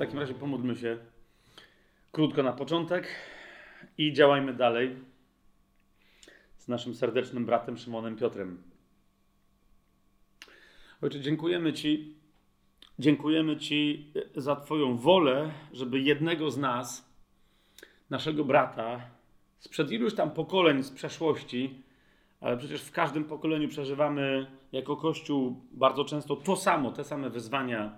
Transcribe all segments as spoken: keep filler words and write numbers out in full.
takim razie pomódlmy się krótko na początek i działajmy dalej z naszym serdecznym bratem Szymonem Piotrem. Ojcze, dziękujemy Ci, dziękujemy Ci za Twoją wolę, żeby jednego z nas, naszego brata, sprzed iluś tam pokoleń z przeszłości, ale przecież w każdym pokoleniu przeżywamy jako Kościół bardzo często to samo, te same wyzwania.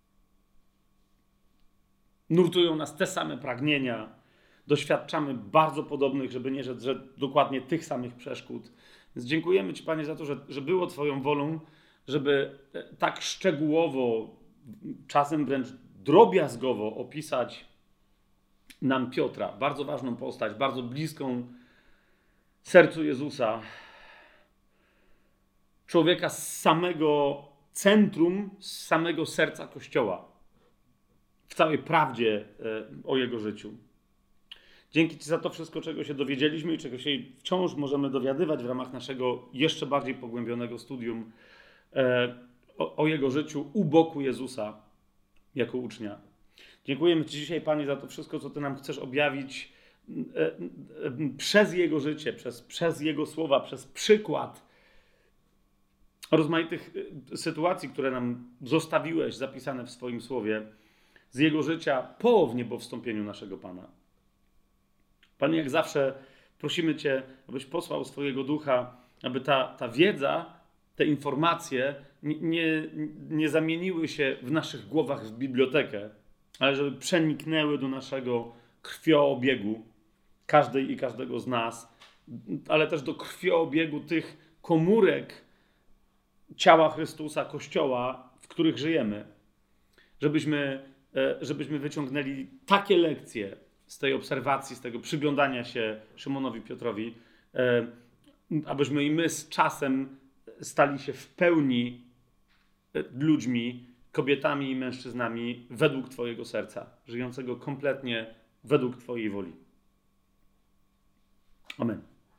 Nurtują nas te same pragnienia. Doświadczamy bardzo podobnych, żeby nie rzec, że dokładnie tych samych przeszkód. Więc dziękujemy Ci, Panie, za to, że, że było Twoją wolą, żeby tak szczegółowo, czasem wręcz drobiazgowo opisać nam Piotra. Bardzo ważną postać, bardzo bliską sercu Jezusa. Człowieka z samego centrum, z samego serca Kościoła. W całej prawdzie o jego życiu. Dzięki Ci za to wszystko, czego się dowiedzieliśmy i czego się wciąż możemy dowiadywać w ramach naszego jeszcze bardziej pogłębionego studium o, o jego życiu u boku Jezusa jako ucznia. Dziękujemy Ci dzisiaj, Panie, za to wszystko, co Ty nam chcesz objawić przez Jego życie, przez, przez Jego słowa, przez przykład rozmaitych sytuacji, które nam zostawiłeś zapisane w swoim słowie, z Jego życia po wniebowstąpieniu naszego Pana. Panie, jak zawsze prosimy Cię, abyś posłał swojego ducha, aby ta, ta wiedza, te informacje nie, nie, nie zamieniły się w naszych głowach w bibliotekę, ale żeby przeniknęły do naszego krwioobiegu, każdej i każdego z nas, ale też do krwioobiegu tych komórek ciała Chrystusa, Kościoła, w których żyjemy. Żebyśmy, żebyśmy wyciągnęli takie lekcje z tej obserwacji, z tego przyglądania się Szymonowi Piotrowi, abyśmy i my z czasem stali się w pełni ludźmi, kobietami i mężczyznami według Twojego serca, żyjącego kompletnie według Twojej woli. Amen.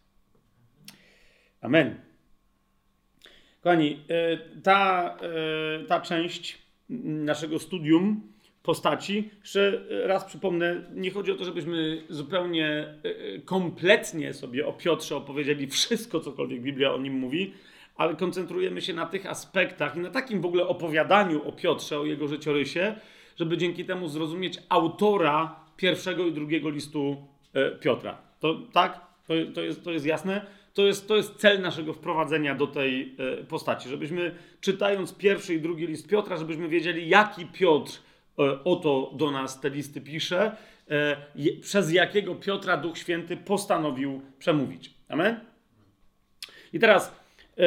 Amen. Kochani, ta, ta część naszego studium postaci, jeszcze raz przypomnę, nie chodzi o to, żebyśmy zupełnie kompletnie sobie o Piotrze opowiedzieli wszystko, cokolwiek Biblia o nim mówi, ale koncentrujemy się na tych aspektach i na takim w ogóle opowiadaniu o Piotrze, o jego życiorysie, żeby dzięki temu zrozumieć autora pierwszego i drugiego listu Piotra. To tak? To, to, jest, to jest jasne? To jest, to jest cel naszego wprowadzenia do tej postaci, żebyśmy czytając pierwszy i drugi list Piotra, żebyśmy wiedzieli, jaki Piotr oto do nas te listy pisze, przez jakiego Piotra Duch Święty postanowił przemówić. Amen? I teraz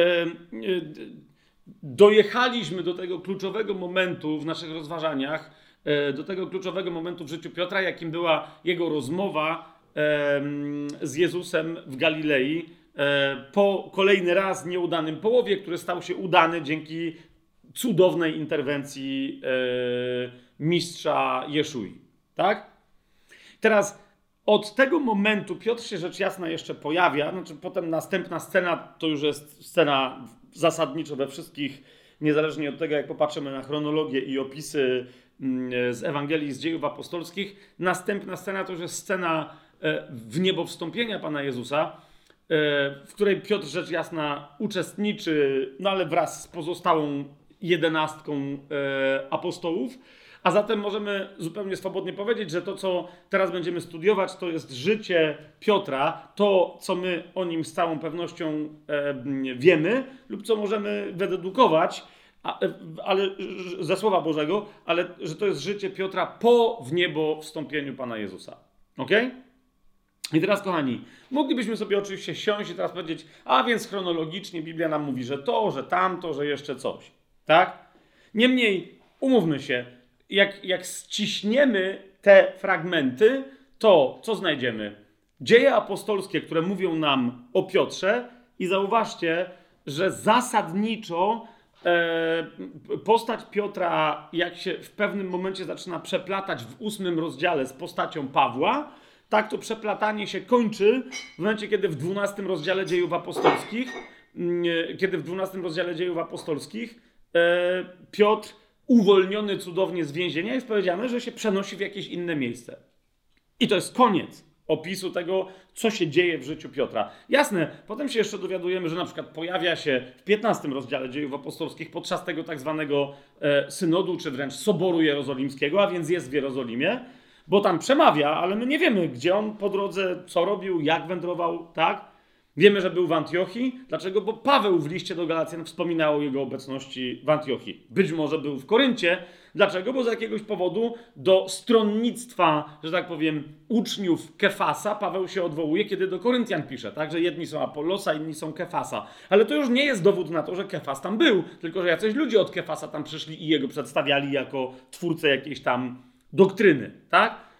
dojechaliśmy do tego kluczowego momentu w naszych rozważaniach, do tego kluczowego momentu w życiu Piotra, jakim była jego rozmowa z Jezusem w Galilei po kolejny raz nieudanym połowie, który stał się udany dzięki cudownej interwencji mistrza Jeszui. Tak? Teraz od tego momentu Piotr się rzecz jasna jeszcze pojawia, znaczy potem następna scena to już jest scena zasadniczo we wszystkich, niezależnie od tego, jak popatrzymy na chronologię i opisy z Ewangelii, z dziejów apostolskich. Następna scena to już jest scena wniebowstąpienia Pana Jezusa, w której Piotr rzecz jasna uczestniczy, no ale wraz z pozostałą jedenastką apostołów. A zatem możemy zupełnie swobodnie powiedzieć, że to, co teraz będziemy studiować, to jest życie Piotra, to, co my o nim z całą pewnością e, wiemy, lub co możemy wydedukować, a, ale, ze Słowa Bożego, ale że to jest życie Piotra po wniebowstąpieniu Pana Jezusa. Okej? I teraz, kochani, moglibyśmy sobie oczywiście siąść i teraz powiedzieć, a więc chronologicznie Biblia nam mówi, że to, że tamto, że jeszcze coś. Tak? Niemniej, umówmy się, Jak, jak ściśniemy te fragmenty, to co znajdziemy? Dzieje apostolskie, które mówią nam o Piotrze i zauważcie, że zasadniczo e, postać Piotra, jak się w pewnym momencie zaczyna przeplatać w ósmym rozdziale z postacią Pawła, tak to przeplatanie się kończy w momencie, kiedy w dwunastym rozdziale Dziejów apostolskich, kiedy w dwunastym rozdziale Dziejów apostolskich e, Piotr uwolniony cudownie z więzienia, jest powiedziane, że się przenosi w jakieś inne miejsce. I to jest koniec opisu tego, co się dzieje w życiu Piotra. Jasne, potem się jeszcze dowiadujemy, że na przykład pojawia się w piętnastym rozdziale Dziejów Apostolskich podczas tego tak zwanego e, synodu, czy wręcz Soboru Jerozolimskiego, a więc jest w Jerozolimie, bo tam przemawia, ale my nie wiemy, gdzie on po drodze, co robił, jak wędrował, tak? Wiemy, że był w Antiochii. Dlaczego? Bo Paweł w liście do Galacjan wspominał o jego obecności w Antiochii. Być może był w Koryncie. Dlaczego? Bo z jakiegoś powodu do stronnictwa, że tak powiem, uczniów Kefasa Paweł się odwołuje, kiedy do Koryntian pisze, tak? Że jedni są Apollosa, inni są Kefasa. Ale to już nie jest dowód na to, że Kefas tam był, tylko że jacyś ludzie od Kefasa tam przyszli i jego przedstawiali jako twórcę jakiejś tam doktryny, tak?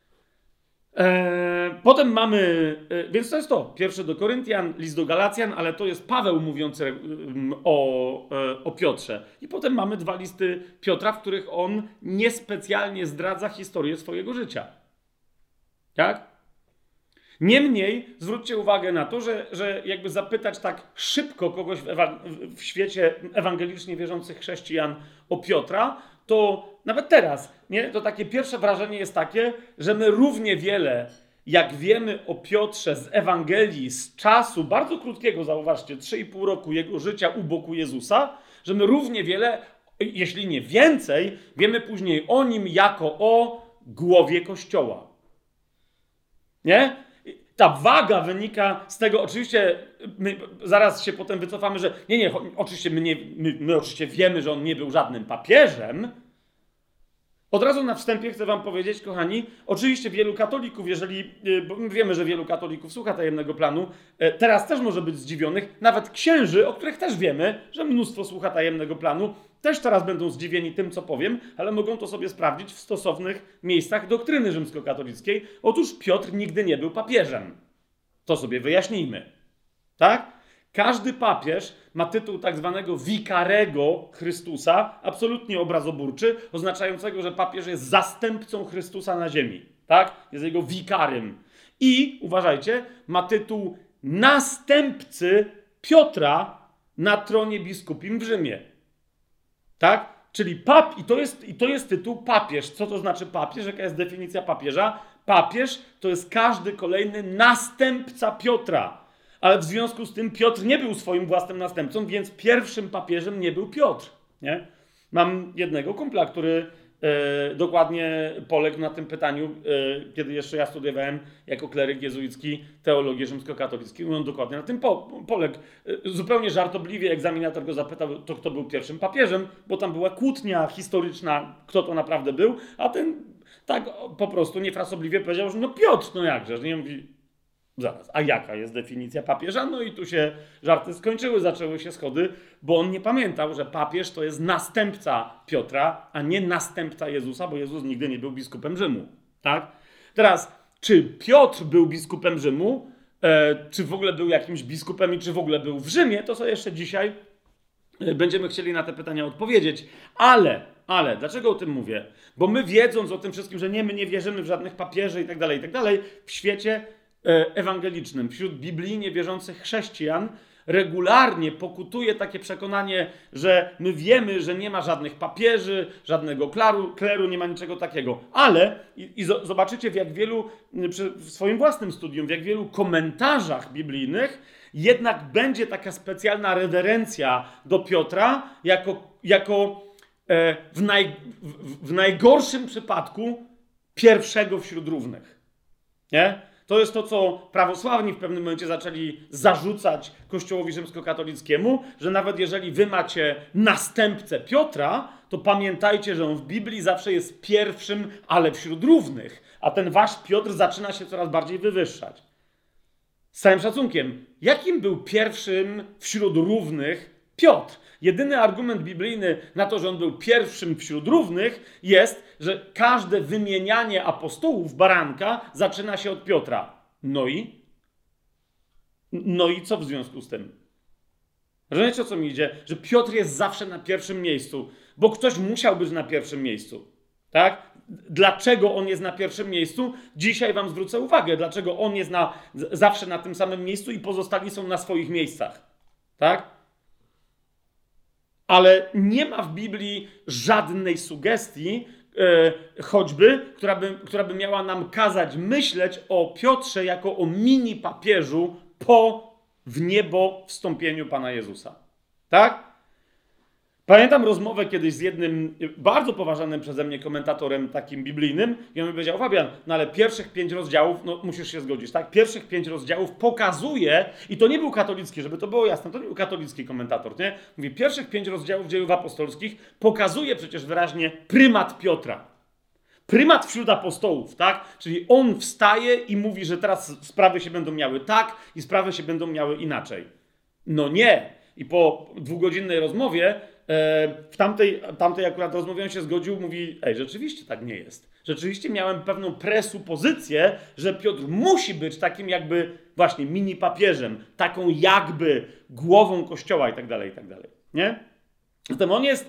Eee, potem mamy, e, więc to jest to, pierwszy do Koryntian, list do Galacjan, ale to jest Paweł mówiący e, o, e, o Piotrze. I potem mamy dwa listy Piotra, w których on niespecjalnie zdradza historię swojego życia. Tak? Niemniej zwróćcie uwagę na to, że, że jakby zapytać tak szybko kogoś w, ewa- w świecie ewangelicznie wierzących chrześcijan o Piotra, to nawet teraz, nie? To takie pierwsze wrażenie jest takie, że my równie wiele, jak wiemy o Piotrze z Ewangelii, z czasu bardzo krótkiego, zauważcie, trzy i pół roku jego życia u boku Jezusa, że my równie wiele, jeśli nie więcej, wiemy później o nim jako o głowie Kościoła. Nie? Ta waga wynika z tego, oczywiście, my zaraz się potem wycofamy, że nie, nie, oczywiście my, nie, my, my oczywiście wiemy, że on nie był żadnym papieżem. Od razu na wstępie chcę wam powiedzieć, kochani, oczywiście wielu katolików, jeżeli, bo my wiemy, że wielu katolików słucha tajemnego planu, teraz też może być zdziwionych, nawet księży, o których też wiemy, że mnóstwo słucha tajemnego planu, też teraz będą zdziwieni tym, co powiem, ale mogą to sobie sprawdzić w stosownych miejscach doktryny rzymskokatolickiej. Otóż Piotr nigdy nie był papieżem. To sobie wyjaśnijmy. Tak? Każdy papież ma tytuł tak zwanego vicarego Chrystusa, absolutnie obrazoburczy, oznaczającego, że papież jest zastępcą Chrystusa na ziemi. Tak? Jest jego wikarym. I, uważajcie, ma tytuł następcy Piotra na tronie biskupim w Rzymie. Tak? Czyli pap, i to jest, i to jest tytuł papież. Co to znaczy papież? Jaka jest definicja papieża? Papież to jest każdy kolejny następca Piotra. Ale w związku z tym Piotr nie był swoim własnym następcą, więc pierwszym papieżem nie był Piotr. Nie? Mam jednego kumpla, który e, dokładnie poległ na tym pytaniu, e, kiedy jeszcze ja studiowałem jako kleryk jezuicki teologię rzymskokatolicką. On dokładnie na tym po, poległ. E, zupełnie żartobliwie egzaminator go zapytał, to kto był pierwszym papieżem, bo tam była kłótnia historyczna, kto to naprawdę był, a ten tak po prostu niefrasobliwie powiedział, że no Piotr, no jakże. Nie mówi, zaraz, a jaka jest definicja papieża? No i tu się żarty skończyły, zaczęły się schody, bo on nie pamiętał, że papież to jest następca Piotra, a nie następca Jezusa, bo Jezus nigdy nie był biskupem Rzymu. Tak? Teraz, czy Piotr był biskupem Rzymu, e, czy w ogóle był jakimś biskupem i czy w ogóle był w Rzymie, to sobie jeszcze dzisiaj e, będziemy chcieli na te pytania odpowiedzieć. Ale, ale, dlaczego o tym mówię? Bo my wiedząc o tym wszystkim, że nie, my nie wierzymy w żadnych papieży i tak dalej, i tak dalej, w świecie ewangelicznym, wśród biblijnie wierzących chrześcijan regularnie pokutuje takie przekonanie, że my wiemy, że nie ma żadnych papieży, żadnego kleru, kleru nie ma niczego takiego. Ale, i, i zobaczycie w jak wielu, przy, w swoim własnym studium, w jak wielu komentarzach biblijnych jednak będzie taka specjalna rewerencja do Piotra jako, jako e, w, naj, w, w najgorszym przypadku pierwszego wśród równych. Nie? To jest to, co prawosławni w pewnym momencie zaczęli zarzucać Kościołowi rzymskokatolickiemu, że nawet jeżeli wy macie następcę Piotra, to pamiętajcie, że on w Biblii zawsze jest pierwszym, ale wśród równych. A ten wasz Piotr zaczyna się coraz bardziej wywyższać. Z całym szacunkiem, jakim był pierwszym wśród równych Piotr? Jedyny argument biblijny na to, że on był pierwszym wśród równych, jest, że każde wymienianie apostołów baranka zaczyna się od Piotra. No i? No i co w związku z tym? Rozumiecie, o co mi idzie? Że Piotr jest zawsze na pierwszym miejscu, bo ktoś musiał być na pierwszym miejscu. Tak? Dlaczego on jest na pierwszym miejscu? Dzisiaj wam zwrócę uwagę, dlaczego on jest na, zawsze na tym samym miejscu i pozostali są na swoich miejscach. Tak? ale nie ma w Biblii żadnej sugestii, e, choćby, która by, która by miała nam kazać myśleć o Piotrze jako o mini papieżu po w niebo wstąpieniu Pana Jezusa. Tak? Pamiętam rozmowę kiedyś z jednym bardzo poważanym przeze mnie komentatorem takim biblijnym i on mi powiedział: Fabian, no ale pierwszych pięć rozdziałów, no musisz się zgodzić, tak? Pierwszych pięć rozdziałów pokazuje, i to nie był katolicki, żeby to było jasne, to nie był katolicki komentator, nie? Mówi, pierwszych pięć rozdziałów dziejów apostolskich pokazuje przecież wyraźnie prymat Piotra. Prymat wśród apostołów, tak? Czyli on wstaje i mówi, że teraz sprawy się będą miały tak i sprawy się będą miały inaczej. No nie. I po dwugodzinnej rozmowie w tamtej, tamtej akurat rozmowie on się zgodził, mówi, ej, rzeczywiście tak nie jest. Rzeczywiście miałem pewną presupozycję, że Piotr musi być takim jakby właśnie mini papieżem, taką jakby głową Kościoła i tak dalej, i tak dalej. Nie? Zatem on jest,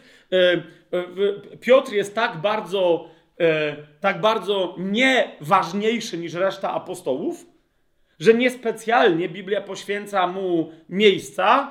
Piotr jest tak bardzo, tak bardzo nieważniejszy niż reszta apostołów, że niespecjalnie Biblia poświęca mu miejsca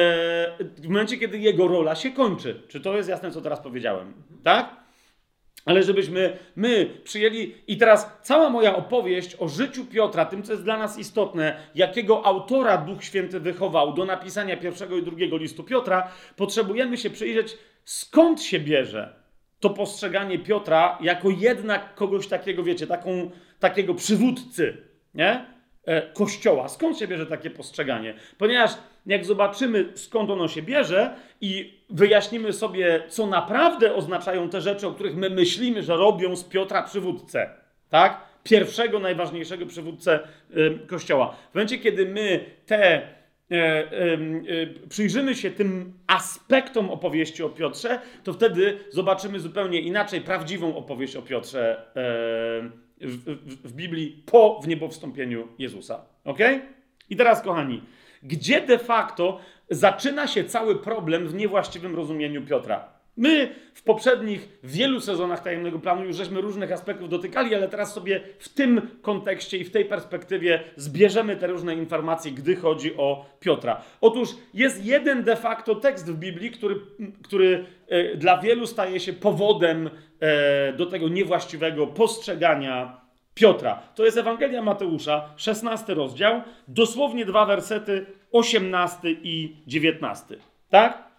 w momencie, kiedy jego rola się kończy. Czy to jest jasne, co teraz powiedziałem? Tak? Ale żebyśmy my przyjęli... I teraz cała moja opowieść o życiu Piotra, tym, co jest dla nas istotne, jakiego autora Duch Święty wychował do napisania pierwszego i drugiego listu Piotra, potrzebujemy się przyjrzeć, skąd się bierze to postrzeganie Piotra jako jednak kogoś takiego, wiecie, taką, takiego przywódcy, nie? Kościoła. Skąd się bierze takie postrzeganie? Ponieważ jak zobaczymy, skąd ono się bierze i wyjaśnimy sobie, co naprawdę oznaczają te rzeczy, o których my myślimy, że robią z Piotra przywódcę, tak? Pierwszego, najważniejszego przywódcę y, Kościoła. W momencie, kiedy my te y, y, y, przyjrzymy się tym aspektom opowieści o Piotrze, to wtedy zobaczymy zupełnie inaczej prawdziwą opowieść o Piotrze y, W, w, w Biblii po wniebowstąpieniu Jezusa. Ok? I teraz, kochani, gdzie de facto zaczyna się cały problem w niewłaściwym rozumieniu Piotra? My w poprzednich wielu sezonach Tajemnego Planu już żeśmy różnych aspektów dotykali, ale teraz sobie w tym kontekście i w tej perspektywie zbierzemy te różne informacje, gdy chodzi o Piotra. Otóż jest jeden de facto tekst w Biblii, który, który e, dla wielu staje się powodem e, do tego niewłaściwego postrzegania Piotra. To jest Ewangelia Mateusza, szesnasty rozdział, dosłownie dwa wersety, osiemnasty i dziewiętnasty. Tak?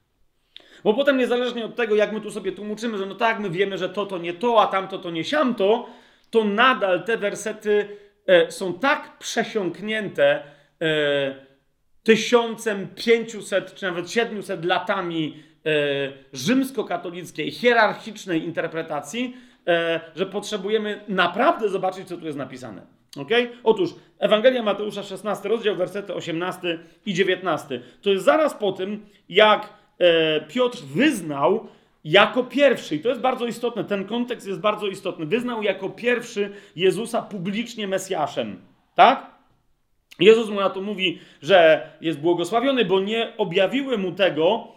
Bo potem niezależnie od tego, jak my tu sobie tłumaczymy, że no tak, my wiemy, że to, to nie to, a tamto, to nie siamto, to nadal te wersety e, są tak przesiąknięte e, tysiącem pięciuset czy nawet siedmiuset latami e, rzymskokatolickiej, hierarchicznej interpretacji, e, że potrzebujemy naprawdę zobaczyć, co tu jest napisane. Okay? Otóż Ewangelia Mateusza, szesnasty rozdział, wersety osiemnasty i dziewiętnasty. To jest zaraz po tym, jak Piotr wyznał jako pierwszy, i to jest bardzo istotne, ten kontekst jest bardzo istotny, wyznał jako pierwszy Jezusa publicznie Mesjaszem. Tak? Jezus mu na to mówi, że jest błogosławiony, bo nie objawiły mu tego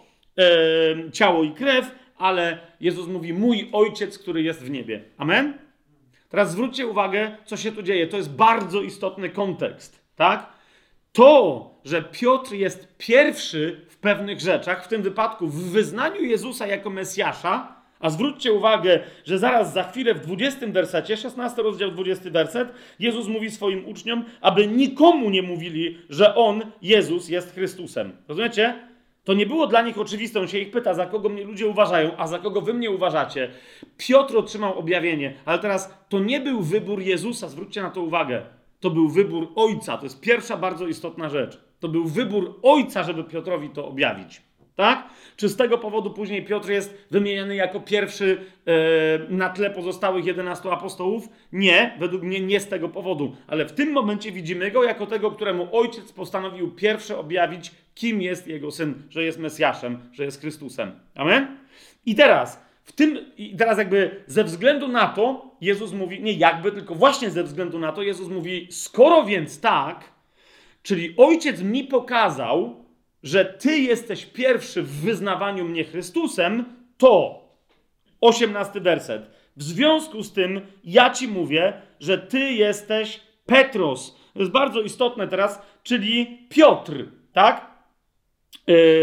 e, ciało i krew, ale Jezus mówi, mój Ojciec, który jest w niebie. Amen? Teraz zwróćcie uwagę, co się tu dzieje. To jest bardzo istotny kontekst. Tak? To, że Piotr jest pierwszy w pewnych rzeczach, w tym wypadku w wyznaniu Jezusa jako Mesjasza, a zwróćcie uwagę, że zaraz za chwilę w dwudziestym wersecie, szesnasty rozdział, dwudziesty werset, Jezus mówi swoim uczniom, aby nikomu nie mówili, że On, Jezus, jest Chrystusem. Rozumiecie? To nie było dla nich oczywiste. On się ich pyta, za kogo mnie ludzie uważają, a za kogo wy mnie uważacie. Piotr otrzymał objawienie, ale teraz to nie był wybór Jezusa, zwróćcie na to uwagę. To był wybór Ojca. To jest pierwsza bardzo istotna rzecz. To był wybór Ojca, żeby Piotrowi to objawić. Tak? Czy z tego powodu później Piotr jest wymieniany jako pierwszy e, na tle pozostałych jedenastu apostołów? Nie, według mnie nie z tego powodu. Ale w tym momencie widzimy go jako tego, któremu Ojciec postanowił pierwsze objawić, kim jest jego Syn, że jest Mesjaszem, że jest Chrystusem. Amen? I teraz, w tym, i teraz jakby ze względu na to Jezus mówi, nie jakby, tylko właśnie ze względu na to Jezus mówi, skoro więc tak, czyli Ojciec mi pokazał, że ty jesteś pierwszy w wyznawaniu mnie Chrystusem, to osiemnasty werset. W związku z tym ja ci mówię, że ty jesteś Petros. To jest bardzo istotne teraz, czyli Piotr, tak? Yy,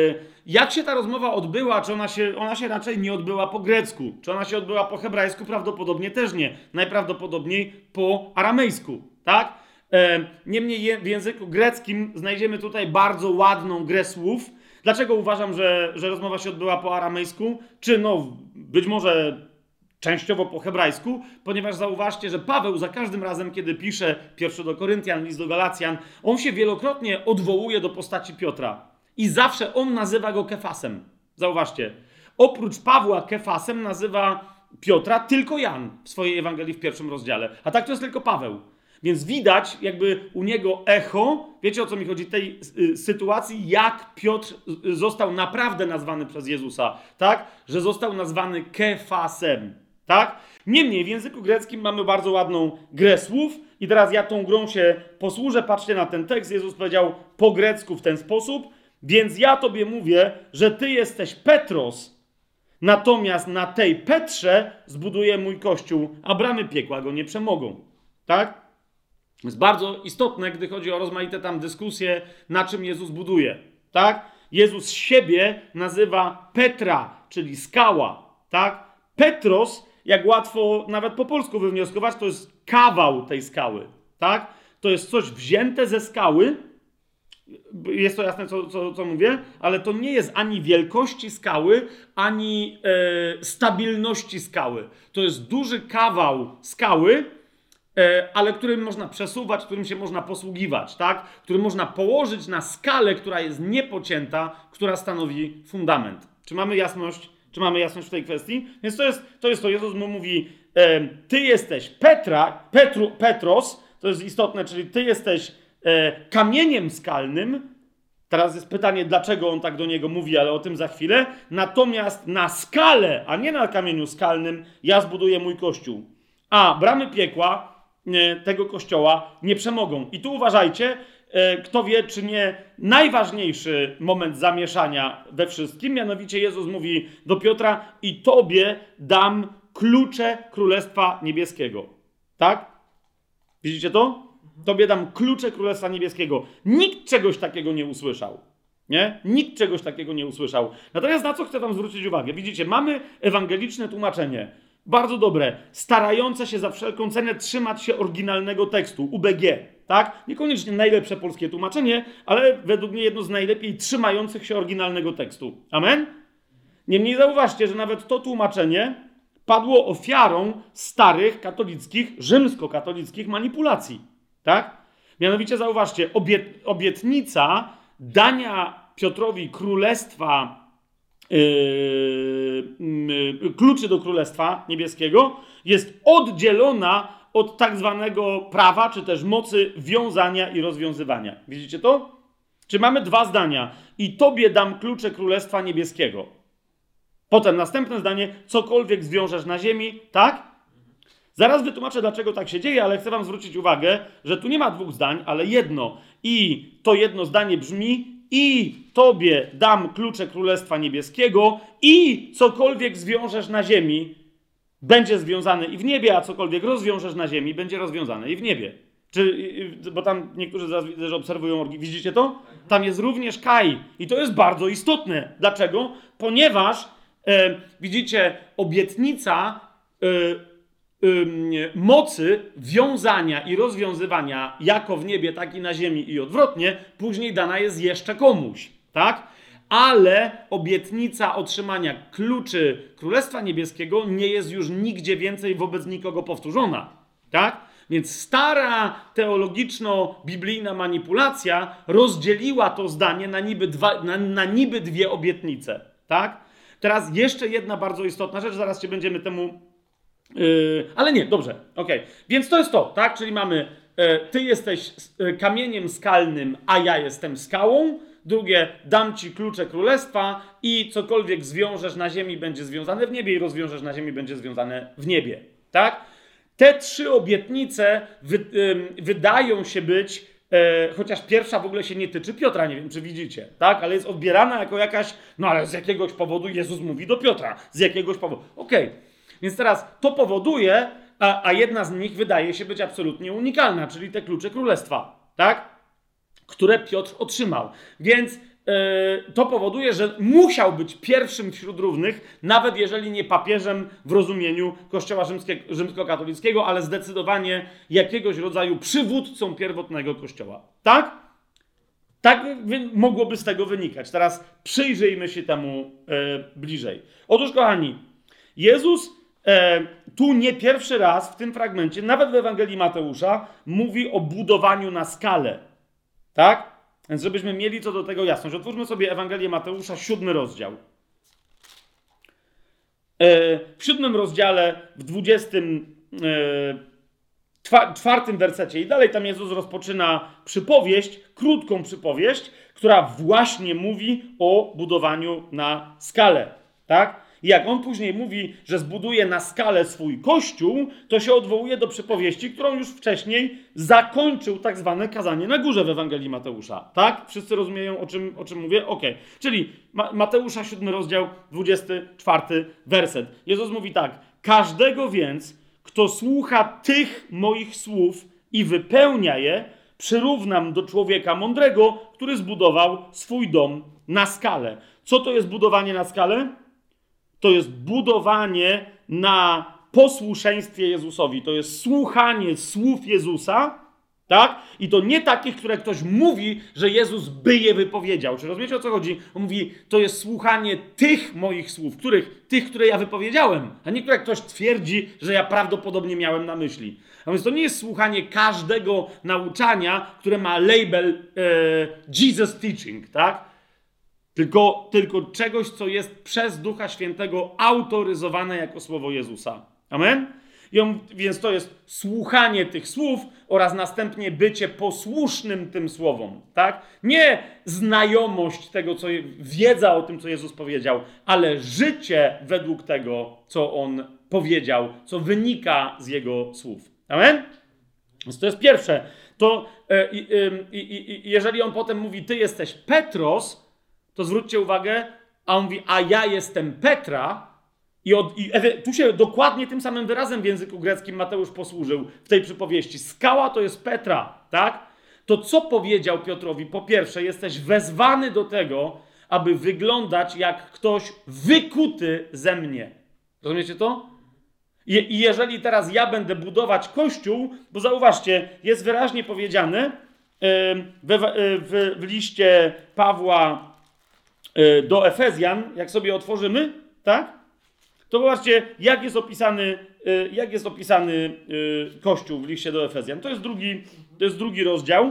Jak się ta rozmowa odbyła? Czy ona się, ona się raczej nie odbyła po grecku? Czy ona się odbyła po hebrajsku? Prawdopodobnie też nie. Najprawdopodobniej po aramejsku, tak? E, niemniej je, w języku greckim znajdziemy tutaj bardzo ładną grę słów. Dlaczego uważam, że, że rozmowa się odbyła po aramejsku? Czy no, być może częściowo po hebrajsku? Ponieważ zauważcie, że Paweł za każdym razem, kiedy pisze pierwszy do Koryntian, list do Galacjan, on się wielokrotnie odwołuje do postaci Piotra. I zawsze on nazywa go Kefasem. Zauważcie. Oprócz Pawła Kefasem nazywa Piotra tylko Jan w swojej Ewangelii w pierwszym rozdziale. A tak to jest tylko Paweł. Więc widać jakby u niego echo, wiecie o co mi chodzi, tej y, sytuacji, jak Piotr y, został naprawdę nazwany przez Jezusa, tak? Że został nazwany Kefasem, tak? Niemniej w języku greckim mamy bardzo ładną grę słów i teraz ja tą grą się posłużę. Patrzcie na ten tekst. Jezus powiedział po grecku w ten sposób: więc ja tobie mówię, że ty jesteś Petros, natomiast na tej Petrze zbuduję mój kościół, a bramy piekła go nie przemogą, tak? To jest bardzo istotne, gdy chodzi o rozmaite tam dyskusje, na czym Jezus buduje, tak? Jezus siebie nazywa Petra, czyli skała, tak? Petros, jak łatwo nawet po polsku wywnioskować, to jest kawał tej skały, tak? To jest coś wzięte ze skały. Jest to jasne, co, co, co mówię? Ale to nie jest ani wielkości skały, ani e, stabilności skały. To jest duży kawał skały, ale którym można przesuwać, którym się można posługiwać, tak? Który można położyć na skalę, która jest niepocięta, która stanowi fundament. Czy mamy jasność, czy mamy jasność w tej kwestii? Więc to jest to, jest to. Jezus mu mówi, e, ty jesteś Petra, Petru, Petros, to jest istotne, czyli ty jesteś e, kamieniem skalnym. Teraz jest pytanie, dlaczego on tak do niego mówi, ale o tym za chwilę. Natomiast na skalę, a nie na kamieniu skalnym, ja zbuduję mój kościół. A bramy piekła tego kościoła nie przemogą. I tu uważajcie, kto wie, czy nie najważniejszy moment zamieszania we wszystkim, mianowicie Jezus mówi do Piotra: i tobie dam klucze Królestwa Niebieskiego. Tak? Widzicie to? Tobie dam klucze Królestwa Niebieskiego. Nikt czegoś takiego nie usłyszał. Nie? Nikt czegoś takiego nie usłyszał. Natomiast na co chcę wam zwrócić uwagę? Widzicie, mamy ewangeliczne tłumaczenie. Bardzo dobre, starające się za wszelką cenę trzymać się oryginalnego tekstu, U B G, tak? Niekoniecznie najlepsze polskie tłumaczenie, ale według mnie jedno z najlepiej trzymających się oryginalnego tekstu. Amen? Niemniej zauważcie, że nawet to tłumaczenie padło ofiarą starych katolickich, rzymskokatolickich manipulacji, tak? Mianowicie zauważcie, obiet, obietnica dania Piotrowi królestwa, Yy, yy, kluczy do Królestwa Niebieskiego jest oddzielona od tak zwanego prawa, czy też mocy wiązania i rozwiązywania. Widzicie to? Czy mamy dwa zdania? I tobie dam klucze Królestwa Niebieskiego. Potem następne zdanie: cokolwiek zwiążesz na ziemi, tak? Zaraz wytłumaczę, dlaczego tak się dzieje, ale chcę wam zwrócić uwagę, że tu nie ma dwóch zdań, ale jedno. I to jedno zdanie brzmi: i tobie dam klucze Królestwa Niebieskiego i cokolwiek zwiążesz na ziemi, będzie związane i w niebie, a cokolwiek rozwiążesz na ziemi, będzie rozwiązane i w niebie. Czy, bo tam niektórzy zaraz widzę, że obserwują, widzicie to? Tam jest również Kai i to jest bardzo istotne. Dlaczego? Ponieważ e, widzicie, obietnica e, mocy wiązania i rozwiązywania jako w niebie, tak i na ziemi i odwrotnie, później dana jest jeszcze komuś, tak? Ale obietnica otrzymania kluczy Królestwa Niebieskiego nie jest już nigdzie więcej wobec nikogo powtórzona, tak? Więc stara teologiczno-biblijna manipulacja rozdzieliła to zdanie na niby, dwa, na, na niby dwie obietnice, tak? Teraz jeszcze jedna bardzo istotna rzecz, zaraz się będziemy temu Yy, ale nie, dobrze, okej. Okay. Więc to jest to, tak? Czyli mamy, yy, ty jesteś yy, kamieniem skalnym, a ja jestem skałą. Drugie, dam ci klucze królestwa i cokolwiek zwiążesz na ziemi, będzie związane w niebie i rozwiążesz na ziemi, będzie związane w niebie, tak? Te trzy obietnice wy, yy, wydają się być, yy, chociaż pierwsza w ogóle się nie tyczy Piotra, nie wiem, czy widzicie, tak? Ale jest odbierana jako jakaś, no ale z jakiegoś powodu Jezus mówi do Piotra, z jakiegoś powodu. Okej. Okay. Więc teraz to powoduje, a, a jedna z nich wydaje się być absolutnie unikalna, czyli te klucze królestwa, tak? Które Piotr otrzymał. Więc to powoduje, że musiał być pierwszym wśród równych, nawet jeżeli nie papieżem w rozumieniu Kościoła rzymskiego, rzymskokatolickiego, ale zdecydowanie jakiegoś rodzaju przywódcą pierwotnego Kościoła. Tak? Tak mogłoby z tego wynikać. Teraz przyjrzyjmy się temu e, bliżej. Otóż, kochani, Jezus e, tu nie pierwszy raz w tym fragmencie, nawet w Ewangelii Mateusza, mówi o budowaniu na skalę. Tak? Więc żebyśmy mieli co do tego jasność. Otwórzmy sobie Ewangelię Mateusza, siódmy rozdział. E, w siódmym rozdziale, w dwudziestym e, czwartym wersecie i dalej tam Jezus rozpoczyna przypowieść, krótką przypowieść, która właśnie mówi o budowaniu na skalę. Tak? I jak on później mówi, że zbuduje na skalę swój kościół, to się odwołuje do przypowieści, którą już wcześniej zakończył tak zwane kazanie na górze w Ewangelii Mateusza. Tak? Wszyscy rozumieją, o czym, o czym mówię? Okej. Okay. Czyli Ma- Mateusza, siódmy rozdział, dwudziesty czwarty werset. Jezus mówi tak. Każdego więc, kto słucha tych moich słów i wypełnia je, przyrównam do człowieka mądrego, który zbudował swój dom na skalę. Co to jest budowanie na skalę? To jest budowanie na posłuszeństwie Jezusowi. To jest słuchanie słów Jezusa, tak? I to nie takich, które ktoś mówi, że Jezus by je wypowiedział. Czy rozumiecie, o co chodzi? On mówi, to jest słuchanie tych moich słów, których, tych, które ja wypowiedziałem, a nie które ktoś twierdzi, że ja prawdopodobnie miałem na myśli. A więc to nie jest słuchanie każdego nauczania, które ma label e, Jesus Teaching, tak? Tylko, tylko czegoś, co jest przez Ducha Świętego autoryzowane jako słowo Jezusa. Amen? I on, więc to jest słuchanie tych słów oraz następnie bycie posłusznym tym słowom. Tak? Nie znajomość tego, co, wiedza o tym, co Jezus powiedział, ale życie według tego, co On powiedział, co wynika z Jego słów. Amen? Więc to jest pierwsze. To e, i, i, i, jeżeli On potem mówi, ty jesteś Petros, to zwróćcie uwagę, a on mówi, a ja jestem Petra, i, od, i tu się dokładnie tym samym wyrazem w języku greckim Mateusz posłużył w tej przypowieści. Skała to jest Petra, tak? To co powiedział Piotrowi? Po pierwsze, jesteś wezwany do tego, aby wyglądać jak ktoś wykuty ze mnie. Rozumiecie to? I, i jeżeli teraz ja będę budować kościół, bo zauważcie, jest wyraźnie powiedziane yy, w, w, w liście Pawła do Efezjan, jak sobie otworzymy, tak? To zobaczcie, jak jest opisany, jak jest opisany Kościół w liście do Efezjan. To jest drugi, to jest drugi rozdział.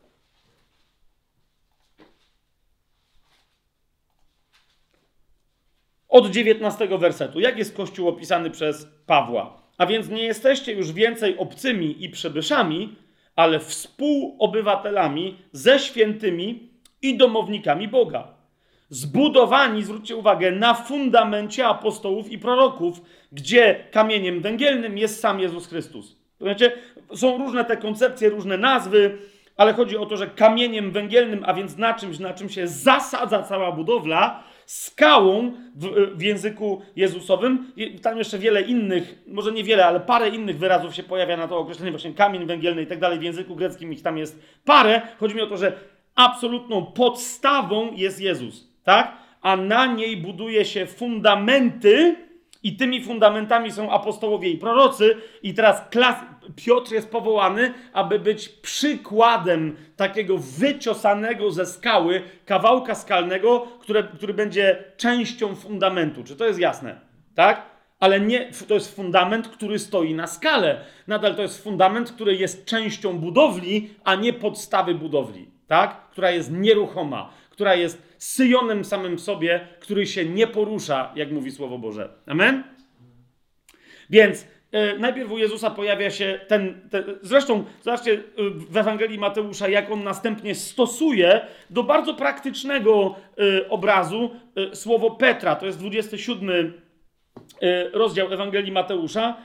Od dziewiętnastego wersetu. Jak jest Kościół opisany przez Pawła? A więc nie jesteście już więcej obcymi i przybyszami, ale współobywatelami ze świętymi i domownikami Boga. Zbudowani, zwróćcie uwagę, na fundamencie apostołów i proroków, gdzie kamieniem węgielnym jest sam Jezus Chrystus. Znaczy, są różne te koncepcje, różne nazwy, ale chodzi o to, że kamieniem węgielnym, a więc na czymś, na czym się zasadza cała budowla, skałą w, w języku jezusowym, i tam jeszcze wiele innych, może nie wiele, ale parę innych wyrazów się pojawia na to określenie, właśnie kamień węgielny i tak dalej, w języku greckim ich tam jest parę. Chodzi mi o to, że absolutną podstawą jest Jezus. Tak? A na niej buduje się fundamenty i tymi fundamentami są apostołowie i prorocy i teraz klas... Piotr jest powołany, aby być przykładem takiego wyczosanego ze skały kawałka skalnego, które, który będzie częścią fundamentu. Czy to jest jasne? Tak? Ale nie, to jest fundament, który stoi na skale. Nadal to jest fundament, który jest częścią budowli, a nie podstawy budowli. Tak? Która jest nieruchoma, która jest syjonem samym w sobie, który się nie porusza, jak mówi Słowo Boże. Amen? Więc e, najpierw u Jezusa pojawia się ten, ten... Zresztą, zobaczcie w Ewangelii Mateusza, jak on następnie stosuje do bardzo praktycznego e, obrazu e, słowo Petra. To jest dwudziesty siódmy e, rozdział Ewangelii Mateusza,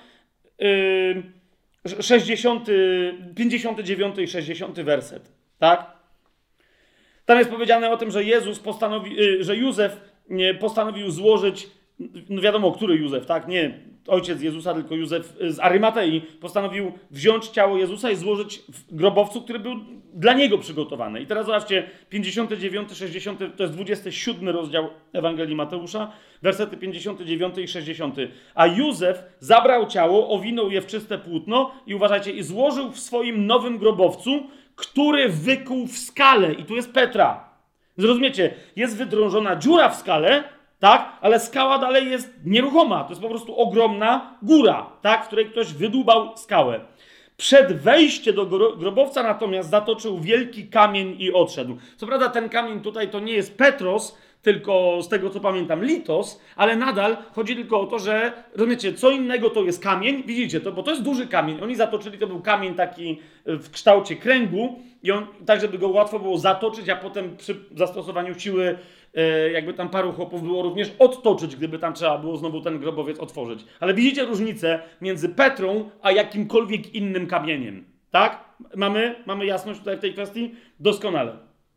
e, sześćdziesiąty, pięćdziesiąty dziewiąty i sześćdziesiąty werset. Tak? Tam jest powiedziane o tym, że Jezus postanowi, że Józef postanowił złożyć, no wiadomo, który Józef, tak? Nie, ojciec Jezusa, tylko Józef z Arymatei, postanowił wziąć ciało Jezusa i złożyć w grobowcu, który był dla niego przygotowany. I teraz zobaczcie, pięćdziesiąty dziewiąty, sześćdziesiąty, to jest dwudziesty siódmy rozdział Ewangelii Mateusza, wersety pięćdziesiąty dziewiąty i sześćdziesiąty. A Józef zabrał ciało, owinął je w czyste płótno i uważajcie, i złożył w swoim nowym grobowcu, który wykuł w skale. I tu jest Petra. Zrozumiecie, jest wydrążona dziura w skale, tak, ale skała dalej jest nieruchoma. To jest po prostu ogromna góra, tak, w której ktoś wydłubał skałę. Przed wejściem do grobowca natomiast zatoczył wielki kamień i odszedł. Co prawda ten kamień tutaj to nie jest Petros, tylko z tego co pamiętam Litos, ale nadal chodzi tylko o to, że rozumiecie, co innego to jest kamień, widzicie to, bo to jest duży kamień. Oni zatoczyli, to był kamień taki w kształcie kręgu i on, tak żeby go łatwo było zatoczyć, a potem przy zastosowaniu siły e, jakby tam paru chłopów było również odtoczyć, gdyby tam trzeba było znowu ten grobowiec otworzyć. Ale widzicie różnicę między Petrą a jakimkolwiek innym kamieniem, tak? Mamy, mamy jasność tutaj w tej kwestii? Doskonale.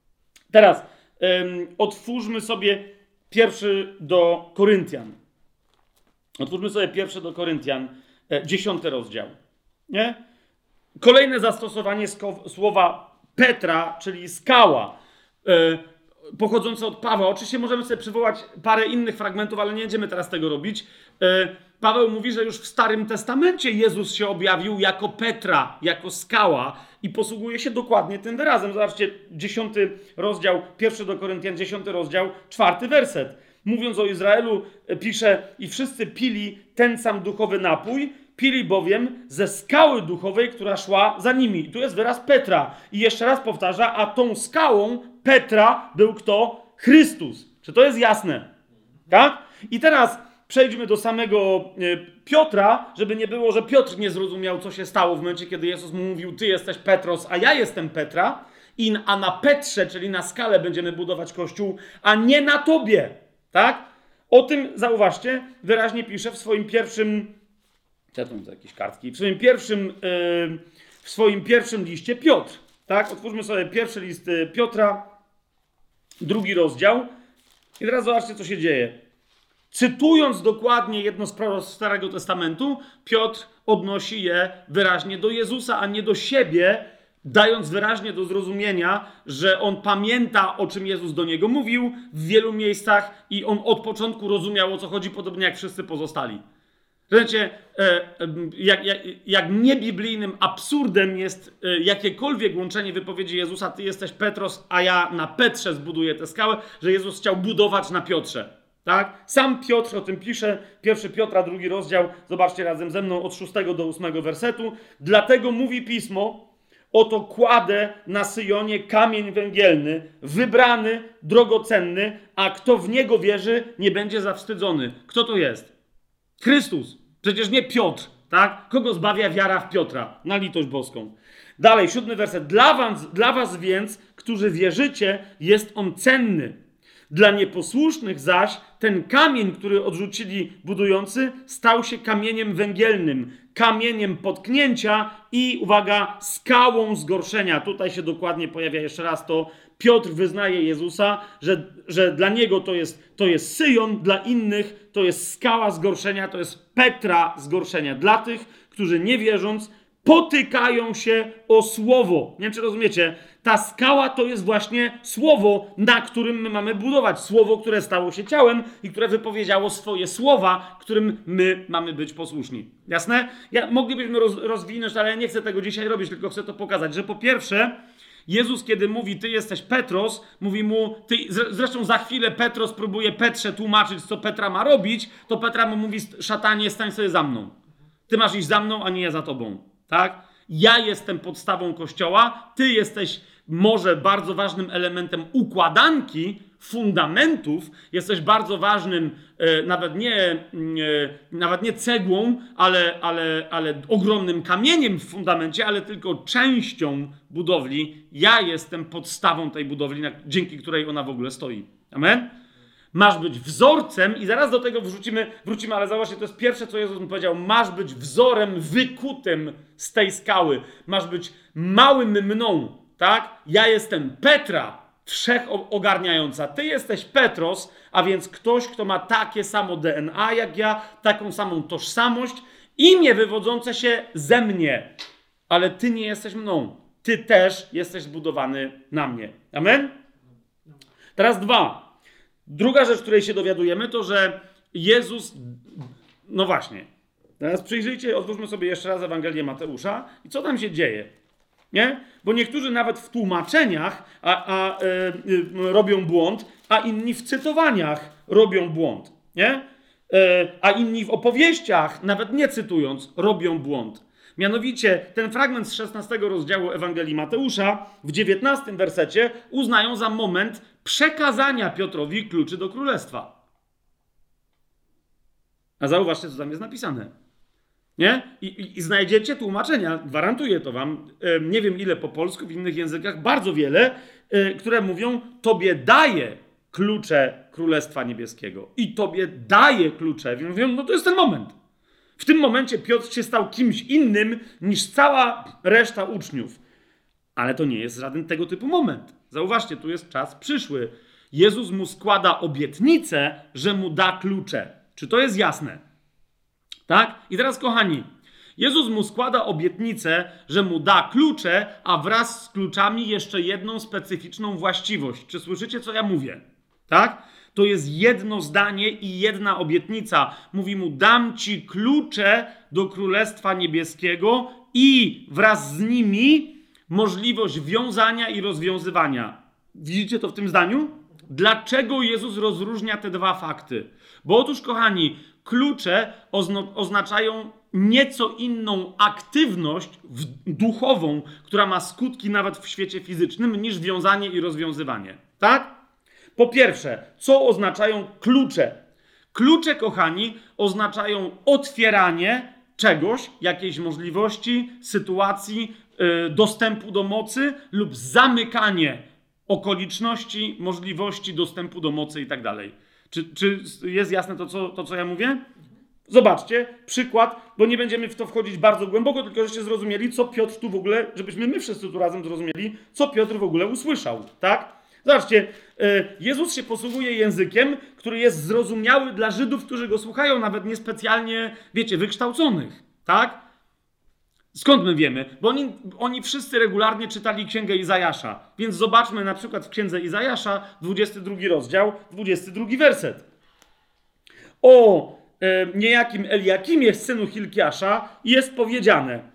Teraz Um, otwórzmy sobie pierwszy do Koryntian. Otwórzmy sobie pierwszy do Koryntian, e, dziesiąty rozdział. Nie? Kolejne zastosowanie sko- słowa Petra, czyli skała, e, pochodzące od Pawła. Oczywiście możemy sobie przywołać parę innych fragmentów, ale nie będziemy teraz tego robić. E, Paweł mówi, że już w Starym Testamencie Jezus się objawił jako Petra, jako skała i posługuje się dokładnie tym wyrazem. Zobaczcie, dziesiąty rozdział, pierwszy do Koryntian, dziesiąty rozdział, czwarty werset. Mówiąc o Izraelu, pisze: i wszyscy pili ten sam duchowy napój, pili bowiem ze skały duchowej, która szła za nimi. I tu jest wyraz Petra. I jeszcze raz powtarza, a tą skałą Petra był kto? Chrystus. Czy to jest jasne? Tak? I teraz przejdźmy do samego Piotra, żeby nie było, że Piotr nie zrozumiał, co się stało w momencie, kiedy Jezus mu mówił: ty jesteś Petros, a ja jestem Petra, i, a na Petrze, czyli na skale, będziemy budować Kościół, a nie na tobie. Tak? O tym, zauważcie, wyraźnie pisze w swoim pierwszym, co to są jakieś kartki, w swoim pierwszym, yy, w swoim pierwszym liście Piotr. Tak? Otwórzmy sobie pierwszy list Piotra, drugi rozdział. I teraz zobaczcie, co się dzieje. Cytując dokładnie jedno z proroctw Starego Testamentu, Piotr odnosi je wyraźnie do Jezusa, a nie do siebie, dając wyraźnie do zrozumienia, że on pamięta, o czym Jezus do niego mówił w wielu miejscach i on od początku rozumiał, o co chodzi, podobnie jak wszyscy pozostali. Wiecie, jak, jak, jak niebiblijnym absurdem jest jakiekolwiek łączenie wypowiedzi Jezusa: ty jesteś Petros, a ja na Petrze zbuduję tę skałę, że Jezus chciał budować na Piotrze. Tak? Sam Piotr o tym pisze, pierwszy Piotra, drugi rozdział, zobaczcie razem ze mną od szóstego do ósmego wersetu. Dlatego mówi Pismo: oto kładę na Syjonie kamień węgielny, wybrany, drogocenny, a kto w niego wierzy, nie będzie zawstydzony. Kto to jest? Chrystus. Przecież nie Piotr, tak? Kogo zbawia wiara w Piotra? Na litość boską. Dalej, siódmy werset. Dla was, dla was więc, którzy wierzycie, jest on cenny. Dla nieposłusznych zaś ten kamień, który odrzucili budujący, stał się kamieniem węgielnym, kamieniem potknięcia i, uwaga, skałą zgorszenia. Tutaj się dokładnie pojawia jeszcze raz to. Piotr wyznaje Jezusa, że, że dla niego to jest, to jest Syjon, dla innych to jest skała zgorszenia, to jest Petra zgorszenia. Dla tych, którzy nie wierząc, potykają się o słowo. Nie wiem, czy rozumiecie? Ta skała to jest właśnie słowo, na którym my mamy budować. Słowo, które stało się ciałem i które wypowiedziało swoje słowa, którym my mamy być posłuszni. Jasne? Ja, moglibyśmy roz, rozwinąć, ale ja nie chcę tego dzisiaj robić, tylko chcę to pokazać, że po pierwsze, Jezus, kiedy mówi: ty jesteś Petros, mówi mu, ty, zresztą za chwilę Petros próbuje Petrze tłumaczyć, co Petra ma robić, to Petra mu mówi: szatanie, stań sobie za mną. Ty masz iść za mną, a nie ja za tobą. Tak? Ja jestem podstawą Kościoła, ty jesteś może bardzo ważnym elementem układanki, fundamentów, jesteś bardzo ważnym, e, nawet, nie, e, nawet nie cegłą, ale, ale, ale ogromnym kamieniem w fundamencie, ale tylko częścią budowli. Ja jestem podstawą tej budowli, na, dzięki której ona w ogóle stoi. Amen? Masz być wzorcem i zaraz do tego wrzucimy, wrócimy, ale zobaczcie, to jest pierwsze, co Jezus mi powiedział. Masz być wzorem wykutym z tej skały. Masz być małym mną, tak? Ja jestem Petra, wszechogarniająca. Ty jesteś Petros, a więc ktoś, kto ma takie samo D N A jak ja, taką samą tożsamość, imię wywodzące się ze mnie. Ale ty nie jesteś mną. Ty też jesteś zbudowany na mnie. Amen? Teraz dwa. Druga rzecz, której się dowiadujemy, to, że Jezus... No właśnie. Teraz przyjrzyjcie, otwórzmy sobie jeszcze raz Ewangelię Mateusza i co tam się dzieje. Nie? Bo niektórzy nawet w tłumaczeniach a, a, y, y, robią błąd, a inni w cytowaniach robią błąd. Nie? Y, a inni w opowieściach, nawet nie cytując, robią błąd. Mianowicie ten fragment z szesnastego rozdziału Ewangelii Mateusza w dziewiętnastym wersecie uznają za moment przekazania Piotrowi kluczy do królestwa. A zauważcie, co tam jest napisane. Nie? I, i, I znajdziecie tłumaczenia, gwarantuję to wam, yy, nie wiem ile po polsku, w innych językach, bardzo wiele, yy, które mówią, tobie daje klucze Królestwa Niebieskiego. I tobie daje klucze. I mówią, no to jest ten moment. W tym momencie Piotr się stał kimś innym niż cała reszta uczniów. Ale to nie jest żaden tego typu moment. Zauważcie, tu jest czas przyszły. Jezus mu składa obietnicę, że mu da klucze. Czy to jest jasne? Tak? I teraz, kochani, Jezus mu składa obietnicę, że mu da klucze, a wraz z kluczami jeszcze jedną specyficzną właściwość. Czy słyszycie, co ja mówię? Tak? To jest jedno zdanie i jedna obietnica. Mówi mu, dam ci klucze do Królestwa Niebieskiego i wraz z nimi możliwość wiązania i rozwiązywania. Widzicie to w tym zdaniu? Dlaczego Jezus rozróżnia te dwa fakty? Bo otóż, kochani, klucze ozno- oznaczają nieco inną aktywność w- duchową, która ma skutki nawet w świecie fizycznym, niż wiązanie i rozwiązywanie. Tak? Po pierwsze, co oznaczają klucze? Klucze, kochani, oznaczają otwieranie czegoś, jakiejś możliwości, sytuacji, yy, dostępu do mocy lub zamykanie okoliczności, możliwości dostępu do mocy i tak dalej. Czy, czy jest jasne to co, to, co ja mówię? Zobaczcie, przykład, bo nie będziemy w to wchodzić bardzo głęboko, tylko żeście zrozumieli, co Piotr tu w ogóle, żebyśmy my wszyscy tu razem zrozumieli, co Piotr w ogóle usłyszał, tak? Zobaczcie, Jezus się posługuje językiem, który jest zrozumiały dla Żydów, którzy go słuchają, nawet niespecjalnie, wiecie, wykształconych, tak? Skąd my wiemy? Bo oni, oni wszyscy regularnie czytali Księgę Izajasza. Więc zobaczmy na przykład w Księdze Izajasza, dwudziesty drugi rozdział, dwudziesty drugi werset. O e, niejakim Eliakimie, synu Hilkiasza, jest powiedziane.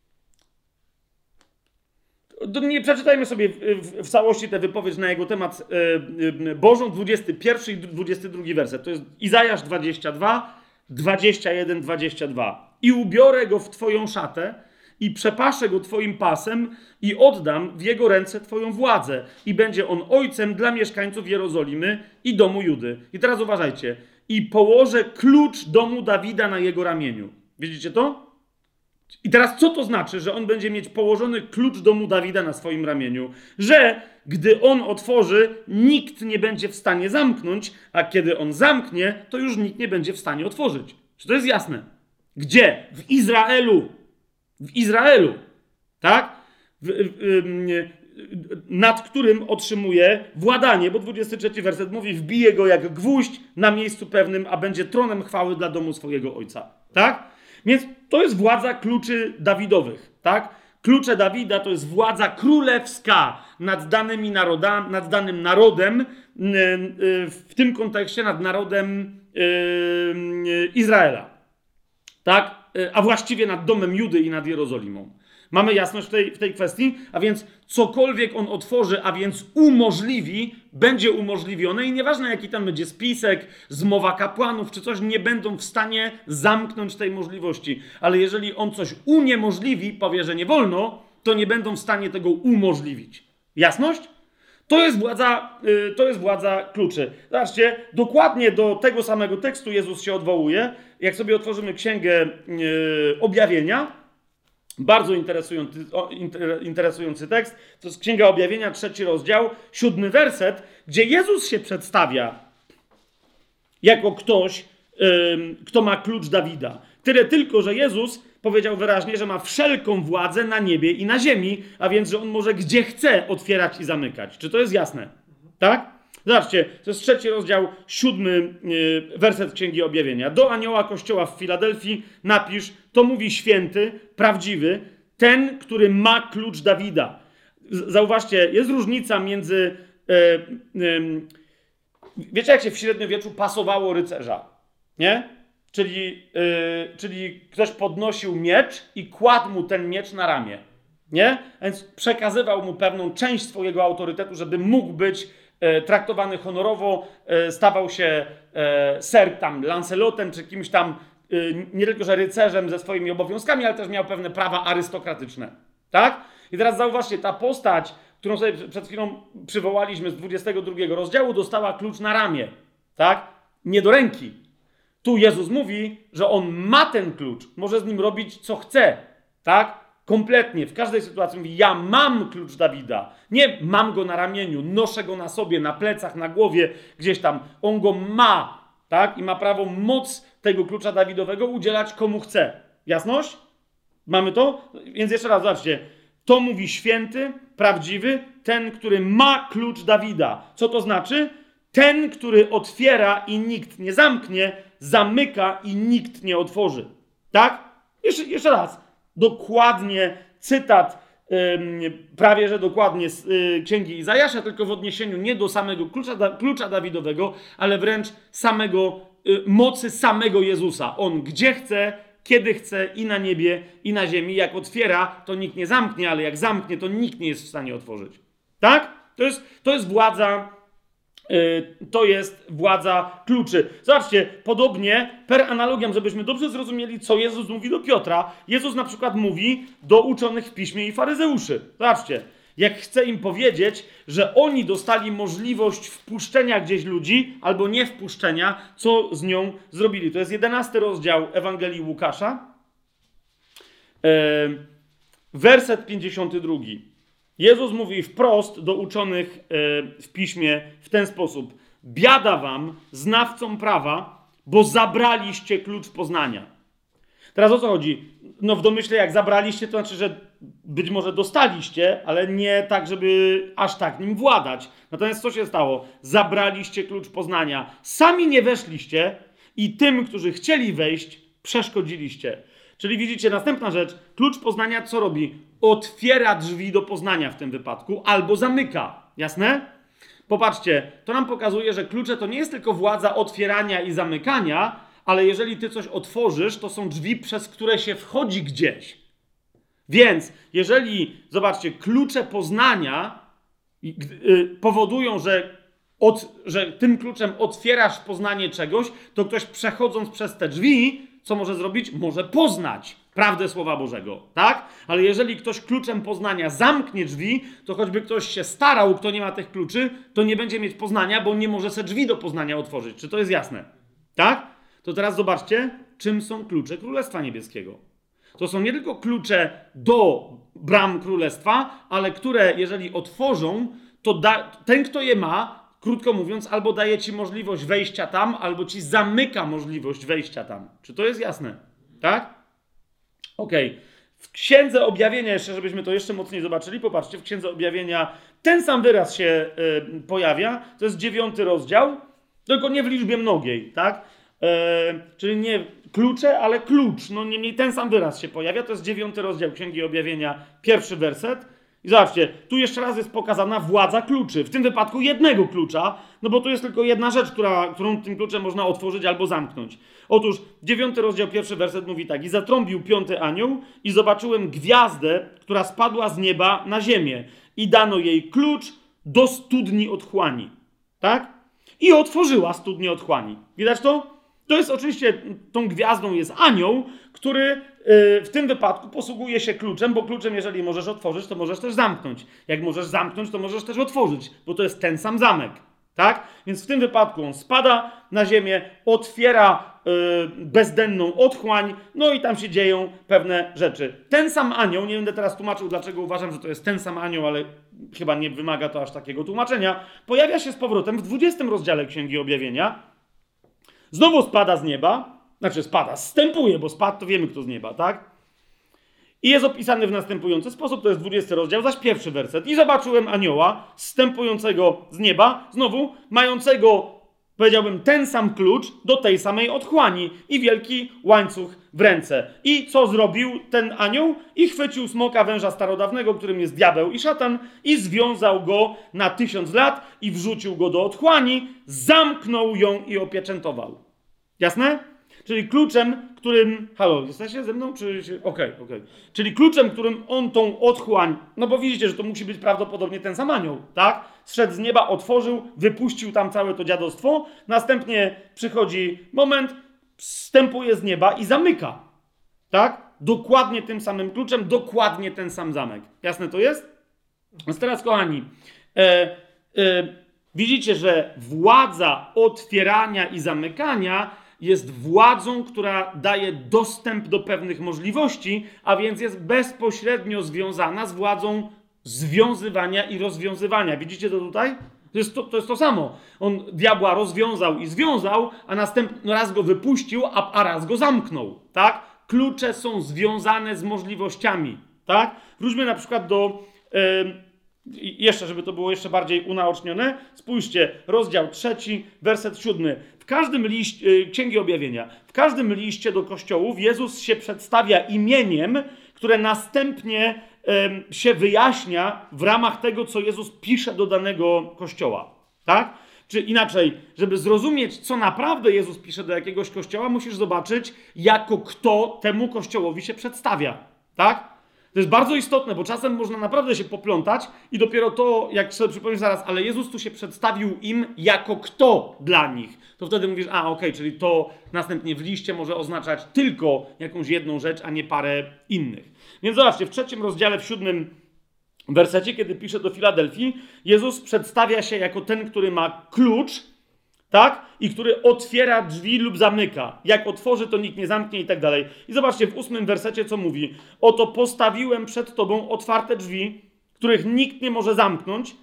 Nie przeczytajmy sobie w, w, w całości tę wypowiedź na jego temat e, e, Bożą, dwudziesty pierwszy i dwudziesty drugi werset. To jest Izajasz dwadzieścia dwa, dwadzieścia jeden, dwadzieścia dwa. I ubiorę go w twoją szatę i przepaszę go twoim pasem i oddam w jego ręce twoją władzę i będzie on ojcem dla mieszkańców Jerozolimy i domu Judy. I teraz uważajcie. I położę klucz domu Dawida na jego ramieniu. Widzicie to? I teraz co to znaczy, że on będzie mieć położony klucz domu Dawida na swoim ramieniu? Że gdy on otworzy, nikt nie będzie w stanie zamknąć, a kiedy on zamknie, to już nikt nie będzie w stanie otworzyć. Czy to jest jasne? Gdzie? W Izraelu. W Izraelu. Tak? W, w, w, nad którym otrzymuje władanie, bo dwudziesty trzeci werset mówi, wbije go jak gwóźdź na miejscu pewnym, a będzie tronem chwały dla domu swojego ojca. Tak? Więc to jest władza kluczy Dawidowych. Tak? Klucze Dawida to jest władza królewska nad danymi narodami, nad danym narodem, w tym kontekście nad narodem Izraela. Tak? A właściwie nad domem Judy i nad Jerozolimą. Mamy jasność w tej, w tej kwestii? A więc cokolwiek on otworzy, a więc umożliwi, będzie umożliwione i nieważne jaki tam będzie spisek, zmowa kapłanów czy coś, nie będą w stanie zamknąć tej możliwości. Ale jeżeli on coś uniemożliwi, powie, że nie wolno, to nie będą w stanie tego umożliwić. Jasność? To jest władza, yy, to jest władza kluczy. Zobaczcie, dokładnie do tego samego tekstu Jezus się odwołuje. Jak sobie otworzymy Księgę yy, Objawienia, bardzo interesujący, o, inter, interesujący tekst, to jest Księga Objawienia, trzeci rozdział, siódmy werset, gdzie Jezus się przedstawia jako ktoś, yy, kto ma klucz Dawida. Tyle tylko, że Jezus powiedział wyraźnie, że ma wszelką władzę na niebie i na ziemi, a więc, że on może gdzie chce otwierać i zamykać. Czy to jest jasne? Tak? Zobaczcie, to jest trzeci rozdział, siódmy yy, werset Księgi Objawienia. Do anioła kościoła w Filadelfii napisz, to mówi święty, prawdziwy, ten, który ma klucz Dawida. Zauważcie, jest różnica między... Yy, yy, wiecie, jak się w średniowieczu pasowało rycerza? Nie? Czyli, yy, czyli ktoś podnosił miecz i kładł mu ten miecz na ramię. Nie? A więc przekazywał mu pewną część swojego autorytetu, żeby mógł być e, traktowany honorowo, e, stawał się e, ser tam Lancelotem, czy kimś tam, e, nie tylko że rycerzem ze swoimi obowiązkami, ale też miał pewne prawa arystokratyczne. Tak? I teraz zauważcie, ta postać, którą sobie przed chwilą przywołaliśmy z dwudziestego drugiego rozdziału, dostała klucz na ramię. Tak? Nie do ręki. Tu Jezus mówi, że on ma ten klucz, może z nim robić co chce. Tak? Kompletnie, w każdej sytuacji mówi, ja mam klucz Dawida. Nie mam go na ramieniu, noszę go na sobie, na plecach, na głowie, gdzieś tam. On go ma, tak? I ma prawo moc tego klucza Dawidowego udzielać komu chce. Jasność? Mamy to? Więc jeszcze raz, zobaczcie. To mówi święty, prawdziwy, ten, który ma klucz Dawida. Co to znaczy? Ten, który otwiera i nikt nie zamknie, zamyka i nikt nie otworzy. Tak? Jeszcze, jeszcze raz. Dokładnie cytat, yy, prawie że dokładnie z yy, Księgi Izajasza, tylko w odniesieniu nie do samego klucza, da, klucza Dawidowego, ale wręcz samego, yy, mocy samego Jezusa. On gdzie chce, kiedy chce i na niebie, i na ziemi. Jak otwiera, to nikt nie zamknie, ale jak zamknie, to nikt nie jest w stanie otworzyć. Tak? To jest, to jest władza... To jest władza kluczy. Zobaczcie, podobnie, per analogiam, żebyśmy dobrze zrozumieli, co Jezus mówi do Piotra. Jezus na przykład mówi do uczonych w piśmie i faryzeuszy. Zobaczcie, jak chce im powiedzieć, że oni dostali możliwość wpuszczenia gdzieś ludzi, albo nie wpuszczenia, co z nią zrobili. To jest jedenasty rozdział Ewangelii Łukasza, werset pięćdziesiąty drugi. Jezus mówi wprost do uczonych w piśmie w ten sposób. Biada wam, znawcom prawa, bo zabraliście klucz poznania. Teraz o co chodzi? No w domyśle jak zabraliście, to znaczy, że być może dostaliście, ale nie tak, żeby aż tak nim władać. Natomiast co się stało? Zabraliście klucz poznania. Sami nie weszliście i tym, którzy chcieli wejść, przeszkodziliście. Czyli widzicie, następna rzecz, klucz poznania co robi? Otwiera drzwi do poznania w tym wypadku, albo zamyka. Jasne? Popatrzcie, to nam pokazuje, że klucze to nie jest tylko władza otwierania i zamykania, ale jeżeli ty coś otworzysz, to są drzwi, przez które się wchodzi gdzieś. Więc jeżeli, zobaczcie, klucze poznania powodują, że, od, że tym kluczem otwierasz poznanie czegoś, to ktoś przechodząc przez te drzwi, co może zrobić? Może poznać prawdę Słowa Bożego, tak? Ale jeżeli ktoś kluczem poznania zamknie drzwi, to choćby ktoś się starał, kto nie ma tych kluczy, to nie będzie mieć poznania, bo nie może se drzwi do poznania otworzyć. Czy to jest jasne? Tak? To teraz zobaczcie, czym są klucze Królestwa Niebieskiego. To są nie tylko klucze do bram Królestwa, ale które, jeżeli otworzą, to da, ten, kto je ma, krótko mówiąc, albo daje ci możliwość wejścia tam, albo ci zamyka możliwość wejścia tam. Czy to jest jasne? Tak? Okej. Okay. W Księdze Objawienia, jeszcze żebyśmy to jeszcze mocniej zobaczyli, popatrzcie, w Księdze Objawienia ten sam wyraz się y, pojawia. To jest dziewiąty rozdział, tylko nie w liczbie mnogiej, tak? Y, czyli nie klucze, ale klucz. No niemniej ten sam wyraz się pojawia. To jest dziewiąty rozdział Księgi Objawienia, pierwszy werset. I zobaczcie, tu jeszcze raz jest pokazana władza kluczy. W tym wypadku jednego klucza, no bo tu jest tylko jedna rzecz, która, którą tym kluczem można otworzyć albo zamknąć. Otóż dziewiąty rozdział, pierwszy werset mówi tak. I zatrąbił piąty anioł i zobaczyłem gwiazdę, która spadła z nieba na ziemię. I dano jej klucz do studni otchłani. Tak? I otworzyła studnię otchłani. Widać to? To jest oczywiście, tą gwiazdą jest anioł, który w tym wypadku posługuje się kluczem, bo kluczem, jeżeli możesz otworzyć, to możesz też zamknąć. Jak możesz zamknąć, to możesz też otworzyć, bo to jest ten sam zamek. Tak? Więc w tym wypadku on spada na ziemię, otwiera yy, bezdenną otchłań, no i tam się dzieją pewne rzeczy. Ten sam anioł, nie będę teraz tłumaczył, dlaczego uważam, że to jest ten sam anioł, ale chyba nie wymaga to aż takiego tłumaczenia, pojawia się z powrotem w dwudziestym rozdziale Księgi Objawienia. Znowu spada z nieba Znaczy spada, zstępuje, bo spadł to wiemy kto z nieba, tak? I jest opisany w następujący sposób, to jest dwudziesty rozdział, zaś pierwszy werset. I zobaczyłem anioła zstępującego z nieba, znowu mającego, powiedziałbym, ten sam klucz do tej samej otchłani i wielki łańcuch w ręce. I co zrobił ten anioł? I chwycił smoka węża starodawnego, którym jest diabeł i szatan, i związał go na tysiąc lat i wrzucił go do otchłani, zamknął ją i opieczętował. Jasne? Czyli kluczem, którym... Halo, jesteście ze mną? Czy się... Okej, okay, okej. Okay. Czyli kluczem, którym on tą otchłań... No bo widzicie, że to musi być prawdopodobnie ten sam anioł, tak? Zszedł z nieba, otworzył, wypuścił tam całe to dziadostwo. Następnie przychodzi moment, wstępuje z nieba i zamyka. Tak? Dokładnie tym samym kluczem, dokładnie ten sam zamek. Jasne to jest? Więc teraz, kochani, e, e, widzicie, że władza otwierania i zamykania jest władzą, która daje dostęp do pewnych możliwości, a więc jest bezpośrednio związana z władzą związywania i rozwiązywania. Widzicie to tutaj? To jest to, to, jest to samo. On diabła rozwiązał i związał, a następny raz go wypuścił, a, a raz go zamknął. Tak? Klucze są związane z możliwościami. Tak? Wróćmy na przykład do... Yy, jeszcze, żeby to było jeszcze bardziej unaocznione. Spójrzcie, rozdział trzeci, werset siódmy. W każdym liście, Księgi Objawienia, w każdym liście do kościołów Jezus się przedstawia imieniem, które następnie um, się wyjaśnia w ramach tego, co Jezus pisze do danego kościoła. Tak? Czy inaczej, żeby zrozumieć, co naprawdę Jezus pisze do jakiegoś kościoła, musisz zobaczyć, jako kto temu kościołowi się przedstawia. Tak? To jest bardzo istotne, bo czasem można naprawdę się poplątać i dopiero to, jak sobie przypomnisz zaraz, ale Jezus tu się przedstawił im jako kto dla nich. To wtedy mówisz, a okej, okay, czyli to następnie w liście może oznaczać tylko jakąś jedną rzecz, a nie parę innych. Więc zobaczcie, w trzecim rozdziale, w siódmym wersecie, kiedy pisze do Filadelfii, Jezus przedstawia się jako ten, który ma klucz, tak? I który otwiera drzwi lub zamyka. Jak otworzy, to nikt nie zamknie i tak dalej. I zobaczcie w ósmym wersecie, co mówi. Oto postawiłem przed tobą otwarte drzwi, których nikt nie może zamknąć,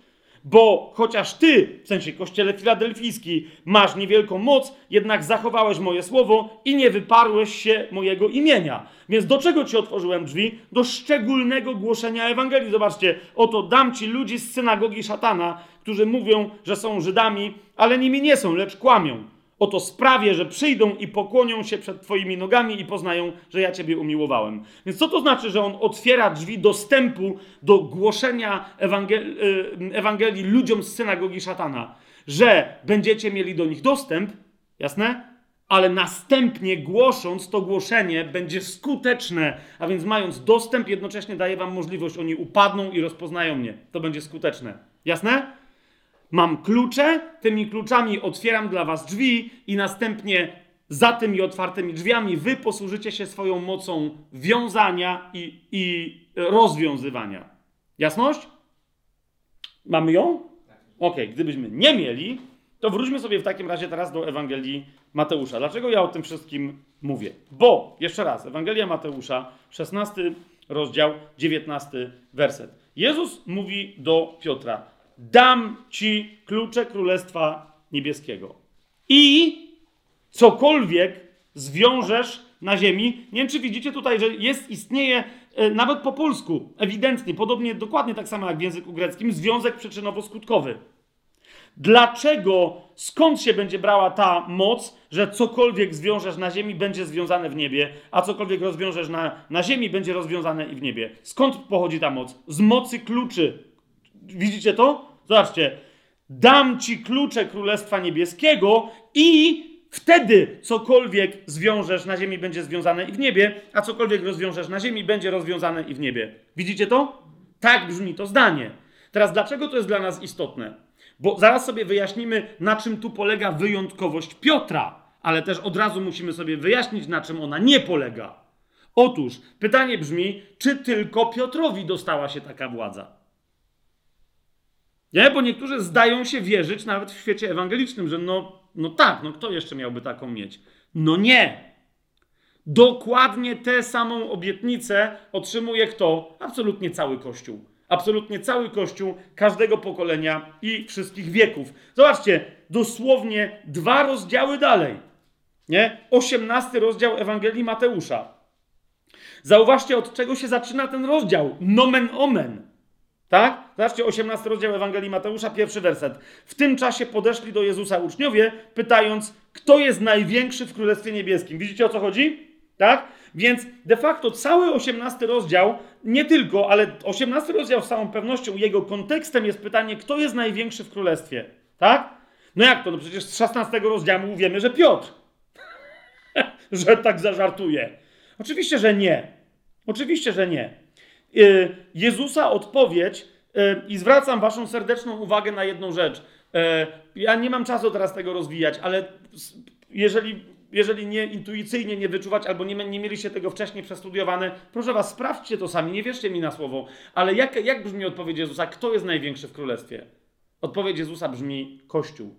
bo chociaż ty, w sensie Kościele Filadelfijski, masz niewielką moc, jednak zachowałeś moje słowo i nie wyparłeś się mojego imienia. Więc do czego ci otworzyłem drzwi? Do szczególnego głoszenia Ewangelii. Zobaczcie, oto dam ci ludzi z synagogi szatana, którzy mówią, że są Żydami, ale nimi nie są, lecz kłamią. Oto sprawię, że przyjdą i pokłonią się przed twoimi nogami i poznają, że ja ciebie umiłowałem. Więc co to znaczy, że on otwiera drzwi dostępu do głoszenia Ewangel- Ewangelii ludziom z synagogi szatana? Że będziecie mieli do nich dostęp, jasne? Ale następnie głosząc to głoszenie będzie skuteczne, a więc mając dostęp jednocześnie daje wam możliwość, oni upadną i rozpoznają mnie. To będzie skuteczne. Jasne? Mam klucze, tymi kluczami otwieram dla was drzwi i następnie za tymi otwartymi drzwiami wy posłużycie się swoją mocą wiązania i, i rozwiązywania. Jasność? Mamy ją? Okej, okay. Gdybyśmy nie mieli, to wróćmy sobie w takim razie teraz do Ewangelii Mateusza. Dlaczego ja o tym wszystkim mówię? Bo, jeszcze raz, Ewangelia Mateusza, szesnasty rozdział, dziewiętnasty werset. Jezus mówi do Piotra: dam ci klucze Królestwa Niebieskiego. I cokolwiek zwiążesz na ziemi. Nie wiem, czy widzicie tutaj, że jest, istnieje e, nawet po polsku, ewidentnie, podobnie, dokładnie tak samo jak w języku greckim, związek przyczynowo-skutkowy. Dlaczego, skąd się będzie brała ta moc, że cokolwiek zwiążesz na ziemi, będzie związane w niebie, a cokolwiek rozwiążesz na, na ziemi, będzie rozwiązane i w niebie? Skąd pochodzi ta moc? Z mocy kluczy. Widzicie to? Zobaczcie. Dam ci klucze Królestwa Niebieskiego i wtedy cokolwiek zwiążesz na ziemi, będzie związane i w niebie, a cokolwiek rozwiążesz na ziemi, będzie rozwiązane i w niebie. Widzicie to? Tak brzmi to zdanie. Teraz dlaczego to jest dla nas istotne? Bo zaraz sobie wyjaśnimy, na czym tu polega wyjątkowość Piotra, ale też od razu musimy sobie wyjaśnić, na czym ona nie polega. Otóż pytanie brzmi, czy tylko Piotrowi dostała się taka władza? Nie? Bo niektórzy zdają się wierzyć, nawet w świecie ewangelicznym, że no, no tak, no kto jeszcze miałby taką mieć? No nie. Dokładnie tę samą obietnicę otrzymuje kto? Absolutnie cały Kościół. Absolutnie cały Kościół, każdego pokolenia i wszystkich wieków. Zobaczcie, dosłownie dwa rozdziały dalej. Nie? osiemnasty rozdział Ewangelii Mateusza. Zauważcie, od czego się zaczyna ten rozdział. Nomen omen. Tak? Zobaczcie, osiemnasty rozdział Ewangelii Mateusza, pierwszy werset. W tym czasie podeszli do Jezusa uczniowie, pytając, kto jest największy w Królestwie Niebieskim. Widzicie, o co chodzi? Tak? Więc de facto cały osiemnasty rozdział, nie tylko, ale osiemnasty rozdział z całą pewnością, jego kontekstem jest pytanie, kto jest największy w Królestwie. Tak? No jak to? No przecież z szesnastego rozdziału wiemy, że Piotr. Że tak zażartuje. Oczywiście, że nie. Oczywiście, że nie. Jezusa odpowiedź, i zwracam waszą serdeczną uwagę na jedną rzecz. Ja nie mam czasu teraz tego rozwijać, ale jeżeli, jeżeli nie intuicyjnie nie wyczuwać, albo nie, nie mieliście tego wcześniej przestudiowane, proszę was, sprawdźcie to sami, nie wierzcie mi na słowo. Ale jak, jak brzmi odpowiedź Jezusa? Kto jest największy w Królestwie? Odpowiedź Jezusa brzmi Kościół.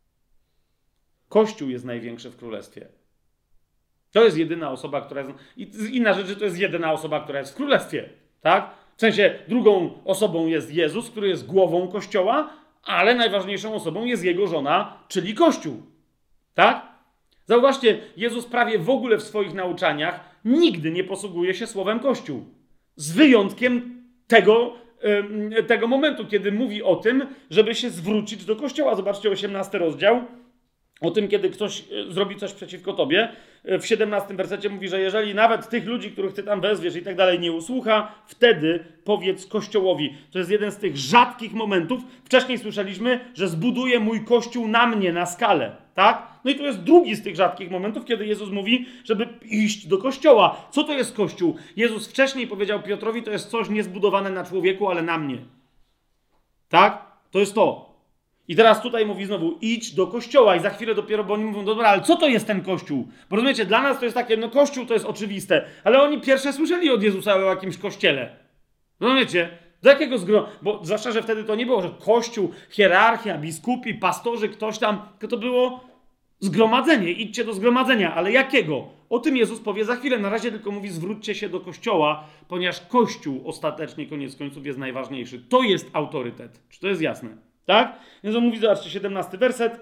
Kościół jest największy w Królestwie. To jest jedyna osoba, która jest... Inna rzecz, że to jest jedyna osoba, która jest w Królestwie. Tak? W sensie drugą osobą jest Jezus, który jest głową Kościoła, ale najważniejszą osobą jest jego żona, czyli Kościół. Tak? Zauważcie, Jezus prawie w ogóle w swoich nauczaniach nigdy nie posługuje się słowem Kościół. Z wyjątkiem tego, yy, tego momentu, kiedy mówi o tym, żeby się zwrócić do Kościoła. Zobaczcie, osiemnasty rozdział. O tym, kiedy ktoś zrobi coś przeciwko tobie. W siedemnastym wersecie mówi, że jeżeli nawet tych ludzi, których ty tam wezwiesz i tak dalej, nie usłucha, wtedy powiedz Kościołowi. To jest jeden z tych rzadkich momentów. Wcześniej słyszeliśmy, że zbuduje mój Kościół na mnie, na skalę. Tak? No i to jest drugi z tych rzadkich momentów, kiedy Jezus mówi, żeby iść do Kościoła. Co to jest Kościół? Jezus wcześniej powiedział Piotrowi, to jest coś niezbudowane na człowieku, ale na mnie. Tak? To jest to. I teraz tutaj mówi znowu, idź do Kościoła i za chwilę dopiero, bo oni mówią, dobra, ale co to jest ten Kościół? Bo rozumiecie, dla nas to jest takie, no Kościół to jest oczywiste, ale oni pierwsze słyszeli od Jezusa o jakimś kościele. Rozumiecie? Do jakiego zgromadzenia? Bo zwłaszcza, że wtedy to nie było, że Kościół, hierarchia, biskupi, pastorzy, ktoś tam, tylko to było zgromadzenie, idźcie do zgromadzenia, ale jakiego? O tym Jezus powie za chwilę, na razie tylko mówi, zwróćcie się do Kościoła, ponieważ Kościół ostatecznie, koniec końców, jest najważniejszy. To jest autorytet. Czy to jest jasne? Tak? Więc on mówi, zobaczcie, siedemnasty werset.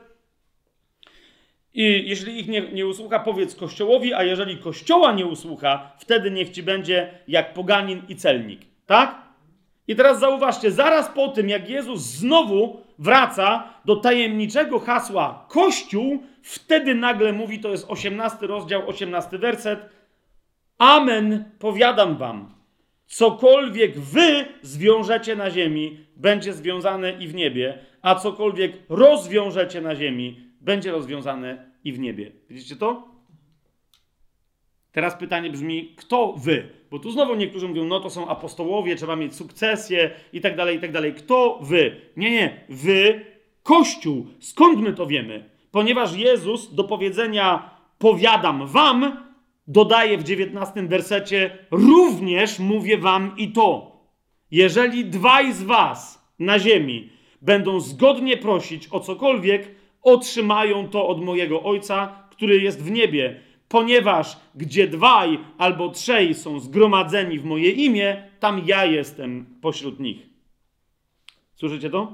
I jeśli ich nie, nie usłucha, powiedz Kościołowi, a jeżeli Kościoła nie usłucha, wtedy niech ci będzie jak poganin i celnik. Tak? I teraz zauważcie, zaraz po tym, jak Jezus znowu wraca do tajemniczego hasła Kościół, wtedy nagle mówi, to jest osiemnasty rozdział, osiemnasty werset. Amen, powiadam wam. Cokolwiek wy zwiążecie na ziemi, będzie związane i w niebie, a cokolwiek rozwiążecie na ziemi, będzie rozwiązane i w niebie. Widzicie to? Teraz pytanie brzmi, kto wy? Bo tu znowu niektórzy mówią, no to są apostołowie, trzeba mieć sukcesję i tak dalej, i tak dalej. Kto wy? Nie, nie. Wy, Kościół. Skąd my to wiemy? Ponieważ Jezus do powiedzenia powiadam wam, dodaje w dziewiętnastym wersecie, również mówię wam i to. Jeżeli dwaj z was na ziemi będą zgodnie prosić o cokolwiek, otrzymają to od mojego Ojca, który jest w niebie. Ponieważ gdzie dwaj albo trzej są zgromadzeni w moje imię, tam ja jestem pośród nich. Słyszycie to?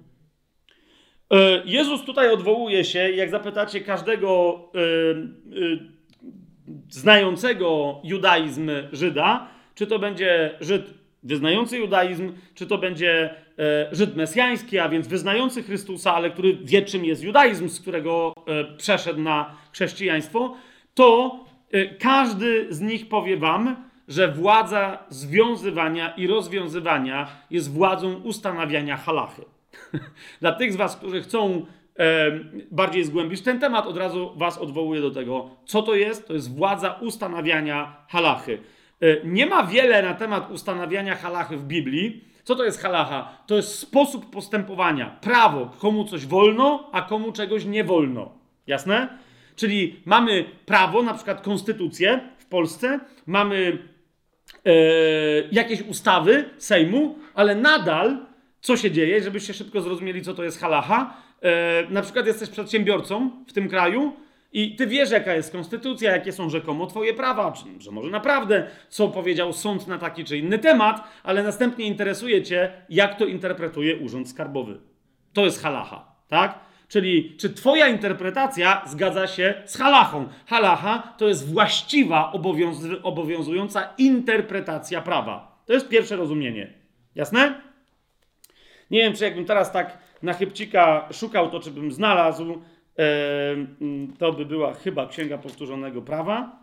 Jezus tutaj odwołuje się, jak zapytacie każdego yy, yy, znającego judaizm Żyda, czy to będzie Żyd wyznający judaizm, czy to będzie e, Żyd mesjański, a więc wyznający Chrystusa, ale który wie, czym jest judaizm, z którego e, przeszedł na chrześcijaństwo, to e, każdy z nich powie wam, że władza związywania i rozwiązywania jest władzą ustanawiania halachy. Dla tych z was, którzy chcą e, bardziej zgłębić ten temat, od razu was odwołuję do tego, co to jest. To jest władza ustanawiania halachy. Nie ma wiele na temat ustanawiania halachy w Biblii. Co to jest halacha? To jest sposób postępowania. Prawo, komu coś wolno, a komu czegoś nie wolno. Jasne? Czyli mamy prawo, na przykład konstytucję w Polsce, mamy e, jakieś ustawy Sejmu, ale nadal, co się dzieje, żebyście szybko zrozumieli, co to jest halacha. E, na przykład jesteś przedsiębiorcą w tym kraju, i ty wiesz, jaka jest konstytucja, jakie są rzekomo twoje prawa, czy, że może naprawdę, co powiedział sąd na taki czy inny temat, ale następnie interesuje cię, jak to interpretuje Urząd Skarbowy. To jest halacha, tak? Czyli czy twoja interpretacja zgadza się z halachą? Halacha to jest właściwa, obowiąz- obowiązująca interpretacja prawa. To jest pierwsze rozumienie. Jasne? Nie wiem, czy jakbym teraz tak na chybcika szukał, to czy bym znalazł. E, to by była chyba Księga Powtórzonego Prawa.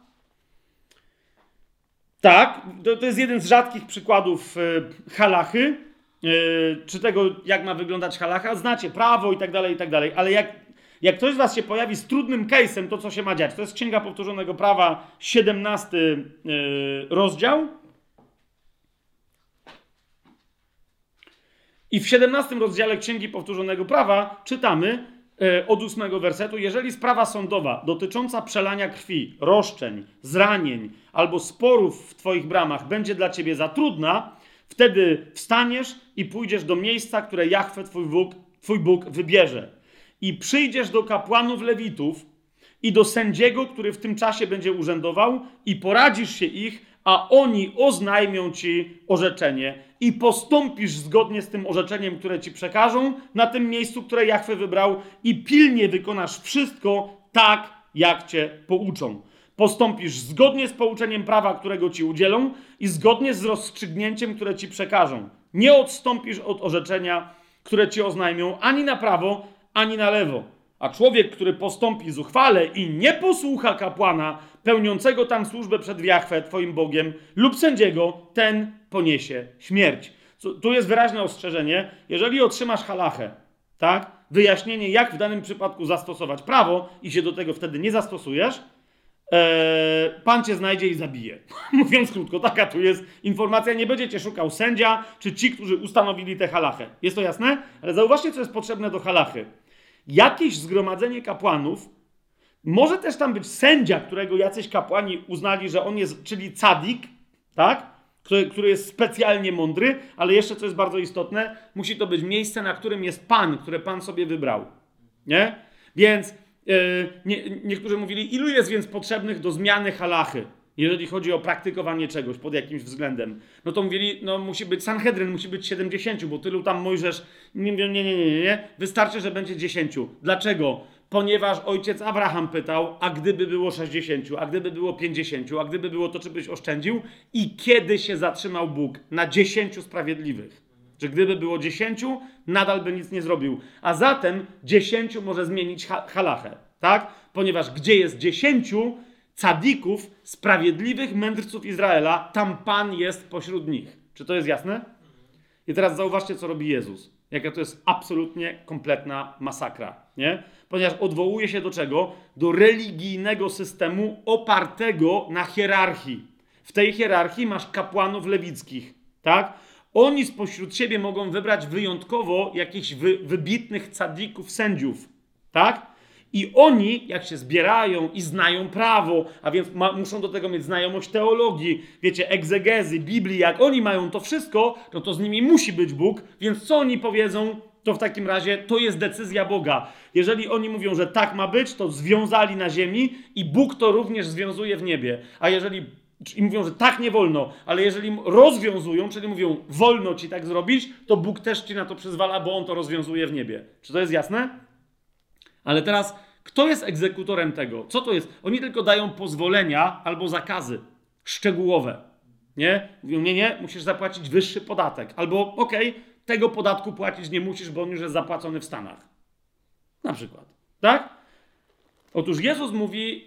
Tak, to, to jest jeden z rzadkich przykładów e, halachy. Yy, czy tego, jak ma wyglądać halacha, znacie prawo i tak dalej, i tak dalej, ale jak, jak ktoś z was się pojawi z trudnym case'em, to co się ma dziać? To jest Księga Powtórzonego Prawa, siedemnasty yy, rozdział. I w siedemnastym rozdziale Księgi Powtórzonego Prawa czytamy yy, od ósmego wersetu: jeżeli sprawa sądowa dotycząca przelania krwi, roszczeń, zranień albo sporów w twoich bramach będzie dla ciebie za trudna, wtedy wstaniesz i pójdziesz do miejsca, które Jahwe, twój Bóg, twój Bóg wybierze. I przyjdziesz do kapłanów Lewitów i do sędziego, który w tym czasie będzie urzędował, i poradzisz się ich, a oni oznajmią ci orzeczenie i postąpisz zgodnie z tym orzeczeniem, które ci przekażą na tym miejscu, które Jahwe wybrał, i pilnie wykonasz wszystko tak, jak cię pouczą. Postąpisz zgodnie z pouczeniem prawa, którego ci udzielą, i zgodnie z rozstrzygnięciem, które ci przekażą. Nie odstąpisz od orzeczenia, które ci oznajmią, ani na prawo, ani na lewo. A człowiek, który postąpi zuchwale i nie posłucha kapłana pełniącego tam służbę przed Jahwe, twoim Bogiem, lub sędziego, ten poniesie śmierć. Tu jest wyraźne ostrzeżenie. Jeżeli otrzymasz halachę, tak, wyjaśnienie, jak w danym przypadku zastosować prawo, i się do tego wtedy nie zastosujesz, Eee, Pan cię znajdzie i zabije. Mówiąc krótko, taka tu jest informacja. Nie będziecie szukał sędzia, czy ci, którzy ustanowili tę halachę. Jest to jasne? Ale zauważcie, co jest potrzebne do halachy. Jakieś zgromadzenie kapłanów, może też tam być sędzia, którego jacyś kapłani uznali, że on jest, czyli cadik, tak? Który, który jest specjalnie mądry, ale jeszcze, co jest bardzo istotne, musi to być miejsce, na którym jest Pan, które Pan sobie wybrał. Nie? Więc Nie, niektórzy mówili, ilu jest więc potrzebnych do zmiany halachy, jeżeli chodzi o praktykowanie czegoś pod jakimś względem. No to mówili, no musi być Sanhedryn, musi być siedemdziesięciu, bo tylu tam Mojżesz, nie, nie, nie, nie, nie, wystarczy, że będzie dziesięciu. Dlaczego? Ponieważ ojciec Abraham pytał, a gdyby było sześćdziesięciu, a gdyby było pięćdziesięciu, a gdyby było to, czy byś oszczędził? I kiedy się zatrzymał Bóg? Na dziesięciu sprawiedliwych. Że gdyby było dziesięciu, nadal by nic nie zrobił. A zatem dziesięciu może zmienić ha- halachę, tak? Ponieważ gdzie jest dziesięciu cadików, sprawiedliwych mędrców Izraela, tam Pan jest pośród nich. Czy to jest jasne? I teraz zauważcie, co robi Jezus. Jaka to jest absolutnie kompletna masakra, nie? Ponieważ odwołuje się do czego? Do religijnego systemu opartego na hierarchii. W tej hierarchii masz kapłanów lewickich, tak? Oni spośród siebie mogą wybrać wyjątkowo jakichś wy, wybitnych cadików, sędziów, tak? I oni, jak się zbierają i znają prawo, a więc ma, muszą do tego mieć znajomość teologii, wiecie, egzegezy, Biblii, jak oni mają to wszystko, no to z nimi musi być Bóg, więc co oni powiedzą, to w takim razie to jest decyzja Boga. Jeżeli oni mówią, że tak ma być, to związali na ziemi i Bóg to również związuje w niebie. A jeżeli i mówią, że tak nie wolno, ale jeżeli rozwiązują, czyli mówią, wolno ci tak zrobić, to Bóg też ci na to przyzwala, bo On to rozwiązuje w niebie. Czy to jest jasne? Ale teraz, kto jest egzekutorem tego? Co to jest? Oni tylko dają pozwolenia albo zakazy szczegółowe. Nie? Mówią, nie, nie, musisz zapłacić wyższy podatek. Albo, okej, okay, tego podatku płacić nie musisz, bo on już jest zapłacony w Stanach. Na przykład. Tak? Otóż Jezus mówi,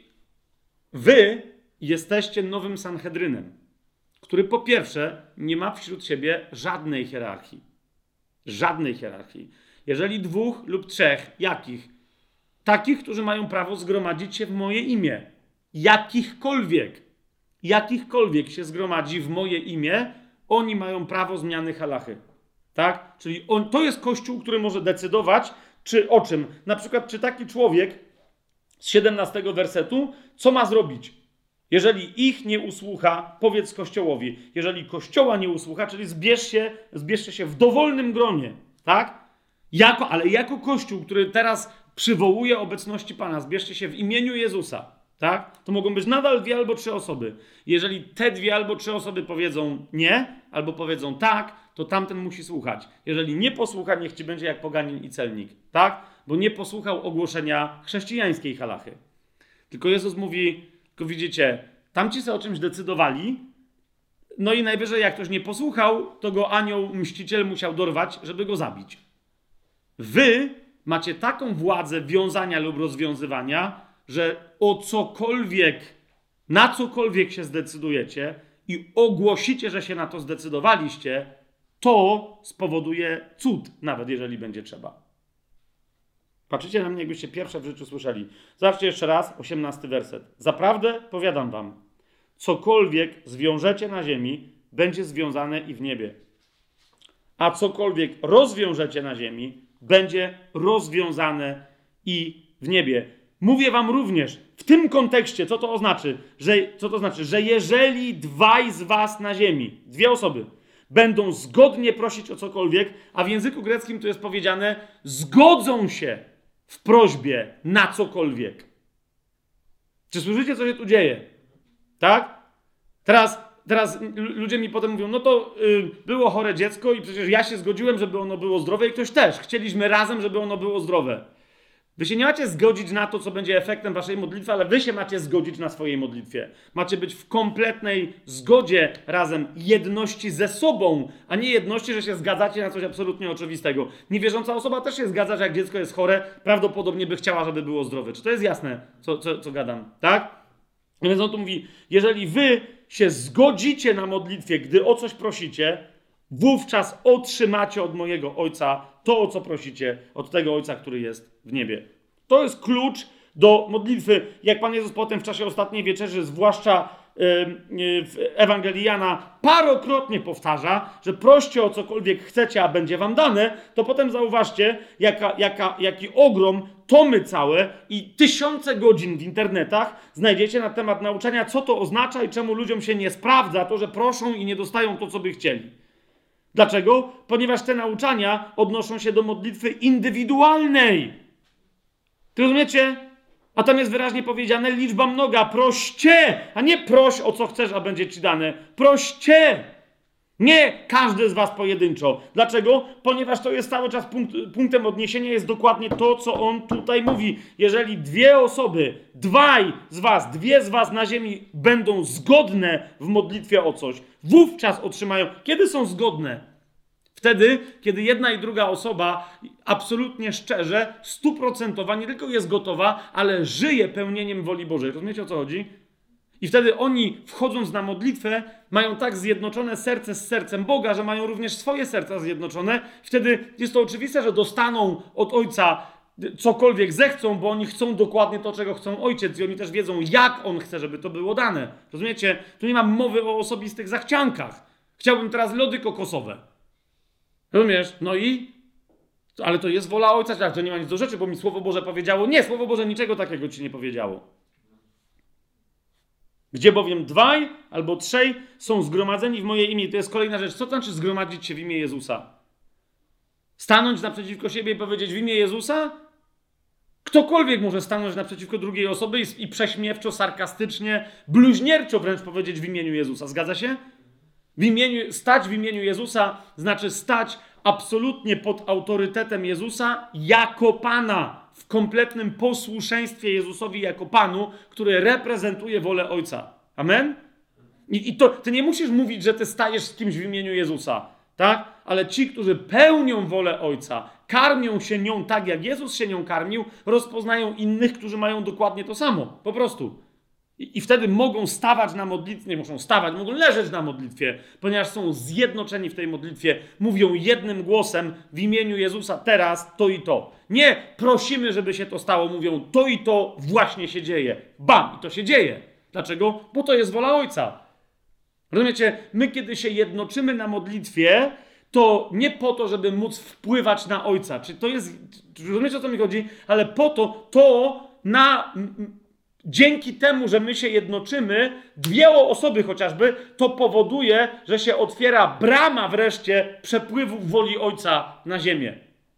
wy jesteście nowym Sanhedrynem, który po pierwsze nie ma wśród siebie żadnej hierarchii. Żadnej hierarchii. Jeżeli dwóch lub trzech, jakich? Takich, którzy mają prawo zgromadzić się w moje imię. Jakichkolwiek. Jakichkolwiek się zgromadzi w moje imię, oni mają prawo zmiany halachy. Tak? Czyli on, to jest Kościół, który może decydować, czy o czym. Na przykład, czy taki człowiek z siedemnastego wersetu, co ma zrobić? Jeżeli ich nie usłucha, powiedz Kościołowi. Jeżeli Kościoła nie usłucha, czyli zbierz się, zbierzcie się w dowolnym gronie, tak? Jako, ale jako Kościół, który teraz przywołuje obecności Pana, zbierzcie się w imieniu Jezusa, tak? To mogą być nadal dwie albo trzy osoby. Jeżeli te dwie albo trzy osoby powiedzą nie, albo powiedzą tak, to tamten musi słuchać. Jeżeli nie posłucha, niech ci będzie jak poganin i celnik, tak? bo nie posłuchał ogłoszenia chrześcijańskiej halachy. Tylko Jezus mówi, tylko widzicie, tamci sobie o czymś decydowali, no i najwyżej jak ktoś nie posłuchał, to go anioł mściciel musiał dorwać, żeby go zabić. Wy macie taką władzę wiązania lub rozwiązywania, że o cokolwiek, na cokolwiek się zdecydujecie i ogłosicie, że się na to zdecydowaliście, to spowoduje cud, nawet jeżeli będzie trzeba. Patrzycie na mnie, jakbyście pierwsze w życiu słyszeli. Zobaczcie jeszcze raz, osiemnasty werset. Zaprawdę powiadam wam, cokolwiek zwiążecie na ziemi, będzie związane i w niebie. A cokolwiek rozwiążecie na ziemi, będzie rozwiązane i w niebie. Mówię wam również, w tym kontekście, co to oznacza? Że, co to znaczy? Że jeżeli dwaj z was na ziemi, dwie osoby, będą zgodnie prosić o cokolwiek, a w języku greckim tu jest powiedziane, zgodzą się w prośbie na cokolwiek. Czy słyszycie, co się tu dzieje? Tak? Teraz, teraz ludzie mi potem mówią, no to yy, było chore dziecko i przecież ja się zgodziłem, żeby ono było zdrowe i ktoś też. Chcieliśmy razem, żeby ono było zdrowe. Wy się nie macie zgodzić na to, co będzie efektem waszej modlitwy, ale wy się macie zgodzić na swojej modlitwie. Macie być w kompletnej zgodzie razem, jedności ze sobą, a nie jedności, że się zgadzacie na coś absolutnie oczywistego. Niewierząca osoba też się zgadza, że jak dziecko jest chore, prawdopodobnie by chciała, żeby było zdrowe. Czy to jest jasne, co, co, co gadam? Tak? Więc on tu mówi, jeżeli wy się zgodzicie na modlitwie, gdy o coś prosicie, wówczas otrzymacie od mojego Ojca to, o co prosicie, od tego Ojca, który jest w niebie. To jest klucz do modlitwy. Jak Pan Jezus potem w czasie ostatniej wieczerzy, zwłaszcza yy, w Ewangelii Jana, parokrotnie powtarza, że proście o cokolwiek chcecie, a będzie wam dane, to potem zauważcie, jaka, jaka, jaki ogrom, tomy całe i tysiące godzin w internetach znajdziecie na temat nauczania, co to oznacza i czemu ludziom się nie sprawdza to, że proszą i nie dostają to, co by chcieli. Dlaczego? Ponieważ te nauczania odnoszą się do modlitwy indywidualnej. Rozumiecie? A tam jest wyraźnie powiedziane liczba mnoga. Proście, a nie proś o co chcesz, a będzie ci dane. Proście. Nie każdy z was pojedynczo. Dlaczego? Ponieważ to jest cały czas punkt, punktem odniesienia jest dokładnie to, co on tutaj mówi. Jeżeli dwie osoby, dwaj z was, dwie z was na ziemi będą zgodne w modlitwie o coś, wówczas otrzymają. Kiedy są zgodne? Wtedy, kiedy jedna i druga osoba absolutnie szczerze, stuprocentowa, nie tylko jest gotowa, ale żyje pełnieniem woli Bożej. Rozumiecie, o co chodzi? I wtedy oni, wchodząc na modlitwę, mają tak zjednoczone serce z sercem Boga, że mają również swoje serca zjednoczone. Wtedy jest to oczywiste, że dostaną od Ojca cokolwiek zechcą, bo oni chcą dokładnie to, czego chcą Ojciec i oni też wiedzą, jak On chce, żeby to było dane. Rozumiecie? Tu nie ma mowy o osobistych zachciankach. Chciałbym teraz lody kokosowe. Rozumiesz? No i? Ale to jest wola Ojca, tak, to nie ma nic do rzeczy, bo mi Słowo Boże powiedziało. Nie, Słowo Boże niczego takiego ci nie powiedziało. Gdzie bowiem dwaj albo trzej są zgromadzeni w moje imię. To jest kolejna rzecz. Co to znaczy zgromadzić się w imię Jezusa? Stanąć naprzeciwko siebie i powiedzieć w imię Jezusa? Ktokolwiek może stanąć naprzeciwko drugiej osoby i, i prześmiewczo, sarkastycznie, bluźnierczo wręcz powiedzieć w imieniu Jezusa. Zgadza się? W imieniu, stać w imieniu Jezusa znaczy stać absolutnie pod autorytetem Jezusa jako Pana, w kompletnym posłuszeństwie Jezusowi jako Panu, który reprezentuje wolę Ojca. Amen? I, i to, ty nie musisz mówić, że ty stajesz z kimś w imieniu Jezusa, tak? Ale ci, którzy pełnią wolę Ojca, karmią się nią tak, jak Jezus się nią karmił, rozpoznają innych, którzy mają dokładnie to samo. Po prostu. I, I wtedy mogą stawać na modlitwie, nie muszą stawać, mogą leżeć na modlitwie, ponieważ są zjednoczeni w tej modlitwie, mówią jednym głosem w imieniu Jezusa teraz to i to. Nie prosimy, żeby się to stało, mówią to i to właśnie się dzieje. Bam! I to się dzieje. Dlaczego? Bo to jest wola Ojca. Rozumiecie? My kiedy się jednoczymy na modlitwie, to nie po to, żeby móc wpływać na Ojca. Czy to jest... Rozumiecie, o co mi chodzi? Ale po to, to na... Dzięki temu, że my się jednoczymy, dwie osoby chociażby, to powoduje, że się otwiera brama wreszcie przepływu woli Ojca na ziemię.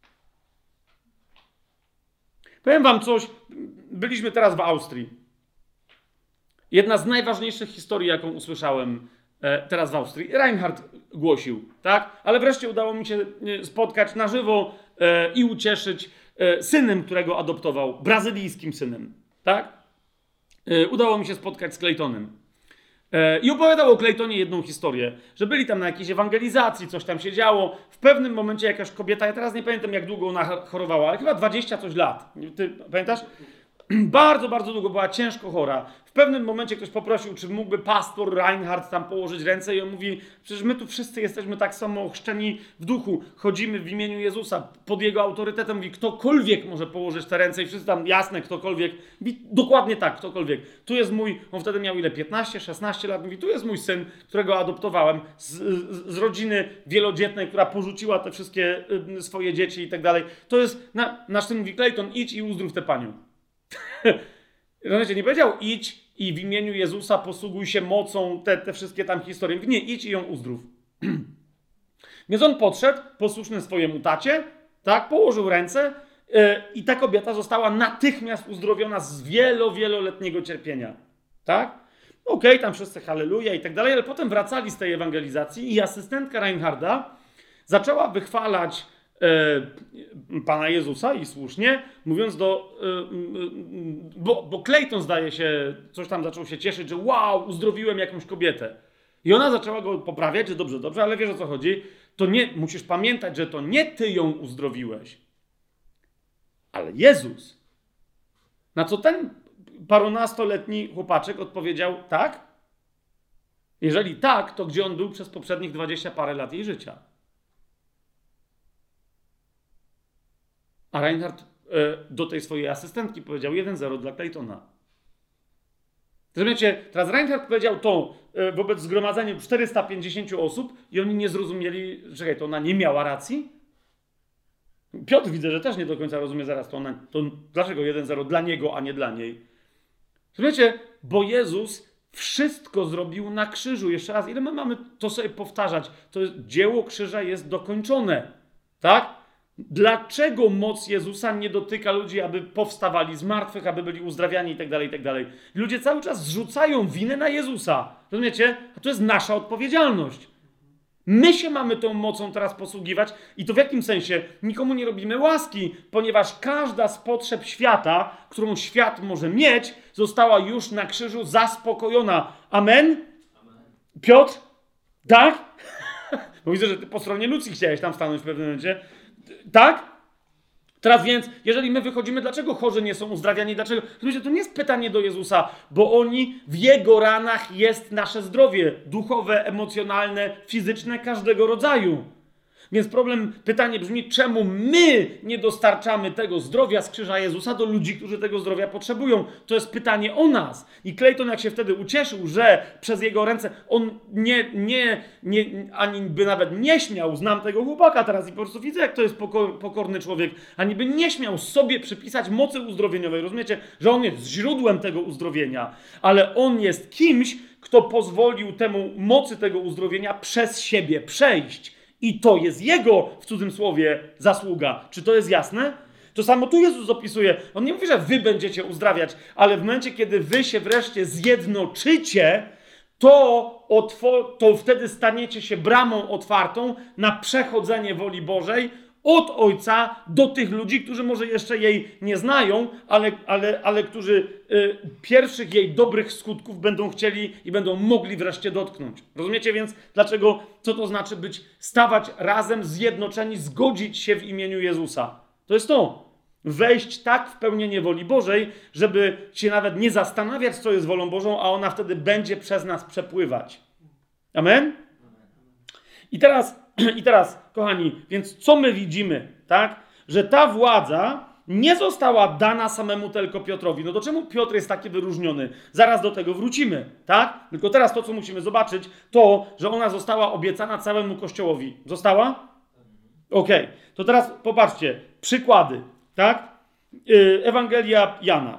Powiem wam coś. Byliśmy teraz w Austrii. Jedna z najważniejszych historii, jaką usłyszałem e, teraz w Austrii. Reinhard głosił, tak? Ale wreszcie udało mi się spotkać na żywo e, i ucieszyć e, synem, którego adoptował, brazylijskim synem, tak? E, udało mi się spotkać z Claytonem. E, I opowiadał o Claytonie jedną historię, że byli tam na jakiejś ewangelizacji, coś tam się działo. W pewnym momencie jakaś kobieta, ja teraz nie pamiętam jak długo ona chorowała, ale chyba dwadzieścia coś lat. Ty pamiętasz? Bardzo, bardzo długo była ciężko chora. W pewnym momencie ktoś poprosił, czy mógłby pastor Reinhardt tam położyć ręce i on mówi, przecież my tu wszyscy jesteśmy tak samo ochrzczeni w duchu, chodzimy w imieniu Jezusa, pod Jego autorytetem, mówi, ktokolwiek może położyć te ręce i wszyscy tam, jasne, ktokolwiek, mówi, dokładnie tak, ktokolwiek. Tu jest mój, on wtedy miał ile, piętnaście, szesnaście lat, mówi, tu jest mój syn, którego adoptowałem z, z, z rodziny wielodzietnej, która porzuciła te wszystkie y, swoje dzieci i tak dalej. To jest, na, nasz syn mówi, Clayton, idź i uzdrów tę panią. Rozumiecie, nie powiedział idź i w imieniu Jezusa posługuj się mocą, te, te wszystkie tam historie. Nie, idź i ją uzdrów. Więc on podszedł, posłuszny swojemu tacie, tak, położył ręce yy, i ta kobieta została natychmiast uzdrowiona z wielo, wieloletniego cierpienia. Tak? Okej, okay, tam wszyscy halleluja i tak dalej, ale potem wracali z tej ewangelizacji i asystentka Reinharda zaczęła wychwalać E, Pana Jezusa i słusznie, mówiąc do... E, bo, bo Clayton zdaje się, coś tam zaczął się cieszyć, że wow, uzdrowiłem jakąś kobietę. I ona zaczęła go poprawiać, że dobrze, dobrze, ale wiesz o co chodzi? To nie, musisz pamiętać, że to nie ty ją uzdrowiłeś, ale Jezus. Na co ten parunastoletni chłopaczek odpowiedział tak? Jeżeli tak, to gdzie on był przez poprzednich dwadzieścia parę lat jej życia? A Reinhardt y, do tej swojej asystentki powiedział jeden zero dla Claytona. Zrozumiecie, teraz Reinhardt powiedział to y, wobec zgromadzenia czterysta pięćdziesiąt osób i oni nie zrozumieli, czekaj, to ona nie miała racji? Piotr widzę, że też nie do końca rozumie zaraz to, ona, to dlaczego jeden zero dla niego, a nie dla niej? Rozumiecie, bo Jezus wszystko zrobił na krzyżu. Jeszcze raz, ile my mamy to sobie powtarzać? To jest, dzieło krzyża jest dokończone. Tak? Dlaczego moc Jezusa nie dotyka ludzi, aby powstawali z martwych, aby byli uzdrawiani i tak dalej, i tak dalej. Ludzie cały czas zrzucają winę na Jezusa. Rozumiecie? A to jest nasza odpowiedzialność. My się mamy tą mocą teraz posługiwać i to w jakim sensie? Nikomu nie robimy łaski, ponieważ każda z potrzeb świata, którą świat może mieć, została już na krzyżu zaspokojona. Amen? Amen. Piotr? Tak? Bo widzę, że ty po stronie ludzkiej chciałeś tam stanąć w pewnym momencie. Tak? Teraz więc, jeżeli my wychodzimy, dlaczego chorzy nie są uzdrawiani? Dlaczego? Słuchajcie, to nie jest pytanie do Jezusa, bo oni, w Jego ranach jest nasze zdrowie duchowe, emocjonalne, fizyczne, każdego rodzaju. Więc problem, pytanie brzmi, czemu my nie dostarczamy tego zdrowia z krzyża Jezusa do ludzi, którzy tego zdrowia potrzebują? To jest pytanie o nas. I Clayton, jak się wtedy ucieszył, że przez jego ręce on nie, nie, nie ani by nawet nie śmiał, znam tego chłopaka teraz i po prostu widzę, jak to jest pokor, pokorny człowiek, ani by nie śmiał sobie przypisać mocy uzdrowieniowej. Rozumiecie, że on jest źródłem tego uzdrowienia, ale on jest kimś, kto pozwolił temu mocy tego uzdrowienia przez siebie przejść. I to jest jego, w cudzym słowie, zasługa. Czy to jest jasne? To samo tu Jezus opisuje. On nie mówi, że wy będziecie uzdrawiać, ale w momencie, kiedy wy się wreszcie zjednoczycie, to, otwo- to wtedy staniecie się bramą otwartą na przechodzenie woli Bożej od Ojca do tych ludzi, którzy może jeszcze jej nie znają, ale, ale, ale którzy y, pierwszych jej dobrych skutków będą chcieli i będą mogli wreszcie dotknąć. Rozumiecie więc, dlaczego, co to znaczy być, stawać razem, zjednoczeni, zgodzić się w imieniu Jezusa? To jest to. Wejść tak w pełnienie woli Bożej, żeby się nawet nie zastanawiać, co jest wolą Bożą, a ona wtedy będzie przez nas przepływać. Amen? I teraz... I teraz, kochani, więc co my widzimy, tak? Że ta władza nie została dana samemu tylko Piotrowi. No to czemu Piotr jest taki wyróżniony? Zaraz do tego wrócimy, tak? Tylko teraz to, co musimy zobaczyć, to, że ona została obiecana całemu Kościołowi. Została? Okej. Okay. To teraz popatrzcie, przykłady, tak? Yy, Ewangelia Jana.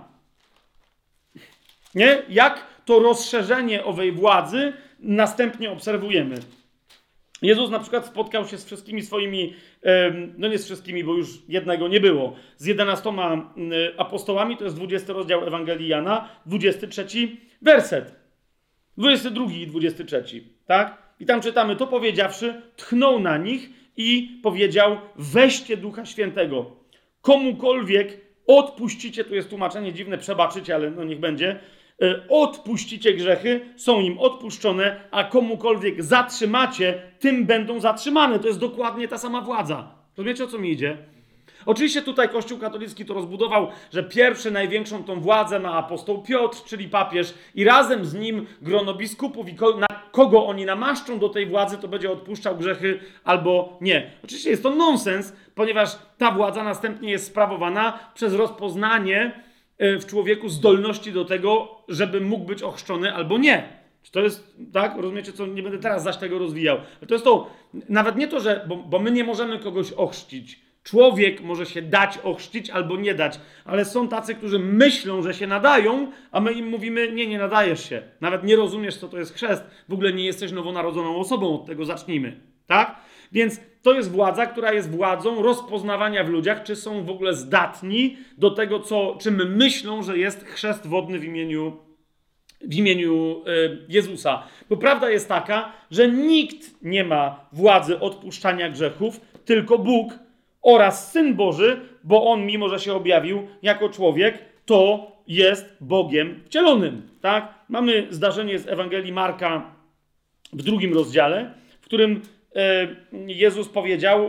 Nie? Jak to rozszerzenie owej władzy następnie obserwujemy. Jezus na przykład spotkał się z wszystkimi swoimi, no nie z wszystkimi, bo już jednego nie było, z jedenastoma apostołami, to jest dwudziesty rozdział Ewangelii Jana, dwudziesty trzeci werset. dwudziesty drugi i dwudziesty trzeci, tak? I tam czytamy, to powiedziawszy, tchnął na nich i powiedział, weźcie Ducha Świętego. komukolwiek odpuścicie, tu jest tłumaczenie dziwne, przebaczycie, ale no niech będzie, odpuścicie grzechy, są im odpuszczone, a komukolwiek zatrzymacie, tym będą zatrzymane. To jest dokładnie ta sama władza. Rozumiecie, o co mi idzie? Oczywiście tutaj Kościół katolicki to rozbudował, że pierwszy, największą tą władzę ma apostoł Piotr, czyli papież, i razem z nim grono biskupów, i ko- na kogo oni namaszczą do tej władzy, to będzie odpuszczał grzechy albo nie. Oczywiście jest to nonsens, ponieważ ta władza następnie jest sprawowana przez rozpoznanie w człowieku zdolności do tego, żeby mógł być ochrzczony albo nie. Czy to jest, tak? Rozumiecie, co? Nie będę teraz zaś tego rozwijał. To jest to, nawet nie to, że, bo, bo my nie możemy kogoś ochrzcić. Człowiek może się dać ochrzcić albo nie dać, ale są tacy, którzy myślą, że się nadają, a my im mówimy, nie, nie nadajesz się. Nawet nie rozumiesz, co to jest chrzest. W ogóle nie jesteś nowonarodzoną osobą, od tego zacznijmy. Tak? Więc to jest władza, która jest władzą rozpoznawania w ludziach, czy są w ogóle zdatni do tego, co, czym myślą, że jest chrzest wodny w imieniu, w imieniu y, Jezusa. Bo prawda jest taka, że nikt nie ma władzy odpuszczania grzechów, tylko Bóg oraz Syn Boży, bo On, mimo że się objawił jako człowiek, to jest Bogiem wcielonym. Tak? Mamy zdarzenie z Ewangelii Marka w drugim rozdziale, w którym Jezus powiedział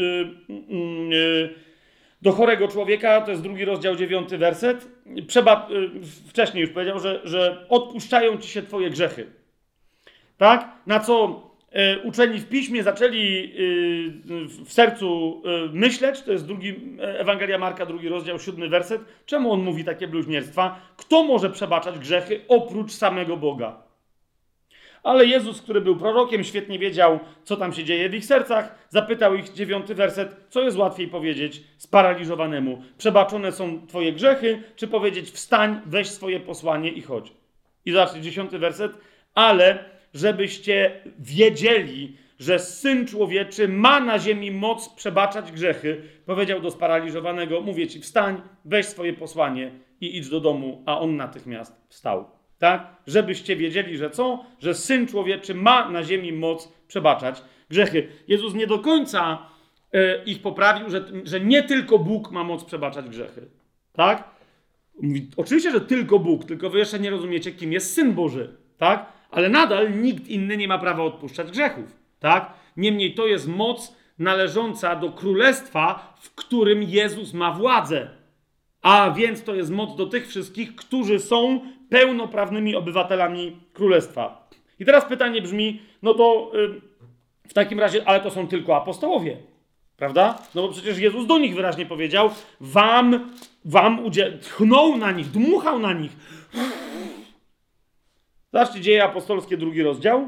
do chorego człowieka, to jest drugi rozdział, dziewiąty werset, przeba, wcześniej już powiedział, że, że odpuszczają ci się twoje grzechy. Tak? Na co uczeni w piśmie zaczęli w sercu myśleć, to jest drugi, Ewangelia Marka, drugi rozdział, siódmy werset, czemu on mówi takie bluźnierstwa? Kto może przebaczać grzechy oprócz samego Boga? Ale Jezus, który był prorokiem, świetnie wiedział, co tam się dzieje w ich sercach. Zapytał ich, dziewiąty werset, co jest łatwiej powiedzieć sparaliżowanemu? Przebaczone są twoje grzechy, czy powiedzieć wstań, weź swoje posłanie i chodź. I zobaczcie, dziesiąty werset, ale żebyście wiedzieli, że Syn Człowieczy ma na ziemi moc przebaczać grzechy, powiedział do sparaliżowanego, mówię ci, wstań, weź swoje posłanie i idź do domu, a on natychmiast wstał. Tak? Żebyście wiedzieli, że co? Że Syn Człowieczy ma na ziemi moc przebaczać grzechy. Jezus nie do końca e, ich poprawił, że, że nie tylko Bóg ma moc przebaczać grzechy. Tak? Mówi, oczywiście, że tylko Bóg, tylko wy jeszcze nie rozumiecie, kim jest Syn Boży. Tak? Ale nadal nikt inny nie ma prawa odpuszczać grzechów. Tak? Niemniej to jest moc należąca do królestwa, w którym Jezus ma władzę. A więc to jest moc do tych wszystkich, którzy są pełnoprawnymi obywatelami królestwa. I teraz pytanie brzmi, no to yy, w takim razie, ale to są tylko apostołowie, prawda? No bo przecież Jezus do nich wyraźnie powiedział, wam, wam udziel... tchnął na nich, dmuchał na nich. Zobaczcie, Dzieje apostolskie, drugi rozdział.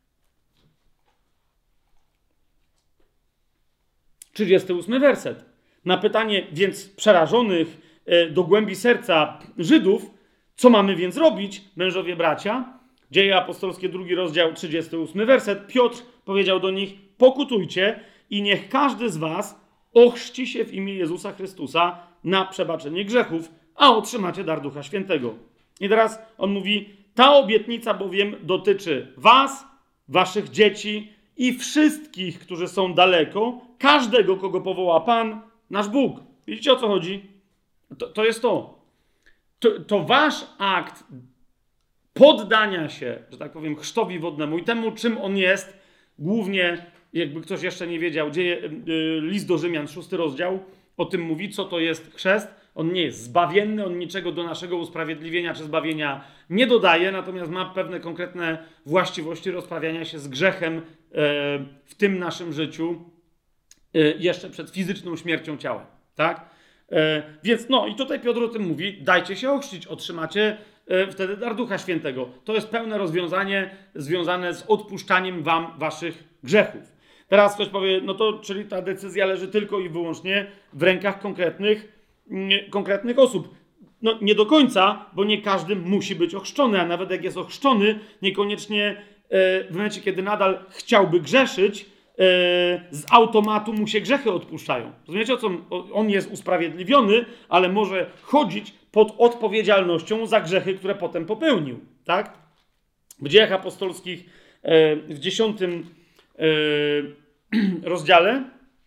trzydziesty ósmy werset. Na pytanie więc przerażonych do głębi serca Żydów, co mamy więc robić, mężowie bracia? Dzieje apostolskie, drugi rozdział, trzydziesty ósmy werset. Piotr powiedział do nich, pokutujcie i niech każdy z was ochrzci się w imię Jezusa Chrystusa na przebaczenie grzechów, a otrzymacie dar Ducha Świętego. I teraz on mówi, ta obietnica bowiem dotyczy was, waszych dzieci i wszystkich, którzy są daleko, każdego, kogo powoła Pan, nasz Bóg. Widzicie, o co chodzi? To, to jest to. to. To wasz akt poddania się, że tak powiem, chrztowi wodnemu i temu, czym on jest, głównie, jakby ktoś jeszcze nie wiedział, dzieje, yy, list do Rzymian, szósty rozdział, o tym mówi, co to jest chrzest. On nie jest zbawienny, on niczego do naszego usprawiedliwienia czy zbawienia nie dodaje, natomiast ma pewne konkretne właściwości rozprawiania się z grzechem yy, w tym naszym życiu yy, jeszcze przed fizyczną śmiercią ciała. Tak? E, więc no i tutaj Piotr o tym mówi, dajcie się ochrzcić, otrzymacie e, wtedy dar Ducha Świętego. To jest pełne rozwiązanie związane z odpuszczaniem wam waszych grzechów. Teraz ktoś powie, no to czyli ta decyzja leży tylko i wyłącznie w rękach konkretnych, nie, konkretnych osób. No nie do końca, bo nie każdy musi być ochrzczony, a nawet jak jest ochrzczony, niekoniecznie e, w momencie, kiedy nadal chciałby grzeszyć, z automatu mu się grzechy odpuszczają. Rozumiecie, o co on jest usprawiedliwiony, ale może chodzić pod odpowiedzialnością za grzechy, które potem popełnił. Tak? W Dziejach Apostolskich w dziesiątym rozdziale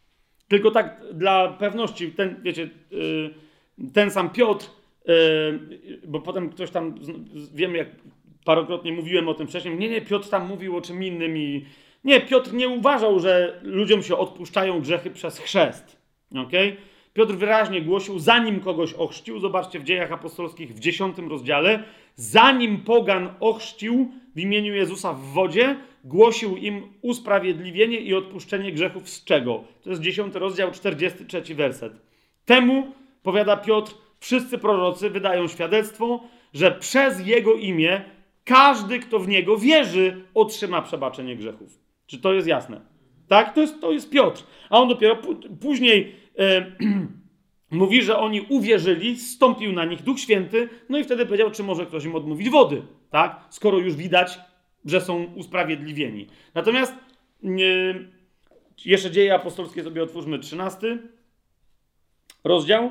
Tylko tak dla pewności, ten, wiecie, ten sam Piotr, bo potem ktoś tam, wiem, jak parokrotnie mówiłem o tym wcześniej, nie, nie, Piotr tam mówił o czym innym i nie, Piotr nie uważał, że ludziom się odpuszczają grzechy przez chrzest. Okay? Piotr wyraźnie głosił, zanim kogoś ochrzcił, zobaczcie w Dziejach Apostolskich w dziesiątym rozdziale, zanim pogan ochrzcił w imieniu Jezusa w wodzie, głosił im usprawiedliwienie i odpuszczenie grzechów z czego? To jest dziesiąty rozdział, czterdziesty trzeci werset. Temu, powiada Piotr, wszyscy prorocy wydają świadectwo, że przez jego imię każdy, kto w niego wierzy, otrzyma przebaczenie grzechów. Czy to jest jasne? Tak? To jest, to jest Piotr. A on dopiero później e, mówi, że oni uwierzyli, zstąpił na nich Duch Święty, no i wtedy powiedział, czy może ktoś im odmówić wody, tak? Skoro już widać, że są usprawiedliwieni. Natomiast e, jeszcze Dzieje Apostolskie sobie otwórzmy, trzynasty rozdział.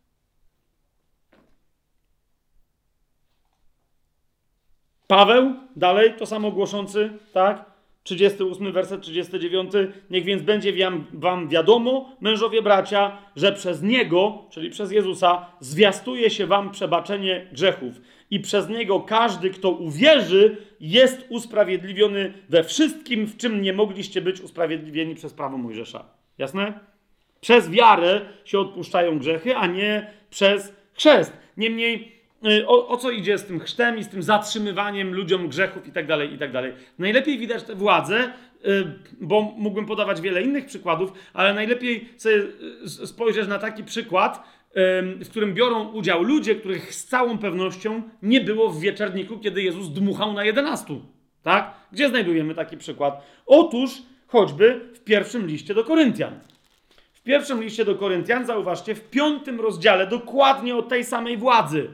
Paweł, dalej, to samo głoszący, tak? trzydziesty ósmy werset, trzydziesty dziewiąty. Niech więc będzie wam wiadomo, mężowie bracia, że przez Niego, czyli przez Jezusa, zwiastuje się wam przebaczenie grzechów. I przez Niego każdy, kto uwierzy, jest usprawiedliwiony we wszystkim, w czym nie mogliście być usprawiedliwieni przez prawo Mojżesza. Jasne? Przez wiarę się odpuszczają grzechy, a nie przez chrzest. Niemniej O, o co idzie z tym chrztem i z tym zatrzymywaniem ludziom grzechów i tak dalej, i tak dalej. Najlepiej widać tę władzę, bo mógłbym podawać wiele innych przykładów, ale najlepiej sobie spojrzeć na taki przykład, w którym biorą udział ludzie, których z całą pewnością nie było w wieczerniku, kiedy Jezus dmuchał na jedenastu. Tak? Gdzie znajdujemy taki przykład? Otóż choćby w pierwszym liście do Koryntian. W pierwszym liście do Koryntian, zauważcie, w piątym rozdziale dokładnie o tej samej władzy.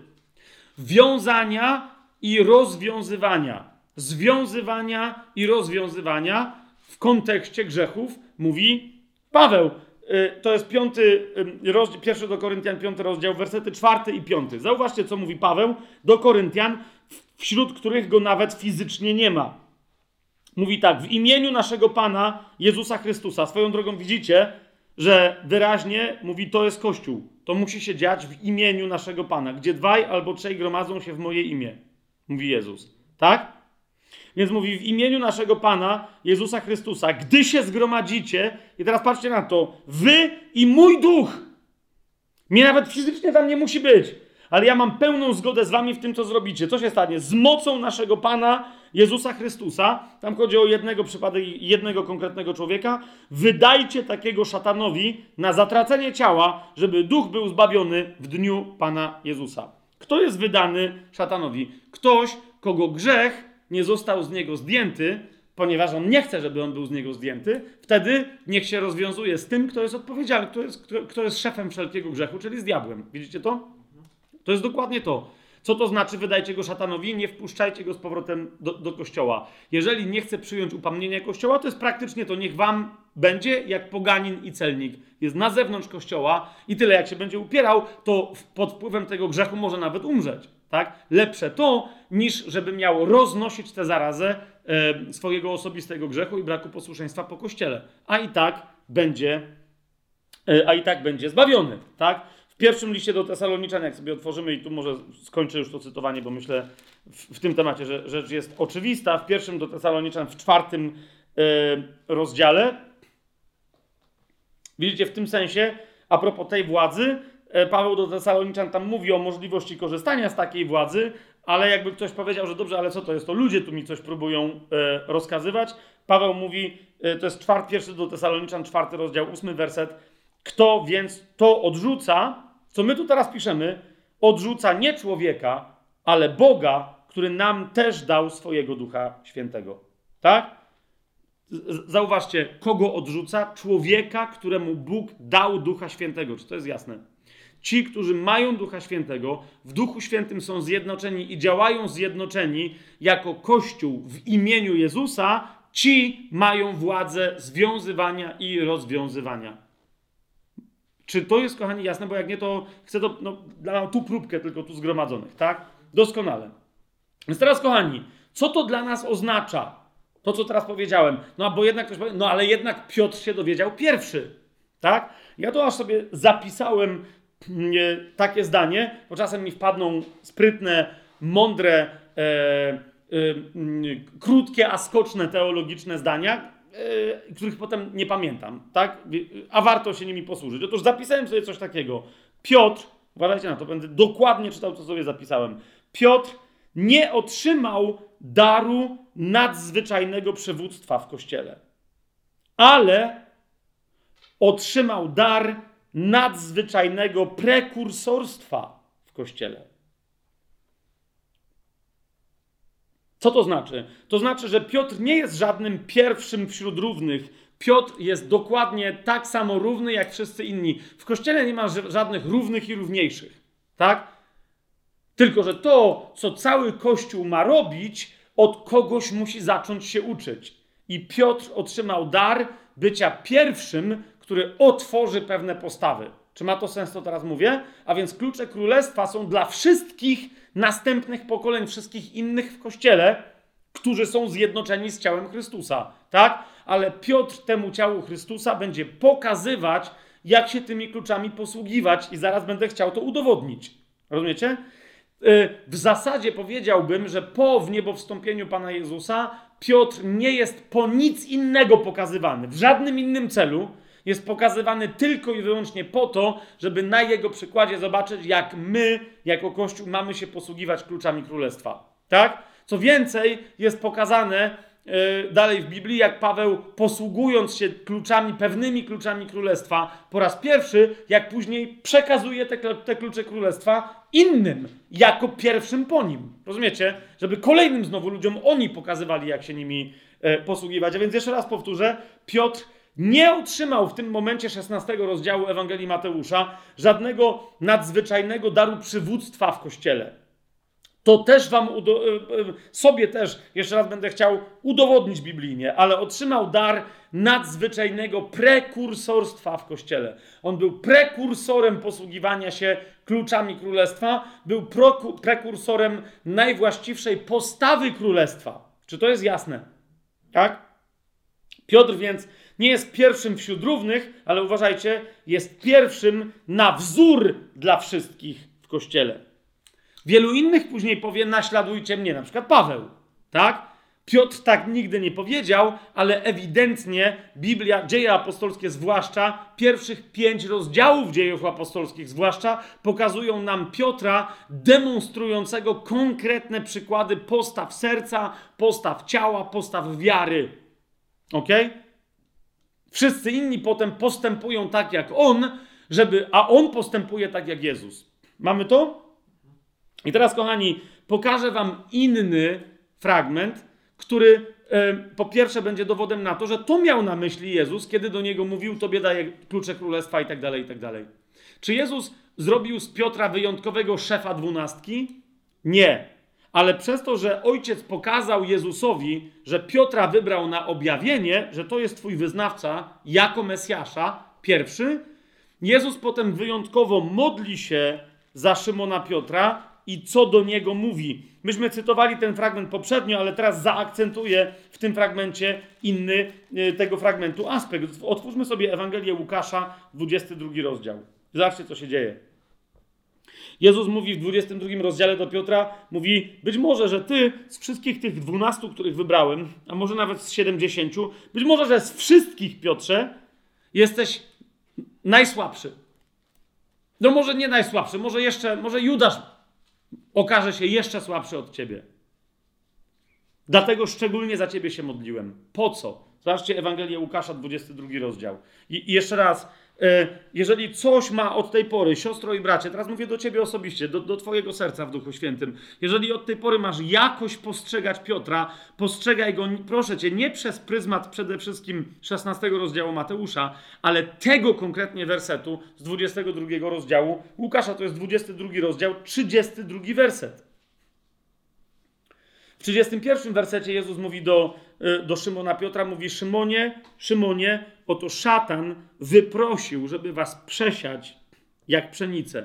Wiązania i rozwiązywania. Związywania i rozwiązywania w kontekście grzechów mówi Paweł. To jest piąty rozdział, pierwszy do Koryntian, piąty rozdział, wersety czwarty i piąty. Zauważcie, co mówi Paweł do Koryntian, wśród których go nawet fizycznie nie ma. Mówi tak, w imieniu naszego Pana Jezusa Chrystusa. Swoją drogą widzicie, że wyraźnie mówi, to jest Kościół. To musi się dziać w imieniu naszego Pana. Gdzie dwaj albo trzej gromadzą się w moje imię. Mówi Jezus. Tak? Więc mówi w imieniu naszego Pana Jezusa Chrystusa. Gdy się zgromadzicie, i teraz patrzcie na to, wy i mój duch. Mnie nawet fizycznie tam nie musi być. Ale ja mam pełną zgodę z wami w tym, co zrobicie. Co się stanie? Z mocą naszego Pana Jezusa Chrystusa, tam chodzi o jednego przypadek, jednego konkretnego człowieka, wydajcie takiego szatanowi na zatracenie ciała, żeby duch był zbawiony w dniu Pana Jezusa. Kto jest wydany szatanowi? Ktoś, kogo grzech nie został z niego zdjęty, ponieważ on nie chce, żeby on był z niego zdjęty, wtedy niech się rozwiązuje z tym, kto jest odpowiedzialny, kto jest, kto, kto jest szefem wszelkiego grzechu, czyli z diabłem. Widzicie to? To jest dokładnie to. Co to znaczy? Wydajcie go szatanowi, nie wpuszczajcie go z powrotem do, do kościoła. Jeżeli nie chce przyjąć upomnienia kościoła, to jest praktycznie to, niech wam będzie jak poganin i celnik. Jest na zewnątrz kościoła i tyle, jak się będzie upierał, to pod wpływem tego grzechu może nawet umrzeć. Tak? Lepsze to, niż żeby miał roznosić tę zarazę e, swojego osobistego grzechu i braku posłuszeństwa po kościele. A i tak będzie, e, a i tak będzie zbawiony. Tak? W pierwszym liście do Tesaloniczan, jak sobie otworzymy, i tu może skończę już to cytowanie, bo myślę w, w tym temacie, że rzecz jest oczywista. W pierwszym do Tesaloniczan, w czwartym e, rozdziale, widzicie, w tym sensie, a propos tej władzy, e, Paweł do Tesaloniczan tam mówi o możliwości korzystania z takiej władzy, ale jakby ktoś powiedział, że dobrze, ale co to jest, to ludzie tu mi coś próbują e, rozkazywać. Paweł mówi, e, to jest czwarty, pierwszy do Tesaloniczan, czwarty rozdział, ósmy werset. Kto więc to odrzuca, co my tu teraz piszemy, odrzuca nie człowieka, ale Boga, który nam też dał swojego Ducha Świętego. Tak? Zauważcie, kogo odrzuca? Człowieka, któremu Bóg dał Ducha Świętego. Czy to jest jasne? Ci, którzy mają Ducha Świętego, w Duchu Świętym są zjednoczeni i działają zjednoczeni jako Kościół w imieniu Jezusa, ci mają władzę związywania i rozwiązywania. Czy to jest, kochani, jasne? Bo jak nie, to chcę to, no, dam tu próbkę tylko tu zgromadzonych, tak? Doskonale. Więc teraz, kochani, co to dla nas oznacza? To, co teraz powiedziałem. No, bo jednak ktoś powie, no ale jednak Piotr się dowiedział pierwszy, Tak? Ja to aż sobie zapisałem nie, takie zdanie, bo czasem mi wpadną sprytne, mądre, e, e, m, krótkie, a skoczne teologiczne zdania, e, których potem nie pamiętam. Tak? A warto się nimi posłużyć. Otóż zapisałem sobie coś takiego. Piotr, uważajcie na to, będę dokładnie czytał, co sobie zapisałem. Piotr nie otrzymał daru nadzwyczajnego przywództwa w Kościele, ale otrzymał dar nadzwyczajnego prekursorstwa w Kościele. Co to znaczy? To znaczy, że Piotr nie jest żadnym pierwszym wśród równych. Piotr jest dokładnie tak samo równy jak wszyscy inni. W Kościele nie ma żadnych równych i równiejszych. Tak? Tylko że to, co cały Kościół ma robić, od kogoś musi zacząć się uczyć. I Piotr otrzymał dar bycia pierwszym, który otworzy pewne postawy. Czy ma to sens, co teraz mówię? A więc klucze królestwa są dla wszystkich następnych pokoleń, wszystkich innych w Kościele, którzy są zjednoczeni z ciałem Chrystusa. Tak? Ale Piotr temu ciału Chrystusa będzie pokazywać, jak się tymi kluczami posługiwać i zaraz będę chciał to udowodnić. Rozumiecie? W zasadzie powiedziałbym, że po wniebowstąpieniu Pana Jezusa Piotr nie jest po nic innego pokazywany. W żadnym innym celu. Jest pokazywany tylko i wyłącznie po to, żeby na jego przykładzie zobaczyć, jak my, jako Kościół, mamy się posługiwać kluczami Królestwa. Tak? Co więcej, jest pokazane yy, dalej w Biblii, jak Paweł, posługując się kluczami, pewnymi kluczami Królestwa, po raz pierwszy, jak później przekazuje te, te klucze Królestwa innym, jako pierwszym po nim. Rozumiecie? Żeby kolejnym znowu ludziom oni pokazywali, jak się nimi yy, posługiwać. A więc jeszcze raz powtórzę, Piotr nie otrzymał w tym momencie szesnastego rozdziału Ewangelii Mateusza żadnego nadzwyczajnego daru przywództwa w Kościele. To też wam, udo- sobie też, jeszcze raz będę chciał udowodnić biblijnie, ale otrzymał dar nadzwyczajnego prekursorstwa w Kościele. On był prekursorem posługiwania się kluczami Królestwa, był proku- prekursorem najwłaściwszej postawy Królestwa. Czy to jest jasne? Tak? Piotr więc nie jest pierwszym wśród równych, ale uważajcie, jest pierwszym na wzór dla wszystkich w Kościele. Wielu innych później powie, naśladujcie mnie, na przykład Paweł, tak? Piotr tak nigdy nie powiedział, ale ewidentnie Biblia, Dzieje apostolskie zwłaszcza, pierwszych pięć rozdziałów dziejów apostolskich zwłaszcza, pokazują nam Piotra demonstrującego konkretne przykłady postaw serca, postaw ciała, postaw wiary. Okej? Okay? Wszyscy inni potem postępują tak jak on, żeby, a on postępuje tak jak Jezus. Mamy to? I teraz, kochani, pokażę wam inny fragment, który e, po pierwsze będzie dowodem na to, że to miał na myśli Jezus, kiedy do niego mówił, tobie daję klucze królestwa i tak dalej, i tak dalej. Czy Jezus zrobił z Piotra wyjątkowego szefa dwunastki? Nie. Ale przez to, że ojciec pokazał Jezusowi, że Piotra wybrał na objawienie, że to jest twój wyznawca jako Mesjasza, pierwszy, Jezus potem wyjątkowo modli się za Szymona Piotra i co do niego mówi. Myśmy cytowali ten fragment poprzednio, ale teraz zaakcentuję w tym fragmencie inny tego fragmentu aspekt. Otwórzmy sobie Ewangelię Łukasza, dwudziesty drugi rozdział. Zobaczcie, co się dzieje. Jezus mówi w dwudziestym drugim rozdziale do Piotra, mówi, być może, że ty z wszystkich tych dwunastu, których wybrałem, a może nawet z siedemdziesięciu, być może, że z wszystkich, Piotrze, jesteś najsłabszy. No może nie najsłabszy, może jeszcze, może Judasz okaże się jeszcze słabszy od ciebie. Dlatego szczególnie za ciebie się modliłem. Po co? Zobaczcie Ewangelię Łukasza, dwudziesty drugi rozdział. I, i jeszcze raz, e, jeżeli coś ma od tej pory, siostro i bracie, teraz mówię do ciebie osobiście, do, do twojego serca w Duchu Świętym, jeżeli od tej pory masz jakoś postrzegać Piotra, postrzegaj go, proszę cię, nie przez pryzmat przede wszystkim szesnastego rozdziału Mateusza, ale tego konkretnie wersetu z dwudziestego drugiego rozdziału Łukasza, to jest dwudziesty drugi rozdział, trzydziesty drugi werset. W trzydziestym pierwszym wersecie Jezus mówi do, do Szymona Piotra, mówi, Szymonie, Szymonie, oto szatan wyprosił, żeby was przesiać jak pszenicę.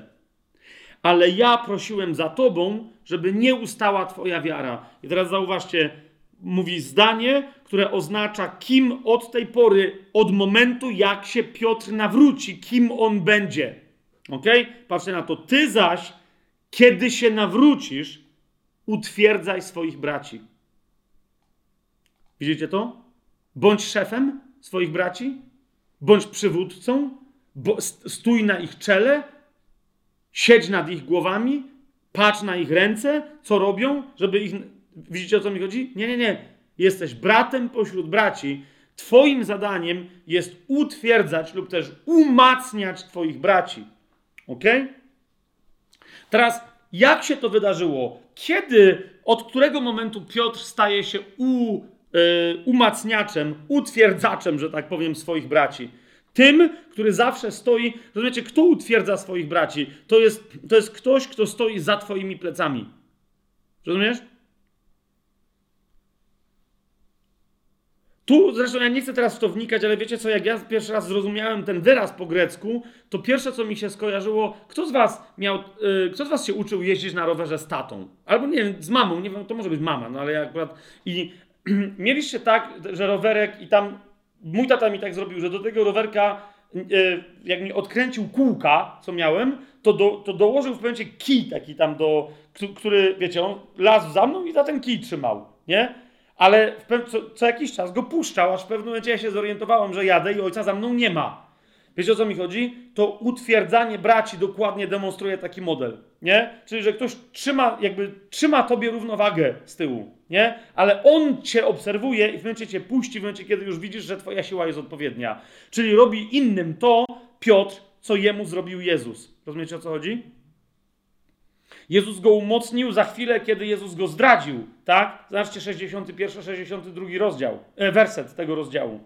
Ale ja prosiłem za tobą, żeby nie ustała twoja wiara. I teraz zauważcie, mówi zdanie, które oznacza, kim od tej pory, od momentu, jak się Piotr nawróci, kim on będzie. Okej? Patrzcie na to. Ty zaś, kiedy się nawrócisz, utwierdzaj swoich braci. Widzicie to? Bądź szefem swoich braci, bądź przywódcą, bo stój na ich czele, siedź nad ich głowami, patrz na ich ręce, co robią, żeby ich... Widzicie, o co mi chodzi? Nie, nie, nie. Jesteś bratem pośród braci. Twoim zadaniem jest utwierdzać lub też umacniać twoich braci. Okej? Teraz, jak się to wydarzyło? Kiedy, od którego momentu Piotr staje się u, yy, umacniaczem, utwierdzaczem, że tak powiem, swoich braci? Tym, który zawsze stoi... Rozumiecie, kto utwierdza swoich braci? To jest, to jest ktoś, kto stoi za twoimi plecami. Rozumiesz? Tu, zresztą ja nie chcę teraz w to wnikać, ale wiecie co, jak ja pierwszy raz zrozumiałem ten wyraz po grecku, to pierwsze, co mi się skojarzyło, kto z was miał, yy, kto z was się uczył jeździć na rowerze z tatą? Albo nie wiem, z mamą, nie wiem, to może być mama, no ale ja akurat... I mieliście tak, że rowerek i tam... Mój tata mi tak zrobił, że do tego rowerka, yy, jak mi odkręcił kółka, co miałem, to, do, to dołożył w pewnym momencie kij taki tam do... który, wiecie, on lazł za mną i za ten kij trzymał, nie? Ale w pew- co, co jakiś czas go puszczał, aż w pewnym momencie ja się zorientowałem, że jadę i ojca za mną nie ma. Wiecie, o co mi chodzi? To utwierdzanie braci dokładnie demonstruje taki model, nie? Czyli, że ktoś trzyma, jakby trzyma tobie równowagę z tyłu, nie? Ale on cię obserwuje i w momencie cię puści, w momencie, kiedy już widzisz, że twoja siła jest odpowiednia. Czyli robi innym to, Piotr, co jemu zrobił Jezus. Rozumiecie, o co chodzi? Jezus go umocnił za chwilę, kiedy Jezus go zdradził, tak? Zobaczcie sześćdziesiąty pierwszy, sześćdziesiąty drugi rozdział, e, werset tego rozdziału.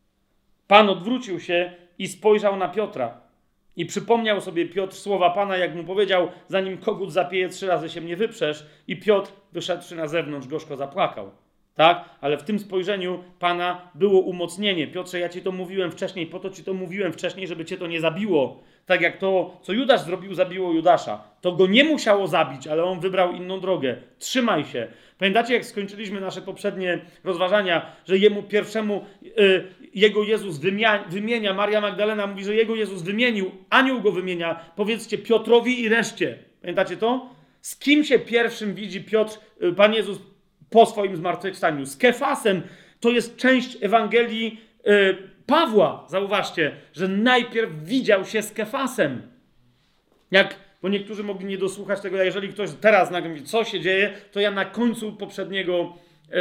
Pan odwrócił się i spojrzał na Piotra. I przypomniał sobie Piotr słowa Pana, jak mu powiedział, zanim kogut zapieje, trzy razy się mnie wyprzesz. I Piotr, wyszedłszy na zewnątrz, gorzko zapłakał. Tak? Ale w tym spojrzeniu Pana było umocnienie. Piotrze, ja ci to mówiłem wcześniej, po to ci to mówiłem wcześniej, żeby cię to nie zabiło. Tak jak to, co Judasz zrobił, zabiło Judasza. To go nie musiało zabić, ale on wybrał inną drogę. Trzymaj się. Pamiętacie, jak skończyliśmy nasze poprzednie rozważania, że jemu pierwszemu, yy, jego Jezus wymienia, wymienia, Maria Magdalena mówi, że jego Jezus wymienił, anioł go wymienia. Powiedzcie Piotrowi i reszcie. Pamiętacie to? Z kim się pierwszym widzi Piotr, yy, Pan Jezus po swoim zmartwychwstaniu? Z Kefasem. To jest część Ewangelii yy, Pawła. Zauważcie, że najpierw widział się z Kefasem. Jak, bo niektórzy mogli nie dosłuchać tego, a jeżeli ktoś teraz nagle mówi, co się dzieje, to ja na końcu poprzedniego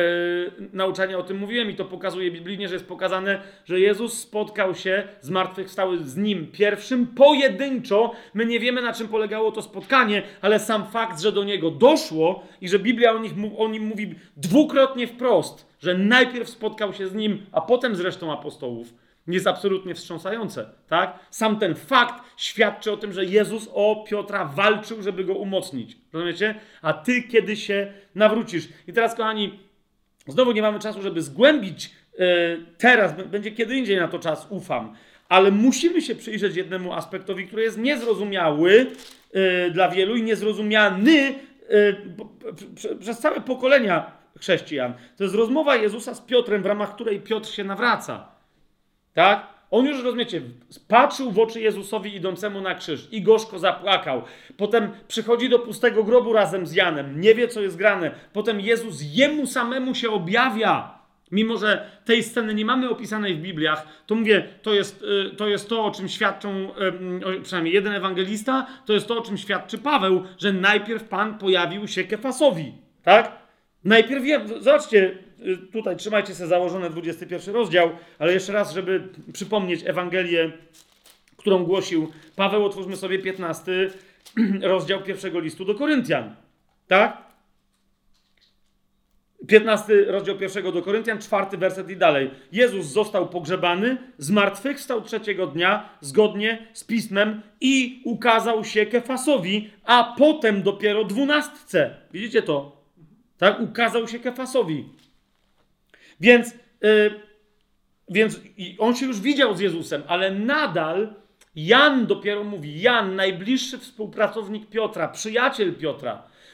yy, nauczania o tym mówiłem i to pokazuje biblijnie, że jest pokazane, że Jezus spotkał się, zmartwychwstały z nim pierwszym, pojedynczo. My nie wiemy, na czym polegało to spotkanie, ale sam fakt, że do niego doszło i że Biblia o, nich, o nim mówi dwukrotnie wprost, że najpierw spotkał się z nim, a potem z resztą apostołów, jest absolutnie wstrząsające, tak? Sam ten fakt świadczy o tym, że Jezus o Piotra walczył, żeby go umocnić. Rozumiecie? A ty kiedy się nawrócisz. I teraz, kochani, znowu nie mamy czasu, żeby zgłębić yy, teraz, będzie kiedy indziej na to czas, ufam. Ale musimy się przyjrzeć jednemu aspektowi, który jest niezrozumiały yy, dla wielu i niezrozumiany yy, p- p- przez całe pokolenia chrześcijan. To jest rozmowa Jezusa z Piotrem, w ramach której Piotr się nawraca. Tak? On już, rozumiecie, patrzył w oczy Jezusowi idącemu na krzyż i gorzko zapłakał. Potem przychodzi do pustego grobu razem z Janem, nie wie, co jest grane. Potem Jezus jemu samemu się objawia. Mimo że tej sceny nie mamy opisanej w Bibliach, to mówię, to jest to, jest to o czym świadczą, przynajmniej jeden ewangelista, to jest to, o czym świadczy Paweł, że najpierw Pan pojawił się Kefasowi. Tak? Najpierw, zobaczcie, tutaj trzymajcie sobie założone dwudziesty pierwszy rozdział, ale jeszcze raz, żeby przypomnieć Ewangelię, którą głosił Paweł, otwórzmy sobie piętnasty rozdział pierwszego listu do Koryntian. Tak? piętnasty rozdział pierwszego do Koryntian, czwarty werset i dalej. Jezus został pogrzebany, zmartwychwstał trzeciego dnia, zgodnie z Pismem i ukazał się Kefasowi, a potem dopiero dwunastce. Widzicie to? Tak? Ukazał się Kefasowi. Więc, yy, więc on się już widział z Jezusem, ale nadal Jan dopiero mówi, Jan, najbliższy współpracownik Piotra, przyjaciel Piotra,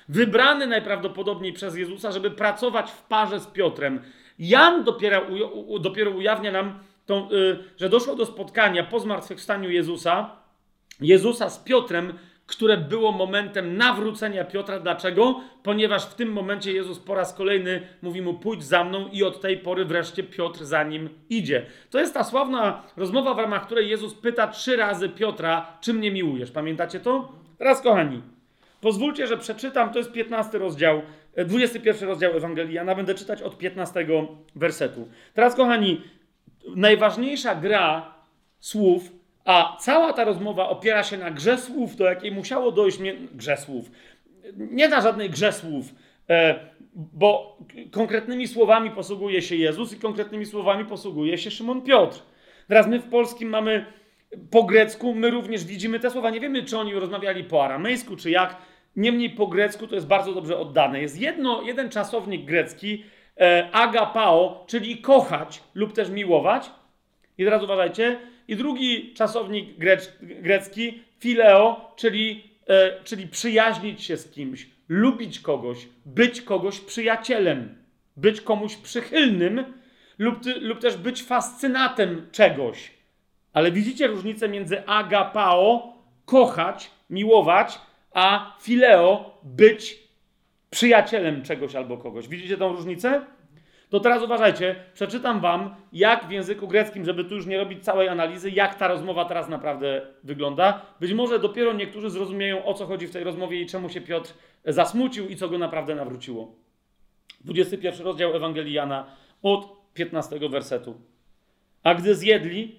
wybrany najprawdopodobniej przez Jezusa, żeby pracować w parze z Piotrem. Jan dopiero, u, u, dopiero ujawnia nam, tą, y, że doszło do spotkania po zmartwychwstaniu Jezusa, Jezusa z Piotrem, które było momentem nawrócenia Piotra. Dlaczego? Ponieważ w tym momencie Jezus po raz kolejny mówi mu: pójdź za mną, i od tej pory wreszcie Piotr za nim idzie. To jest ta sławna rozmowa, w ramach której Jezus pyta trzy razy Piotra: czy mnie miłujesz? Pamiętacie to? Teraz, kochani, pozwólcie, że przeczytam, to jest piętnasty rozdział, dwudziesty pierwszy rozdział Ewangelii Jana, będę czytać od piętnastego wersetu. Teraz, kochani, najważniejsza gra słów, a cała ta rozmowa opiera się na grze słów, do jakiej musiało dojść, nie, grze słów, nie na żadnej grze słów, e, bo konkretnymi słowami posługuje się Jezus i konkretnymi słowami posługuje się Szymon Piotr. Teraz my w polskim mamy po grecku, my również widzimy te słowa. Nie wiemy, czy oni rozmawiali po aramejsku, czy jak. Niemniej po grecku to jest bardzo dobrze oddane. Jest jedno, jeden czasownik grecki, e, agapao, czyli kochać lub też miłować. I teraz uważajcie. I drugi czasownik grecz, grecki, phileo, czyli, e, czyli przyjaźnić się z kimś, lubić kogoś, być kogoś przyjacielem, być komuś przychylnym lub, lub też być fascynatem czegoś. Ale widzicie różnicę między agapao, kochać, miłować, a phileo, być przyjacielem czegoś albo kogoś. Widzicie tą różnicę? To teraz uważajcie, przeczytam wam, jak w języku greckim, żeby tu już nie robić całej analizy, jak ta rozmowa teraz naprawdę wygląda. Być może dopiero niektórzy zrozumieją, o co chodzi w tej rozmowie i czemu się Piotr zasmucił i co go naprawdę nawróciło. dwudziesty pierwszy rozdział Ewangelii Jana od piętnastego wersetu. A gdy zjedli,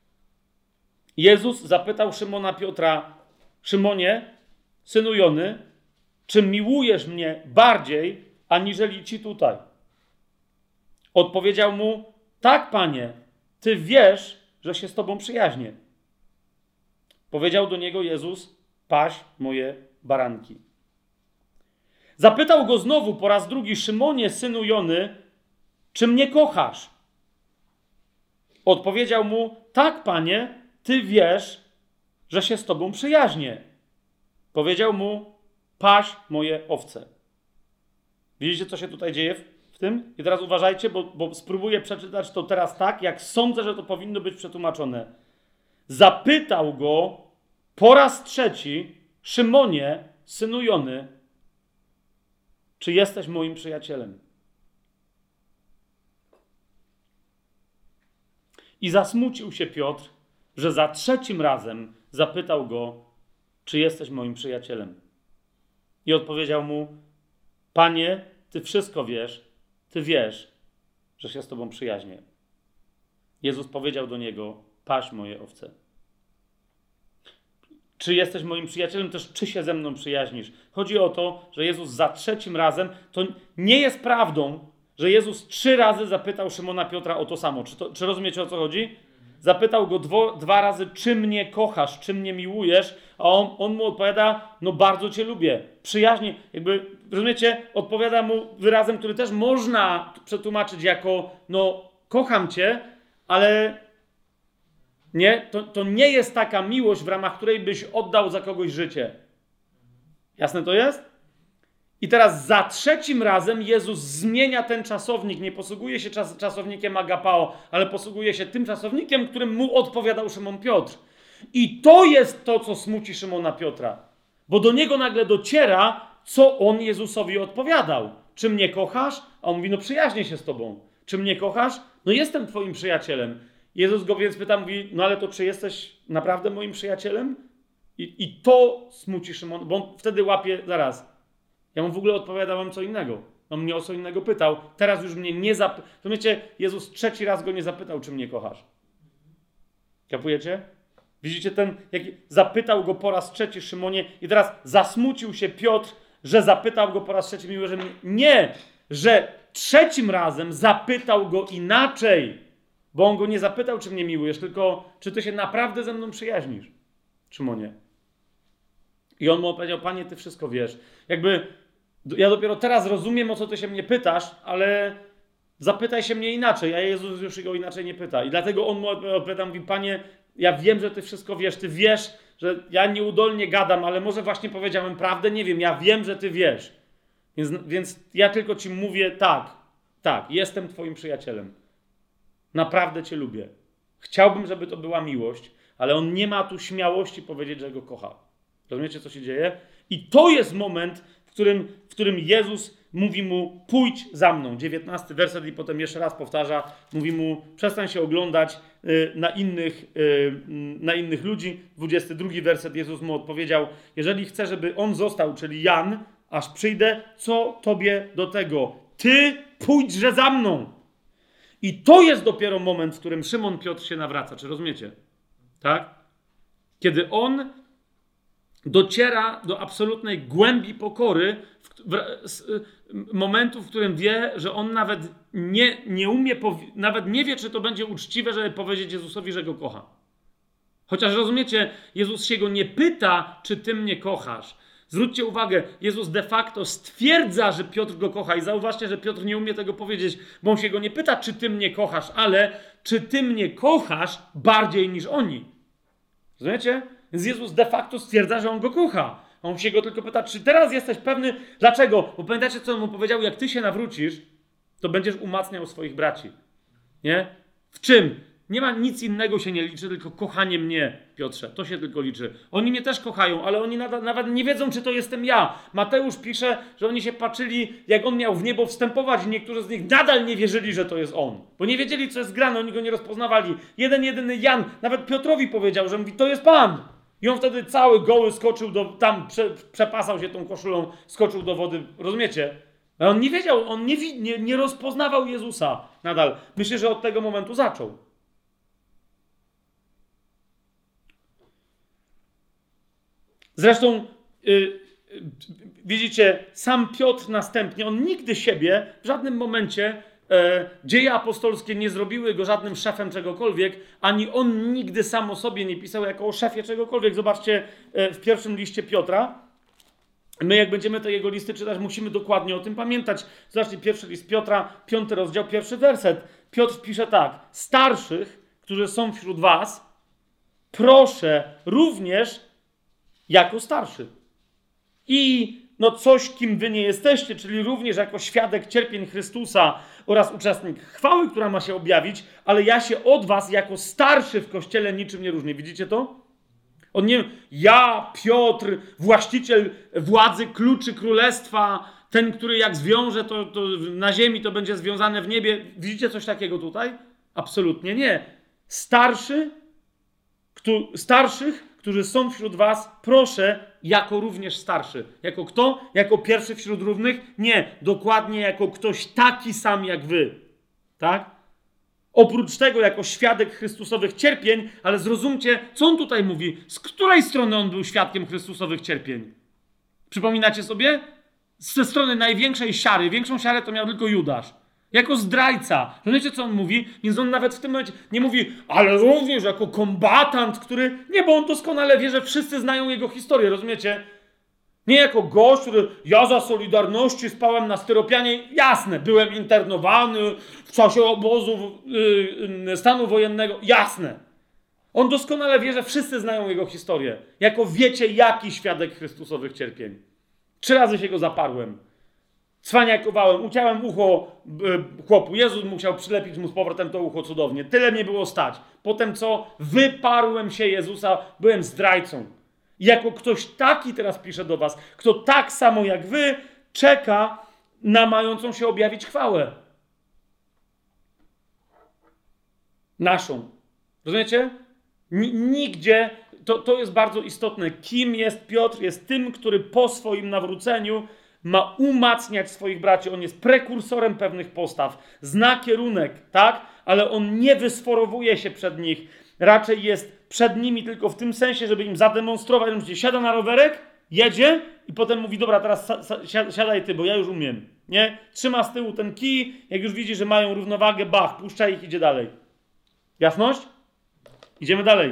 Jezus zapytał Szymona Piotra: Szymonie, synu Jony, czy miłujesz mnie bardziej, aniżeli ci tutaj? Odpowiedział mu: tak, Panie, ty wiesz, że się z tobą przyjaźnię. Powiedział do niego Jezus: paś moje baranki. Zapytał go znowu po raz drugi: Szymonie, synu Jony, czy mnie kochasz? Odpowiedział mu: tak, Panie, ty wiesz, że się z tobą przyjaźnię. Powiedział mu: paś moje owce. Widzicie, co się tutaj dzieje w tym? I teraz uważajcie, bo, bo spróbuję przeczytać to teraz tak, jak sądzę, że to powinno być przetłumaczone. Zapytał go po raz trzeci: Szymonie, synu Jony, czy jesteś moim przyjacielem? I zasmucił się Piotr, że za trzecim razem zapytał go: czy jesteś moim przyjacielem? I odpowiedział mu: Panie, ty wszystko wiesz, ty wiesz, że się z tobą przyjaźnię. Jezus powiedział do niego: paś moje owce. Czy jesteś moim przyjacielem, też czy się ze mną przyjaźnisz? Chodzi o to, że Jezus za trzecim razem, to nie jest prawdą, że Jezus trzy razy zapytał Szymona Piotra o to samo. Czy, to, czy rozumiecie, o co chodzi? Zapytał go dwo, dwa razy: czy mnie kochasz, czy mnie miłujesz? A on, on mu odpowiada: no bardzo cię lubię, przyjaźnie. Jakby, rozumiecie, odpowiada mu wyrazem, który też można przetłumaczyć jako: no kocham cię, ale nie, to, to nie jest taka miłość, w ramach której byś oddał za kogoś życie. Jasne to jest? I teraz za trzecim razem Jezus zmienia ten czasownik. Nie posługuje się czas, czasownikiem agapao, ale posługuje się tym czasownikiem, którym mu odpowiadał Szymon Piotr. I to jest to, co smuci Szymona Piotra. Bo do niego nagle dociera, co on Jezusowi odpowiadał. Czy mnie kochasz? A on mówi: no przyjaźnię się z tobą. Czy mnie kochasz? No jestem twoim przyjacielem. Jezus go więc pyta, mówi: no ale to czy jesteś naprawdę moim przyjacielem? I, i to smuci Szymon, bo on wtedy łapie: zaraz. Ja mu w ogóle odpowiadałem co innego. On mnie o co innego pytał. Teraz już mnie nie zapytał. Rozumiecie, Jezus trzeci raz go nie zapytał, czy mnie kochasz. Kapujecie? Widzicie ten, jak zapytał go po raz trzeci Szymonie i teraz zasmucił się Piotr, że zapytał go po raz trzeci, miło, że nie, że trzecim razem zapytał go inaczej, bo on go nie zapytał, czy mnie miłujesz, tylko czy ty się naprawdę ze mną przyjaźnisz, Szymonie. I on mu odpowiedział: Panie, ty wszystko wiesz. Jakby ja dopiero teraz rozumiem, o co ty się mnie pytasz, ale zapytaj się mnie inaczej, a Jezus już go inaczej nie pyta. I dlatego on mu odpowiada, mówi: Panie, ja wiem, że ty wszystko wiesz, ty wiesz, że ja nieudolnie gadam, ale może właśnie powiedziałem prawdę, nie wiem, ja wiem, że ty wiesz. Więc, więc ja tylko ci mówię tak, tak, jestem twoim przyjacielem. Naprawdę cię lubię. Chciałbym, żeby to była miłość, ale on nie ma tu śmiałości powiedzieć, że go kocha. Rozumiecie, co się dzieje? I to jest moment, w którym, w którym Jezus mówi mu, pójdź za mną. dziewiętnasty werset i potem jeszcze raz powtarza, mówi mu, przestań się oglądać y, na, innych, y, na innych ludzi. dwudziesty drugi werset, Jezus mu odpowiedział, jeżeli chce, żeby on został, czyli Jan, aż przyjdę, co tobie do tego? Ty pójdźże za mną. I to jest dopiero moment, w którym Szymon Piotr się nawraca. Czy rozumiecie? Tak? Kiedy on dociera do absolutnej głębi pokory, w, w, z, momentu, w którym wie, że on nawet nie, nie umie, nawet nie wie, czy to będzie uczciwe, żeby powiedzieć Jezusowi, że go kocha. Chociaż rozumiecie, Jezus się go nie pyta, czy ty mnie kochasz. Zwróćcie uwagę, Jezus de facto stwierdza, że Piotr go kocha i zauważcie, że Piotr nie umie tego powiedzieć, bo on się go nie pyta, czy ty mnie kochasz, ale czy ty mnie kochasz bardziej niż oni. Rozumiecie? Więc Jezus de facto stwierdza, że on go kocha. On się go tylko pyta, czy teraz jesteś pewny, dlaczego? Bo pamiętacie, co on mu powiedział? Jak ty się nawrócisz, to będziesz umacniał swoich braci. Nie? W czym? Nie ma nic innego się nie liczy, tylko kochanie mnie, Piotrze. To się tylko liczy. Oni mnie też kochają, ale oni nada, nawet nie wiedzą, czy to jestem ja. Mateusz pisze, że oni się patrzyli, jak on miał w niebo wstępować i niektórzy z nich nadal nie wierzyli, że to jest on. Bo nie wiedzieli, co jest grane, oni go nie rozpoznawali. Jeden, jedyny Jan, nawet Piotrowi powiedział, że mówi, to jest Pan. I on wtedy cały goły skoczył do, tam prze, przepasał się tą koszulą, skoczył do wody. Rozumiecie? Ale on nie wiedział, on nie, nie, nie rozpoznawał Jezusa nadal. Myślę, że od tego momentu zaczął. Zresztą, yy, yy, widzicie, sam Piotr następnie, on nigdy siebie w żadnym momencie, yy, dzieje apostolskie nie zrobiły go żadnym szefem czegokolwiek, ani on nigdy sam o sobie nie pisał jako o szefie czegokolwiek. Zobaczcie yy, w pierwszym liście Piotra. My jak będziemy te jego listy czytać, musimy dokładnie o tym pamiętać. Zobaczcie, pierwszy list Piotra, piąty rozdział, pierwszy werset. Piotr pisze tak. Starszych, którzy są wśród was, proszę również jako starszy. I no coś, kim wy nie jesteście, czyli również jako świadek cierpień Chrystusa oraz uczestnik chwały, która ma się objawić, ale ja się od was jako starszy w Kościele niczym nie różnię. Widzicie to? On nie, ja, Piotr, właściciel władzy, kluczy królestwa, ten, który jak zwiąże to, to na ziemi, to będzie związane w niebie. Widzicie coś takiego tutaj? Absolutnie nie. Starszy, kto, starszych, którzy są wśród was, proszę, jako również starszy. Jako kto? Jako pierwszy wśród równych? Nie, dokładnie jako ktoś taki sam jak wy. Tak? Oprócz tego, jako świadek Chrystusowych cierpień, ale zrozumcie, co on tutaj mówi. Z której strony on był świadkiem Chrystusowych cierpień? Przypominacie sobie? Ze strony największej siary. Większą siarę to miał tylko Judasz. Jako zdrajca. Rozumiecie, co on mówi? Więc on nawet w tym momencie nie mówi, ale również jako kombatant, który... Nie, bo on doskonale wie, że wszyscy znają jego historię, rozumiecie? Nie jako gość, który ja za Solidarności spałem na styropianie. Jasne, byłem internowany w czasie obozu yy, stanu wojennego. Jasne. On doskonale wie, że wszyscy znają jego historię. Jako wiecie, jaki świadek Chrystusowych cierpień. Trzy razy się go zaparłem. Cwaniakowałem, uciąłem ucho y, chłopu. Jezus musiał przylepić mu z powrotem to ucho cudownie. Tyle mnie było stać. Potem co? Wyparłem się Jezusa, byłem zdrajcą. I jako ktoś taki teraz pisze do was, kto tak samo jak wy czeka na mającą się objawić chwałę. Naszą. Rozumiecie? N- nigdzie, to, to jest bardzo istotne. Kim jest Piotr? Jest tym, który po swoim nawróceniu ma umacniać swoich braci. On jest prekursorem pewnych postaw. Zna kierunek, tak? Ale on nie wysforowuje się przed nich. Raczej jest przed nimi tylko w tym sensie, żeby im zademonstrować, że siada na rowerek, jedzie i potem mówi, dobra, teraz siadaj ty, bo ja już umiem. Nie? Trzyma z tyłu ten kij, jak już widzi, że mają równowagę, bach, puszcza ich, idzie dalej. Jasność? Idziemy dalej.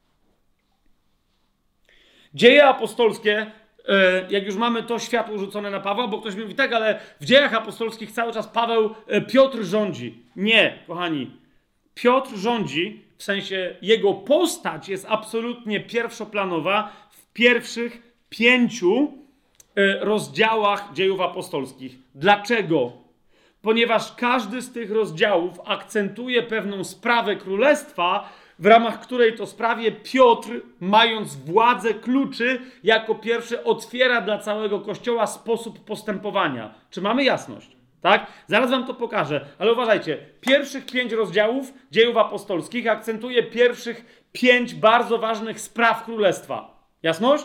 Dzieje apostolskie, jak już mamy to światło rzucone na Pawła, bo ktoś mi mówi, tak, ale w dziejach apostolskich cały czas Paweł, Piotr rządzi. Nie, kochani. Piotr rządzi, w sensie jego postać jest absolutnie pierwszoplanowa w pierwszych pięciu rozdziałach dziejów apostolskich. Dlaczego? Ponieważ każdy z tych rozdziałów akcentuje pewną sprawę królestwa, w ramach której to sprawie Piotr, mając władzę kluczy, jako pierwszy otwiera dla całego Kościoła sposób postępowania. Czy mamy jasność? Tak? Zaraz wam to pokażę, ale uważajcie. Pierwszych pięć rozdziałów dziejów apostolskich akcentuje pierwszych pięć bardzo ważnych spraw królestwa. Jasność?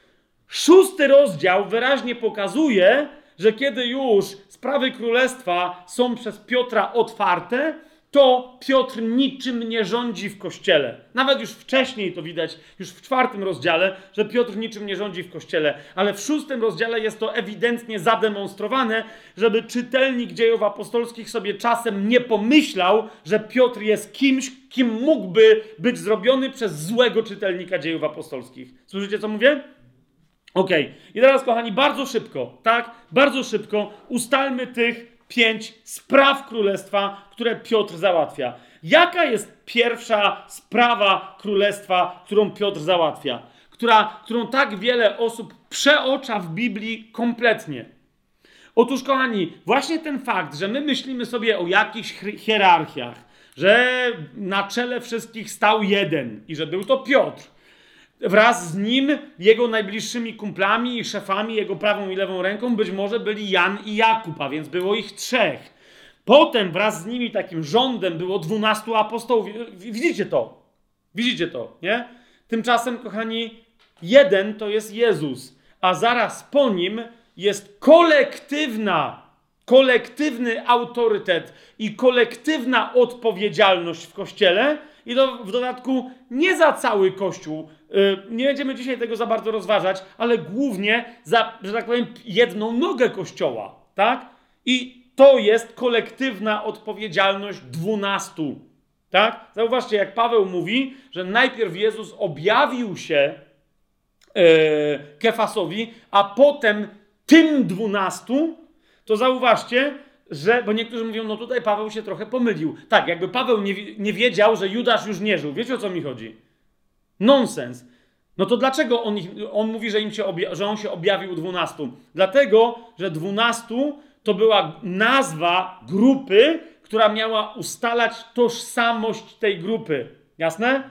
Szósty rozdział wyraźnie pokazuje, że kiedy już sprawy królestwa są przez Piotra otwarte, to Piotr niczym nie rządzi w Kościele. Nawet już wcześniej to widać, już w czwartym rozdziale, że Piotr niczym nie rządzi w Kościele. Ale w szóstym rozdziale jest to ewidentnie zademonstrowane, żeby czytelnik dziejów apostolskich sobie czasem nie pomyślał, że Piotr jest kimś, kim mógłby być zrobiony przez złego czytelnika dziejów apostolskich. Słyszycie, co mówię? Okej. Okay. I teraz, kochani, bardzo szybko, tak? Bardzo szybko ustalmy tych pięć spraw królestwa, które Piotr załatwia. Jaka jest pierwsza sprawa królestwa, którą Piotr załatwia? Która, którą tak wiele osób przeocza w Biblii kompletnie. Otóż, kochani, właśnie ten fakt, że my myślimy sobie o jakichś hierarchiach, że na czele wszystkich stał jeden i że był to Piotr, wraz z nim, jego najbliższymi kumplami i szefami, jego prawą i lewą ręką być może byli Jan i Jakub, a więc było ich trzech. Potem wraz z nimi takim rządem było dwunastu apostołów. Widzicie to? Widzicie to, nie? Tymczasem, kochani, jeden to jest Jezus, a zaraz po nim jest kolektywna, kolektywny autorytet i kolektywna odpowiedzialność w Kościele i to w dodatku nie za cały Kościół. Nie będziemy dzisiaj tego za bardzo rozważać, ale głównie za, że tak powiem, jedną nogę Kościoła, tak? I to jest kolektywna odpowiedzialność dwunastu, tak? Zauważcie, jak Paweł mówi, że najpierw Jezus objawił się yy, Kefasowi, a potem tym dwunastu, to zauważcie, że, bo niektórzy mówią, no tutaj Paweł się trochę pomylił. Tak, jakby Paweł nie, nie wiedział, że Judasz już nie żył. Wiecie, o co mi chodzi? Nonsens. No to dlaczego on, ich, on mówi, że, im się obja- że on się objawił dwunastu? Dlatego, że dwunastu to była nazwa grupy, która miała ustalać tożsamość tej grupy. Jasne?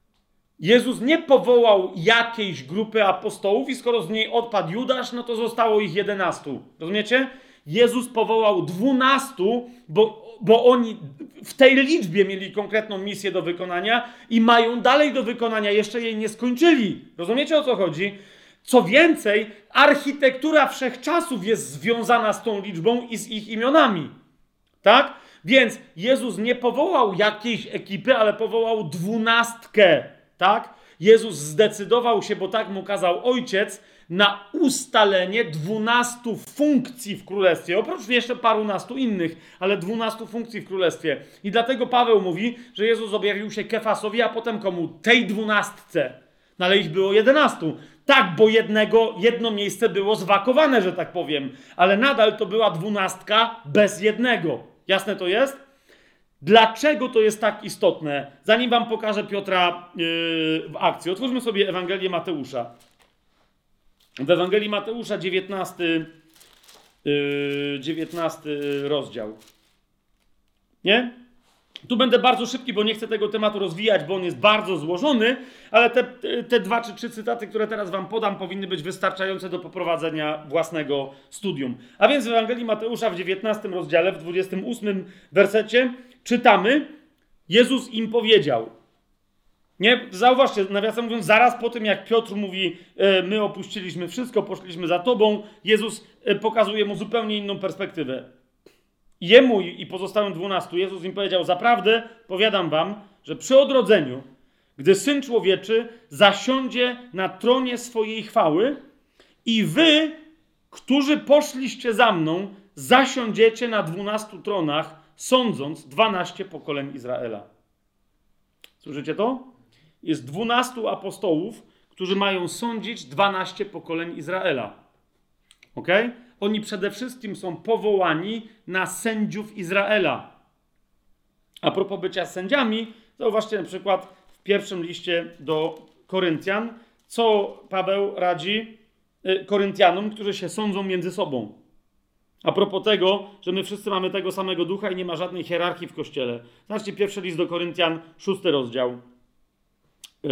Jezus nie powołał jakiejś grupy apostołów i skoro z niej odpadł Judasz, no to zostało ich jedenastu. Rozumiecie? Jezus powołał dwunastu, bo, bo oni w tej liczbie mieli konkretną misję do wykonania i mają dalej do wykonania, jeszcze jej nie skończyli. Rozumiecie, o co chodzi? Co więcej, architektura wszechczasów jest związana z tą liczbą i z ich imionami. Tak? Więc Jezus nie powołał jakiejś ekipy, ale powołał dwunastkę. Tak? Jezus zdecydował się, bo tak mu kazał Ojciec, na ustalenie dwunastu funkcji w królestwie. Oprócz jeszcze parunastu innych, ale dwunastu funkcji w królestwie. I dlatego Paweł mówi, że Jezus objawił się Kefasowi, a potem komu? Tej dwunastce. No ale ich było jedenastu. Tak, bo jednego, jedno miejsce było zwakowane, że tak powiem. Ale nadal to była dwunastka bez jednego. Jasne to jest? Dlaczego to jest tak istotne? Zanim wam pokażę Piotra yy, w akcji. Otwórzmy sobie Ewangelię Mateusza. W Ewangelii Mateusza dziewiętnasty, yy, dziewiętnasty rozdział. Nie? Tu będę bardzo szybki, bo nie chcę tego tematu rozwijać, bo on jest bardzo złożony, ale te, te dwa czy trzy cytaty, które teraz wam podam, powinny być wystarczające do poprowadzenia własnego studium. A więc w Ewangelii Mateusza w dziewiętnastym rozdziale, w dwudziestym ósmym wersecie czytamy: Jezus im powiedział. Nie? Zauważcie, nawiasem mówiąc, zaraz po tym, jak Piotr mówi, e, my opuściliśmy wszystko, poszliśmy za tobą, Jezus e, pokazuje mu zupełnie inną perspektywę. Jemu i pozostałym dwunastu Jezus im powiedział: zaprawdę powiadam wam, że przy odrodzeniu, gdy Syn Człowieczy zasiądzie na tronie swojej chwały i wy, którzy poszliście za mną, zasiądziecie na dwunastu tronach, sądząc dwanaście pokoleń Izraela. Słyszycie to? Jest dwunastu apostołów, którzy mają sądzić dwanaście pokoleń Izraela. Ok? Oni przede wszystkim są powołani na sędziów Izraela. A propos bycia sędziami, zauważcie na przykład w pierwszym liście do Koryntian, co Paweł radzi y, Koryntianom, którzy się sądzą między sobą. A propos tego, że my wszyscy mamy tego samego ducha i nie ma żadnej hierarchii w Kościele. Zobaczcie, pierwszy list do Koryntian, szósty rozdział. Yy,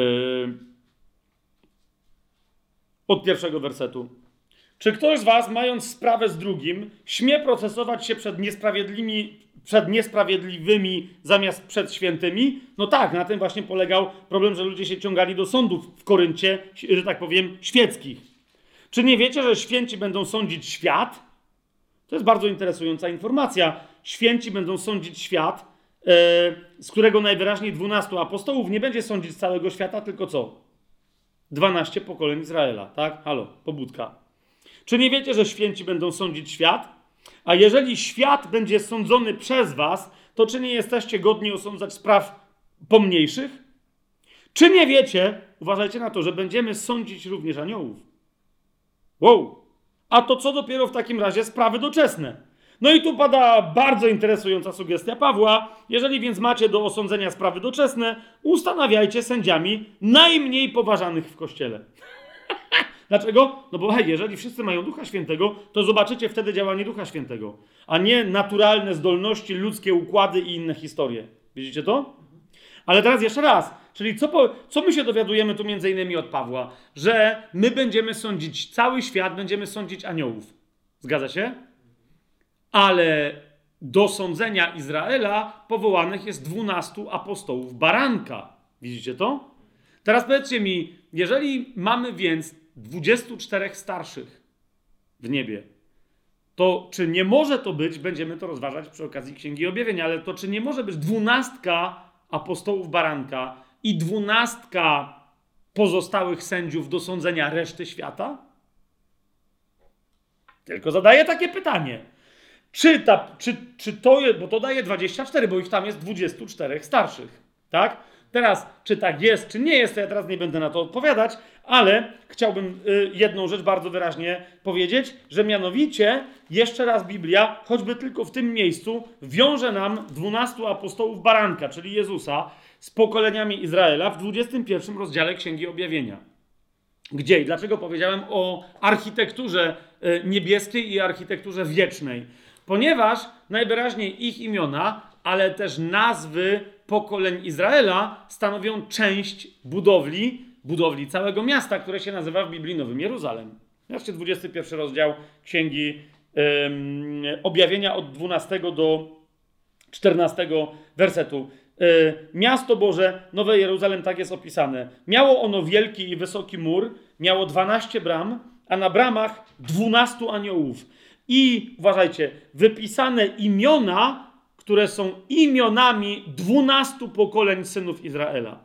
od pierwszego wersetu. Czy ktoś z was, mając sprawę z drugim, śmie procesować się przed niesprawiedliwymi, przed niesprawiedliwymi zamiast przed świętymi? No tak, na tym właśnie polegał problem, że ludzie się ciągali do sądów w Koryncie, że tak powiem, świeckich. Czy nie wiecie, że święci będą sądzić świat? To jest bardzo interesująca informacja. Święci będą sądzić świat, yy, z którego najwyraźniej dwunastu apostołów nie będzie sądzić całego świata, tylko co? dwanaście pokoleń Izraela, tak? Halo, pobudka. Czy nie wiecie, że święci będą sądzić świat? A jeżeli świat będzie sądzony przez was, to czy nie jesteście godni osądzać spraw pomniejszych? Czy nie wiecie, uważajcie na to, że będziemy sądzić również aniołów? Wow! A to co dopiero w takim razie sprawy doczesne? No i tu pada bardzo interesująca sugestia Pawła. Jeżeli więc macie do osądzenia sprawy doczesne, ustanawiajcie sędziami najmniej poważanych w Kościele. Dlaczego? No bo hej, jeżeli wszyscy mają Ducha Świętego, to zobaczycie wtedy działanie Ducha Świętego, a nie naturalne zdolności, ludzkie układy i inne historie. Widzicie to? Ale teraz jeszcze raz. Czyli co, po, co my się dowiadujemy tu między innymi od Pawła? Że my będziemy sądzić cały świat, będziemy sądzić aniołów. Zgadza się? Ale do sądzenia Izraela powołanych jest dwunastu apostołów baranka. Widzicie to? Teraz powiedzcie mi, jeżeli mamy więc dwudziestu czterech starszych w niebie, to czy nie może to być, będziemy to rozważać przy okazji Księgi Objawienia, ale to czy nie może być dwunastka apostołów baranka i dwunastka pozostałych sędziów do sądzenia reszty świata? Tylko zadaję takie pytanie. Czy, ta, czy, czy to jest, bo to daje dwadzieścia cztery, bo ich tam jest dwudziestu czterech starszych, tak? Teraz, czy tak jest, czy nie jest, to ja teraz nie będę na to odpowiadać, ale chciałbym y, jedną rzecz bardzo wyraźnie powiedzieć, że mianowicie, jeszcze raz Biblia, choćby tylko w tym miejscu, wiąże nam dwunastu apostołów baranka, czyli Jezusa, z pokoleniami Izraela w dwudziestym pierwszym rozdziale Księgi Objawienia. Gdzie i dlaczego powiedziałem o architekturze y, niebieskiej i architekturze wiecznej? Ponieważ najwyraźniej ich imiona, ale też nazwy pokoleń Izraela stanowią część budowli, budowli całego miasta, które się nazywa w Biblii Nowym Jeruzalem. Zobaczcie dwudziesty pierwszy rozdział Księgi ym, Objawienia od dwunastego do czternastego wersetu. Yy, Miasto Boże, Nowe Jeruzalem, tak jest opisane. Miało ono wielki i wysoki mur, miało dwanaście bram, a na bramach dwunastu aniołów. I, uważajcie, wypisane imiona, które są imionami dwunastu pokoleń synów Izraela.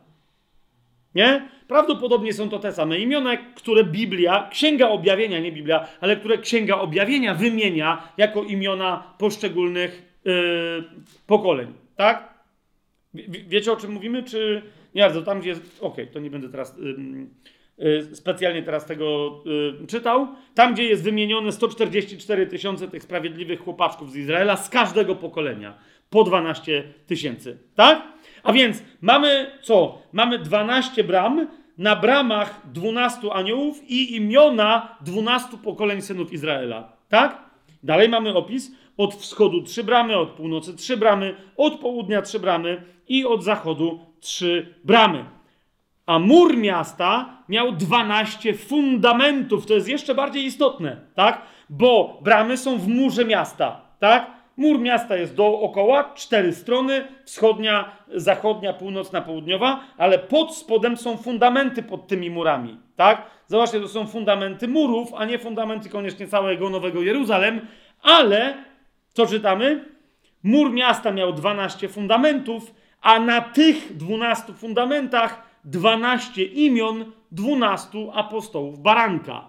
Nie? Prawdopodobnie są to te same imiona, które Biblia, Księga Objawienia, nie Biblia, ale które Księga Objawienia wymienia jako imiona poszczególnych yy, pokoleń. Tak? Wie, wiecie, o czym mówimy? Czy nie bardzo? Tam, gdzie jest... Okej, okay, to nie będę teraz... Yy, yy, specjalnie teraz tego yy, czytał. Tam, gdzie jest wymienione sto czterdzieści cztery tysiące tych sprawiedliwych chłopaczków z Izraela z każdego pokolenia. Po dwanaście tysięcy. Tak? A więc mamy co? Mamy dwanaście bram, na bramach dwunastu aniołów i imiona dwunastu pokoleń synów Izraela. Tak? Dalej mamy opis. Od wschodu trzy bramy, od północy trzy bramy, od południa trzy bramy i od zachodu trzy bramy. A mur miasta miał dwanaście fundamentów. To jest jeszcze bardziej istotne, tak? Bo bramy są w murze miasta, tak? Mur miasta jest dookoła, cztery strony, wschodnia, zachodnia, północna, południowa, ale pod spodem są fundamenty pod tymi murami, tak? Zobaczcie, to są fundamenty murów, a nie fundamenty koniecznie całego Nowego Jeruzalem, ale co czytamy? Mur miasta miał dwanaście fundamentów, a na tych dwunastu fundamentach dwanaście imion dwunastu apostołów baranka.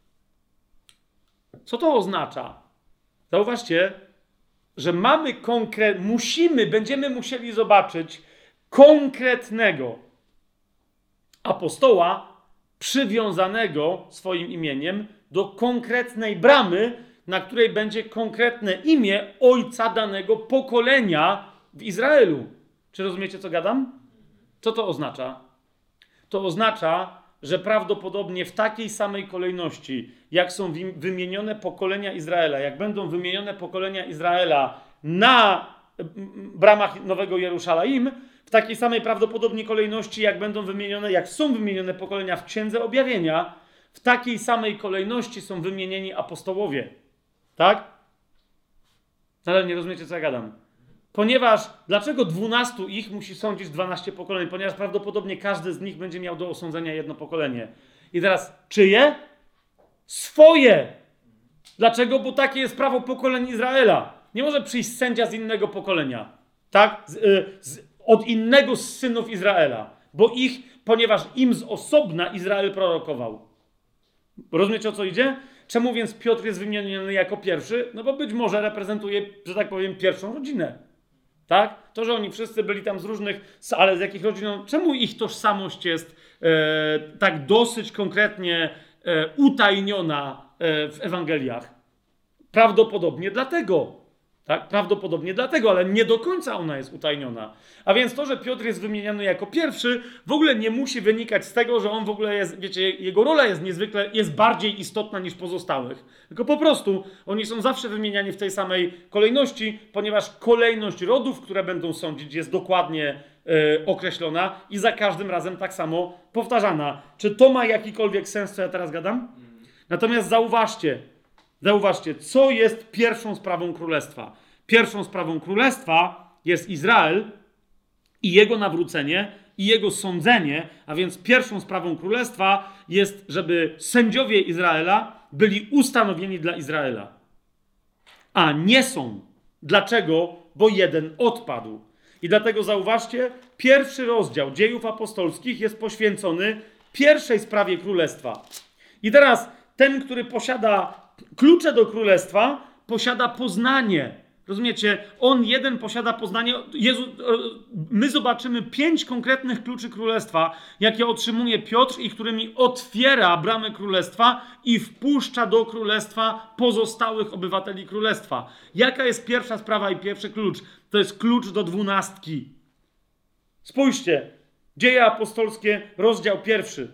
Co to oznacza? Zauważcie, że mamy konkret, musimy, będziemy musieli zobaczyć konkretnego apostoła przywiązanego swoim imieniem do konkretnej bramy, na której będzie konkretne imię ojca danego pokolenia w Izraelu. Czy rozumiecie, co gadam? Co to oznacza? To oznacza, że prawdopodobnie w takiej samej kolejności, jak są wymienione pokolenia Izraela, jak będą wymienione pokolenia Izraela na bramach Nowego Jerusalem, w takiej samej prawdopodobnie kolejności, jak będą wymienione, jak są wymienione pokolenia w Księdze Objawienia, w takiej samej kolejności są wymienieni apostołowie. Tak? Ale nie rozumiecie, co ja gadam. Ponieważ, dlaczego dwunastu ich musi sądzić dwanaście pokoleń? Ponieważ prawdopodobnie każdy z nich będzie miał do osądzenia jedno pokolenie. I teraz, czyje? Swoje! Dlaczego? Bo takie jest prawo pokoleń Izraela. Nie może przyjść sędzia z innego pokolenia. Tak? Z, y, z, od innego z synów Izraela. Bo ich, ponieważ im z osobna Izrael prorokował. Rozumiecie, o co idzie? Czemu więc Piotr jest wymieniony jako pierwszy? No bo być może reprezentuje, że tak powiem, pierwszą rodzinę. Tak? To, że oni wszyscy byli tam z różnych, ale z jakich rodzin? Czemu ich tożsamość jest e, tak dosyć konkretnie e, utajniona e, w Ewangeliach? Prawdopodobnie dlatego. Tak? Prawdopodobnie dlatego, ale nie do końca ona jest utajniona. A więc to, że Piotr jest wymieniany jako pierwszy, w ogóle nie musi wynikać z tego, że on w ogóle jest, wiecie, jego rola jest niezwykle, jest bardziej istotna niż pozostałych. Tylko po prostu oni są zawsze wymieniani w tej samej kolejności, ponieważ kolejność rodów, które będą sądzić, jest dokładnie e, określona i za każdym razem tak samo powtarzana. Czy to ma jakikolwiek sens, co ja teraz gadam? Natomiast zauważcie, Zauważcie, co jest pierwszą sprawą królestwa. Pierwszą sprawą królestwa jest Izrael i jego nawrócenie i jego sądzenie, a więc pierwszą sprawą królestwa jest, żeby sędziowie Izraela byli ustanowieni dla Izraela. A nie są. Dlaczego? Bo jeden odpadł. I dlatego zauważcie, pierwszy rozdział Dziejów Apostolskich jest poświęcony pierwszej sprawie królestwa. I teraz ten, który posiada klucze do królestwa, posiada poznanie. Rozumiecie? On jeden posiada poznanie. Jezu, my zobaczymy pięć konkretnych kluczy królestwa, jakie otrzymuje Piotr i którymi otwiera bramę królestwa i wpuszcza do królestwa pozostałych obywateli królestwa. Jaka jest pierwsza sprawa i pierwszy klucz? To jest klucz do dwunastki. Spójrzcie. Dzieje apostolskie, rozdział pierwszy.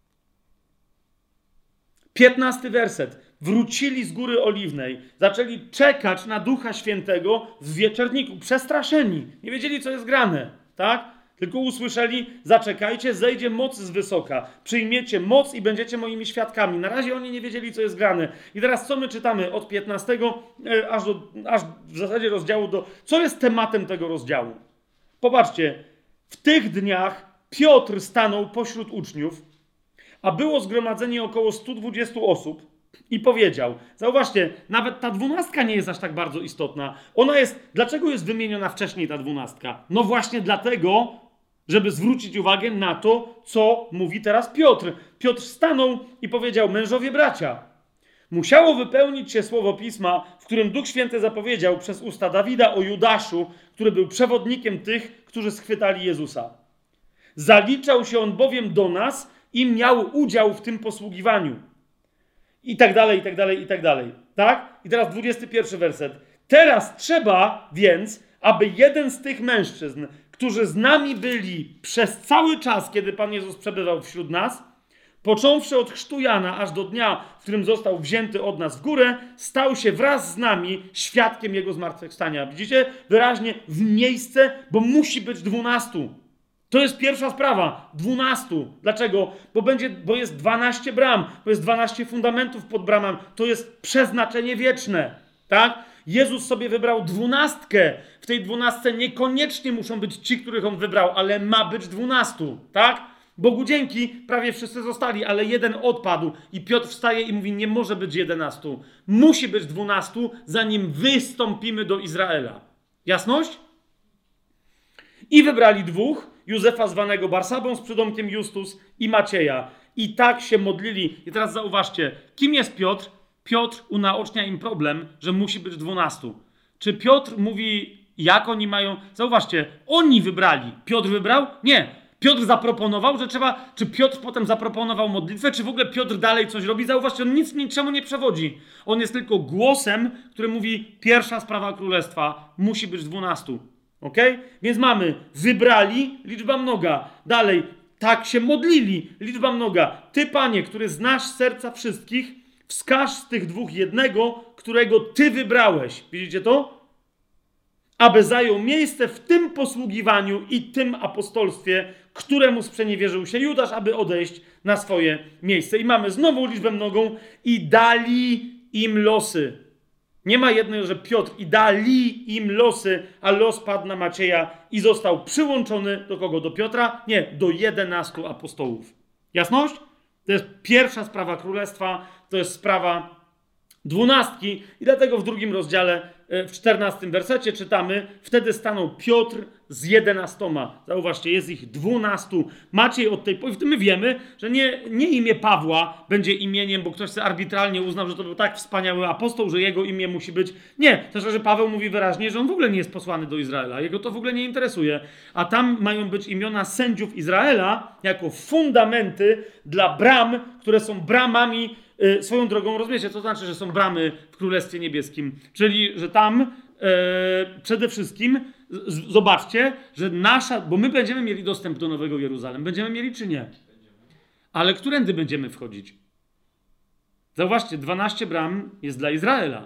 Piętnasty werset. Wrócili z Góry Oliwnej, zaczęli czekać na Ducha Świętego w wieczerniku, przestraszeni, nie wiedzieli, co jest grane, tak? Tylko usłyszeli, zaczekajcie, zejdzie moc z wysoka, przyjmiecie moc i będziecie moimi świadkami. Na razie oni nie wiedzieli, co jest grane. I teraz co my czytamy od piętnastego aż, do, aż w zasadzie rozdziału do... Co jest tematem tego rozdziału? Popatrzcie, w tych dniach Piotr stanął pośród uczniów, a było zgromadzenie około stu dwudziestu osób, i powiedział, zauważcie, nawet ta dwunastka nie jest aż tak bardzo istotna. Ona jest, dlaczego jest wymieniona wcześniej ta dwunastka? No właśnie dlatego, żeby zwrócić uwagę na to, co mówi teraz Piotr. Piotr stanął i powiedział, mężowie bracia, musiało wypełnić się słowo Pisma, w którym Duch Święty zapowiedział przez usta Dawida o Judaszu, który był przewodnikiem tych, którzy schwytali Jezusa. Zaliczał się on bowiem do nas i miał udział w tym posługiwaniu. I tak dalej, i tak dalej, i tak dalej. Tak? I teraz dwudziesty pierwszy werset. Teraz trzeba więc, aby jeden z tych mężczyzn, którzy z nami byli przez cały czas, kiedy Pan Jezus przebywał wśród nas, począwszy od chrztu Jana aż do dnia, w którym został wzięty od nas w górę, stał się wraz z nami świadkiem Jego zmartwychwstania. Widzicie? Wyraźnie w miejsce, bo musi być dwunastu. To jest pierwsza sprawa. Dwunastu. Dlaczego? Bo, będzie, bo jest dwanaście bram, bo jest dwanaście fundamentów pod bramami. To jest przeznaczenie wieczne. Tak? Jezus sobie wybrał dwunastkę. W tej dwunastce niekoniecznie muszą być ci, których on wybrał, ale ma być dwunastu. Tak? Bogu dzięki, prawie wszyscy zostali, ale jeden odpadł. I Piotr wstaje i mówi, nie może być jedenastu. Musi być dwunastu, zanim wystąpimy do Izraela. Jasność? I wybrali dwóch, Józefa zwanego Barsabą z przydomkiem Justus i Macieja. I tak się modlili. I teraz zauważcie, kim jest Piotr? Piotr unaocznia im problem, że musi być dwunastu. Czy Piotr mówi, jak oni mają... Zauważcie, oni wybrali. Piotr wybrał? Nie. Piotr zaproponował, że trzeba... Czy Piotr potem zaproponował modlitwę? Czy w ogóle Piotr dalej coś robi? Zauważcie, on nic niczemu nie przewodzi. On jest tylko głosem, który mówi, pierwsza sprawa królestwa, musi być dwunastu. Ok? Więc mamy, wybrali, liczba mnoga. Dalej, tak się modlili. Liczba mnoga. Ty, Panie, który znasz serca wszystkich, wskaż z tych dwóch jednego, którego Ty wybrałeś. Widzicie to? Aby zajął miejsce w tym posługiwaniu i tym apostolstwie, któremu sprzeniewierzył się Judasz, aby odejść na swoje miejsce. I mamy znowu liczbę mnogą i dali im losy. Nie ma jednego, że Piotr i dali im losy, a los padł na Macieja i został przyłączony do kogo? Do Piotra? Nie, do jedenastu apostołów. Jasność? To jest pierwsza sprawa królestwa, to jest sprawa dwunastki i dlatego w drugim rozdziale, w czternastym wersecie czytamy: wtedy stanął Piotr z jedenastoma. Zauważcie, jest ich dwunastu. Maciej od tej pory, my wiemy, że nie, nie imię Pawła będzie imieniem, bo ktoś sobie arbitralnie uznał, że to był tak wspaniały apostoł, że jego imię musi być. Nie, też, że Paweł mówi wyraźnie, że on w ogóle nie jest posłany do Izraela. Jego to w ogóle nie interesuje. A tam mają być imiona sędziów Izraela jako fundamenty dla bram, które są bramami. Swoją drogą, rozumiecie, co to znaczy, że są bramy w Królestwie Niebieskim? Czyli, że tam e, przede wszystkim z, zobaczcie, że nasza, bo my będziemy mieli dostęp do Nowego Jeruzalem. Będziemy mieli czy nie? Ale którędy będziemy wchodzić? Zauważcie, dwanaście bram jest dla Izraela.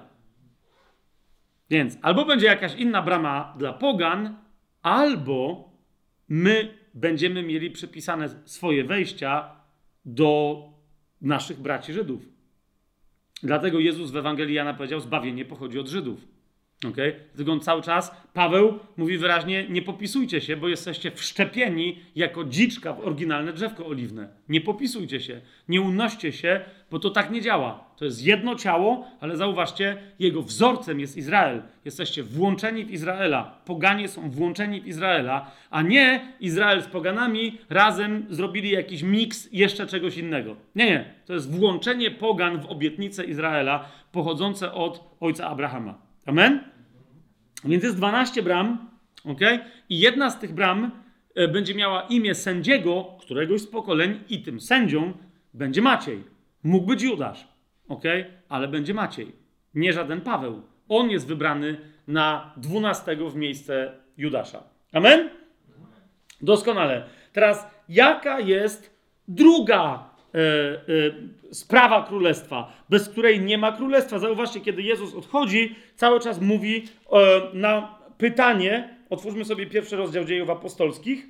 Więc albo będzie jakaś inna brama dla pogan, albo my będziemy mieli przypisane swoje wejścia do naszych braci Żydów. Dlatego Jezus w Ewangelii Jana powiedział: zbawienie pochodzi od Żydów. Okay? Dlatego on cały czas, Paweł mówi wyraźnie: nie popisujcie się, bo jesteście wszczepieni jako dziczka w oryginalne drzewko oliwne. Nie popisujcie się, nie unoście się, bo to tak nie działa. To jest jedno ciało, ale zauważcie, jego wzorcem jest Izrael. Jesteście włączeni w Izraela. Poganie są włączeni w Izraela, a nie Izrael z poganami razem zrobili jakiś miks jeszcze czegoś innego. Nie, nie. To jest włączenie pogan w obietnicę Izraela pochodzące od ojca Abrahama. Amen? Więc jest dwanaście bram, okay? I jedna z tych bram e, będzie miała imię sędziego któregoś z pokoleń i tym sędzią będzie Maciej. Mógł być Judasz, okay? Ale będzie Maciej. Nie żaden Paweł. On jest wybrany na dwunastego w miejsce Judasza. Amen? Doskonale. Teraz jaka jest druga e, e, sprawa królestwa, bez której nie ma królestwa? Zauważcie, kiedy Jezus odchodzi, cały czas mówi e, na pytanie. Otwórzmy sobie pierwszy rozdział Dziejów Apostolskich.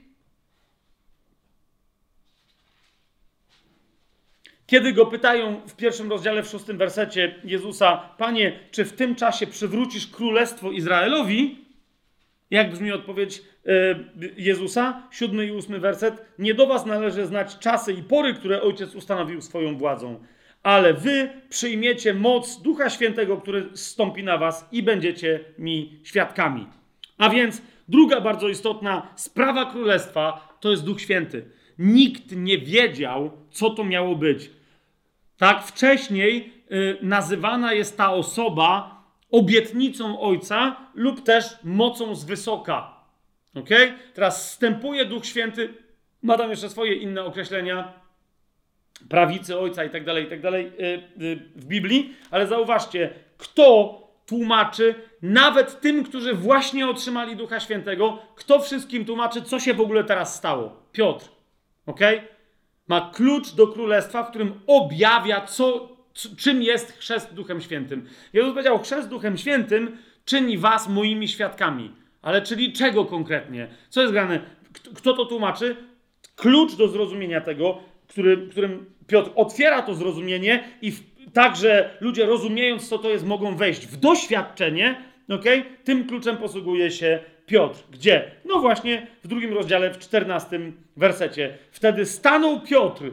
Kiedy go pytają w pierwszym rozdziale, w szóstym wersecie Jezusa: Panie, czy w tym czasie przywrócisz królestwo Izraelowi? Jak brzmi odpowiedź Jezusa? Siódmy i ósmy werset. Nie do was należy znać czasy i pory, które Ojciec ustanowił swoją władzą, ale wy przyjmiecie moc Ducha Świętego, który zstąpi na was i będziecie mi świadkami. A więc druga bardzo istotna sprawa królestwa to jest Duch Święty. Nikt nie wiedział, co to miało być. Tak, wcześniej y, nazywana jest ta osoba obietnicą Ojca lub też mocą z wysoka. Okay? Teraz wstępuje Duch Święty, ma tam jeszcze swoje inne określenia, prawicy Ojca i tak dalej, i tak dalej w Biblii, ale zauważcie, kto tłumaczy nawet tym, którzy właśnie otrzymali Ducha Świętego, kto wszystkim tłumaczy, co się w ogóle teraz stało? Piotr. Okay? Ma klucz do królestwa, w którym objawia, co, czym jest chrzest Duchem Świętym. Jezus powiedział: chrzest Duchem Świętym czyni was moimi świadkami. Ale czyli czego konkretnie? Co jest grane? Kto to tłumaczy? Klucz do zrozumienia tego, który, którym Piotr otwiera to zrozumienie i w, tak, że ludzie, rozumiejąc, co to jest, mogą wejść w doświadczenie, okay? Tym kluczem posługuje się Piotr. Gdzie? No właśnie w drugim rozdziale, w czternastym wersecie. Wtedy stanął Piotr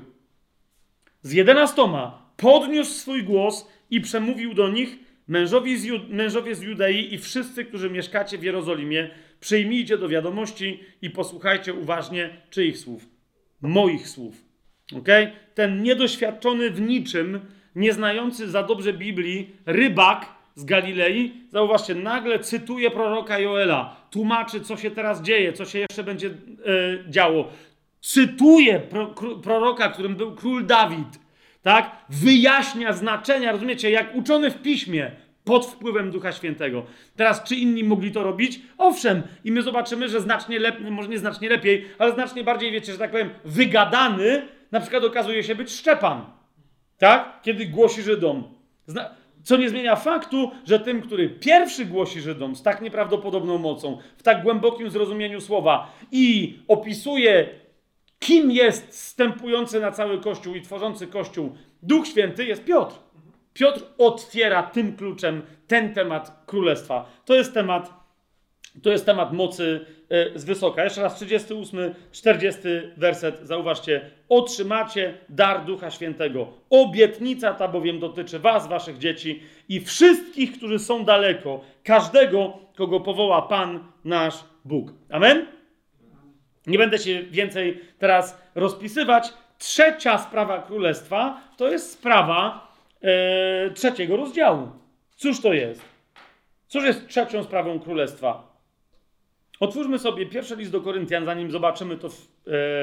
z jedenastoma, podniósł swój głos i przemówił do nich: Mężowie z, Ju- mężowie z Judei i wszyscy, którzy mieszkacie w Jerozolimie, przyjmijcie do wiadomości i posłuchajcie uważnie czyich słów? Moich słów. Okay? Ten niedoświadczony w niczym, nieznający za dobrze Biblii rybak z Galilei, zauważcie, nagle cytuje proroka Joela, tłumaczy, co się teraz dzieje, co się jeszcze będzie e, działo. Cytuje pro, proroka, którym był król Dawid. Tak? Wyjaśnia znaczenia, rozumiecie, jak uczony w piśmie, pod wpływem Ducha Świętego. Teraz, czy inni mogli to robić? Owszem, i my zobaczymy, że znacznie lepiej, może nie znacznie lepiej, ale znacznie bardziej, wiecie, że tak powiem, wygadany, na przykład okazuje się być Szczepan. Tak? Kiedy głosi Żydom. Zna- Co nie zmienia faktu, że tym, który pierwszy głosi Żydom z tak nieprawdopodobną mocą, w tak głębokim zrozumieniu słowa i opisuje, kim jest zstępujący na cały Kościół i tworzący Kościół Duch Święty, jest Piotr. Piotr otwiera tym kluczem ten temat królestwa. To jest temat, to jest temat mocy e, z wysoka. Jeszcze raz trzydziesty ósmy, czterdziesty werset. Zauważcie. Otrzymacie dar Ducha Świętego. Obietnica ta bowiem dotyczy was, waszych dzieci i wszystkich, którzy są daleko. Każdego, kogo powoła Pan nasz Bóg. Amen? Nie będę się więcej teraz rozpisywać. Trzecia sprawa królestwa to jest sprawa e, trzeciego rozdziału. Cóż to jest? Cóż jest trzecią sprawą królestwa? Otwórzmy sobie pierwszy list do Koryntian, zanim zobaczymy to w, e,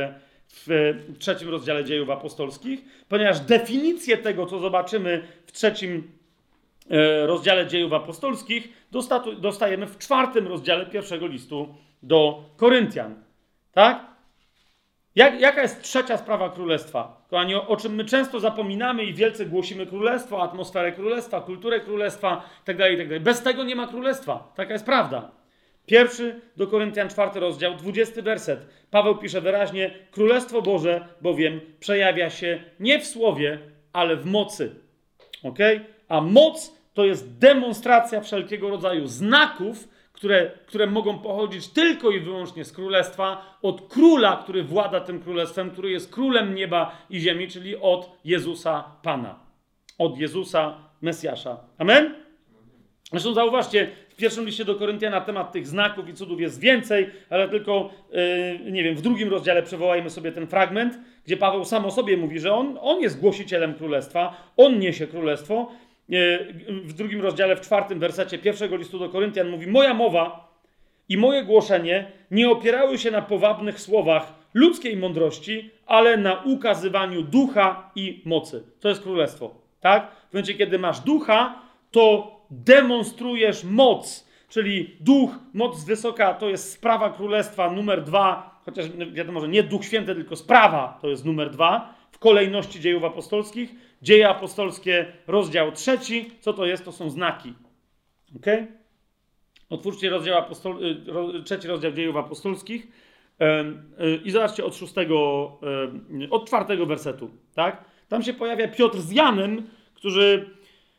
w trzecim rozdziale Dziejów Apostolskich, ponieważ definicję tego, co zobaczymy w trzecim e, rozdziale Dziejów Apostolskich, dostatu, dostajemy w czwartym rozdziale pierwszego listu do Koryntian. Tak? Jak, jaka jest trzecia sprawa królestwa? Kochani, o, o czym my często zapominamy i wielce głosimy królestwo, atmosferę królestwa, kulturę królestwa itd., itd. Bez tego nie ma królestwa. Taka jest prawda. Pierwszy do Koryntian, czwarty rozdział, dwudziesty werset. Paweł pisze wyraźnie: Królestwo Boże bowiem przejawia się nie w słowie, ale w mocy. Okay? A moc to jest demonstracja wszelkiego rodzaju znaków, które, które mogą pochodzić tylko i wyłącznie z królestwa, od króla, który włada tym królestwem, który jest królem nieba i ziemi, czyli od Jezusa Pana. Od Jezusa Mesjasza. Amen? Zresztą zauważcie, w pierwszym liście do Koryntian na temat tych znaków i cudów jest więcej, ale tylko, yy, nie wiem, w drugim rozdziale przywołajmy sobie ten fragment, gdzie Paweł sam o sobie mówi, że on, on jest głosicielem królestwa, on niesie królestwo. W drugim rozdziale, w czwartym wersecie pierwszego listu do Koryntian mówi: moja mowa i moje głoszenie nie opierały się na powabnych słowach ludzkiej mądrości, ale na ukazywaniu ducha i mocy. To jest królestwo, tak? W momencie, kiedy masz ducha, to demonstrujesz moc, czyli duch, moc z wysoka, to jest sprawa królestwa numer dwa, chociaż wiadomo, że nie Duch Święty, tylko sprawa to jest numer dwa w kolejności dziejów apostolskich. Dzieje apostolskie, rozdział trzeci. Co to jest? To są znaki. Ok? Otwórzcie rozdział apostol... trzeci rozdział dziejów apostolskich i zobaczcie od szóstego, od czwartego wersetu. Tak? Tam się pojawia Piotr z Janem, którzy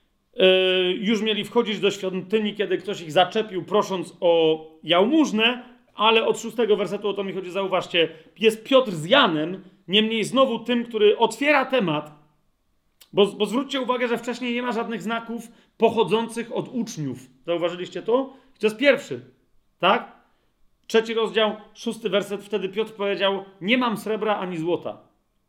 już mieli wchodzić do świątyni, kiedy ktoś ich zaczepił, prosząc o jałmużnę, ale od szóstego wersetu o to mi chodzi, zauważcie, jest Piotr z Janem, niemniej znowu tym, który otwiera temat, bo, bo zwróćcie uwagę, że wcześniej nie ma żadnych znaków pochodzących od uczniów. Zauważyliście to? I to jest pierwszy, tak? Trzeci rozdział, szósty werset, wtedy Piotr powiedział: nie mam srebra ani złota,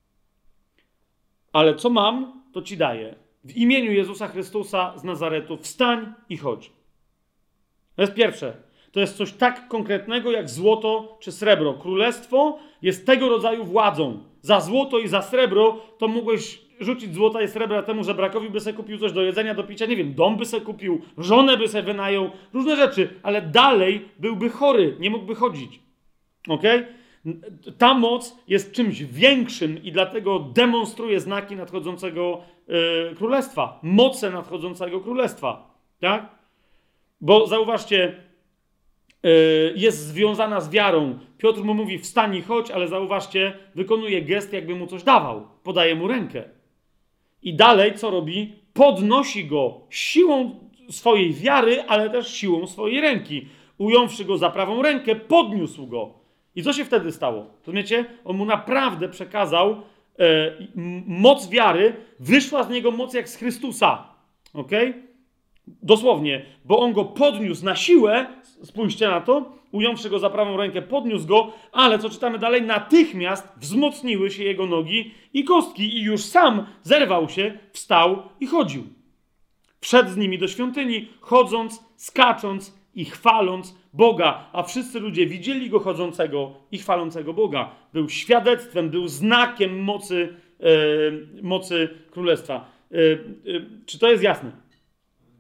ale co mam, to ci daję. W imieniu Jezusa Chrystusa z Nazaretu wstań i chodź. To jest pierwsze. To jest coś tak konkretnego jak złoto czy srebro. Królestwo jest tego rodzaju władzą. Za złoto i za srebro to mógłbyś rzucić złota i srebra temu żebrakowi, by sobie kupił coś do jedzenia, do picia, nie wiem, dom by sobie kupił, żonę by sobie wynajął, różne rzeczy, ale dalej byłby chory, nie mógłby chodzić. Okej? Ta moc jest czymś większym i dlatego demonstruje znaki nadchodzącego yy, królestwa. Moce nadchodzącego królestwa. Tak? Bo zauważcie, yy, jest związana z wiarą. Piotr mu mówi: wstań i chodź, ale zauważcie, wykonuje gest, jakby mu coś dawał. Podaje mu rękę. I dalej co robi? Podnosi go siłą swojej wiary, ale też siłą swojej ręki. Ująwszy go za prawą rękę, podniósł go. I co się wtedy stało? Rozumiecie? On mu naprawdę przekazał e, moc wiary, wyszła z niego moc jak z Chrystusa. Okej? Dosłownie, bo on go podniósł na siłę, spójrzcie na to, ująwszy go za prawą rękę, podniósł go, ale co czytamy dalej? Natychmiast wzmocniły się jego nogi i kostki i już sam zerwał się, wstał i chodził. Wszedł z nimi do świątyni, chodząc, skacząc i chwaląc Boga, a wszyscy ludzie widzieli go chodzącego i chwalącego Boga. Był świadectwem, był znakiem mocy, e, mocy królestwa. E, e, czy to jest jasne?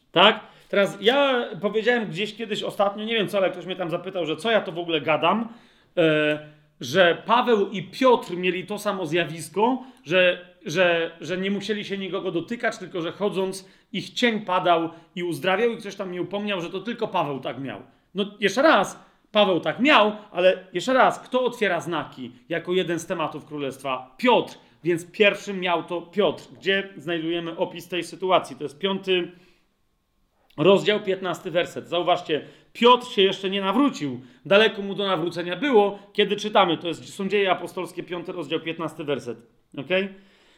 Tak? Teraz ja powiedziałem gdzieś kiedyś ostatnio, nie wiem co, ale ktoś mnie tam zapytał, że co ja to w ogóle gadam, e, że Paweł i Piotr mieli to samo zjawisko, że, że, że nie musieli się nikogo dotykać, tylko że chodząc ich cień padał i uzdrawiał i ktoś tam mi upomniał, że to tylko Paweł tak miał. No jeszcze raz, Paweł tak miał, ale jeszcze raz, kto otwiera znaki jako jeden z tematów Królestwa? Piotr, więc pierwszym miał to Piotr. Gdzie znajdujemy opis tej sytuacji? To jest piąty rozdział, piętnasty werset. Zauważcie, Piotr się jeszcze nie nawrócił. Daleko mu do nawrócenia było, kiedy czytamy. To jest, są Dzieje Apostolskie, piąty rozdział, piętnasty werset. Okay?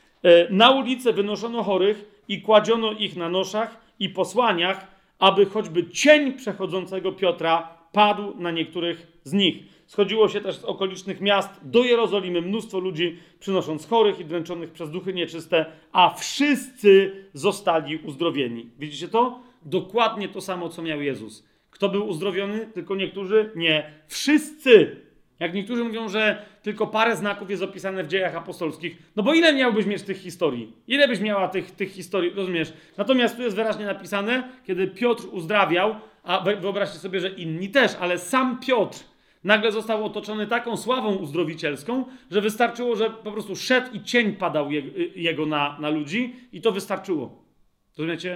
Na ulicę wynoszono chorych i kładziono ich na noszach i posłaniach, aby choćby cień przechodzącego Piotra padł na niektórych z nich. Schodziło się też z okolicznych miast do Jerozolimy mnóstwo ludzi, przynosząc chorych i dręczonych przez duchy nieczyste, a wszyscy zostali uzdrowieni. Widzicie to? Dokładnie to samo, co miał Jezus. Kto był uzdrowiony? Tylko niektórzy? Nie. Wszyscy. Jak niektórzy mówią, że tylko parę znaków jest opisane w Dziejach Apostolskich, no bo ile miałbyś mieć tych historii? Ile byś miała tych, tych historii, rozumiesz? Natomiast tu jest wyraźnie napisane, kiedy Piotr uzdrawiał, a wyobraźcie sobie, że inni też, ale sam Piotr nagle został otoczony taką sławą uzdrowicielską, że wystarczyło, że po prostu szedł i cień padał je, jego na, na ludzi i to wystarczyło. Rozumiecie?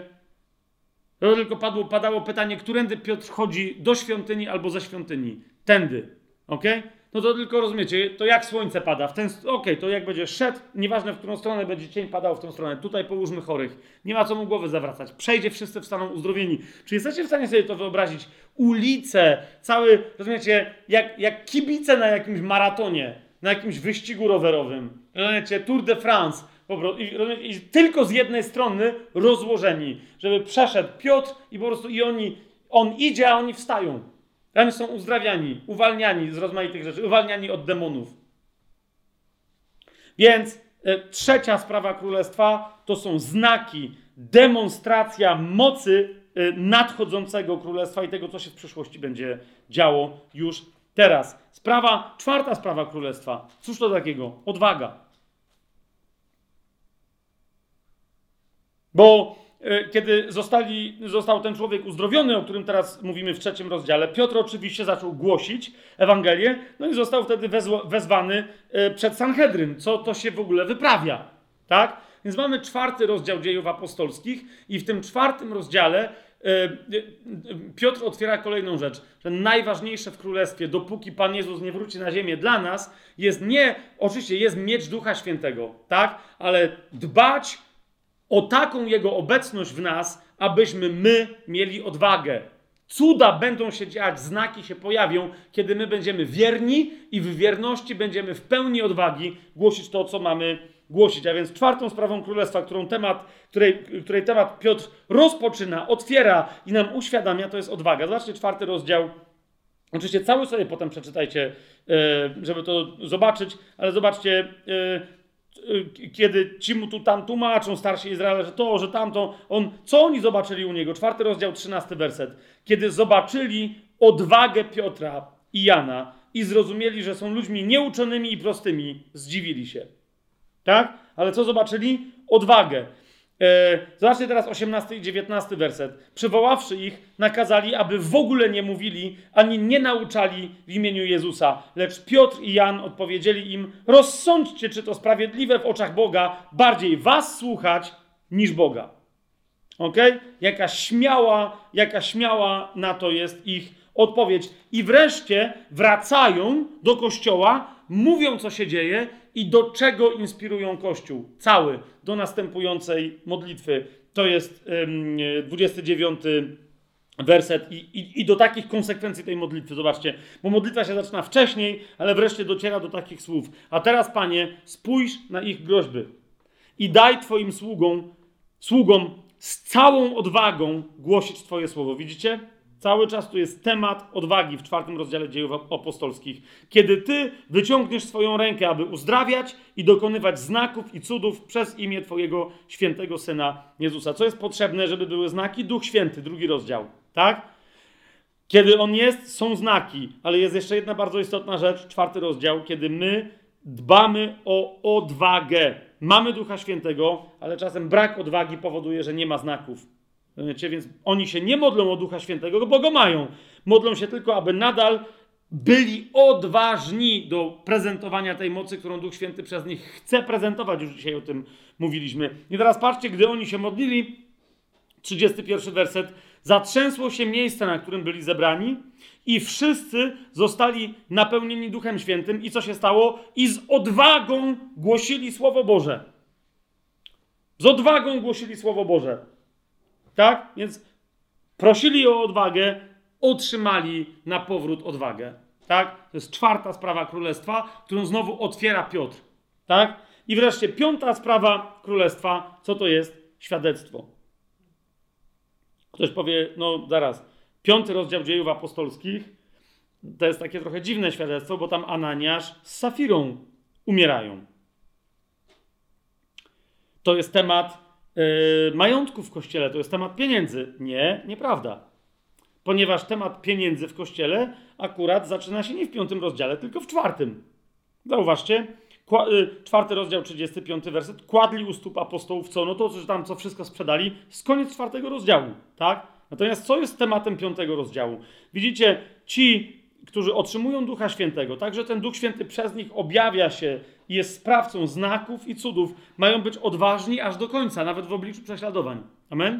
To tylko padło, padało pytanie, którędy Piotr chodzi do świątyni albo ze świątyni. Tędy. Okej? Okay? No to tylko rozumiecie, to jak słońce pada. W ten, okej, okay, to jak będzie szedł, nieważne w którą stronę będzie cień padał w tą stronę. Tutaj połóżmy chorych. Nie ma co mu głowy zawracać. Przejdzie, wszyscy wstaną uzdrowieni. Czy jesteście w stanie sobie to wyobrazić? Ulice, cały, rozumiecie, jak, jak kibice na jakimś maratonie, na jakimś wyścigu rowerowym. Rozumiecie, Tour de France. Po prostu, i, i tylko z jednej strony rozłożeni, żeby przeszedł Piotr i po prostu i oni, on idzie, a oni wstają. Tam są uzdrawiani, uwalniani z rozmaitych rzeczy, uwalniani od demonów. Więc e, trzecia sprawa Królestwa to są znaki, demonstracja mocy e, nadchodzącego Królestwa i tego, co się w przyszłości będzie działo już teraz. Sprawa, czwarta sprawa Królestwa. Cóż to takiego? Odwaga. Bo e, kiedy zostali, został ten człowiek uzdrowiony, o którym teraz mówimy w trzecim rozdziale, Piotr oczywiście zaczął głosić Ewangelię, no i został wtedy wezwa, wezwany e, przed Sanhedryn. Co to się w ogóle wyprawia? Tak? Więc mamy czwarty rozdział Dziejów Apostolskich i w tym czwartym rozdziale e, e, Piotr otwiera kolejną rzecz, że najważniejsze w Królestwie, dopóki Pan Jezus nie wróci na ziemię dla nas, jest nie, oczywiście jest mieć Ducha Świętego, tak? Ale dbać o taką Jego obecność w nas, abyśmy my mieli odwagę. Cuda będą się dziać, znaki się pojawią, kiedy my będziemy wierni i w wierności będziemy w pełni odwagi głosić to, co mamy głosić. A więc czwartą sprawą Królestwa, którą temat, której, której temat Piotr rozpoczyna, otwiera i nam uświadamia, to jest odwaga. Zobaczcie czwarty rozdział. Oczywiście cały sobie potem przeczytajcie, żeby to zobaczyć, ale zobaczcie, kiedy ci mu tu tam tłumaczą, starsi Izraela, że to, że tamto, on, co oni zobaczyli u niego? Czwarty rozdział, trzynasty werset. Kiedy zobaczyli odwagę Piotra i Jana i zrozumieli, że są ludźmi nieuczonymi i prostymi, zdziwili się. Tak? Ale co zobaczyli? Odwagę. E, zobaczcie teraz osiemnasty i dziewiętnasty werset. Przywoławszy ich, nakazali, aby w ogóle nie mówili, ani nie nauczali w imieniu Jezusa. Lecz Piotr i Jan odpowiedzieli im, rozsądźcie, czy to sprawiedliwe w oczach Boga, bardziej was słuchać niż Boga. Okej? Okay? Jaka śmiała, jaka śmiała na to jest ich odpowiedź. I wreszcie wracają do kościoła, mówią, co się dzieje i do czego inspirują Kościół. Cały. Do następującej modlitwy. To jest ym, dwudziesty dziewiąty werset i, i, i do takich konsekwencji tej modlitwy. Zobaczcie, bo modlitwa się zaczyna wcześniej, ale wreszcie dociera do takich słów. A teraz, Panie, spójrz na ich groźby i daj Twoim sługom, sługom z całą odwagą głosić Twoje słowo. Widzicie? Cały czas tu jest temat odwagi w czwartym rozdziale Dziejów Apostolskich. Kiedy Ty wyciągniesz swoją rękę, aby uzdrawiać i dokonywać znaków i cudów przez imię Twojego świętego Syna Jezusa. Co jest potrzebne, żeby były znaki? Duch Święty, drugi rozdział. Tak? Kiedy On jest, są znaki. Ale jest jeszcze jedna bardzo istotna rzecz, czwarty rozdział, kiedy my dbamy o odwagę. Mamy Ducha Świętego, ale czasem brak odwagi powoduje, że nie ma znaków. Wiecie? Więc oni się nie modlą o Ducha Świętego, bo go mają. Modlą się tylko, aby nadal byli odważni do prezentowania tej mocy, którą Duch Święty przez nich chce prezentować. Już dzisiaj o tym mówiliśmy. I teraz patrzcie, gdy oni się modlili, trzydziesty pierwszy werset, zatrzęsło się miejsce, na którym byli zebrani i wszyscy zostali napełnieni Duchem Świętym. I co się stało? I z odwagą głosili Słowo Boże. Z odwagą głosili Słowo Boże. Tak? Więc prosili o odwagę, otrzymali na powrót odwagę. Tak? To jest czwarta sprawa królestwa, którą znowu otwiera Piotr. Tak? I wreszcie piąta sprawa królestwa, co to jest? Świadectwo. Ktoś powie, no zaraz, piąty rozdział Dziejów Apostolskich to jest takie trochę dziwne świadectwo, bo tam Ananiasz z Safirą umierają. To jest temat yy, majątku w Kościele, to jest temat pieniędzy. Nie, nieprawda. Ponieważ temat pieniędzy w Kościele akurat zaczyna się nie w piątym rozdziale, tylko w czwartym. Zauważcie, kła, yy, czwarty rozdział, trzydziesty piąty werset. Kładli u stóp apostołów co? No to, że tam co wszystko sprzedali, z koniec czwartego rozdziału, tak? Natomiast co jest tematem piątego rozdziału? Widzicie, ci, którzy otrzymują Ducha Świętego, tak, że ten Duch Święty przez nich objawia się i jest sprawcą znaków i cudów, mają być odważni aż do końca, nawet w obliczu prześladowań. Amen?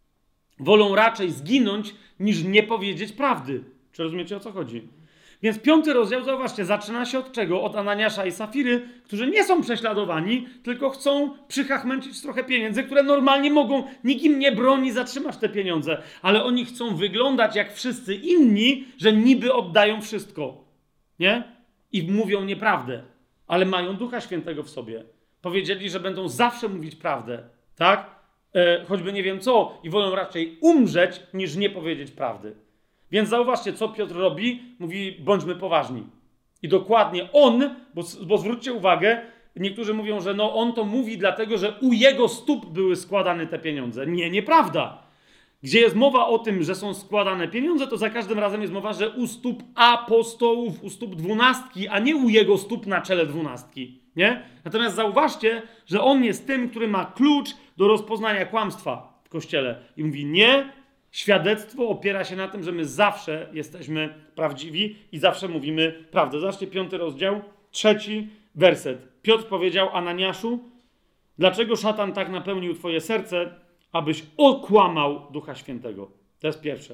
Wolą raczej zginąć, niż nie powiedzieć prawdy. Czy rozumiecie, o co chodzi? Więc piąty rozdział, zauważcie, zaczyna się od czego? Od Ananiasza i Safiry, którzy nie są prześladowani, tylko chcą przychachmęcić trochę pieniędzy, które normalnie mogą, nikt im nie broni zatrzymać te pieniądze, ale oni chcą wyglądać jak wszyscy inni, że niby oddają wszystko. Nie? I mówią nieprawdę, ale mają Ducha Świętego w sobie. Powiedzieli, że będą zawsze mówić prawdę, tak? E, choćby nie wiem co, i wolą raczej umrzeć, niż nie powiedzieć prawdy. Więc zauważcie, co Piotr robi. Mówi, bądźmy poważni. I dokładnie on, bo, bo zwróćcie uwagę, niektórzy mówią, że no on to mówi dlatego, że u jego stóp były składane te pieniądze. Nie, nieprawda. Gdzie jest mowa o tym, że są składane pieniądze, to za każdym razem jest mowa, że u stóp apostołów, u stóp dwunastki, a nie u jego stóp na czele dwunastki. Nie? Natomiast zauważcie, że on jest tym, który ma klucz do rozpoznania kłamstwa w Kościele. I mówi, nie, świadectwo opiera się na tym, że my zawsze jesteśmy prawdziwi i zawsze mówimy prawdę. Zobaczcie, piąty rozdział, trzeci werset. Piotr powiedział Ananiaszu, dlaczego szatan tak napełnił twoje serce, abyś okłamał Ducha Świętego. To jest pierwsze.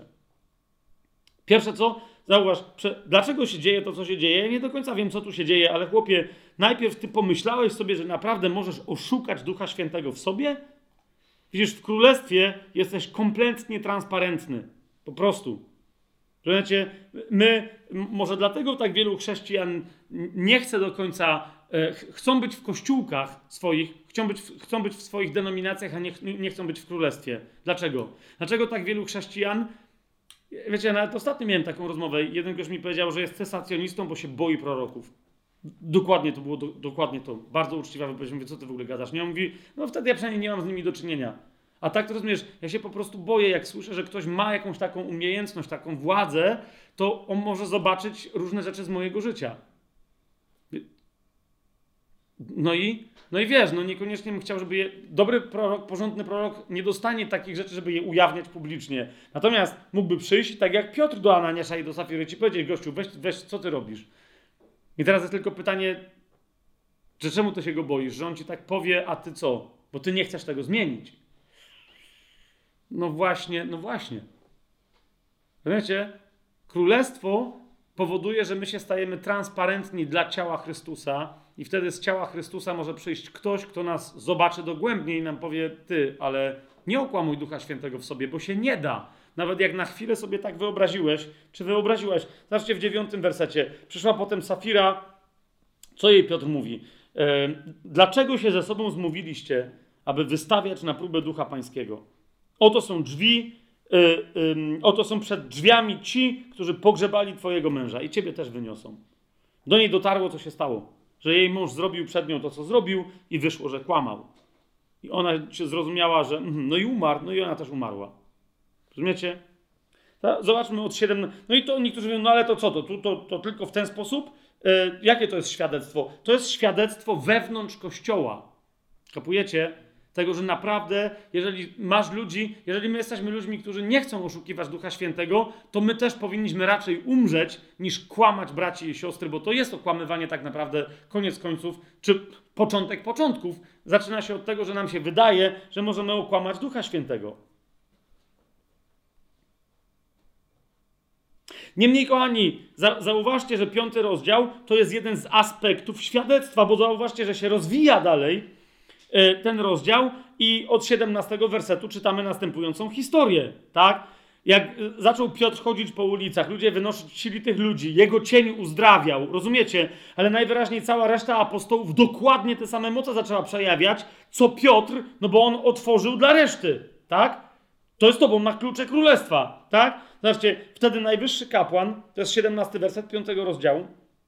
Pierwsze co? Zauważ, prze, dlaczego się dzieje to, co się dzieje? Ja nie do końca wiem, co tu się dzieje, ale chłopie, najpierw ty pomyślałeś sobie, że naprawdę możesz oszukać Ducha Świętego w sobie? Widzisz, w Królestwie jesteś kompletnie transparentny. Po prostu. Rozumiecie? My, może dlatego tak wielu chrześcijan nie chce do końca, e, chcą być w kościółkach swoich, chcą być, w, chcą być w swoich denominacjach, a nie, nie chcą być w Królestwie. Dlaczego? Dlaczego tak wielu chrześcijan, wiecie, ja nawet ostatnio miałem taką rozmowę, jeden ktoś mi powiedział, że jest cesacjonistą, bo się boi proroków. Dokładnie to było, do, dokładnie to. Bardzo uczciwa wypowiedź. Mówię, co ty w ogóle gadasz? Nie, on mówi, no wtedy ja przynajmniej nie mam z nimi do czynienia. A tak to rozumiesz, ja się po prostu boję, jak słyszę, że ktoś ma jakąś taką umiejętność, taką władzę, to on może zobaczyć różne rzeczy z mojego życia. No i, no i wiesz, no niekoniecznie bym chciał, żeby je, dobry prorok, porządny prorok nie dostanie takich rzeczy, żeby je ujawniać publicznie. Natomiast mógłby przyjść, tak jak Piotr do Ananiasza i do Safiry, ci powiedzieć, gościu, weź, weź, co ty robisz? I teraz jest tylko pytanie, że czemu ty się go boisz? Że on ci tak powie, a ty co? Bo ty nie chcesz tego zmienić. No właśnie, no właśnie. Wiecie, królestwo powoduje, że my się stajemy transparentni dla ciała Chrystusa i wtedy z ciała Chrystusa może przyjść ktoś, kto nas zobaczy dogłębnie i nam powie, ty, ale nie okłamuj Ducha Świętego w sobie, bo się nie da. Nawet jak na chwilę sobie tak wyobraziłeś, czy wyobraziłaś. Zobaczcie w dziewiątym wersecie. Przyszła potem Safira. Co jej Piotr mówi? E, dlaczego się ze sobą zmówiliście, aby wystawiać na próbę Ducha Pańskiego? Oto są drzwi, y, y, oto są przed drzwiami ci, którzy pogrzebali twojego męża i ciebie też wyniosą. Do niej dotarło, co się stało. Że jej mąż zrobił przed nią to, co zrobił i wyszło, że kłamał. I ona się zrozumiała, że mm, no i umarł, no i ona też umarła. Rozumiecie? Zobaczmy od siedemnastego. No i to niektórzy mówią, no ale to co, to, to, to, to tylko w ten sposób? E, jakie to jest świadectwo? To jest świadectwo wewnątrz Kościoła. Kapujecie? Tego, że naprawdę, jeżeli masz ludzi, jeżeli my jesteśmy ludźmi, którzy nie chcą oszukiwać Ducha Świętego, to my też powinniśmy raczej umrzeć, niż kłamać braci i siostry, bo to jest okłamywanie tak naprawdę koniec końców, czy początek początków. Zaczyna się od tego, że nam się wydaje, że możemy okłamać Ducha Świętego. Niemniej, kochani, za, zauważcie, że piąty rozdział to jest jeden z aspektów świadectwa, bo zauważcie, że się rozwija dalej y, ten rozdział i od siedemnastego wersetu czytamy następującą historię, tak? Jak y, zaczął Piotr chodzić po ulicach, ludzie wynosili tych ludzi, jego cień uzdrawiał, rozumiecie? Ale najwyraźniej cała reszta apostołów dokładnie te same moce zaczęła przejawiać, co Piotr, no bo on otworzył dla reszty, tak? To jest to, bo ma klucze królestwa, tak? Zobaczcie, wtedy najwyższy kapłan, to jest siedemnasty werset piątego rozdziału,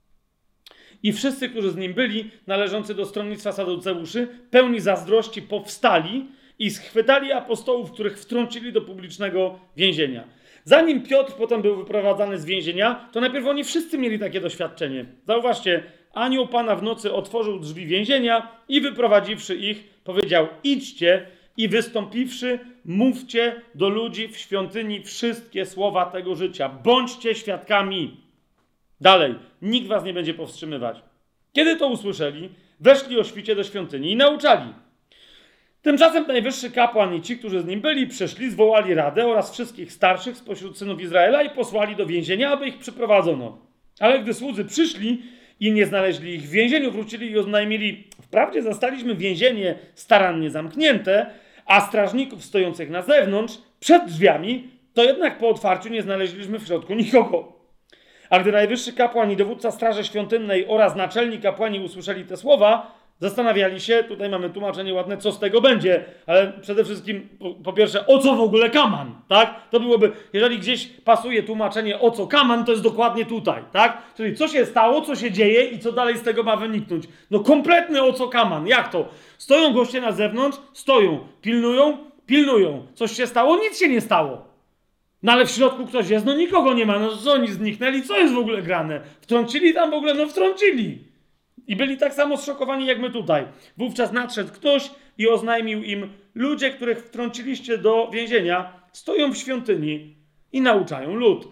i wszyscy, którzy z nim byli, należący do stronnictwa Saduceuszy, pełni zazdrości powstali i schwytali apostołów, których wtrącili do publicznego więzienia. Zanim Piotr potem był wyprowadzany z więzienia, to najpierw oni wszyscy mieli takie doświadczenie. Zauważcie, anioł Pana w nocy otworzył drzwi więzienia i wyprowadziwszy ich, powiedział: idźcie, i wystąpiwszy, mówcie do ludzi w świątyni wszystkie słowa tego życia. Bądźcie świadkami. Dalej, nikt was nie będzie powstrzymywać. Kiedy to usłyszeli, weszli o świcie do świątyni i nauczali. Tymczasem najwyższy kapłan i ci, którzy z nim byli, przyszli, zwołali radę oraz wszystkich starszych spośród synów Izraela i posłali do więzienia, aby ich przyprowadzono. Ale gdy słudzy przyszli i nie znaleźli ich w więzieniu, wrócili i oznajmili: wprawdzie zastaliśmy więzienie starannie zamknięte, a strażników stojących na zewnątrz, przed drzwiami, to jednak po otwarciu nie znaleźliśmy w środku nikogo. A gdy najwyższy kapłan i dowódca straży świątynnej oraz naczelni kapłani usłyszeli te słowa, zastanawiali się, tutaj mamy tłumaczenie ładne, co z tego będzie, ale przede wszystkim, po, po pierwsze, o co w ogóle kaman, tak? To byłoby, jeżeli gdzieś pasuje tłumaczenie o co kaman, to jest dokładnie tutaj, tak? Czyli co się stało, co się dzieje i co dalej z tego ma wyniknąć. No kompletny o co kaman, jak to? Stoją goście na zewnątrz, stoją, pilnują, pilnują. Coś się stało? Nic się nie stało. No ale w środku ktoś jest, no nikogo nie ma, no co oni zniknęli, co jest w ogóle grane? Wtrącili tam w ogóle, no wtrącili. I byli tak samo zszokowani jak my tutaj. Wówczas nadszedł ktoś i oznajmił im: ludzie, których wtrąciliście do więzienia, stoją w świątyni i nauczają lud.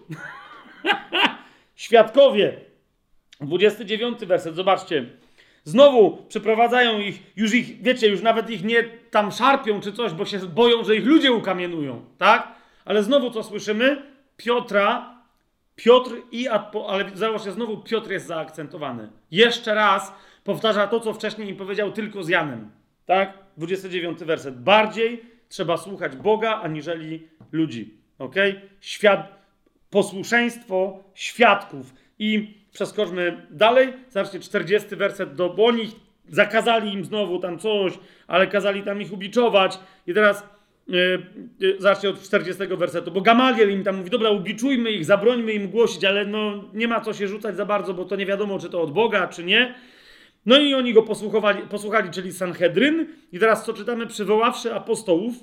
Świadkowie. dwudziesty dziewiąty werset, zobaczcie. Znowu przyprowadzają ich, już ich, wiecie, już nawet ich nie tam szarpią czy coś, bo się boją, że ich ludzie ukamienują, tak? Ale znowu co słyszymy? Piotra, Piotr i, ale zobaczcie, znowu Piotr jest zaakcentowany. Jeszcze raz powtarza to, co wcześniej im powiedział tylko z Janem. Tak? dwudziesty dziewiąty werset. Bardziej trzeba słuchać Boga, aniżeli ludzi. Okej? Świat, posłuszeństwo świadków. I przeskoczmy dalej. Zobaczcie, czterdziesty werset, do, bo oni zakazali im znowu tam coś, ale kazali tam ich ubiczować. I teraz Yy, yy, zobaczcie od czterdziestego wersetu, bo Gamaliel im tam mówi: dobra, ubiczujmy ich, zabrońmy im głosić, ale no nie ma co się rzucać za bardzo, bo to nie wiadomo, czy to od Boga, czy nie. No i oni go posłuchali, posłuchali, czyli Sanhedryn. I teraz co czytamy? Przywoławszy apostołów,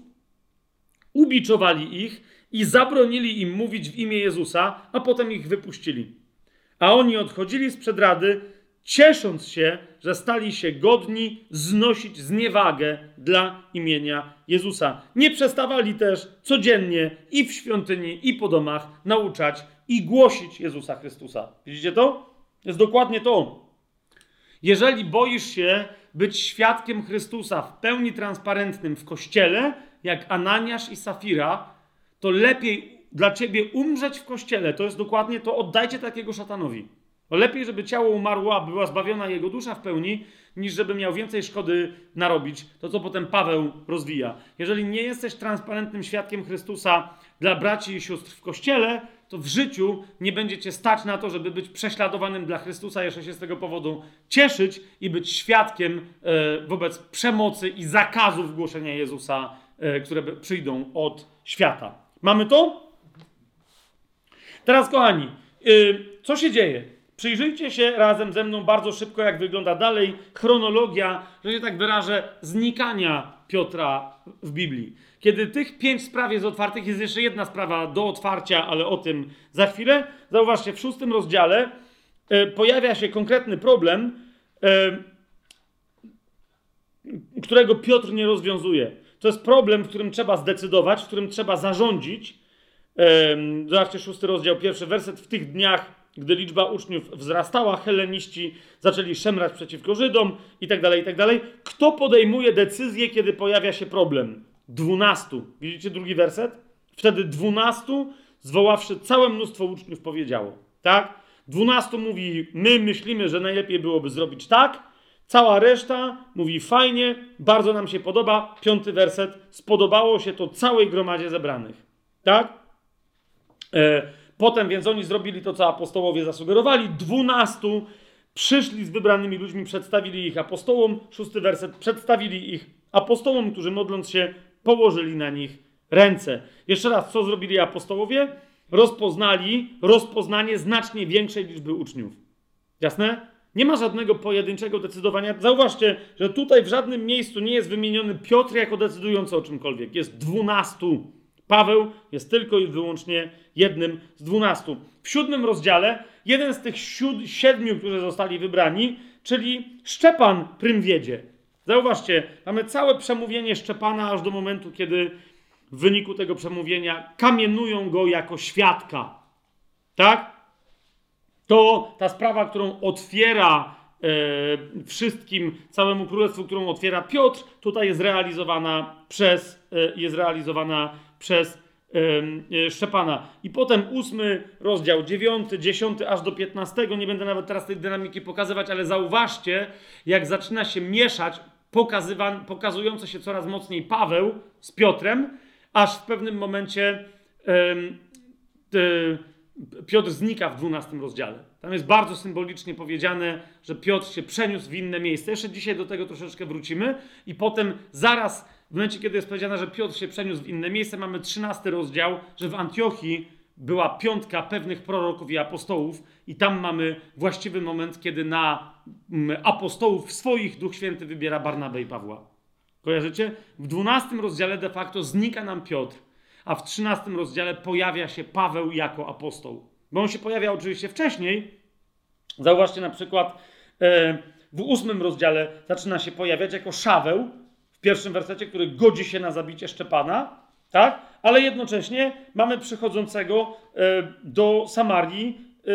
ubiczowali ich i zabronili im mówić w imię Jezusa, a potem ich wypuścili. A oni odchodzili sprzed rady, ciesząc się, że stali się godni znosić zniewagę dla imienia Jezusa. Nie przestawali też codziennie i w świątyni, i po domach nauczać i głosić Jezusa Chrystusa. Widzicie to? Jest dokładnie to. Jeżeli boisz się być świadkiem Chrystusa w pełni transparentnym w kościele, jak Ananiasz i Safira, to lepiej dla ciebie umrzeć w kościele. To jest dokładnie to. Oddajcie takiego szatanowi. Bo lepiej, żeby ciało umarło, a była zbawiona jego dusza w pełni, niż żeby miał więcej szkody narobić. To, co potem Paweł rozwija. Jeżeli nie jesteś transparentnym świadkiem Chrystusa dla braci i sióstr w kościele, to w życiu nie będzie cię stać na to, żeby być prześladowanym dla Chrystusa, jeszcze się z tego powodu cieszyć i być świadkiem e, wobec przemocy i zakazów głoszenia Jezusa, e, które przyjdą od świata. Mamy to? Teraz, kochani, y, co się dzieje? Przyjrzyjcie się razem ze mną bardzo szybko, jak wygląda dalej chronologia, że się tak wyrażę, znikania Piotra w Biblii. Kiedy tych pięć spraw jest otwartych, jest jeszcze jedna sprawa do otwarcia, ale o tym za chwilę. Zauważcie, w szóstym rozdziale y, pojawia się konkretny problem. Y, którego Piotr nie rozwiązuje. To jest problem, w którym trzeba zdecydować, w którym trzeba zarządzić. Ehm, zobaczcie szósty rozdział, pierwszy werset. W tych dniach, gdy liczba uczniów wzrastała, heleniści zaczęli szemrać przeciwko Żydom i tak dalej, i tak dalej. Kto podejmuje decyzję, kiedy pojawia się problem? Dwunastu. Widzicie drugi werset? Wtedy dwunastu, zwoławszy całe mnóstwo uczniów, powiedziało. Tak? Dwunastu mówi, my myślimy, że najlepiej byłoby zrobić tak. Cała reszta mówi, fajnie, bardzo nam się podoba. Piąty werset. Spodobało się to całej gromadzie zebranych. Tak? E, potem więc oni zrobili to, co apostołowie zasugerowali. Dwunastu przyszli z wybranymi ludźmi, przedstawili ich apostołom. Szósty werset. Przedstawili ich apostołom, którzy modląc się, położyli na nich ręce. Jeszcze raz, co zrobili apostołowie? Rozpoznali rozpoznanie znacznie większej liczby uczniów. Jasne? Nie ma żadnego pojedynczego decydowania. Zauważcie, że tutaj w żadnym miejscu nie jest wymieniony Piotr jako decydujący o czymkolwiek. Jest dwunastu. Paweł jest tylko i wyłącznie jednym z dwunastu. W siódmym rozdziale jeden z tych siód- siedmiu, którzy zostali wybrani, czyli Szczepan prym wiedzie. Zauważcie, mamy całe przemówienie Szczepana aż do momentu, kiedy w wyniku tego przemówienia kamienują go jako świadka. Tak? To ta sprawa, którą otwiera e, wszystkim, całemu królestwu, którą otwiera Piotr, tutaj jest realizowana przez, e, jest realizowana przez e, e, Szczepana. I potem ósmy rozdział, dziewiąty, dziesiąty aż do piętnastego. Nie będę nawet teraz tej dynamiki pokazywać, ale zauważcie, jak zaczyna się mieszać pokazywa, pokazujące się coraz mocniej Paweł z Piotrem, aż w pewnym momencie e, e, Piotr znika w dwunastym rozdziale. Tam jest bardzo symbolicznie powiedziane, że Piotr się przeniósł w inne miejsce. Jeszcze dzisiaj do tego troszeczkę wrócimy. I potem zaraz, w momencie, kiedy jest powiedziane, że Piotr się przeniósł w inne miejsce, mamy trzynasty rozdział, że w Antiochii była piątka pewnych proroków i apostołów i tam mamy właściwy moment, kiedy na apostołów swoich Duch Święty wybiera Barnabę i Pawła. Kojarzycie? W dwunastym rozdziale de facto znika nam Piotr, a w trzynastym rozdziale pojawia się Paweł jako apostoł. Bo on się pojawia oczywiście wcześniej. Zauważcie na przykład e, w ósmym rozdziale zaczyna się pojawiać jako Szaweł w pierwszym wersecie, który godzi się na zabicie Szczepana, tak? Ale jednocześnie mamy przychodzącego e, do Samarii e,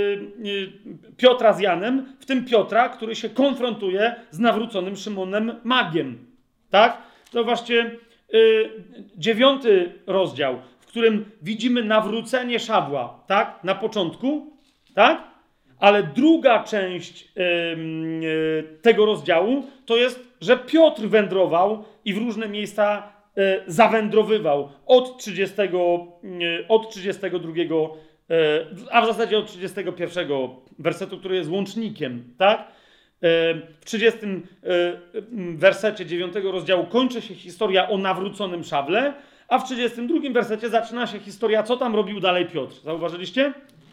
e, Piotra z Janem, w tym Piotra, który się konfrontuje z nawróconym Szymonem Magiem. Tak? Zauważcie Yy, dziewiąty rozdział, w którym widzimy nawrócenie Szawła, tak? Na początku, tak? Ale druga część yy, yy, tego rozdziału to jest, że Piotr wędrował i w różne miejsca yy, zawędrowywał od trzydziestego, yy, od trzydziestego drugiego, yy, a w zasadzie od trzydziestego pierwszego wersetu, który jest łącznikiem, tak? W trzydziestym wersecie dziewiątego rozdziału kończy się historia o nawróconym Szawle, a w trzydziestym drugim wersecie zaczyna się historia, co tam robił dalej Piotr. Zauważyliście?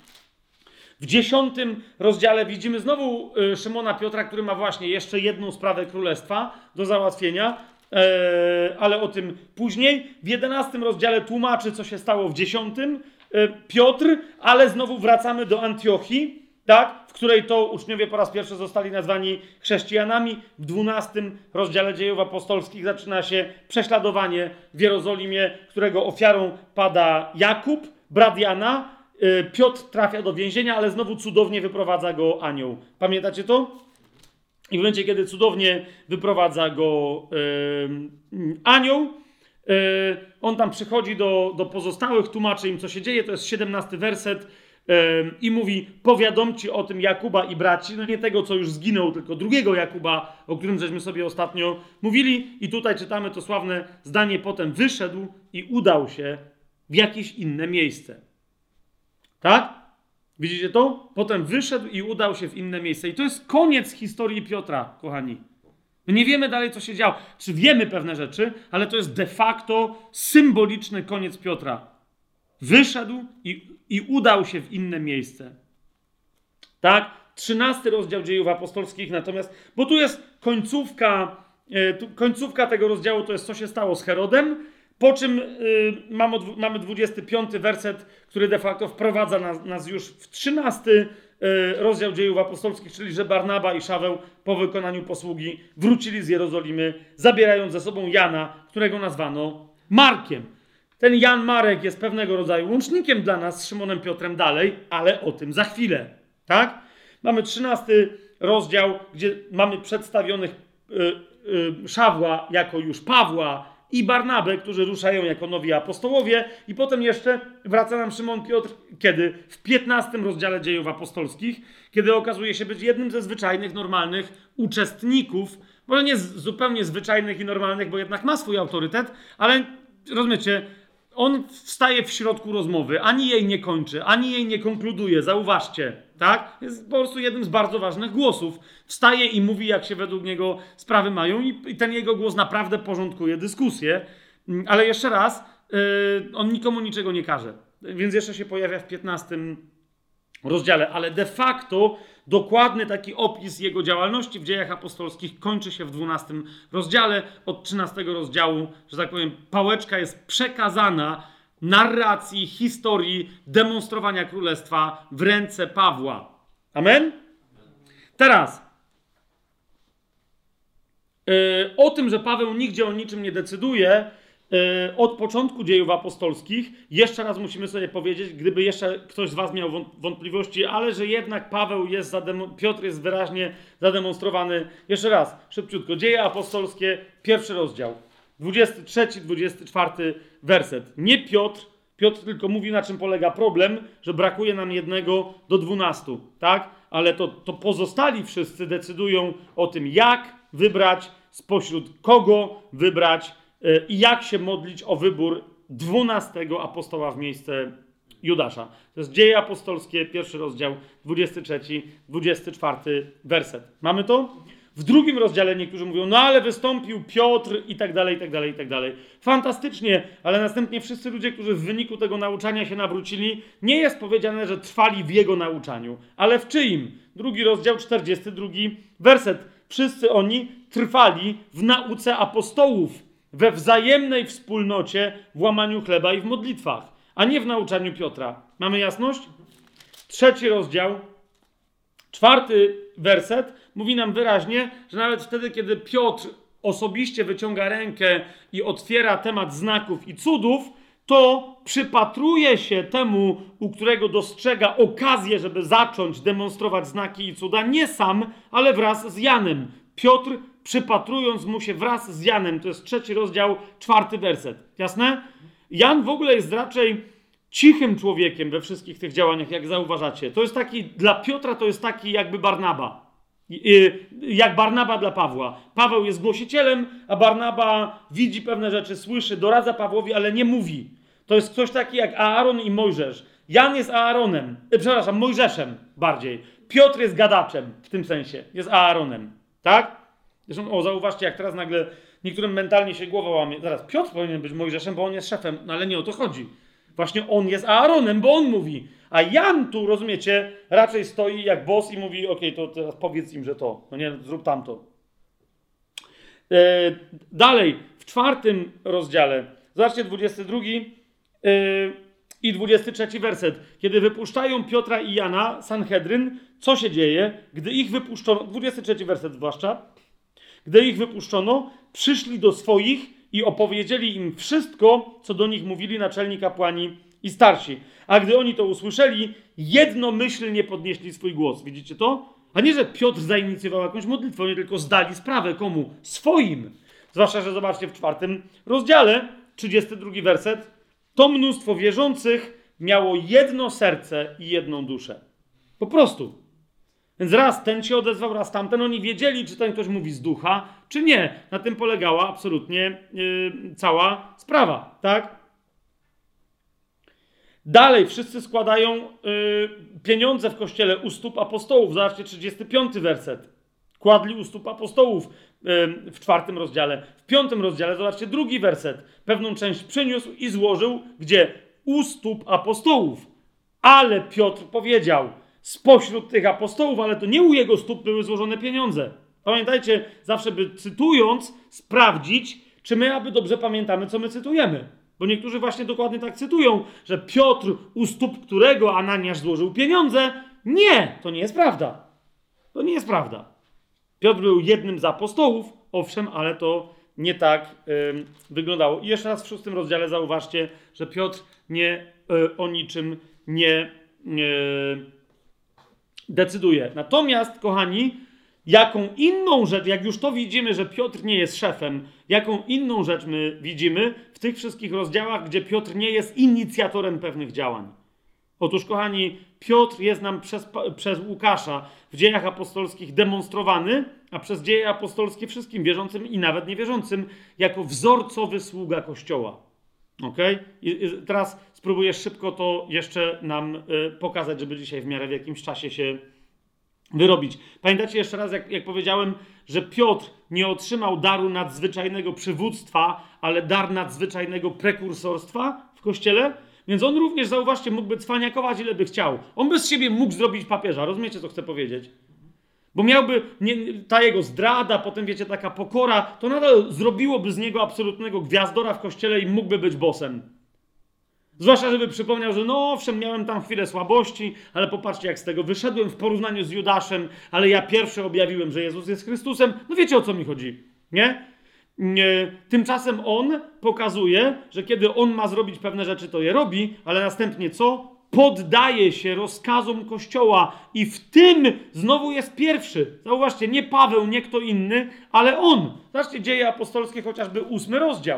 W dziesiątym rozdziale widzimy znowu Szymona Piotra, który ma właśnie jeszcze jedną sprawę królestwa do załatwienia, ale o tym później. W jedenastym rozdziale tłumaczy, co się stało w dziesiątym Piotr, ale znowu wracamy do Antiochii, tak? W której to uczniowie po raz pierwszy zostali nazwani chrześcijanami. W dwunastym rozdziale Dziejów Apostolskich zaczyna się prześladowanie w Jerozolimie, którego ofiarą pada Jakub, brat Jana. Piotr trafia do więzienia, ale znowu cudownie wyprowadza go anioł. Pamiętacie to? I w momencie, kiedy cudownie wyprowadza go yy, anioł, yy, on tam przychodzi do, do pozostałych, tłumaczy im, co się dzieje. To jest siedemnasty werset. I mówi, powiadomcie o tym Jakuba i braci, no nie tego, co już zginął, tylko drugiego Jakuba, o którym żeśmy sobie ostatnio mówili. I tutaj czytamy to sławne zdanie, potem wyszedł i udał się w jakieś inne miejsce. Tak? Widzicie to? Potem wyszedł i udał się w inne miejsce. I to jest koniec historii Piotra, kochani. My nie wiemy dalej, co się działo. Czy wiemy pewne rzeczy, ale to jest de facto symboliczny koniec Piotra. Wyszedł i I udał się w inne miejsce. Tak? trzynasty rozdział Dziejów Apostolskich natomiast, bo tu jest końcówka, e, tu, końcówka tego rozdziału, to jest co się stało z Herodem, po czym y, mamy, mamy dwudziesty piąty werset, który de facto wprowadza nas, nas już w trzynasty rozdział Dziejów Apostolskich, czyli że Barnaba i Szaweł po wykonaniu posługi wrócili z Jerozolimy, zabierając ze sobą Jana, którego nazwano Markiem. Ten Jan Marek jest pewnego rodzaju łącznikiem dla nas z Szymonem Piotrem dalej, ale o tym za chwilę. Tak? Mamy trzynasty rozdział, gdzie mamy przedstawionych y, y, Szawła jako już Pawła i Barnabę, którzy ruszają jako nowi apostołowie, i potem jeszcze wraca nam Szymon Piotr, kiedy? W piętnastym rozdziale Dziejów Apostolskich, kiedy okazuje się być jednym ze zwyczajnych, normalnych uczestników, może nie z, zupełnie zwyczajnych i normalnych, bo jednak ma swój autorytet, ale rozumiecie, on wstaje w środku rozmowy, ani jej nie kończy, ani jej nie konkluduje, zauważcie, tak? Jest po prostu jednym z bardzo ważnych głosów. Wstaje i mówi, jak się według niego sprawy mają, i, i ten jego głos naprawdę porządkuje dyskusję. Ale jeszcze raz, yy, on nikomu niczego nie każe. Więc jeszcze się pojawia w piętnastym rozdziale, ale de facto dokładny taki opis jego działalności w Dziejach Apostolskich kończy się w dwunastym rozdziale. Od trzynastego rozdziału, że tak powiem, pałeczka jest przekazana narracji, historii, demonstrowania królestwa w ręce Pawła. Amen? Teraz yy, o tym, że Paweł nigdzie o niczym nie decyduje, od początku Dziejów Apostolskich, jeszcze raz musimy sobie powiedzieć, gdyby jeszcze ktoś z was miał wątpliwości, ale że jednak Paweł jest, zademo- Piotr jest wyraźnie zademonstrowany. Jeszcze raz, szybciutko. Dzieje Apostolskie, pierwszy rozdział, dwudziesty trzeci, dwudziesty czwarty werset. Nie Piotr, Piotr tylko mówi, na czym polega problem, że brakuje nam jednego do dwunastu, tak? Ale to, to pozostali wszyscy decydują o tym, jak wybrać, spośród kogo wybrać i jak się modlić o wybór dwunastego apostoła w miejsce Judasza. To jest Dzieje Apostolskie, pierwszy rozdział, dwudziesty trzeci, dwudziesty czwarty werset. Mamy to? W drugim rozdziale niektórzy mówią, no ale wystąpił Piotr i tak dalej, i tak dalej, i tak dalej. Fantastycznie, ale następnie wszyscy ludzie, którzy w wyniku tego nauczania się nawrócili, nie jest powiedziane, że trwali w jego nauczaniu, ale w czyim? Drugi rozdział, czterdziesty drugi werset. Wszyscy oni trwali w nauce apostołów, we wzajemnej wspólnocie, w łamaniu chleba i w modlitwach, a nie w nauczaniu Piotra. Mamy jasność? Trzeci rozdział, czwarty werset mówi nam wyraźnie, że nawet wtedy, kiedy Piotr osobiście wyciąga rękę i otwiera temat znaków i cudów, to przypatruje się temu, u którego dostrzega okazję, żeby zacząć demonstrować znaki i cuda, nie sam, ale wraz z Janem. Piotr, przypatrując mu się wraz z Janem, to jest trzeci rozdział, czwarty werset. Jasne? Jan w ogóle jest raczej cichym człowiekiem we wszystkich tych działaniach, jak zauważacie. To jest taki, dla Piotra to jest taki jakby Barnaba. Jak Barnaba dla Pawła. Paweł jest głosicielem, a Barnaba widzi pewne rzeczy, słyszy, doradza Pawłowi, ale nie mówi. To jest ktoś taki jak Aaron i Mojżesz. Jan jest Aaronem, e, przepraszam, Mojżeszem bardziej. Piotr jest gadaczem w tym sensie, jest Aaronem. Tak? Zresztą, o, zauważcie, jak teraz nagle niektórym mentalnie się głowa łamie. Zaraz, Piotr powinien być Mojżeszem, bo on jest szefem, no ale nie o to chodzi. Właśnie on jest Aaronem, bo on mówi. A Jan tu, rozumiecie, raczej stoi jak boss i mówi, okej, okay, to teraz powiedz im, że to, no nie, zrób tamto. E, dalej, w czwartym rozdziale, zobaczcie, dwudziesty drugi yy, i dwudziesty trzeci werset. Kiedy wypuszczają Piotra i Jana, Sanhedryn, co się dzieje? Gdy ich wypuszczono, dwudziesty trzeci werset zwłaszcza, gdy ich wypuszczono, przyszli do swoich i opowiedzieli im wszystko, co do nich mówili naczelni kapłani i starsi. A gdy oni to usłyszeli, jednomyślnie podnieśli swój głos. Widzicie to? A nie, że Piotr zainicjował jakąś modlitwę, oni tylko zdali sprawę komu? Swoim. Zwłaszcza, że zobaczcie w czwartym rozdziale, trzydziesty drugi werset. To mnóstwo wierzących miało jedno serce i jedną duszę. Po prostu. Więc raz ten się odezwał, raz tamten. Oni wiedzieli, czy ten ktoś mówi z ducha, czy nie. Na tym polegała absolutnie yy, cała sprawa. Tak? Dalej wszyscy składają yy, pieniądze w kościele u stóp apostołów. Zobaczcie trzydziesty piąty werset. Kładli u stóp apostołów yy, w czwartym rozdziale. W piątym rozdziale, zobaczcie drugi werset. Pewną część przyniósł i złożył, gdzie? U stóp apostołów. Ale Piotr powiedział, spośród tych apostołów, ale to nie u jego stóp były złożone pieniądze. Pamiętajcie, zawsze by cytując, sprawdzić, czy my aby dobrze pamiętamy, co my cytujemy. Bo niektórzy właśnie dokładnie tak cytują, że Piotr, u stóp którego Ananiasz złożył pieniądze, Nie, to nie jest prawda. To nie jest prawda. Piotr był jednym z apostołów, owszem, ale to nie tak y, wyglądało. I jeszcze raz w szóstym rozdziale zauważcie, że Piotr nie y, o niczym nie y, decyduje. Natomiast, kochani, jaką inną rzecz, jak już to widzimy, że Piotr nie jest szefem, jaką inną rzecz my widzimy w tych wszystkich rozdziałach, gdzie Piotr nie jest inicjatorem pewnych działań. Otóż, kochani, Piotr jest nam przez, przez Łukasza w Dziejach Apostolskich demonstrowany, a przez Dzieje Apostolskie wszystkim wierzącym i nawet niewierzącym jako wzorcowy sługa Kościoła. Okej? I, i teraz spróbuję szybko to jeszcze nam y, pokazać, żeby dzisiaj w miarę w jakimś czasie się wyrobić. Pamiętacie jeszcze raz, jak, jak powiedziałem, że Piotr nie otrzymał daru nadzwyczajnego przywództwa, ale dar nadzwyczajnego prekursorstwa w Kościele? Więc on również, zauważcie, mógłby cwaniakować ile by chciał. On by z siebie mógł zrobić papieża. Rozumiecie, co chcę powiedzieć? Bo miałby, nie, ta jego zdrada, potem wiecie, taka pokora, to nadal zrobiłoby z niego absolutnego gwiazdora w Kościele i mógłby być bossem. Zwłaszcza, żeby przypomniał, że no owszem, miałem tam chwilę słabości, ale popatrzcie, jak z tego wyszedłem w porównaniu z Judaszem, ale ja pierwszy objawiłem, że Jezus jest Chrystusem. No wiecie, o co mi chodzi, nie? nie? Tymczasem on pokazuje, że kiedy on ma zrobić pewne rzeczy, to je robi, ale następnie co? Poddaje się rozkazom Kościoła i w tym znowu jest pierwszy. Zauważcie, nie Paweł, nie kto inny, ale on. Zobaczcie, Dzieje Apostolskie, chociażby ósmy rozdział.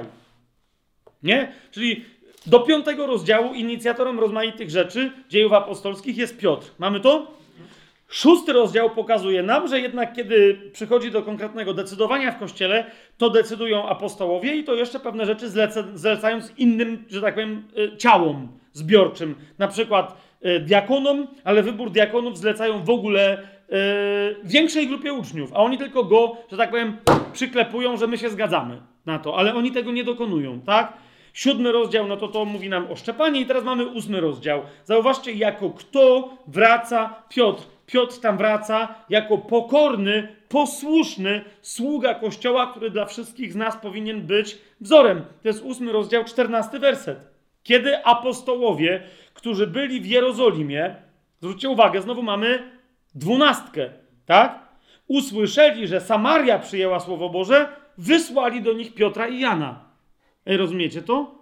Nie? Czyli do piątego rozdziału inicjatorem rozmaitych rzeczy Dziejów Apostolskich jest Piotr. Mamy to? Szósty rozdział pokazuje nam, że jednak kiedy przychodzi do konkretnego decydowania w Kościele, to decydują apostołowie i to jeszcze pewne rzeczy zleca, zlecając innym, że tak powiem, ciałom zbiorczym. Na przykład diakonom, ale wybór diakonów zlecają w ogóle yy, większej grupie uczniów, a oni tylko go, że tak powiem, przyklepują, że my się zgadzamy na to, ale oni tego nie dokonują, tak? Siódmy rozdział, no to to mówi nam o szczepaniu i teraz mamy ósmy rozdział. Zauważcie, jako kto wraca Piotr. Piotr tam wraca jako pokorny, posłuszny sługa Kościoła, który dla wszystkich z nas powinien być wzorem. To jest ósmy rozdział, czternasty werset. Kiedy apostołowie, którzy byli w Jerozolimie, zwróćcie uwagę, znowu mamy dwunastkę, tak? Usłyszeli, że Samaria przyjęła Słowo Boże, wysłali do nich Piotra i Jana. Ej, rozumiecie to?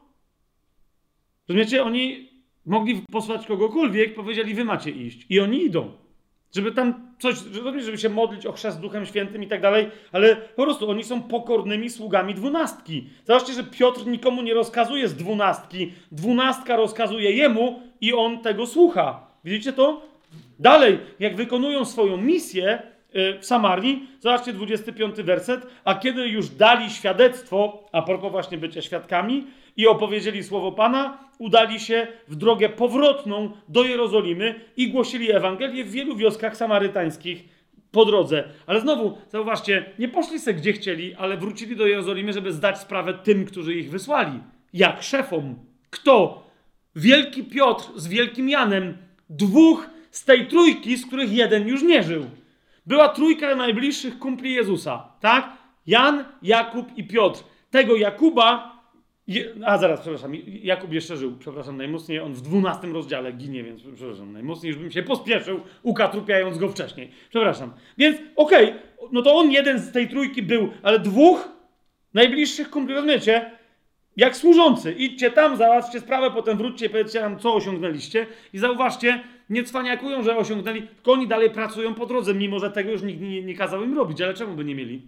Rozumiecie? Oni mogli posłać kogokolwiek, powiedzieli, wy macie iść. I oni idą. Żeby tam coś, żeby się modlić o chrzest Duchem Świętym i tak dalej, ale po prostu oni są pokornymi sługami dwunastki. Zobaczcie, że Piotr nikomu nie rozkazuje z dwunastki. Dwunastka rozkazuje jemu i on tego słucha. Widzicie to? Dalej, jak wykonują swoją misję w Samarii, zobaczcie dwudziesty piąty werset, a kiedy już dali świadectwo, a propos właśnie bycia świadkami, i opowiedzieli słowo Pana, udali się w drogę powrotną do Jerozolimy i głosili Ewangelię w wielu wioskach samarytańskich po drodze. Ale znowu, zauważcie, nie poszli se gdzie chcieli, ale wrócili do Jerozolimy, żeby zdać sprawę tym, którzy ich wysłali. Jak szefom. Kto? Wielki Piotr z wielkim Janem. Dwóch z tej trójki, z których jeden już nie żył. Była trójka najbliższych kumpli Jezusa, tak? Jan, Jakub i Piotr. Tego Jakuba... Je, a zaraz, przepraszam, Jakub jeszcze żył, przepraszam, najmocniej, on w dwunastym rozdziale ginie, więc przepraszam, najmocniej już bym się pospieszył, ukatrupiając go wcześniej. Przepraszam. Więc okej, okay, no to on jeden z tej trójki był, ale dwóch najbliższych kumpli, rozumiecie? Jak służący. Idźcie tam, załatwcie sprawę, potem wróćcie, powiedzcie nam, co osiągnęliście i zauważcie, nie cwaniakują, że osiągnęli, tylko oni dalej pracują po drodze, mimo że tego już nikt nie, nie kazał im robić, ale czemu by nie mieli?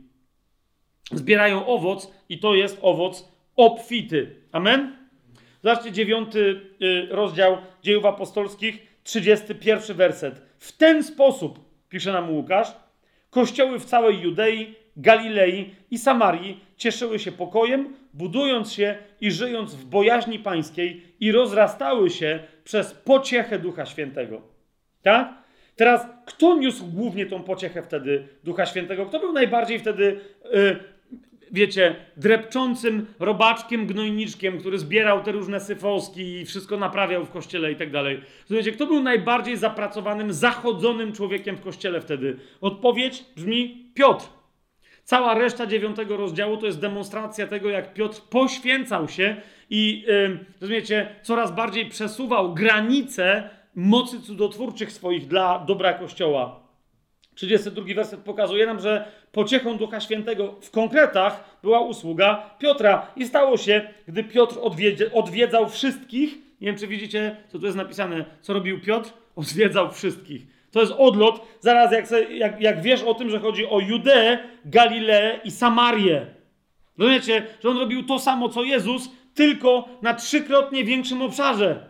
Zbierają owoc i to jest owoc obfity. Amen? Zobaczcie, dziewiąty y, rozdział Dziejów Apostolskich, trzydziesty pierwszy werset. W ten sposób, pisze nam Łukasz, kościoły w całej Judei, Galilei i Samarii cieszyły się pokojem, budując się i żyjąc w bojaźni pańskiej i rozrastały się przez pociechę Ducha Świętego. Tak? Teraz, kto niósł głównie tą pociechę wtedy Ducha Świętego? Kto był najbardziej wtedy... Y, wiecie, drepczącym robaczkiem, gnojniczkiem, który zbierał te różne syfoski i wszystko naprawiał w kościele i tak dalej. Słuchajcie, kto był najbardziej zapracowanym, zachodzonym człowiekiem w kościele wtedy? Odpowiedź brzmi Piotr. Cała reszta dziewiątego rozdziału to jest demonstracja tego, jak Piotr poświęcał się i, yy, rozumiecie, coraz bardziej przesuwał granice mocy cudotwórczych swoich dla dobra Kościoła. trzydziesty drugi werset pokazuje nam, że pociechą Ducha Świętego w konkretach była usługa Piotra. I stało się, gdy Piotr odwiedzie, odwiedzał wszystkich. Nie wiem, czy widzicie, co tu jest napisane. Co robił Piotr? Odwiedzał wszystkich. To jest odlot. Zaraz jak, jak, jak wiesz o tym, że chodzi o Judeę, Galileę i Samarię. Rozumiecie, że on robił to samo, co Jezus, tylko na trzykrotnie większym obszarze.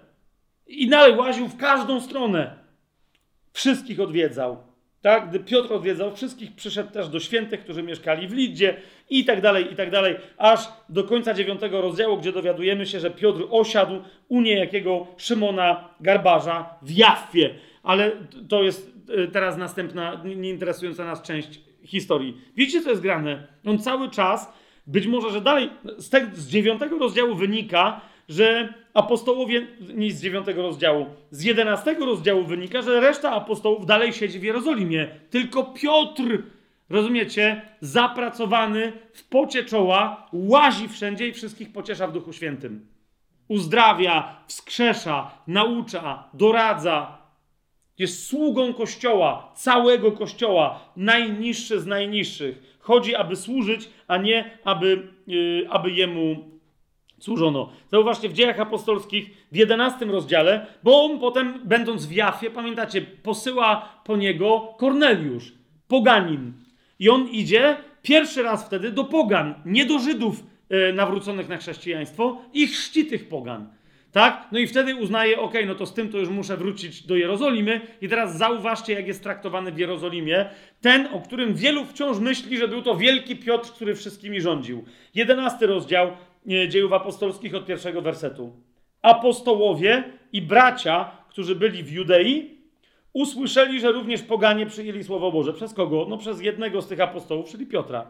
I dalej łaził w każdą stronę. Wszystkich odwiedzał. Tak? Gdy Piotr odwiedzał wszystkich, przyszedł też do świętych, którzy mieszkali w Lidzie i tak dalej, i tak dalej, aż do końca dziewiątego rozdziału, gdzie dowiadujemy się, że Piotr osiadł u niejakiego Szymona Garbarza w Jaffie. Ale to jest teraz następna, nieinteresująca nas część historii. Widzicie, co jest grane? On cały czas, być może, że dalej, z, te, z dziewiątego rozdziału wynika, że apostołowie, nie z dziewiątego rozdziału, z jedenastego rozdziału wynika, że reszta apostołów dalej siedzi w Jerozolimie. Tylko Piotr, rozumiecie, zapracowany w pocie czoła, łazi wszędzie i wszystkich pociesza w Duchu Świętym. Uzdrawia, wskrzesza, naucza, doradza. Jest sługą Kościoła, całego Kościoła, najniższy z najniższych. Chodzi, aby służyć, a nie aby, yy, aby jemu służono. Zauważcie, w Dziejach Apostolskich w jedenastym rozdziale, bo on potem, będąc w Jaffie, pamiętacie, posyła po niego Korneliusz, poganin. I on idzie pierwszy raz wtedy do pogan, nie do Żydów yy, nawróconych na chrześcijaństwo, i chrzci tych pogan. Tak? No i wtedy uznaje, okej, okay, no to z tym to już muszę wrócić do Jerozolimy. I teraz zauważcie, jak jest traktowany w Jerozolimie ten, o którym wielu wciąż myśli, że był to wielki Piotr, który wszystkimi rządził. Jedenasty rozdział Dziejów Apostolskich od pierwszego wersetu. Apostołowie i bracia, którzy byli w Judei, usłyszeli, że również poganie przyjęli Słowo Boże. Przez kogo? No przez jednego z tych apostołów, czyli Piotra.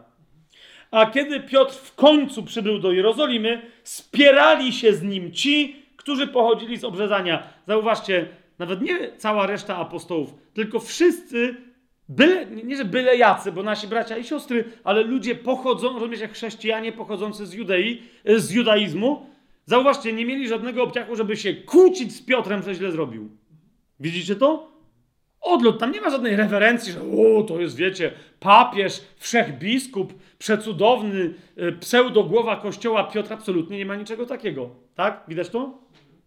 A kiedy Piotr w końcu przybył do Jerozolimy, spierali się z nim ci, którzy pochodzili z obrzezania. Zauważcie, nawet nie cała reszta apostołów, tylko wszyscy, byle, nie że byle jacy, bo nasi bracia i siostry, ale ludzie pochodzą, rozumiecie, chrześcijanie pochodzący z Judei, z judaizmu, zauważcie, nie mieli żadnego obciachu, żeby się kłócić z Piotrem, że źle zrobił. Widzicie to? Odlot, tam nie ma żadnej rewerencji, że o, to jest, wiecie, papież, wszechbiskup, przecudowny, pseudogłowa Kościoła Piotr, absolutnie nie ma niczego takiego. Tak? Widać to?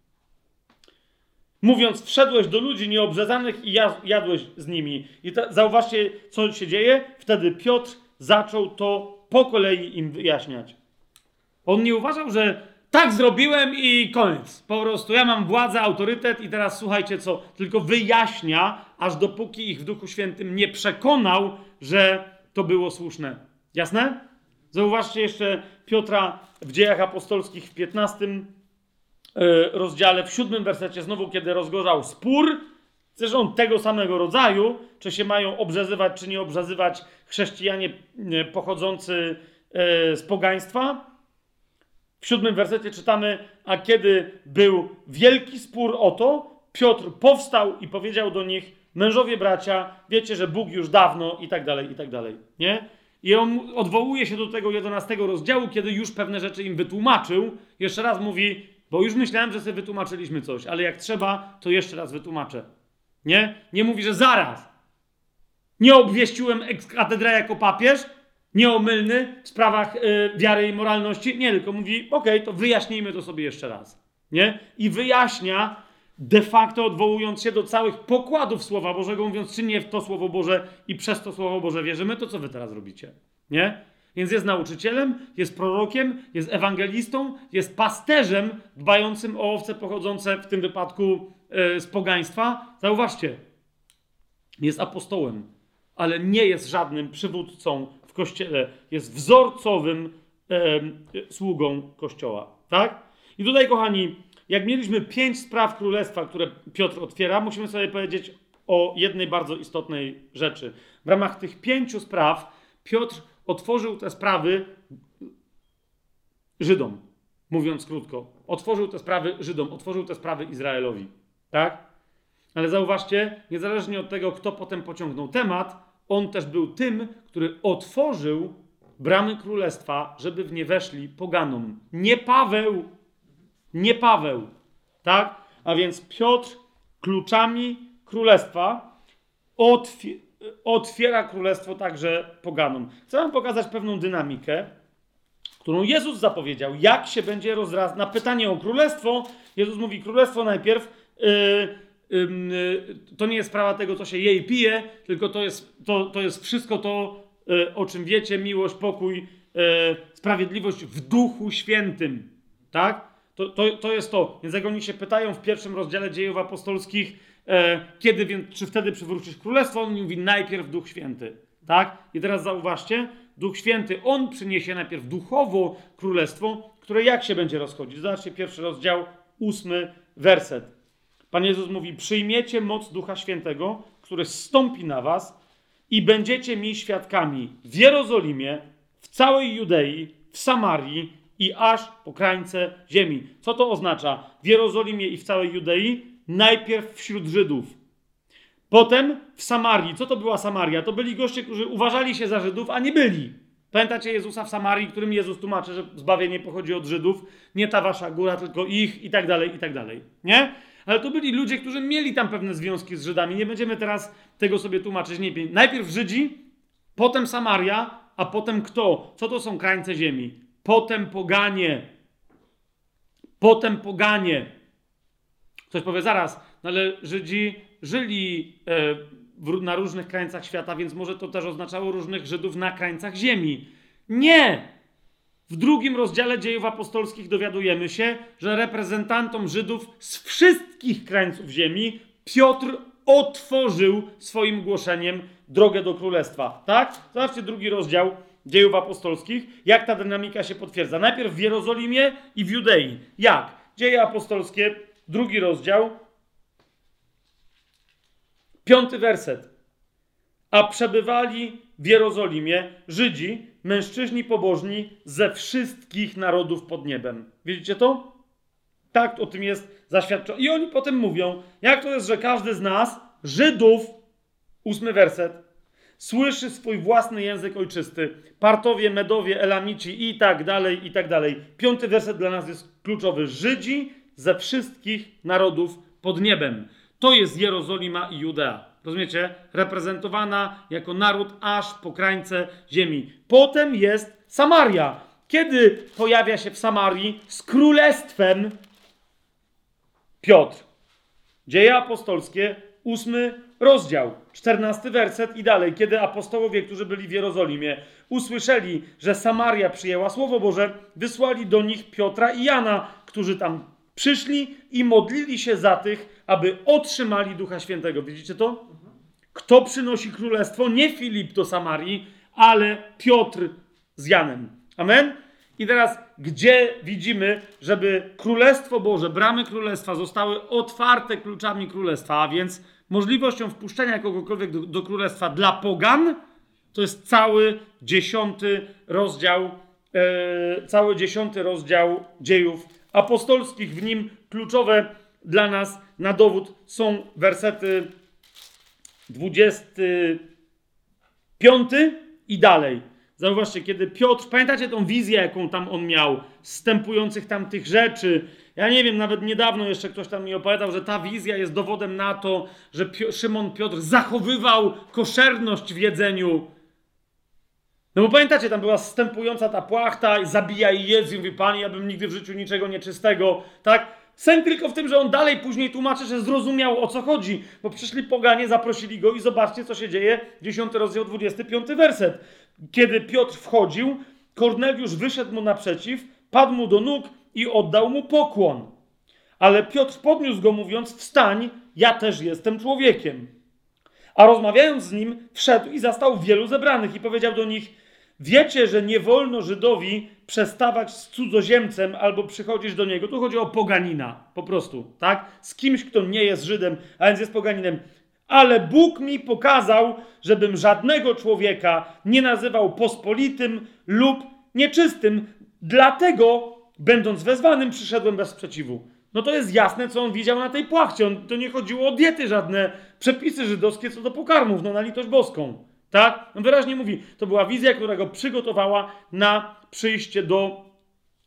Mówiąc, wszedłeś do ludzi nieobrzezanych i jadłeś z nimi. I ta, zauważcie, co się dzieje. Wtedy Piotr zaczął to po kolei im wyjaśniać. On nie uważał, że tak zrobiłem i koniec. Po prostu ja mam władzę, autorytet i teraz słuchajcie co. Tylko wyjaśnia, aż dopóki ich w Duchu Świętym nie przekonał, że to było słuszne. Jasne? Zauważcie jeszcze Piotra w Dziejach Apostolskich w piętnastym rozdziale, w siódmym wersecie, znowu kiedy rozgorzał spór, zresztą tego samego rodzaju, czy się mają obrzezywać, czy nie obrzezywać chrześcijanie pochodzący z pogaństwa. W siódmym wersecie czytamy, a kiedy był wielki spór o to, Piotr powstał i powiedział do nich, mężowie bracia, wiecie, że Bóg już dawno i tak dalej, i tak dalej, nie? I on odwołuje się do tego jedenastego rozdziału, kiedy już pewne rzeczy im wytłumaczył. Jeszcze raz mówi, bo już myślałem, że sobie wytłumaczyliśmy coś, ale jak trzeba, to jeszcze raz wytłumaczę. Nie? Nie mówi, że zaraz. Nie obwieściłem ex cathedra jako papież, nieomylny w sprawach y, wiary i moralności. Nie, tylko mówi, okej, okay, to wyjaśnijmy to sobie jeszcze raz. Nie? I wyjaśnia, de facto odwołując się do całych pokładów Słowa Bożego, mówiąc, czy nie w to Słowo Boże i przez to Słowo Boże wierzymy, to co wy teraz robicie? Nie? Więc jest nauczycielem, jest prorokiem, jest ewangelistą, jest pasterzem dbającym o owce pochodzące w tym wypadku yy, z pogaństwa. Zauważcie, jest apostołem, ale nie jest żadnym przywódcą w Kościele. Jest wzorcowym yy, sługą Kościoła. Tak? I tutaj, kochani, jak mieliśmy pięć spraw Królestwa, które Piotr otwiera, musimy sobie powiedzieć o jednej bardzo istotnej rzeczy. W ramach tych pięciu spraw Piotr otworzył te sprawy Żydom, mówiąc krótko. Otworzył te sprawy Żydom, otworzył te sprawy Izraelowi. Tak? Ale zauważcie, niezależnie od tego, kto potem pociągnął temat, on też był tym, który otworzył bramy Królestwa, żeby w nie weszli poganom. Nie Paweł. Nie Paweł. Tak? A więc Piotr kluczami królestwa otwie, otwiera królestwo także poganom. Chcę wam pokazać pewną dynamikę, którą Jezus zapowiedział, jak się będzie rozraz... Na pytanie o królestwo, Jezus mówi, królestwo najpierw, yy, yy, yy, to nie jest sprawa tego, co się je i pije, tylko to jest, to, to jest wszystko to, yy, o czym wiecie, miłość, pokój, yy, sprawiedliwość w Duchu Świętym. Tak? To, to, to jest to. Więc jak oni się pytają w pierwszym rozdziale Dziejów Apostolskich, yy, kiedy więc, czy wtedy przywrócisz królestwo, on mówi najpierw Duch Święty. Tak? I teraz zauważcie, Duch Święty, On przyniesie najpierw duchowo królestwo, które jak się będzie rozchodzić? Zobaczcie pierwszy rozdział, ósmy werset. Pan Jezus mówi, przyjmiecie moc Ducha Świętego, który zstąpi na was i będziecie mi świadkami w Jerozolimie, w całej Judei, w Samarii i aż po krańce ziemi. Co to oznacza? W Jerozolimie i w całej Judei? Najpierw wśród Żydów. Potem w Samarii. Co to była Samaria? To byli goście, którzy uważali się za Żydów, a nie byli. Pamiętacie Jezusa w Samarii, którym Jezus tłumaczy, że zbawienie pochodzi od Żydów, nie ta wasza góra, tylko ich i tak dalej, i tak dalej. Nie? Ale to byli ludzie, którzy mieli tam pewne związki z Żydami. Nie będziemy teraz tego sobie tłumaczyć. Nie, najpierw Żydzi, potem Samaria, a potem kto? Co to są krańce ziemi? Potem poganie. Potem poganie. Ktoś powie zaraz, no ale Żydzi żyli e, w, na różnych krańcach świata, więc może to też oznaczało różnych Żydów na krańcach ziemi. Nie! W drugim rozdziale Dziejów Apostolskich dowiadujemy się, że reprezentantom Żydów z wszystkich krańców ziemi Piotr otworzył swoim głoszeniem drogę do królestwa. Tak? Zobaczcie drugi rozdział Dziejów Apostolskich, jak ta dynamika się potwierdza. Najpierw w Jerozolimie i w Judei. Jak? Dzieje Apostolskie, drugi rozdział, piąty werset. A przebywali w Jerozolimie Żydzi, mężczyźni pobożni ze wszystkich narodów pod niebem. Widzicie to? Tak o tym jest zaświadczone. I oni potem mówią, jak to jest, że każdy z nas, Żydów, ósmy werset, słyszy swój własny język ojczysty. Partowie, Medowie, Elamici i tak dalej, i tak dalej. Piąty werset dla nas jest kluczowy. Żydzi ze wszystkich narodów pod niebem. To jest Jerozolima i Judea. Rozumiecie? Reprezentowana jako naród aż po krańce ziemi. Potem jest Samaria. Kiedy pojawia się w Samarii z królestwem Piotr? Dzieje apostolskie, ósmy rozdział, czternasty werset i dalej. Kiedy apostołowie, którzy byli w Jerozolimie, usłyszeli, że Samaria przyjęła Słowo Boże, wysłali do nich Piotra i Jana, którzy tam przyszli i modlili się za tych, aby otrzymali Ducha Świętego. Widzicie to? Kto przynosi królestwo? Nie Filip do Samarii, ale Piotr z Janem. Amen? I teraz, gdzie widzimy, żeby Królestwo Boże, bramy Królestwa zostały otwarte kluczami Królestwa, a więc możliwością wpuszczenia kogokolwiek do, do Królestwa dla pogan, to jest cały dziesiąty rozdział, e, cały dziesiąty rozdział Dziejów Apostolskich. W nim kluczowe dla nas na dowód są wersety dwudziesty piąty i dalej. Zauważcie, kiedy Piotr, pamiętacie tą wizję, jaką tam on miał, zstępujących tam tych rzeczy. Ja nie wiem, nawet niedawno jeszcze ktoś tam mi opowiadał, że ta wizja jest dowodem na to, że Pio- Szymon Piotr zachowywał koszerność w jedzeniu. No bo pamiętacie, tam była zstępująca ta płachta, zabija i jedz, i mówi, Panie, ja bym nigdy w życiu niczego nieczystego, tak? Sęk tylko w tym, że on dalej później tłumaczy, że zrozumiał, o co chodzi, bo przyszli poganie, zaprosili go i zobaczcie, co się dzieje, dziesiąty rozdział, dwudziesty piąty werset. Kiedy Piotr wchodził, Korneliusz wyszedł mu naprzeciw, padł mu do nóg i oddał mu pokłon. Ale Piotr podniósł go, mówiąc, wstań, ja też jestem człowiekiem. A rozmawiając z nim, wszedł i zastał wielu zebranych i powiedział do nich, wiecie, że nie wolno Żydowi przestawać z cudzoziemcem albo przychodzić do niego. Tu chodzi o poganina, po prostu, tak? Z kimś, kto nie jest Żydem, a więc jest poganinem. Ale Bóg mi pokazał, żebym żadnego człowieka nie nazywał pospolitym lub nieczystym. Dlatego, będąc wezwanym, przyszedłem bez sprzeciwu. No to jest jasne, co on widział na tej płachcie. On, to nie chodziło o diety żadne, przepisy żydowskie co do pokarmów, no na litość boską. Tak? On wyraźnie mówi, to była wizja, która go przygotowała na przyjście do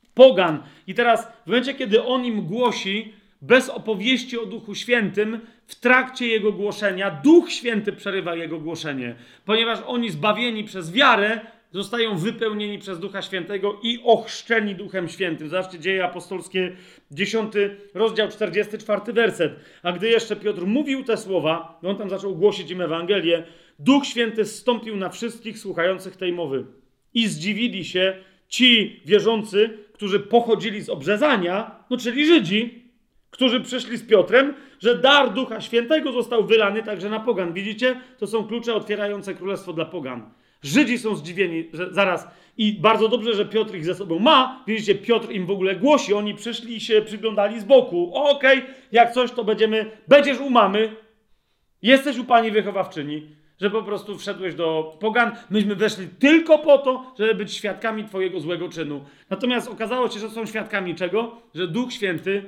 pogan. I teraz w momencie, kiedy on im głosi, bez opowieści o Duchu Świętym, w w trakcie jego głoszenia Duch Święty przerywa jego głoszenie, ponieważ oni zbawieni przez wiarę zostają wypełnieni przez Ducha Świętego i ochrzczeni Duchem Świętym. Zobaczcie, Dzieje Apostolskie, dziesiąty rozdział, czterdziesty czwarty werset. A gdy jeszcze Piotr mówił te słowa, on tam zaczął głosić im Ewangelię, Duch Święty zstąpił na wszystkich słuchających tej mowy. I zdziwili się ci wierzący, którzy pochodzili z obrzezania, no czyli Żydzi, którzy przyszli z Piotrem, że dar Ducha Świętego został wylany także na pogan. Widzicie? To są klucze otwierające królestwo dla pogan. Żydzi są zdziwieni, że zaraz, i bardzo dobrze, że Piotr ich ze sobą ma. Widzicie, Piotr im w ogóle głosi, oni przyszli i się przyglądali z boku. Okej, okay, jak coś, to będziemy, będziesz u mamy, jesteś u pani wychowawczyni, że po prostu wszedłeś do pogan. Myśmy weszli tylko po to, żeby być świadkami twojego złego czynu. Natomiast okazało się, że są świadkami czego? Że Duch Święty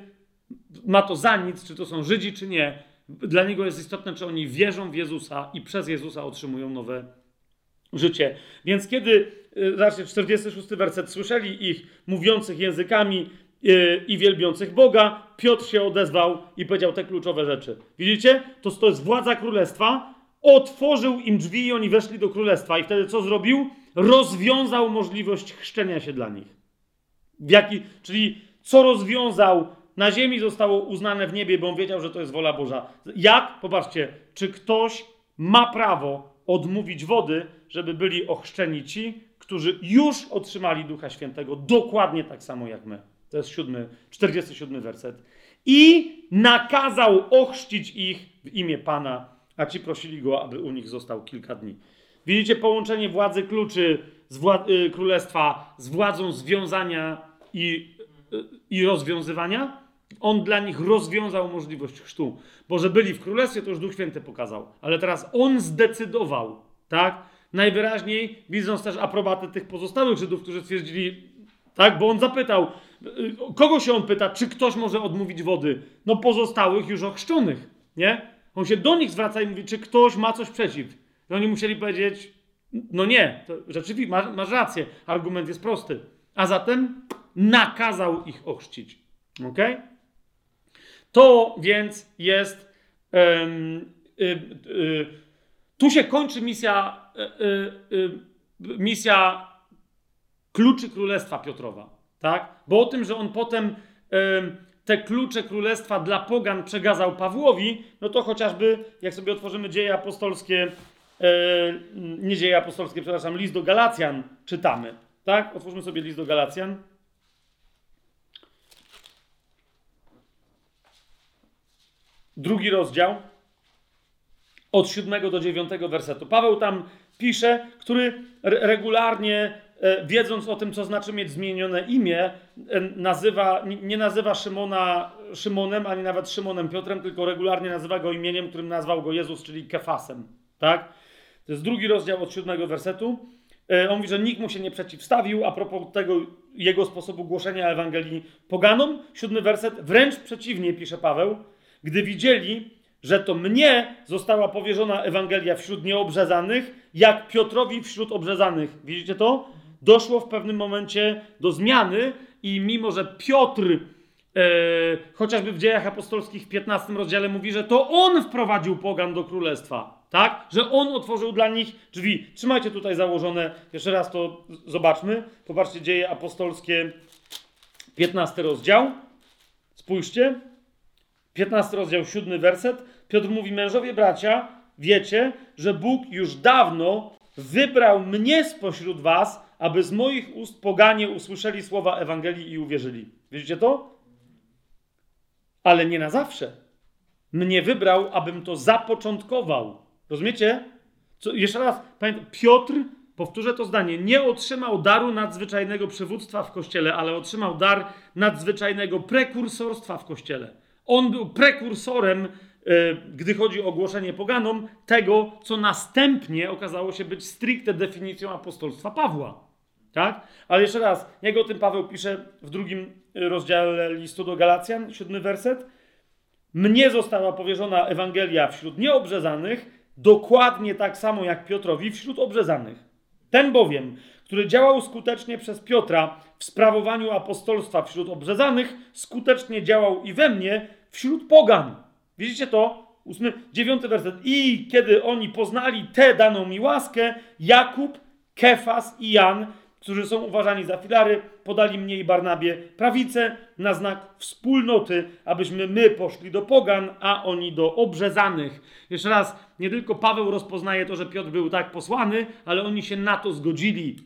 ma to za nic, czy to są Żydzi, czy nie. Dla niego jest istotne, czy oni wierzą w Jezusa i przez Jezusa otrzymują nowe życie. Więc kiedy, zobaczcie, czterdziesty szósty werset, słyszeli ich mówiących językami yy, i wielbiących Boga, Piotr się odezwał i powiedział te kluczowe rzeczy. Widzicie? To, to jest władza królestwa. Otworzył im drzwi i oni weszli do królestwa. I wtedy co zrobił? Rozwiązał możliwość chrzczenia się dla nich. W jaki, czyli co rozwiązał? Na ziemi zostało uznane w niebie, bo on wiedział, że to jest wola Boża. Jak? Popatrzcie, czy ktoś ma prawo odmówić wody, żeby byli ochrzczeni ci, którzy już otrzymali Ducha Świętego, dokładnie tak samo jak my. To jest siódmy, czterdziesty siódmy werset. I nakazał ochrzcić ich w imię Pana, a ci prosili go, aby u nich został kilka dni. Widzicie połączenie władzy kluczy z wła- y, królestwa z władzą związania i, y, i rozwiązywania? On dla nich rozwiązał możliwość chrztu. Bo że byli w królestwie, to już Duch Święty pokazał. Ale teraz on zdecydował, tak? Najwyraźniej, widząc też aprobatę tych pozostałych Żydów, którzy stwierdzili, tak? Bo on zapytał, kogo się on pyta, czy ktoś może odmówić wody? No pozostałych już ochrzczonych, nie? On się do nich zwraca i mówi, czy ktoś ma coś przeciw? I oni musieli powiedzieć, no nie, to rzeczywiście, masz, masz rację, argument jest prosty. A zatem nakazał ich ochrzcić. Okej? Okay? To więc jest, um, y, y, tu się kończy misja, y, y, y, misja kluczy Królestwa Piotrowa, tak? Bo o tym, że on potem y, te klucze Królestwa dla pogan przekazał Pawłowi, no to chociażby, jak sobie otworzymy Dzieje Apostolskie, y, nie Dzieje Apostolskie, przepraszam, list do Galacjan czytamy, tak? Otwórzmy sobie list do Galacjan. Drugi rozdział, od siódmego do dziewiątego wersetu. Paweł tam pisze, który regularnie, e, wiedząc o tym, co znaczy mieć zmienione imię, e, nazywa, nie nazywa Szymona Szymonem, ani nawet Szymonem Piotrem, tylko regularnie nazywa go imieniem, którym nazwał go Jezus, czyli Kefasem. Tak? To jest drugi rozdział od siódmego wersetu. E, on mówi, że nikt mu się nie przeciwstawił a propos tego jego sposobu głoszenia Ewangelii poganom. Siódmy werset, wręcz przeciwnie, pisze Paweł, gdy widzieli, że to mnie została powierzona Ewangelia wśród nieobrzezanych, jak Piotrowi wśród obrzezanych. Widzicie to? Doszło w pewnym momencie do zmiany i mimo, że Piotr e, chociażby w Dziejach Apostolskich w piętnastym rozdziale mówi, że to on wprowadził pogan do królestwa, tak? Że on otworzył dla nich drzwi. Trzymajcie tutaj założone, jeszcze raz to zobaczmy. Popatrzcie, Dzieje Apostolskie, piętnasty rozdział. Spójrzcie. piętnasty rozdział, siódmy werset. Piotr mówi, mężowie bracia, wiecie, że Bóg już dawno wybrał mnie spośród was, aby z moich ust poganie usłyszeli słowa Ewangelii i uwierzyli. Widzicie to? Ale nie na zawsze. Mnie wybrał, abym to zapoczątkował. Rozumiecie? Co, jeszcze raz, pamiętam, Piotr, powtórzę to zdanie, nie otrzymał daru nadzwyczajnego przywództwa w Kościele, ale otrzymał dar nadzwyczajnego prekursorstwa w Kościele. On był prekursorem, gdy chodzi o głoszenie poganom, tego, co następnie okazało się być stricte definicją apostolstwa Pawła. Tak? Ale jeszcze raz, jak o tym Paweł pisze w drugim rozdziale listu do Galacjan, siódmy werset. Mnie została powierzona Ewangelia wśród nieobrzezanych, dokładnie tak samo jak Piotrowi wśród obrzezanych. Ten bowiem, który działał skutecznie przez Piotra w sprawowaniu apostolstwa wśród obrzezanych, skutecznie działał i we mnie wśród pogan. Widzicie to? ósmy, dziewiąty werset. I kiedy oni poznali tę daną mi łaskę, Jakub, Kefas i Jan, którzy są uważani za filary, podali mnie i Barnabie prawicę na znak wspólnoty, abyśmy my poszli do pogan, a oni do obrzezanych. Jeszcze raz, nie tylko Paweł rozpoznaje to, że Piotr był tak posłany, ale oni się na to zgodzili.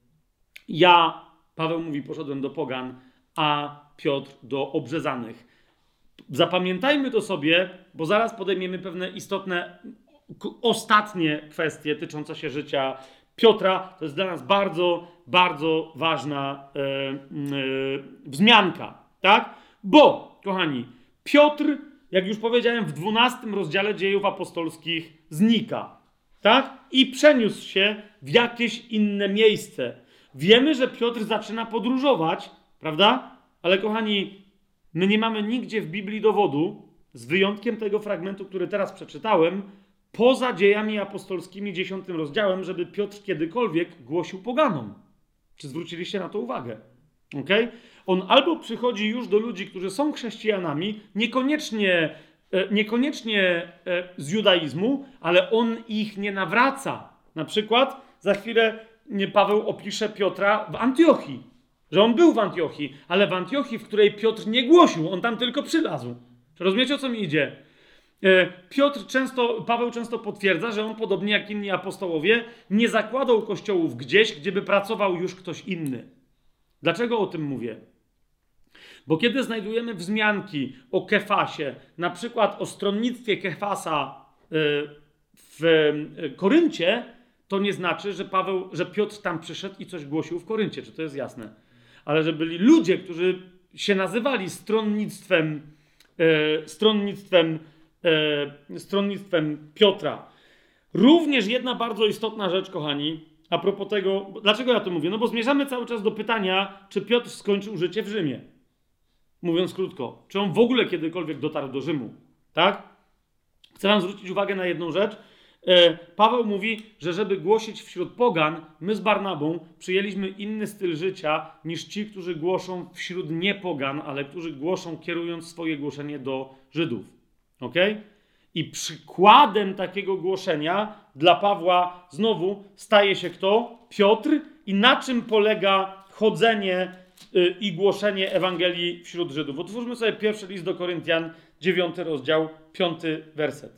Ja, Paweł mówi, poszedłem do pogan, a Piotr do obrzezanych. Zapamiętajmy to sobie, bo zaraz podejmiemy pewne istotne, ostatnie kwestie tyczące się życia Piotra. To jest dla nas bardzo, bardzo ważna e, e, wzmianka, tak? Bo, kochani, Piotr, jak już powiedziałem, w dwunastym rozdziale Dziejów Apostolskich znika, tak? I przeniósł się w jakieś inne miejsce. Wiemy, że Piotr zaczyna podróżować, prawda? Ale, kochani, my nie mamy nigdzie w Biblii dowodu, z wyjątkiem tego fragmentu, który teraz przeczytałem, poza Dziejami Apostolskimi, dziesiątym rozdziałem, żeby Piotr kiedykolwiek głosił poganom. Czy zwróciliście na to uwagę? Okay? On albo przychodzi już do ludzi, którzy są chrześcijanami, niekoniecznie, niekoniecznie z judaizmu, ale on ich nie nawraca. Na przykład za chwilę Paweł opisze Piotra w Antiochii, że on był w Antiochii, ale w Antiochii, w której Piotr nie głosił, on tam tylko przylazł. Czy rozumiecie, o co mi idzie? Piotr często, Paweł często potwierdza, że on podobnie jak inni apostołowie nie zakładał kościołów gdzieś, gdzie by pracował już ktoś inny. Dlaczego o tym mówię? Bo kiedy znajdujemy wzmianki o Kefasie, na przykład o stronnictwie Kefasa w Koryncie, to nie znaczy, że Paweł, że Piotr tam przyszedł i coś głosił w Koryncie. Czy to jest jasne? Ale że byli ludzie, którzy się nazywali stronnictwem, stronnictwem E, stronnictwem Piotra. Również jedna bardzo istotna rzecz, kochani, a propos tego, dlaczego ja to mówię? No bo zmierzamy cały czas do pytania, czy Piotr skończył życie w Rzymie. Mówiąc krótko, czy on w ogóle kiedykolwiek dotarł do Rzymu, tak? Chcę wam zwrócić uwagę na jedną rzecz. E, Paweł mówi, że żeby głosić wśród pogan, my z Barnabą przyjęliśmy inny styl życia niż ci, którzy głoszą wśród niepogan, ale którzy głoszą, kierując swoje głoszenie do Żydów. Okay? I przykładem takiego głoszenia dla Pawła znowu staje się kto? Piotr. I na czym polega chodzenie yy, i głoszenie Ewangelii wśród Żydów? Otwórzmy sobie pierwszy list do Koryntian, dziewiąty rozdział, piąty werset.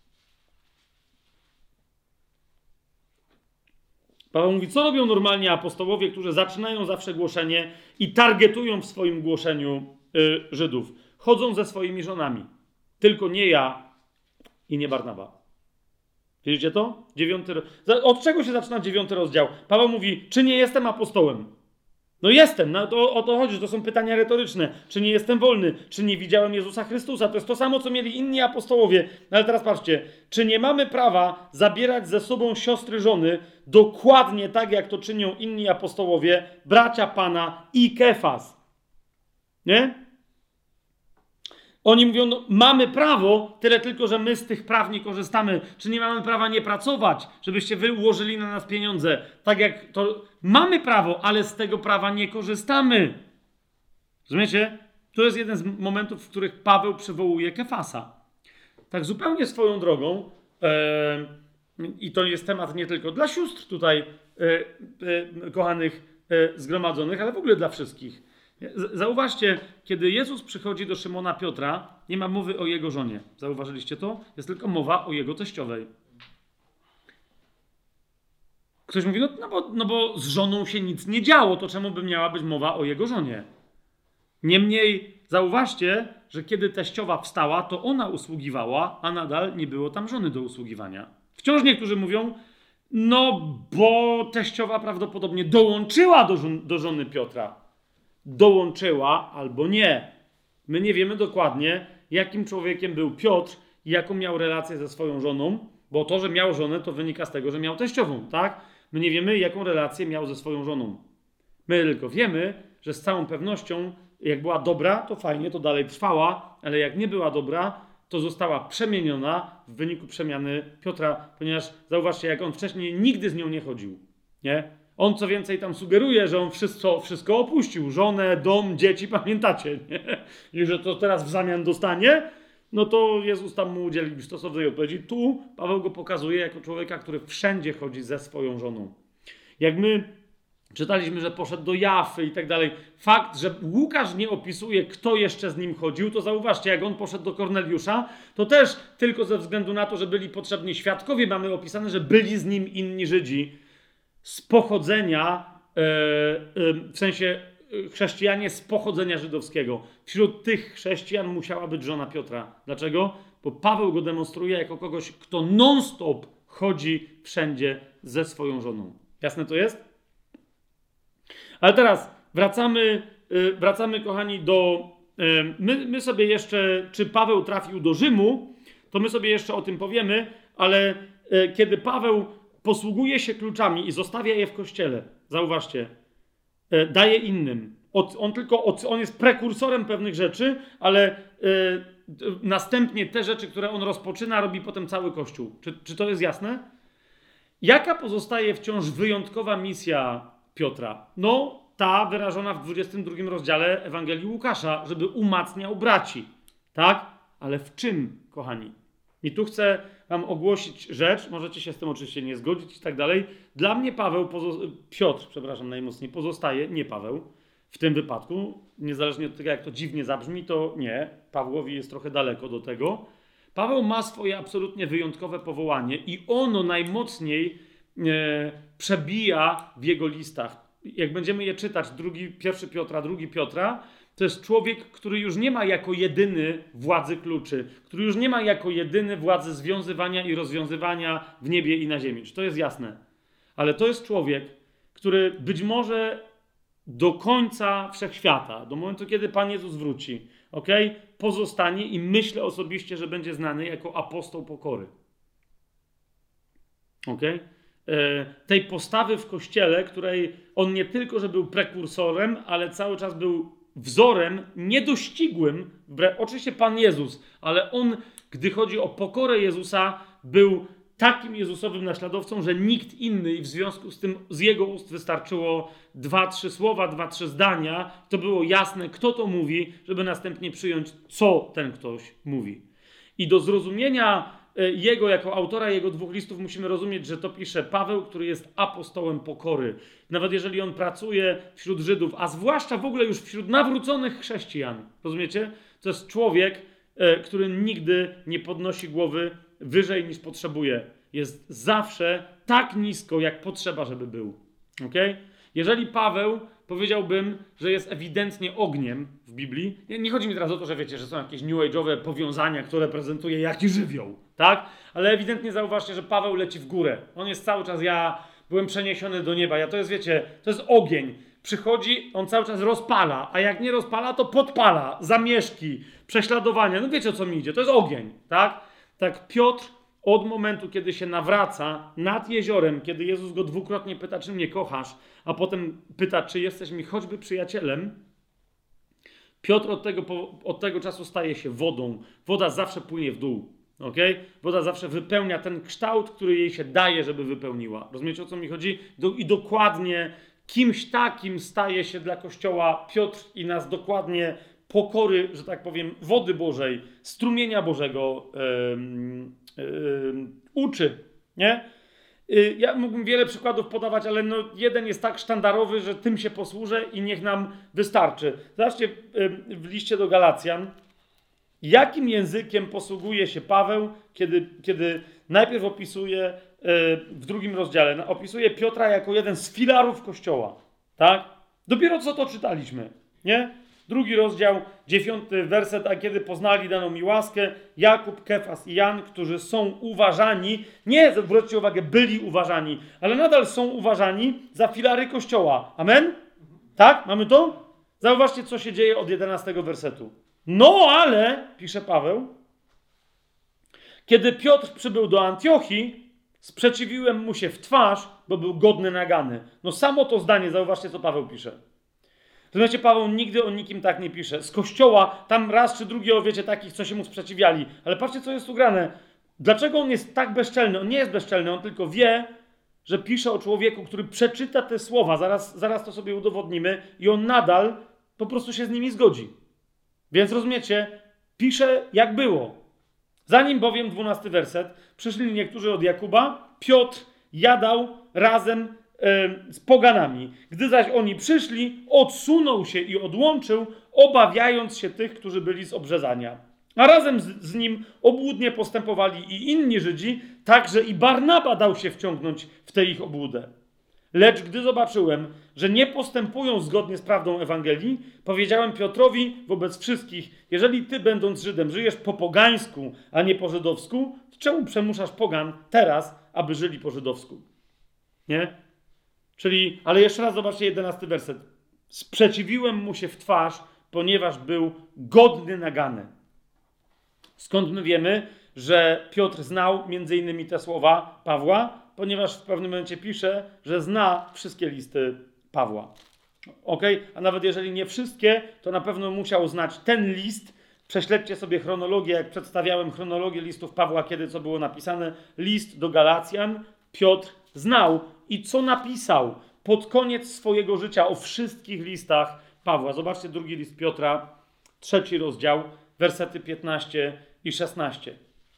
Paweł mówi, co robią normalnie apostołowie, którzy zaczynają zawsze głoszenie i targetują w swoim głoszeniu yy, Żydów? Chodzą ze swoimi żonami. Tylko nie ja i nie Barnaba. Widzicie to? Dziewiąty roz... Od czego się zaczyna dziewiąty rozdział? Paweł mówi, czy nie jestem apostołem? No jestem, no to, o to chodzi, że to są pytania retoryczne. Czy nie jestem wolny? Czy nie widziałem Jezusa Chrystusa? To jest to samo, co mieli inni apostołowie. No ale teraz patrzcie, czy nie mamy prawa zabierać ze sobą siostry żony dokładnie tak, jak to czynią inni apostołowie, bracia Pana i Kefas? Nie? Oni mówią, no, mamy prawo, tyle tylko, że my z tych praw nie korzystamy. Czy nie mamy prawa nie pracować, żebyście wy ułożyli na nas pieniądze? Tak jak to... Mamy prawo, ale z tego prawa nie korzystamy. Rozumiecie? To jest jeden z momentów, w których Paweł przywołuje Kefasa. Tak zupełnie swoją drogą, e, i to jest temat nie tylko dla sióstr tutaj e, e, kochanych e, zgromadzonych, ale w ogóle dla wszystkich. Zauważcie, kiedy Jezus przychodzi do Szymona Piotra, nie ma mowy o jego żonie. Zauważyliście to? Jest tylko mowa o jego teściowej. Ktoś mówi, no, no, bo, no bo z żoną się nic nie działo, to czemu by miała być mowa o jego żonie? Niemniej zauważcie, że kiedy teściowa wstała, to ona usługiwała, a nadal nie było tam żony do usługiwania. Wciąż niektórzy mówią, no bo teściowa prawdopodobnie dołączyła do, żon- do żony Piotra. Dołączyła albo nie. My nie wiemy dokładnie, jakim człowiekiem był Piotr i jaką miał relację ze swoją żoną, bo to, że miał żonę, to wynika z tego, że miał teściową, tak? My nie wiemy, jaką relację miał ze swoją żoną. My tylko wiemy, że z całą pewnością, jak była dobra, to fajnie, to dalej trwała, ale jak nie była dobra, to została przemieniona w wyniku przemiany Piotra, ponieważ zauważcie, jak on wcześniej nigdy z nią nie chodził, nie? On co więcej tam sugeruje, że on wszystko, wszystko opuścił. Żonę, dom, dzieci, pamiętacie, nie? I że to teraz w zamian dostanie. no to Jezus tam mu udzielił stosownej odpowiedzi. Tu Paweł go pokazuje jako człowieka, który wszędzie chodzi ze swoją żoną. Jak my czytaliśmy, że poszedł do Jafy i tak dalej. Fakt, że Łukasz nie opisuje, kto jeszcze z nim chodził, to zauważcie, jak on poszedł do Korneliusza, to też tylko ze względu na to, że byli potrzebni świadkowie, mamy opisane, że byli z nim inni Żydzi z pochodzenia, e, e, w sensie chrześcijanie z pochodzenia żydowskiego. Wśród tych chrześcijan musiała być żona Piotra. Dlaczego? Bo Paweł go demonstruje jako kogoś, kto non-stop chodzi wszędzie ze swoją żoną. Jasne to jest? Ale teraz wracamy, wracamy kochani, do... My, my sobie jeszcze, czy Paweł trafił do Rzymu, to my sobie jeszcze o tym powiemy, ale kiedy Paweł posługuje się kluczami i zostawia je w kościele, zauważcie, daje innym. On tylko, on jest prekursorem pewnych rzeczy, ale następnie te rzeczy, które on rozpoczyna, robi potem cały Kościół. Czy, czy to jest jasne? Jaka pozostaje wciąż wyjątkowa misja Piotra? No, ta wyrażona w dwudziestym drugim rozdziale Ewangelii Łukasza, żeby umacniał braci. Tak? Ale w czym, kochani? I tu chcę wam ogłosić rzecz, możecie się z tym oczywiście nie zgodzić i tak dalej. Dla mnie Paweł, pozo- Piotr, przepraszam najmocniej, pozostaje, nie Paweł, w tym wypadku, niezależnie od tego, jak to dziwnie zabrzmi, to nie, Pawłowi jest trochę daleko do tego. Paweł ma swoje absolutnie wyjątkowe powołanie i ono najmocniej e, przebija w jego listach. Jak będziemy je czytać, drugi, pierwszy Piotra, drugi Piotra, to jest człowiek, który już nie ma jako jedyny władzy kluczy, który już nie ma jako jedyny władzy związywania i rozwiązywania w niebie i na ziemi. Czy to jest jasne? Ale to jest człowiek, który być może do końca wszechświata, do momentu, kiedy Pan Jezus wróci, okay, pozostanie i myślę osobiście, że będzie znany jako apostoł pokory. Okay? Tej postawy w Kościele, której on nie tylko, że był prekursorem, ale cały czas był wzorem niedościgłym, oczywiście Pan Jezus, ale on, gdy chodzi o pokorę Jezusa, był takim Jezusowym naśladowcą, że nikt inny i w związku z tym z jego ust wystarczyło dwa, trzy słowa, dwa, trzy zdania, to było jasne, kto to mówi, żeby następnie przyjąć, co ten ktoś mówi. I do zrozumienia jego jako autora jego dwóch listów musimy rozumieć, że to pisze Paweł, który jest apostołem pokory. Nawet jeżeli on pracuje wśród Żydów, a zwłaszcza w ogóle już wśród nawróconych chrześcijan. Rozumiecie? To jest człowiek, który nigdy nie podnosi głowy wyżej niż potrzebuje. Jest zawsze tak nisko, jak potrzeba, żeby był. Okay? Jeżeli Paweł, powiedziałbym, że jest ewidentnie ogniem w Biblii, nie, nie chodzi mi teraz o to, że wiecie, że są jakieś new age'owe powiązania, które prezentuje jaki żywioł, tak? Ale ewidentnie zauważcie, że Paweł leci w górę. On jest cały czas, ja byłem przeniesiony do nieba. Ja to jest, wiecie, to jest ogień. Przychodzi, on cały czas rozpala, a jak nie rozpala, to podpala, zamieszki, prześladowania. No wiecie, o co mi idzie. To jest ogień, tak? Tak Piotr od momentu, kiedy się nawraca nad jeziorem, kiedy Jezus go dwukrotnie pyta, czy mnie kochasz, a potem pyta, czy jesteś mi choćby przyjacielem, Piotr od tego, od tego czasu staje się wodą. Woda zawsze płynie w dół. Okay? Woda zawsze wypełnia ten kształt, który jej się daje, żeby wypełniła. Rozumiecie, o co mi chodzi? Do, I dokładnie kimś takim staje się dla Kościoła Piotr i nas dokładnie pokory, że tak powiem, wody Bożej, strumienia Bożego yy, yy, uczy. Nie? Yy, ja mógłbym wiele przykładów podawać, ale no, jeden jest tak sztandarowy, że tym się posłużę i niech nam wystarczy. Zobaczcie yy, w liście do Galacjan, jakim językiem posługuje się Paweł, kiedy, kiedy najpierw opisuje yy, w drugim rozdziale, opisuje Piotra jako jeden z filarów Kościoła. Tak? Dopiero co to czytaliśmy. Nie? Drugi rozdział, dziewiąty werset, a kiedy poznali daną mi łaskę, Jakub, Kefas i Jan, którzy są uważani, nie, zwróćcie uwagę, byli uważani, ale nadal są uważani za filary Kościoła. Amen? Tak? Mamy to? Zauważcie, co się dzieje od jedenastego wersetu. No ale, pisze Paweł, kiedy Piotr przybył do Antiochii, sprzeciwiłem mu się w twarz, bo był godny nagany. No samo to zdanie, zauważcie, co Paweł pisze. Rozumiecie, Paweł nigdy o nikim tak nie pisze. Z Kościoła, tam raz czy drugi, o wiecie, takich, co się mu sprzeciwiali. Ale patrzcie, co jest tu grane. Dlaczego on jest tak bezczelny? On nie jest bezczelny, on tylko wie, że pisze o człowieku, który przeczyta te słowa, zaraz, zaraz to sobie udowodnimy, i on nadal po prostu się z nimi zgodzi. Więc rozumiecie, Pisze, jak było. Zanim bowiem, dwunasty werset, przyszli niektórzy od Jakuba, Piotr jadał razem e, z poganami. Gdy zaś oni przyszli, odsunął się i odłączył, obawiając się tych, którzy byli z obrzezania. A razem z, z nim obłudnie postępowali i inni Żydzi, także i Barnaba dał się wciągnąć w tę ich obłudę. Lecz gdy zobaczyłem, że nie postępują zgodnie z prawdą Ewangelii, powiedziałem Piotrowi wobec wszystkich, jeżeli ty, będąc Żydem, żyjesz po pogańsku, a nie po żydowsku, to czemu przemuszasz pogan teraz, aby żyli po żydowsku? Nie? Czyli, ale jeszcze raz zobaczcie jedenasty werset. Sprzeciwiłem mu się w twarz, ponieważ był godny nagany. Skąd my wiemy, że Piotr znał między innymi te słowa Pawła? Ponieważ w pewnym momencie pisze, że zna wszystkie listy Pawła. Ok? A nawet jeżeli nie wszystkie, to na pewno musiał znać ten list. Prześledźcie sobie chronologię, jak przedstawiałem chronologię listów Pawła, kiedy co było napisane. List do Galacjan Piotr znał i co napisał pod koniec swojego życia o wszystkich listach Pawła. Zobaczcie drugi list Piotra, trzeci rozdział, wersety piętnaście i szesnaście.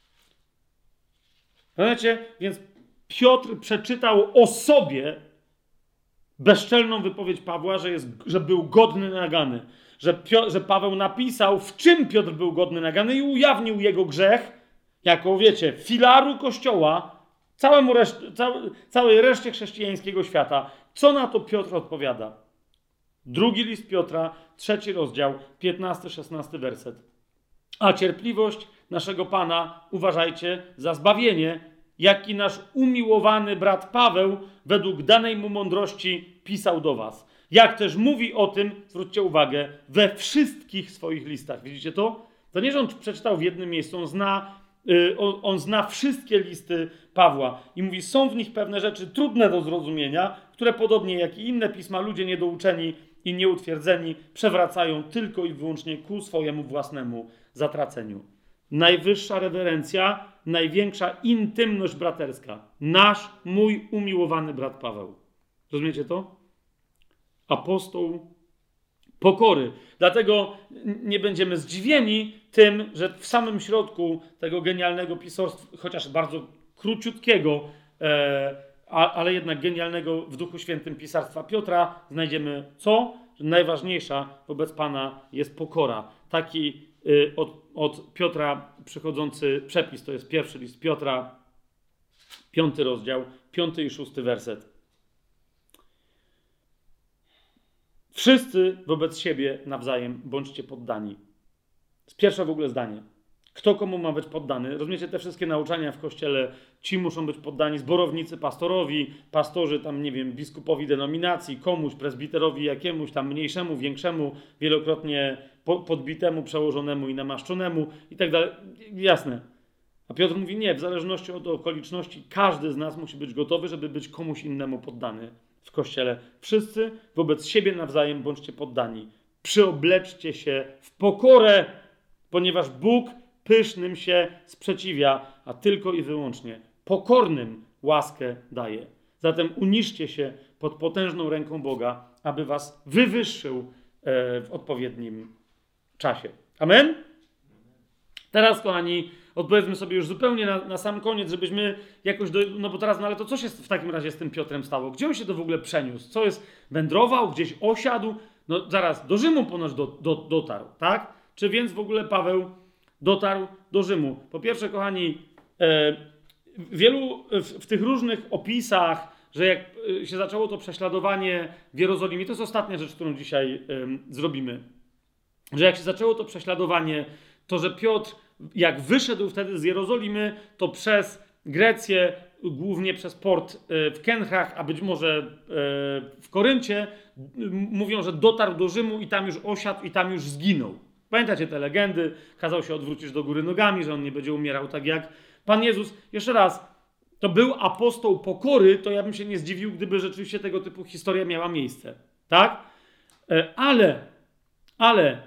Rozumiecie? Więc Piotr przeczytał o sobie bezczelną wypowiedź Pawła, że, jest, że był godny nagany. Że, Pio, że Paweł napisał, w czym Piotr był godny nagany i ujawnił jego grzech, jako, wiecie, filaru Kościoła, całemu reszt, cał, całej reszcie chrześcijańskiego świata. Co na to Piotr odpowiada? Drugi list Piotra, trzeci rozdział, piętnasty szesnasty werset. A cierpliwość naszego Pana uważajcie za zbawienie, jaki nasz umiłowany brat Paweł według danej mu mądrości pisał do was. Jak też mówi o tym, zwróćcie uwagę, we wszystkich swoich listach. Widzicie to? To nie, że on przeczytał w jednym miejscu, on zna, yy, on, on zna wszystkie listy Pawła i mówi, są w nich pewne rzeczy trudne do zrozumienia, które podobnie jak i inne pisma ludzie niedouczeni i nieutwierdzeni przewracają tylko i wyłącznie ku swojemu własnemu zatraceniu. Najwyższa rewerencja, największa intymność braterska. Nasz, mój umiłowany brat Paweł. Rozumiecie to? Apostoł pokory. Dlatego nie będziemy zdziwieni tym, że w samym środku tego genialnego pisarstwa, chociaż bardzo króciutkiego, e, a, ale jednak genialnego w Duchu Świętym pisarstwa Piotra, znajdziemy co? Że najważniejsza wobec Pana jest pokora. Taki y, od, od Piotra przychodzący przepis, to jest pierwszy list Piotra, piąty rozdział, piąty i szósty werset. Wszyscy wobec siebie nawzajem bądźcie poddani. To jest pierwsze w ogóle zdanie. Kto komu ma być poddany? Rozumiecie, te wszystkie nauczania w Kościele, ci muszą być poddani, zborownicy pastorowi, pastorzy tam, nie wiem, biskupowi denominacji, komuś, prezbiterowi jakiemuś tam mniejszemu, większemu, wielokrotnie podbitemu, przełożonemu i namaszczonemu i tak dalej. Jasne. A Piotr mówi, nie, w zależności od okoliczności każdy z nas musi być gotowy, żeby być komuś innemu poddany w Kościele. Wszyscy wobec siebie nawzajem bądźcie poddani. Przyobleczcie się w pokorę, ponieważ Bóg pysznym się sprzeciwia, a tylko i wyłącznie pokornym łaskę daje. Zatem uniżcie się pod potężną ręką Boga, aby was wywyższył w odpowiednim czasie. Amen? Teraz, kochani, odpowiedzmy sobie już zupełnie na, na sam koniec, żebyśmy jakoś, do, no bo teraz, no ale to co się w takim razie z tym Piotrem stało? Gdzie on się to w ogóle przeniósł? Co jest? Wędrował? Gdzieś osiadł? No zaraz, do Rzymu ponoć do, do, dotarł, tak? Czy więc w ogóle Paweł dotarł do Rzymu? Po pierwsze, kochani, e, wielu w, w tych różnych opisach, że jak się zaczęło to prześladowanie w Jerozolimie, to jest ostatnia rzecz, którą dzisiaj e, zrobimy, że jak się zaczęło to prześladowanie, to że Piotr, jak wyszedł wtedy z Jerozolimy, to przez Grecję, głównie przez port w Kenchach, a być może w Koryncie, mówią, że dotarł do Rzymu i tam już osiadł i tam już zginął. Pamiętacie te legendy? Kazał się odwrócić do góry nogami, że on nie będzie umierał tak jak Pan Jezus. Jeszcze raz, to był apostoł pokory, to ja bym się nie zdziwił, gdyby rzeczywiście tego typu historia miała miejsce. Tak? Ale, ale,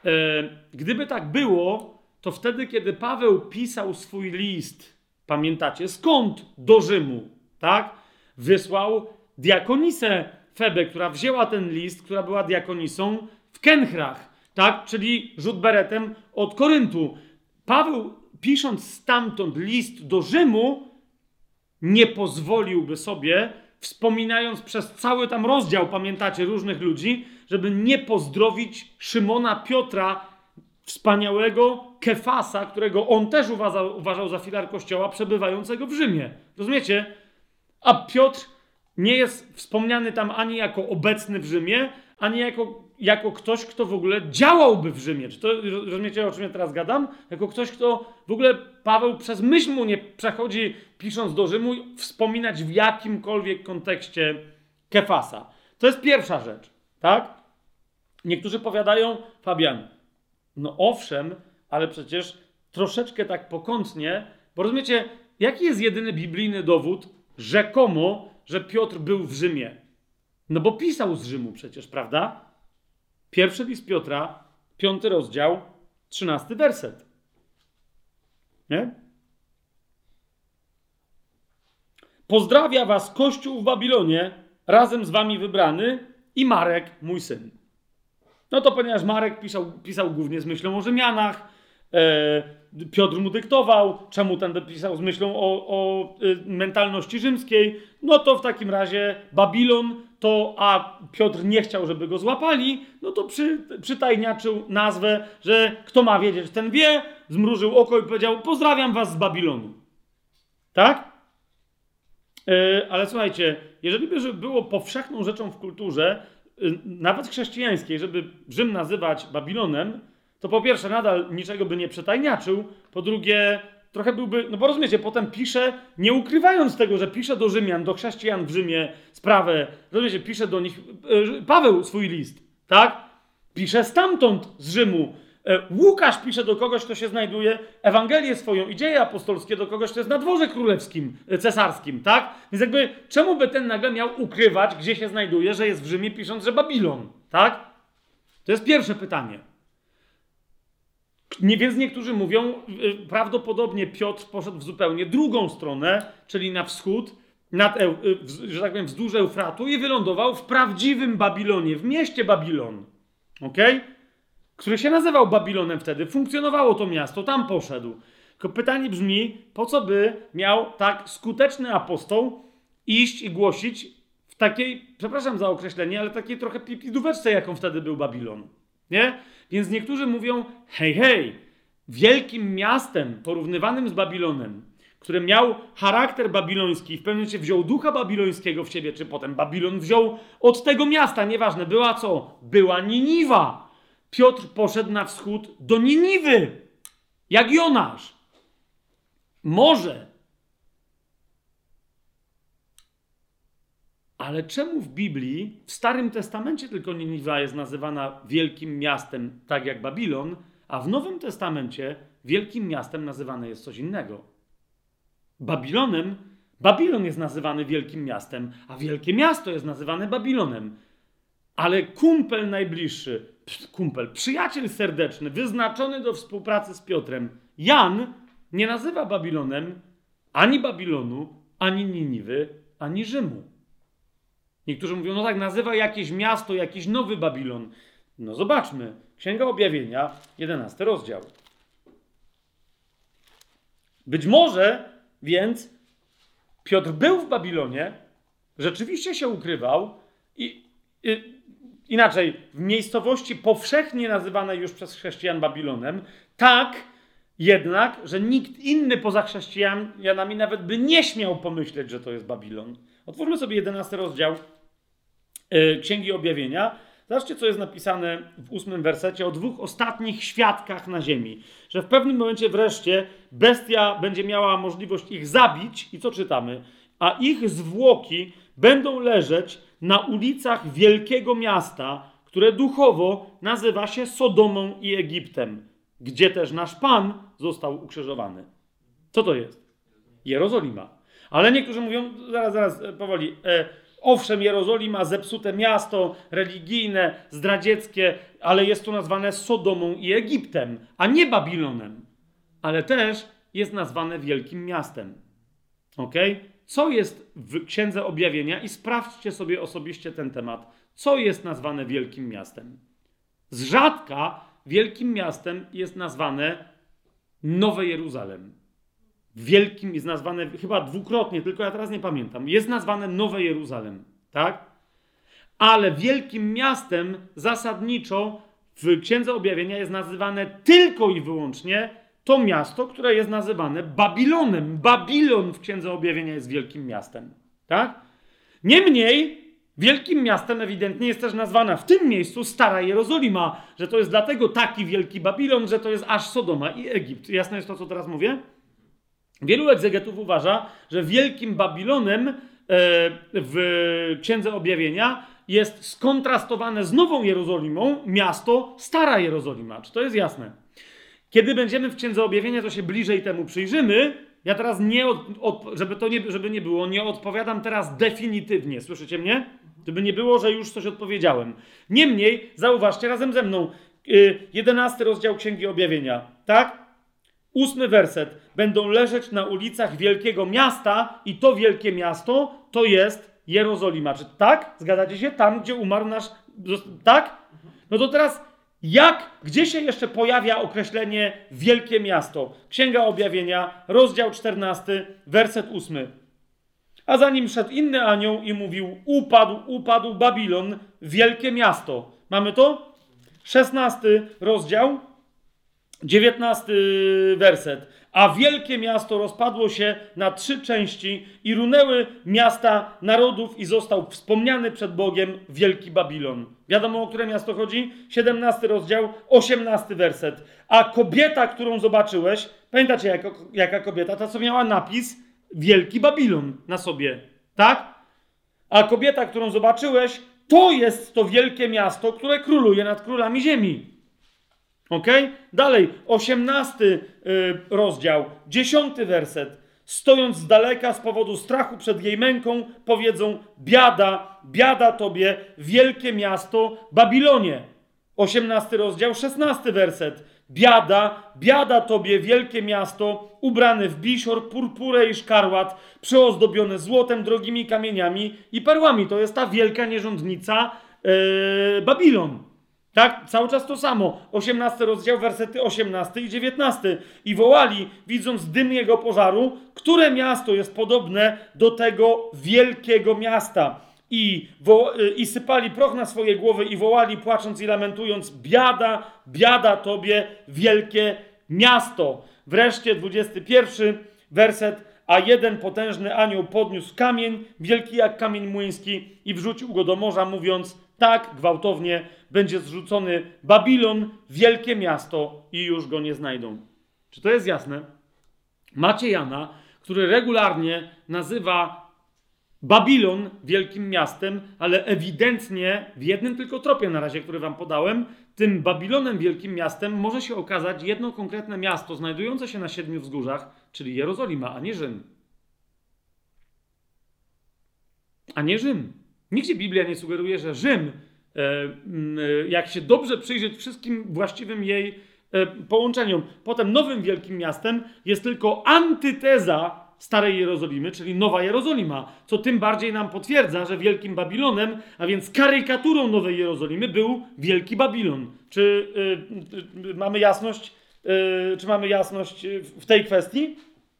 gdyby tak było, to wtedy, kiedy Paweł pisał swój list, pamiętacie, skąd do Rzymu, tak? Wysłał diakonisę Febę, która wzięła ten list, która była diakonisą w Kenchrach. tak? Czyli rzut beretem od Koryntu. Paweł, pisząc stamtąd list do Rzymu, nie pozwoliłby sobie, wspominając przez cały tam rozdział, pamiętacie, różnych ludzi, żeby nie pozdrowić Szymona Piotra, wspaniałego Kefasa, którego on też uważał, uważał za filar Kościoła, przebywającego w Rzymie. Rozumiecie? A Piotr nie jest wspomniany tam ani jako obecny w Rzymie, ani jako, jako ktoś, kto w ogóle działałby w Rzymie. Czy to, rozumiecie, o czym ja teraz gadam? Jako ktoś, kto w ogóle, Paweł przez myśl mu nie przechodzi, pisząc do Rzymu, wspominać w jakimkolwiek kontekście Kefasa. To jest pierwsza rzecz, tak? Niektórzy powiadają, Fabian, no owszem, ale przecież troszeczkę tak pokątnie, bo rozumiecie, jaki jest jedyny biblijny dowód, rzekomo, że Piotr był w Rzymie? No bo pisał z Rzymu przecież, prawda? Pierwszy list Piotra, piąty rozdział, trzynasty werset. Nie? Pozdrawia was Kościół w Babilonie, razem z wami wybrany i Marek, mój syn. No to ponieważ Marek pisał, pisał głównie z myślą o Rzymianach, e, Piotr mu dyktował, czemu ten by pisał z myślą o, o y, mentalności rzymskiej, no to w takim razie Babilon, to a Piotr nie chciał, żeby go złapali, no to przy, przytajniaczył nazwę, że kto ma wiedzieć, ten wie, zmrużył oko i powiedział, pozdrawiam was z Babilonu. Tak? E, ale słuchajcie, jeżeli by było powszechną rzeczą w kulturze, nawet chrześcijańskiej, żeby Rzym nazywać Babilonem, to po pierwsze nadal niczego by nie przetajniaczył, po drugie trochę byłby, no bo rozumiecie, potem pisze, nie ukrywając tego, że pisze do Rzymian, do chrześcijan w Rzymie sprawę, rozumiecie, pisze do nich, Paweł swój list, tak? Pisze stamtąd z Rzymu. Łukasz pisze do kogoś, kto się znajduje, Ewangelię swoją i dzieje apostolskie do kogoś, kto jest na dworze królewskim, cesarskim, tak? Więc jakby, czemu by ten nagle miał ukrywać, gdzie się znajduje, że jest w Rzymie, pisząc, że Babilon, tak? To jest pierwsze pytanie. Nie, więc niektórzy mówią, prawdopodobnie Piotr poszedł w zupełnie drugą stronę, czyli na wschód, nad, że tak powiem, wzdłuż Eufratu i wylądował w prawdziwym Babilonie, w mieście Babilon, okej? Okay? Który się nazywał Babilonem wtedy, funkcjonowało to miasto, tam poszedł. Tylko pytanie brzmi, po co by miał tak skuteczny apostoł iść i głosić w takiej, przepraszam za określenie, ale takiej trochę pipidóweczce, jaką wtedy był Babilon. Nie? Więc niektórzy mówią, hej, hej, wielkim miastem porównywanym z Babilonem, który miał charakter babiloński, w pewnym momencie wziął ducha babilońskiego w siebie, czy potem Babilon wziął od tego miasta, nieważne, była co? Była Niniwa. Piotr poszedł na wschód do Niniwy, jak Jonasz. Może. Ale czemu w Biblii, w Starym Testamencie tylko Niniwa jest nazywana wielkim miastem, tak jak Babilon, a w Nowym Testamencie wielkim miastem nazywane jest coś innego? Babilonem, Babilon jest nazywany wielkim miastem, a wielkie miasto jest nazywane Babilonem. Ale kumpel najbliższy, kumpel, przyjaciel serdeczny, wyznaczony do współpracy z Piotrem, Jan, nie nazywa Babilonem ani Babilonu, ani Niniwy, ani Rzymu. Niektórzy mówią, no tak, nazywa jakieś miasto, jakiś nowy Babilon. No zobaczmy. Księga Objawienia, jedenasty rozdział. Być może, więc, Piotr był w Babilonie, rzeczywiście się ukrywał i, i inaczej, w miejscowości powszechnie nazywanej już przez chrześcijan Babilonem, tak jednak, że nikt inny poza chrześcijanami nawet by nie śmiał pomyśleć, że to jest Babilon. Otwórzmy sobie jedenasty rozdział yy, Księgi Objawienia. Zobaczcie, co jest napisane w ósmym wersecie o dwóch ostatnich świadkach na ziemi. Że w pewnym momencie wreszcie bestia będzie miała możliwość ich zabić i co czytamy? A ich zwłoki będą leżeć na ulicach wielkiego miasta, które duchowo nazywa się Sodomą i Egiptem, gdzie też nasz Pan został ukrzyżowany. Co to jest? Jerozolima. Ale niektórzy mówią, zaraz, zaraz, powoli, e, owszem, Jerozolima, zepsute miasto, religijne, zdradzieckie, ale jest to nazwane Sodomą i Egiptem, a nie Babilonem. Ale też jest nazwane wielkim miastem. Okej? Okay? Co jest w Księdze Objawienia i sprawdźcie sobie osobiście ten temat. Co jest nazwane wielkim miastem? Z rzadka wielkim miastem jest nazwane Nowe Jeruzalem. Wielkim jest nazwane chyba dwukrotnie, tylko ja teraz nie pamiętam. Jest nazwane Nowe Jeruzalem, tak? Ale wielkim miastem zasadniczo w Księdze Objawienia jest nazywane tylko i wyłącznie to miasto, które jest nazywane Babilonem. Babilon w Księdze Objawienia jest wielkim miastem, tak? Niemniej wielkim miastem ewidentnie jest też nazwana w tym miejscu Stara Jerozolima, że to jest dlatego taki wielki Babilon, że to jest aż Sodoma i Egipt. Jasne jest to, co teraz mówię? Wielu egzegetów uważa, że wielkim Babilonem w Księdze Objawienia jest skontrastowane z Nową Jerozolimą miasto Stara Jerozolima. Czy to jest jasne? Kiedy będziemy w Księdze Objawienia, to się bliżej temu przyjrzymy. Ja teraz nie, od, od, żeby to nie, żeby nie było, nie odpowiadam teraz definitywnie. Słyszycie mnie? Żeby nie było, że już coś odpowiedziałem. Niemniej, zauważcie razem ze mną, yy, jedenasty rozdział Księgi Objawienia, tak? Ósmy werset. Będą leżeć na ulicach wielkiego miasta i to wielkie miasto to jest Jerozolima. Czy tak? Zgadzacie się? Tam, gdzie umarł nasz... Tak? No to teraz jak, gdzie się jeszcze pojawia określenie wielkie miasto? Księga Objawienia, rozdział czternasty, werset ósmy. A za nim szedł inny anioł i mówił: upadł, upadł Babilon, wielkie miasto. Mamy to? szesnasty rozdział, dziewiętnasty werset. A wielkie miasto rozpadło się na trzy części i runęły miasta narodów i został wspomniany przed Bogiem wielki Babilon. Wiadomo, o które miasto chodzi? siedemnasty rozdział, osiemnasty werset. A kobieta, którą zobaczyłeś, pamiętacie jaka, jaka kobieta? Ta, co miała napis wielki Babilon na sobie, tak? A kobieta, którą zobaczyłeś, to jest to wielkie miasto, które króluje nad królami ziemi. Ok? Dalej, osiemnasty yy, rozdział, dziesiąty werset. Stojąc z daleka z powodu strachu przed jej męką, powiedzą: biada, biada tobie, wielkie miasto Babilonie. osiemnasty rozdział, szesnasty werset. Biada, biada tobie, wielkie miasto, ubrane w bisior, purpurę i szkarłat, przyozdobione złotem, drogimi kamieniami i perłami. To jest ta wielka nierządnica yy, Babilon. Tak? Cały czas to samo. osiemnasty rozdział, wersety osiemnasty i dziewiętnasty. I wołali, widząc dym jego pożaru, które miasto jest podobne do tego wielkiego miasta. I, wo- I sypali proch na swoje głowy i wołali, płacząc i lamentując: biada, biada tobie, wielkie miasto. Wreszcie dwudziesty pierwszy werset. A jeden potężny anioł podniósł kamień, wielki jak kamień młyński, i wrzucił go do morza, mówiąc: tak gwałtownie będzie zrzucony Babilon, wielkie miasto, i już go nie znajdą. Czy to jest jasne? Macie Jana, który regularnie nazywa Babilon wielkim miastem, ale ewidentnie w jednym tylko tropie na razie, który wam podałem, tym Babilonem wielkim miastem może się okazać jedno konkretne miasto znajdujące się na siedmiu wzgórzach, czyli Jerozolima, a nie Rzym. A nie Rzym. Nigdzie Biblia nie sugeruje, że Rzym, jak się dobrze przyjrzeć wszystkim właściwym jej połączeniom, potem nowym wielkim miastem jest tylko antyteza Starej Jerozolimy, czyli Nowa Jerozolima, co tym bardziej nam potwierdza, że wielkim Babilonem, a więc karykaturą Nowej Jerozolimy, był wielki Babilon. Czy y, y, mamy jasność, y, czy mamy jasność w tej kwestii?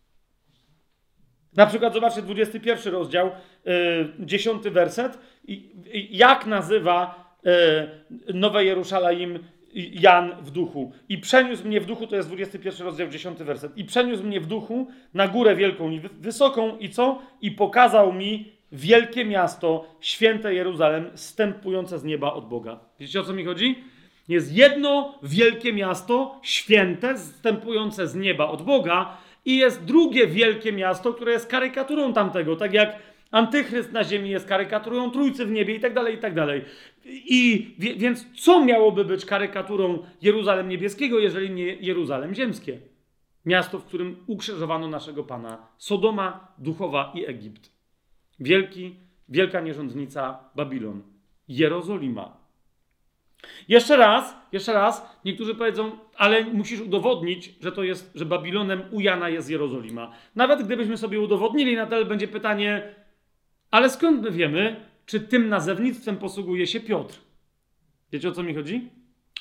Na przykład zobaczcie dwudziesty pierwszy rozdział, dziesiąty werset. I, i, jak nazywa y, Nowe Jerusalem Jan w duchu? I przeniósł mnie w duchu, to jest dwudziesty pierwszy rozdział, dziesiąty werset. I przeniósł mnie w duchu na górę wielką i wysoką i co? I pokazał mi wielkie miasto, święte Jeruzalem, zstępujące z nieba od Boga. Wiecie, o co mi chodzi? Jest jedno wielkie miasto, święte, zstępujące z nieba od Boga, i jest drugie wielkie miasto, które jest karykaturą tamtego, tak jak Antychryst na ziemi jest karykaturą Trójcy w niebie i tak dalej, i tak dalej. I wie, więc co miałoby być karykaturą Jeruzalem niebieskiego, jeżeli nie Jeruzalem ziemskie? Miasto, w którym ukrzyżowano naszego Pana. Sodoma duchowa i Egipt. Wielki, wielka nierządnica Babilon. Jerozolima. Jeszcze raz, jeszcze raz, niektórzy powiedzą, ale musisz udowodnić, że to jest, że Babilonem u Jana jest Jerozolima. Nawet gdybyśmy sobie udowodnili, nadal będzie pytanie, ale skąd my wiemy, czy tym nazewnictwem posługuje się Piotr? Wiecie, o co mi chodzi?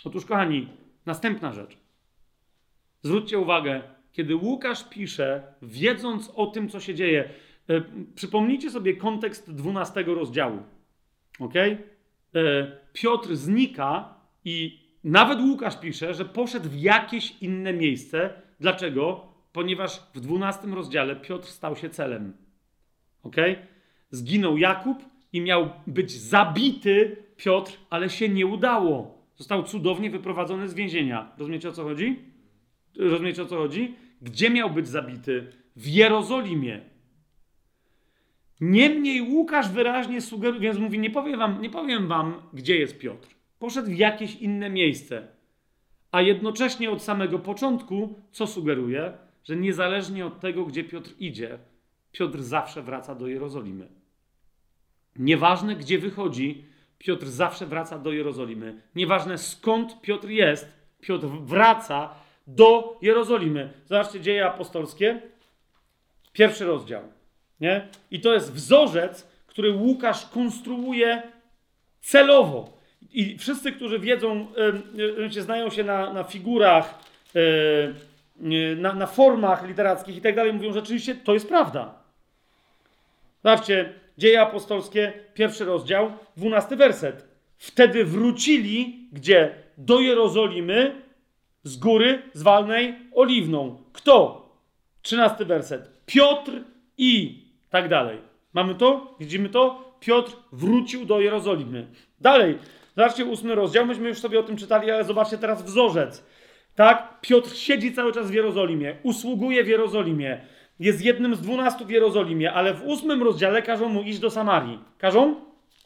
Otóż, kochani, następna rzecz. Zwróćcie uwagę, kiedy Łukasz pisze, wiedząc o tym, co się dzieje, e, przypomnijcie sobie kontekst dwunastego rozdziału. Okay? E, Piotr znika i nawet Łukasz pisze, że poszedł w jakieś inne miejsce. Dlaczego? Ponieważ w dwunastym rozdziale Piotr stał się celem. Okay? Zginął Jakub i miał być zabity Piotr, ale się nie udało. Został cudownie wyprowadzony z więzienia. Rozumiecie, o co chodzi? Rozumiecie, o co chodzi? Gdzie miał być zabity? W Jerozolimie. Niemniej Łukasz wyraźnie sugeruje, więc mówi, nie powiem wam, nie powiem wam, gdzie jest Piotr. Poszedł w jakieś inne miejsce. A jednocześnie od samego początku, co sugeruje? Że niezależnie od tego, gdzie Piotr idzie, Piotr zawsze wraca do Jerozolimy. Nieważne, gdzie wychodzi, Piotr zawsze wraca do Jerozolimy. Nieważne, skąd Piotr jest, Piotr wraca do Jerozolimy. Zobaczcie, Dzieje apostolskie, pierwszy rozdział. Nie? I to jest wzorzec, który Łukasz konstruuje celowo. I wszyscy, którzy wiedzą, yy, yy, znają się na, na figurach, yy, yy, na, na formach literackich i tak dalej, mówią, że rzeczywiście to jest prawda. Zobaczcie, Dzieje apostolskie, pierwszy rozdział, dwunasty werset. Wtedy wrócili, gdzie? Do Jerozolimy, z góry zwalnej Oliwną. Kto? Trzynasty werset. Piotr i tak dalej. Mamy to? Widzimy to? Piotr wrócił do Jerozolimy. Dalej. Zobaczcie, ósmy rozdział. Myśmy już sobie o tym czytali, ale zobaczcie teraz wzorzec. Tak? Piotr siedzi cały czas w Jerozolimie. Usługuje w Jerozolimie. Jest jednym z dwunastu w Jerozolimie, ale w ósmym rozdziale każą mu iść do Samarii. Każą?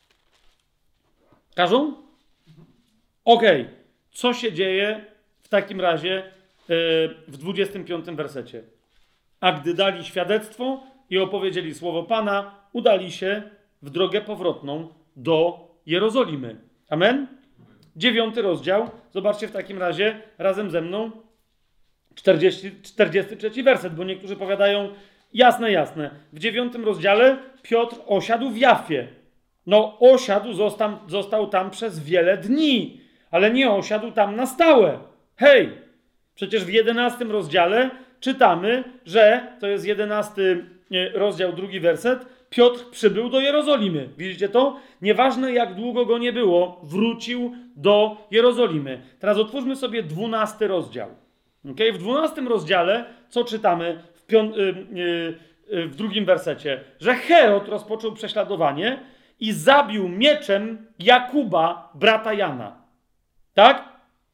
Każą? Okej. Okay. Co się dzieje w takim razie yy, w dwudziestym piątym wersecie? A gdy dali świadectwo i opowiedzieli słowo Pana, udali się w drogę powrotną do Jerozolimy. Amen? Dziewiąty rozdział. Zobaczcie w takim razie razem ze mną czterdziesty, czterdziesty trzeci werset, bo niektórzy powiadają jasne, jasne. W dziewiątym rozdziale Piotr osiadł w Jaffie. No osiadł, został, został tam przez wiele dni, ale nie osiadł tam na stałe. Hej! Przecież w jedenastym rozdziale czytamy, że, to jest jedenasty rozdział, drugi werset, Piotr przybył do Jerozolimy. Widzicie to? Nieważne jak długo go nie było, wrócił do Jerozolimy. Teraz otwórzmy sobie dwunasty rozdział. Okay? W dwunastym rozdziale, co czytamy w, pią- yy, yy, w drugim wersecie? Że Herod rozpoczął prześladowanie i zabił mieczem Jakuba, brata Jana. Tak?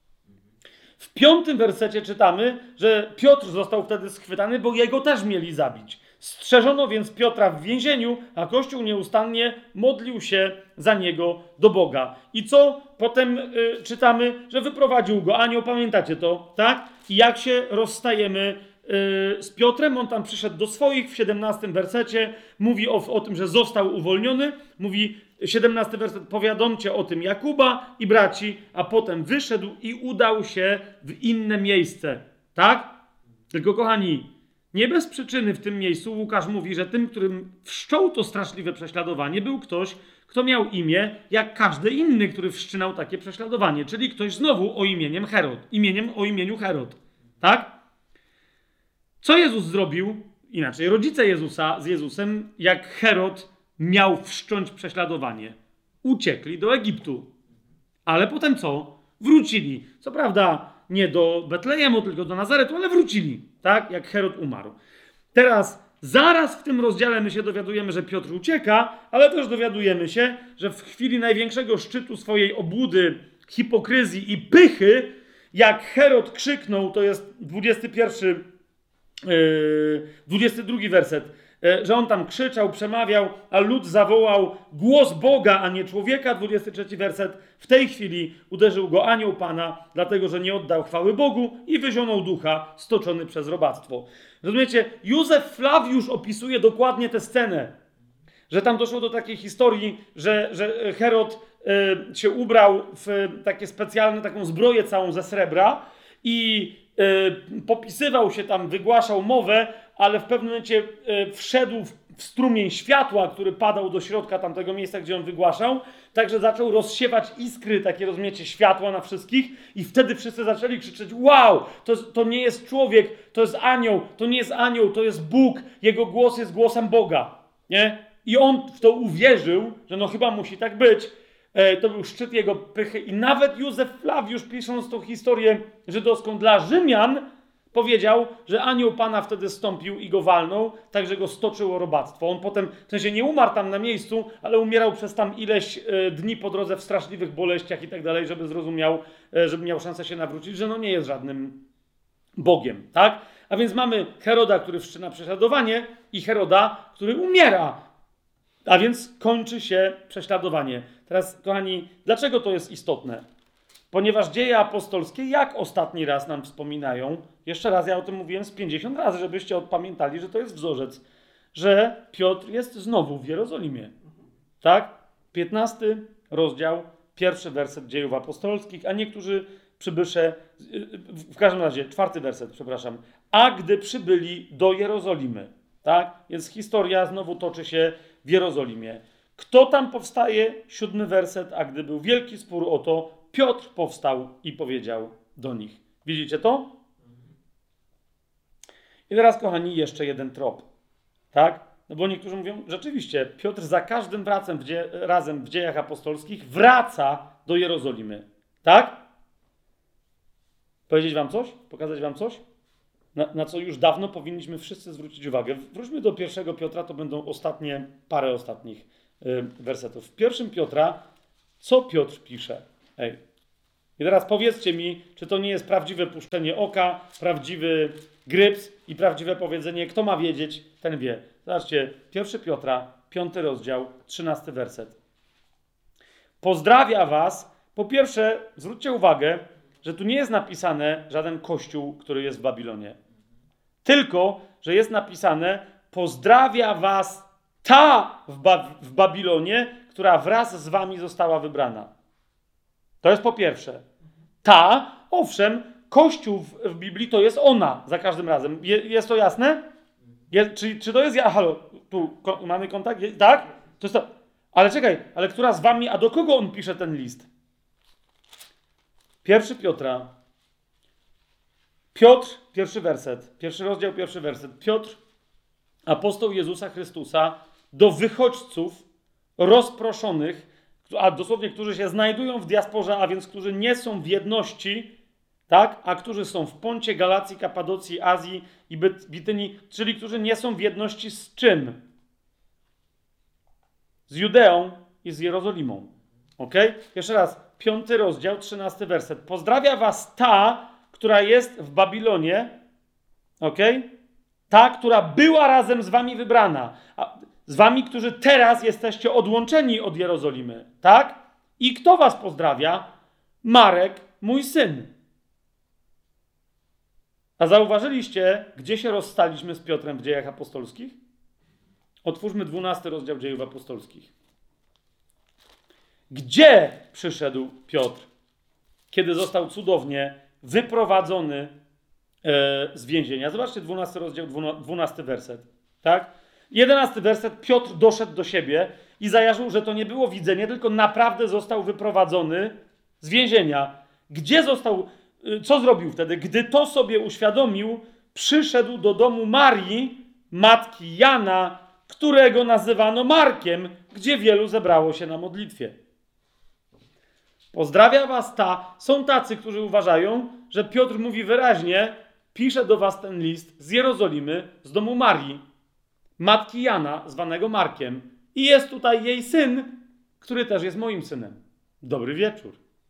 W piątym wersecie czytamy, że Piotr został wtedy schwytany, bo jego też mieli zabić. Strzeżono więc Piotra w więzieniu, a Kościół nieustannie modlił się za niego do Boga. I co potem y, czytamy? Że wyprowadził go anioł, pamiętacie to, tak? I jak się rozstajemy y, z Piotrem, on tam przyszedł do swoich w siedemnastym wersecie, mówi o, o tym, że został uwolniony, mówi siedemnasty werset, powiadomcie o tym Jakuba i braci, a potem wyszedł i udał się w inne miejsce, tak? Tylko kochani, nie bez przyczyny w tym miejscu Łukasz mówi, że tym, którym wszczął to straszliwe prześladowanie, był ktoś, kto miał imię jak każdy inny, który wszczynał takie prześladowanie, czyli ktoś znowu o imieniem Herod, imieniem o imieniu Herod, tak? Co Jezus zrobił, inaczej rodzice Jezusa z Jezusem, jak Herod miał wszcząć prześladowanie? Uciekli do Egiptu. Ale potem co? Wrócili. Co prawda nie do Betlejemu, tylko do Nazaretu, ale wrócili, tak? Jak Herod umarł. Teraz, zaraz w tym rozdziale my się dowiadujemy, że Piotr ucieka, ale też dowiadujemy się, że w chwili największego szczytu swojej obłudy, hipokryzji i pychy, jak Herod krzyknął, to jest dwudziesty pierwszy, yy, dwudziesty drugi werset, yy, że on tam krzyczał, przemawiał, a lud zawołał głos Boga, a nie człowieka, dwudziesty trzeci werset. W tej chwili uderzył go anioł Pana, dlatego że nie oddał chwały Bogu i wyzionął ducha stoczony przez robactwo. Rozumiecie? Józef Flawiusz opisuje dokładnie tę scenę, że tam doszło do takiej historii, że, że Herod y, się ubrał w takie specjalne, taką zbroję całą ze srebra i y, popisywał się tam, wygłaszał mowę, ale w pewnym momencie y, wszedł w w strumień światła, który padał do środka tamtego miejsca, gdzie on wygłaszał, także zaczął rozsiewać iskry, takie rozumiecie, światła na wszystkich i wtedy wszyscy zaczęli krzyczeć: wow, to, to nie jest człowiek, to jest anioł, to nie jest anioł, to jest Bóg, jego głos jest głosem Boga, nie? I on w to uwierzył, że no chyba musi tak być. E, to był szczyt jego pychy i nawet Józef Flawiusz, pisząc tą historię żydowską dla Rzymian, powiedział, że anioł Pana wtedy zstąpił i go walnął, tak że go stoczyło robactwo. On potem, w sensie nie umarł tam na miejscu, ale umierał przez tam ileś e, dni po drodze w straszliwych boleściach i tak dalej, żeby zrozumiał, e, żeby miał szansę się nawrócić, że no nie jest żadnym Bogiem, tak? A więc mamy Heroda, który wszczyna prześladowanie i Heroda, który umiera. A więc kończy się prześladowanie. Teraz, kochani, dlaczego to jest istotne? Ponieważ dzieje apostolskie, jak ostatni raz nam wspominają, jeszcze raz ja o tym mówiłem z pięćdziesiąt razy, żebyście pamiętali, że to jest wzorzec, że Piotr jest znowu w Jerozolimie. Tak? piętnasty rozdział, pierwszy werset dziejów apostolskich, a niektórzy przybysze, w każdym razie, czwarty werset, przepraszam, a gdy przybyli do Jerozolimy, tak? Więc historia znowu toczy się w Jerozolimie. Kto tam powstaje? Siódmy werset, a gdy był wielki spór o to, Piotr powstał i powiedział do nich. Widzicie to? I teraz, kochani, jeszcze jeden trop. Tak? No bo niektórzy mówią, rzeczywiście, Piotr za każdym razem w, dzie- razem w dziejach apostolskich wraca do Jerozolimy. Tak? Powiedzieć wam coś? Pokazać wam coś? Na, na co już dawno powinniśmy wszyscy zwrócić uwagę. Wróćmy do pierwszego Piotra, to będą ostatnie, parę ostatnich y, wersetów. W pierwszym Piotra, co Piotr pisze? Ej. I teraz powiedzcie mi, czy to nie jest prawdziwe puszczenie oka, prawdziwy gryps i prawdziwe powiedzenie, kto ma wiedzieć, ten wie. Zobaczcie, pierwszy Piotra, piąty rozdział, trzynasty werset. Pozdrawia was. Po pierwsze, zwróćcie uwagę, że tu nie jest napisane żaden kościół, który jest w Babilonie. Tylko, że jest napisane, pozdrawia was ta w, ba- w Babilonie, która wraz z wami została wybrana. To jest po pierwsze. Ta, owszem, Kościół w, w Biblii to jest ona za każdym razem. Je, jest to jasne? Je, czy, czy to jest ja? Halo, tu ko, mamy kontakt? Je, tak? To jest to. Ale czekaj, ale która z wami, a do kogo on pisze ten list? Pierwszy Piotra. Piotr, pierwszy werset. Pierwszy rozdział, pierwszy werset. Piotr, apostoł Jezusa Chrystusa, do wychodźców rozproszonych, a dosłownie, którzy się znajdują w diasporze, a więc którzy nie są w jedności, tak, a którzy są w Poncie, Galacji, Kapadocji, Azji i Bitynii, czyli którzy nie są w jedności z czym? Z Judeą i z Jerozolimą. Ok? Jeszcze raz, piąty rozdział, trzynasty werset. Pozdrawia was ta, która jest w Babilonie, ok? Ta, która była razem z wami wybrana. A z wami, którzy teraz jesteście odłączeni od Jerozolimy, tak? I kto was pozdrawia? Marek, mój syn. A zauważyliście, gdzie się rozstaliśmy z Piotrem w dziejach apostolskich? Otwórzmy dwunasty rozdział dziejów apostolskich. Gdzie przyszedł Piotr, kiedy został cudownie wyprowadzony e, z więzienia? Zobaczcie, dwunasty rozdział, dwunasty werset. Tak? jedenasty werset. Piotr doszedł do siebie i zajarzył, że to nie było widzenie, tylko naprawdę został wyprowadzony z więzienia. Gdzie został, co zrobił wtedy? Gdy to sobie uświadomił, przyszedł do domu Marii, matki Jana, którego nazywano Markiem, gdzie wielu zebrało się na modlitwie. Pozdrawia was ta. Są tacy, którzy uważają, że Piotr mówi wyraźnie, pisze do was ten list z Jerozolimy, z domu Marii, matki Jana, zwanego Markiem. I jest tutaj jej syn, który też jest moim synem. Dobry wieczór.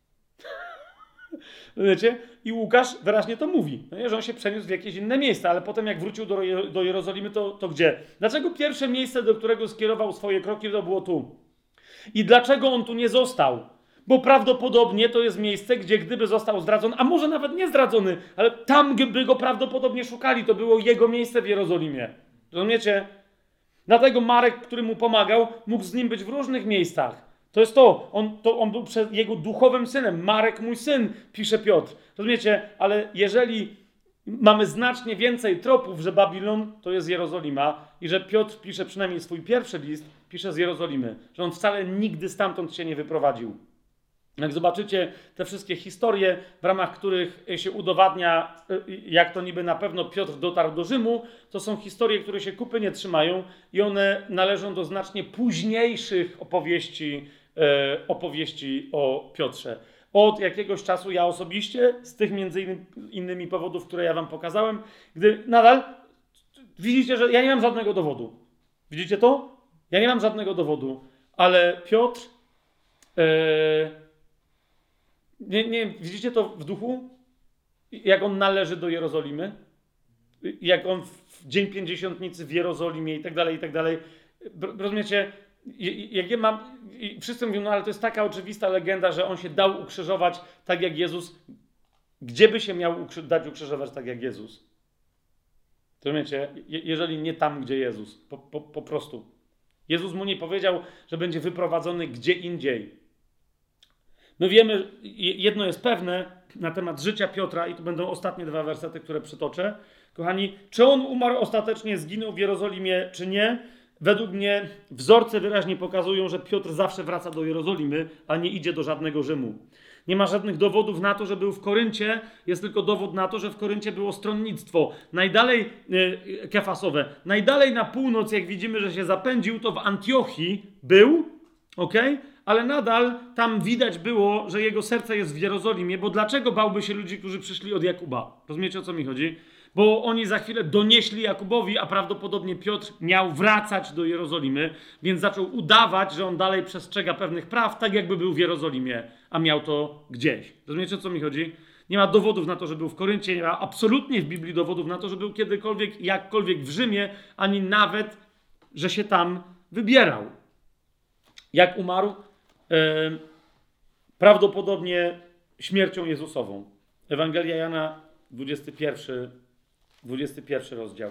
Wiecie? I Łukasz wyraźnie to mówi, no nie, że on się przeniósł w jakieś inne miejsce, ale potem jak wrócił do, do Jerozolimy, to, to gdzie? Dlaczego pierwsze miejsce, do którego skierował swoje kroki, to było tu? I dlaczego on tu nie został? Bo prawdopodobnie to jest miejsce, gdzie gdyby został zdradzony, a może nawet nie zdradzony, ale tam by go prawdopodobnie szukali, to było jego miejsce w Jerozolimie. Rozumiecie? Dlatego Marek, który mu pomagał, mógł z nim być w różnych miejscach. To jest to. On, to on był przed jego duchowym synem. Marek, mój syn, pisze Piotr. Rozumiecie? Ale jeżeli mamy znacznie więcej tropów, że Babilon to jest Jerozolima i że Piotr pisze przynajmniej swój pierwszy list, pisze z Jerozolimy, że on wcale nigdy stamtąd się nie wyprowadził. Jak zobaczycie te wszystkie historie, w ramach których się udowadnia, jak to niby na pewno Piotr dotarł do Rzymu, to są historie, które się kupy nie trzymają i one należą do znacznie późniejszych opowieści, e, opowieści o Piotrze. Od jakiegoś czasu ja osobiście, z tych między innymi powodów, które ja wam pokazałem, gdy nadal widzicie, że ja nie mam żadnego dowodu. Widzicie to? Ja nie mam żadnego dowodu, ale Piotr... E, Nie, nie, widzicie to w duchu? Jak on należy do Jerozolimy? Jak on w Dzień Pięćdziesiątnicy w Jerozolimie i tak dalej, i tak dalej. Rozumiecie? Jak ja mam... I wszyscy mówią, no ale to jest taka oczywista legenda, że on się dał ukrzyżować tak jak Jezus. Gdzie by się miał dać ukrzyżować tak jak Jezus? Rozumiecie? Jeżeli nie tam, gdzie Jezus. Po, po, po prostu. Jezus mu nie powiedział, że będzie wyprowadzony gdzie indziej. My wiemy, jedno jest pewne na temat życia Piotra i tu będą ostatnie dwa wersety, które przytoczę. Kochani, czy on umarł ostatecznie, zginął w Jerozolimie, czy nie? Według mnie wzorce wyraźnie pokazują, że Piotr zawsze wraca do Jerozolimy, a nie idzie do żadnego Rzymu. Nie ma żadnych dowodów na to, że był w Koryncie, jest tylko dowód na to, że w Koryncie było stronnictwo. Najdalej, e, kefasowe, najdalej na północ, jak widzimy, że się zapędził, to w Antiochii był, okej? Okay? Ale nadal tam widać było, że jego serce jest w Jerozolimie, bo dlaczego bałby się ludzi, którzy przyszli od Jakuba? Rozumiecie, o co mi chodzi? Bo oni za chwilę donieśli Jakubowi, a prawdopodobnie Piotr miał wracać do Jerozolimy, więc zaczął udawać, że on dalej przestrzega pewnych praw, tak jakby był w Jerozolimie, a miał to gdzieś. Rozumiecie, o co mi chodzi? Nie ma dowodów na to, że był w Koryncie, nie ma absolutnie w Biblii dowodów na to, że był kiedykolwiek, jakkolwiek w Rzymie, ani nawet, że się tam wybierał. Jak umarł? Yy, prawdopodobnie śmiercią Jezusową. Ewangelia Jana, dwudziesty pierwszy, dwudziesty pierwszy rozdział.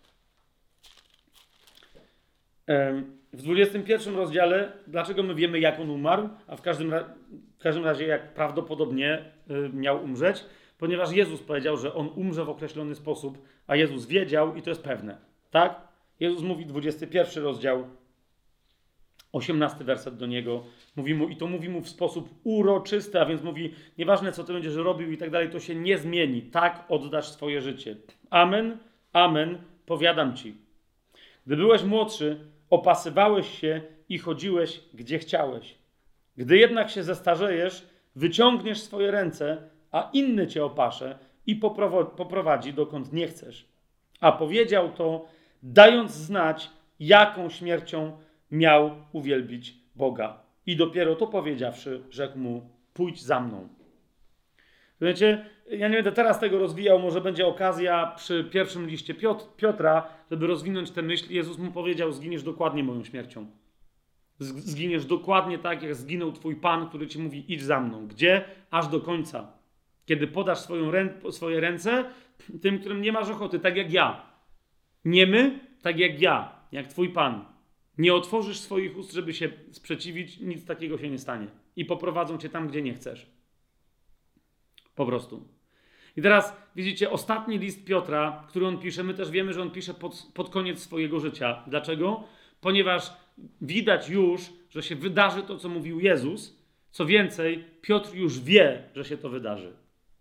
Yy, w dwudziestym pierwszym rozdziale, dlaczego my wiemy, jak on umarł, a w każdym, ra- w każdym razie, jak prawdopodobnie yy, miał umrzeć, ponieważ Jezus powiedział, że on umrze w określony sposób, a Jezus wiedział i to jest pewne. Tak? Jezus mówi, dwudziesty pierwszy rozdział, osiemnasty werset do niego, mówi mu, i to mówi mu w sposób uroczysty, a więc mówi, nieważne co ty będziesz robił i tak dalej, to się nie zmieni, tak oddasz swoje życie. Amen, amen, powiadam ci. Gdy byłeś młodszy, opasywałeś się i chodziłeś, gdzie chciałeś. Gdy jednak się zestarzejesz, wyciągniesz swoje ręce, a inny cię opasze i poprowadzi dokąd nie chcesz. A powiedział to, dając znać, jaką śmiercią miał uwielbić Boga. I dopiero to powiedziawszy, rzekł mu, pójdź za mną. Wiecie, ja nie będę teraz tego rozwijał, może będzie okazja przy pierwszym liście Piotra, żeby rozwinąć tę myśl. Jezus mu powiedział, zginiesz dokładnie moją śmiercią. Zginiesz dokładnie tak, jak zginął twój Pan, który ci mówi, idź za mną. Gdzie? Aż do końca. Kiedy podasz swoją rę- swoje ręce tym, którym nie masz ochoty, tak jak ja. Nie my, tak jak ja, jak twój Pan. Nie otworzysz swoich ust, żeby się sprzeciwić, nic takiego się nie stanie. I poprowadzą cię tam, gdzie nie chcesz. Po prostu. I teraz widzicie, ostatni list Piotra, który on pisze, my też wiemy, że on pisze pod, pod koniec swojego życia. Dlaczego? Ponieważ widać już, że się wydarzy to, co mówił Jezus. Co więcej, Piotr już wie, że się to wydarzy.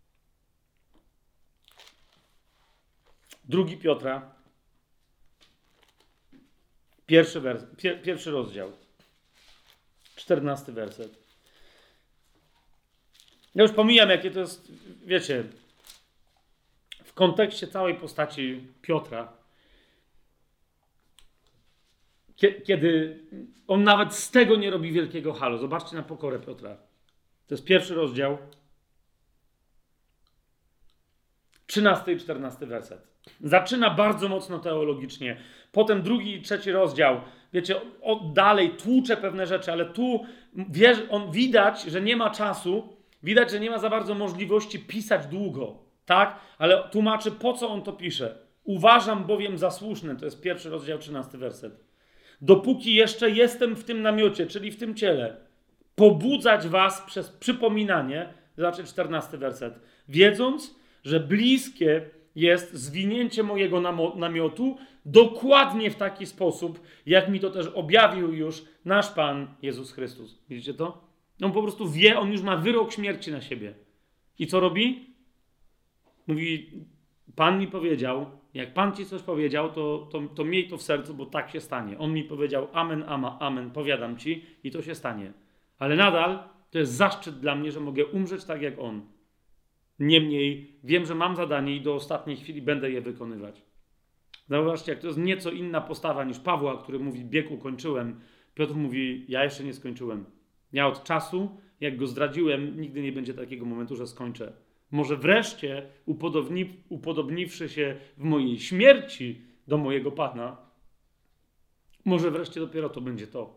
Drugi Piotra, pierwszy, wers, pier, pierwszy rozdział, czternasty werset. Ja już pomijam, jakie to jest, wiecie, w kontekście całej postaci Piotra, kiedy on nawet z tego nie robi wielkiego halu. Zobaczcie na pokorę Piotra. To jest pierwszy rozdział, trzynasty i czternasty werset. Zaczyna bardzo mocno teologicznie. Potem drugi i trzeci rozdział. Wiecie, od dalej tłucze pewne rzeczy, ale tu wiesz, on widać, że nie ma czasu, widać, że nie ma za bardzo możliwości pisać długo, tak? Ale tłumaczy, po co on to pisze. Uważam bowiem za słuszne, to jest pierwszy rozdział, trzynasty werset. Dopóki jeszcze jestem w tym namiocie, czyli w tym ciele, pobudzać was przez przypominanie, znaczy czternasty werset, wiedząc, że bliskie jest zwinięcie mojego namo- namiotu dokładnie w taki sposób, jak mi to też objawił już nasz Pan Jezus Chrystus. Widzicie to? On po prostu wie, on już ma wyrok śmierci na siebie. I co robi? Mówi, Pan mi powiedział, jak Pan ci coś powiedział, to, to, to miej to w sercu, bo tak się stanie. On mi powiedział, amen, ama, amen, powiadam ci i to się stanie. Ale nadal to jest zaszczyt dla mnie, że mogę umrzeć tak jak On. Niemniej wiem, że mam zadanie i do ostatniej chwili będę je wykonywać. Zauważcie, jak to jest nieco inna postawa niż Pawła, który mówi, bieg ukończyłem. Piotr mówi, ja jeszcze nie skończyłem. Ja od czasu, jak go zdradziłem, nigdy nie będzie takiego momentu, że skończę. Może wreszcie, upodobni, upodobniwszy się w mojej śmierci do mojego Pana, może wreszcie dopiero to będzie to.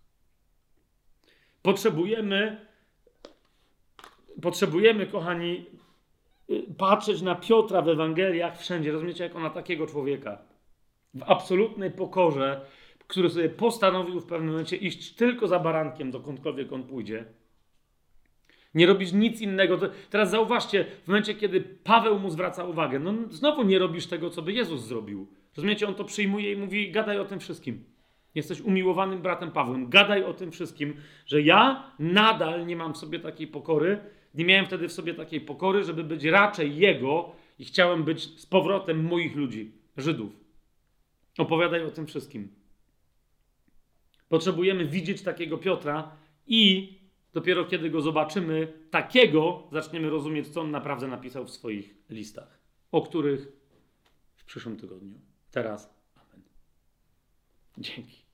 Potrzebujemy, potrzebujemy, kochani, patrzeć na Piotra w Ewangeliach wszędzie. Rozumiecie, jak on na takiego człowieka w absolutnej pokorze, który sobie postanowił w pewnym momencie iść tylko za barankiem, dokądkolwiek on pójdzie. Nie robisz nic innego. Teraz zauważcie, w momencie, kiedy Paweł mu zwraca uwagę, no znowu nie robisz tego, co by Jezus zrobił. Rozumiecie, on to przyjmuje i mówi, gadaj o tym wszystkim. Jesteś umiłowanym bratem Pawłem. Gadaj o tym wszystkim, że ja nadal nie mam w sobie takiej pokory, nie miałem wtedy w sobie takiej pokory, żeby być raczej Jego i chciałem być z powrotem moich ludzi, Żydów. Opowiadaj o tym wszystkim. Potrzebujemy widzieć takiego Piotra i dopiero kiedy go zobaczymy, takiego zaczniemy rozumieć, co on naprawdę napisał w swoich listach, o których w przyszłym tygodniu. Teraz amen. Dzięki.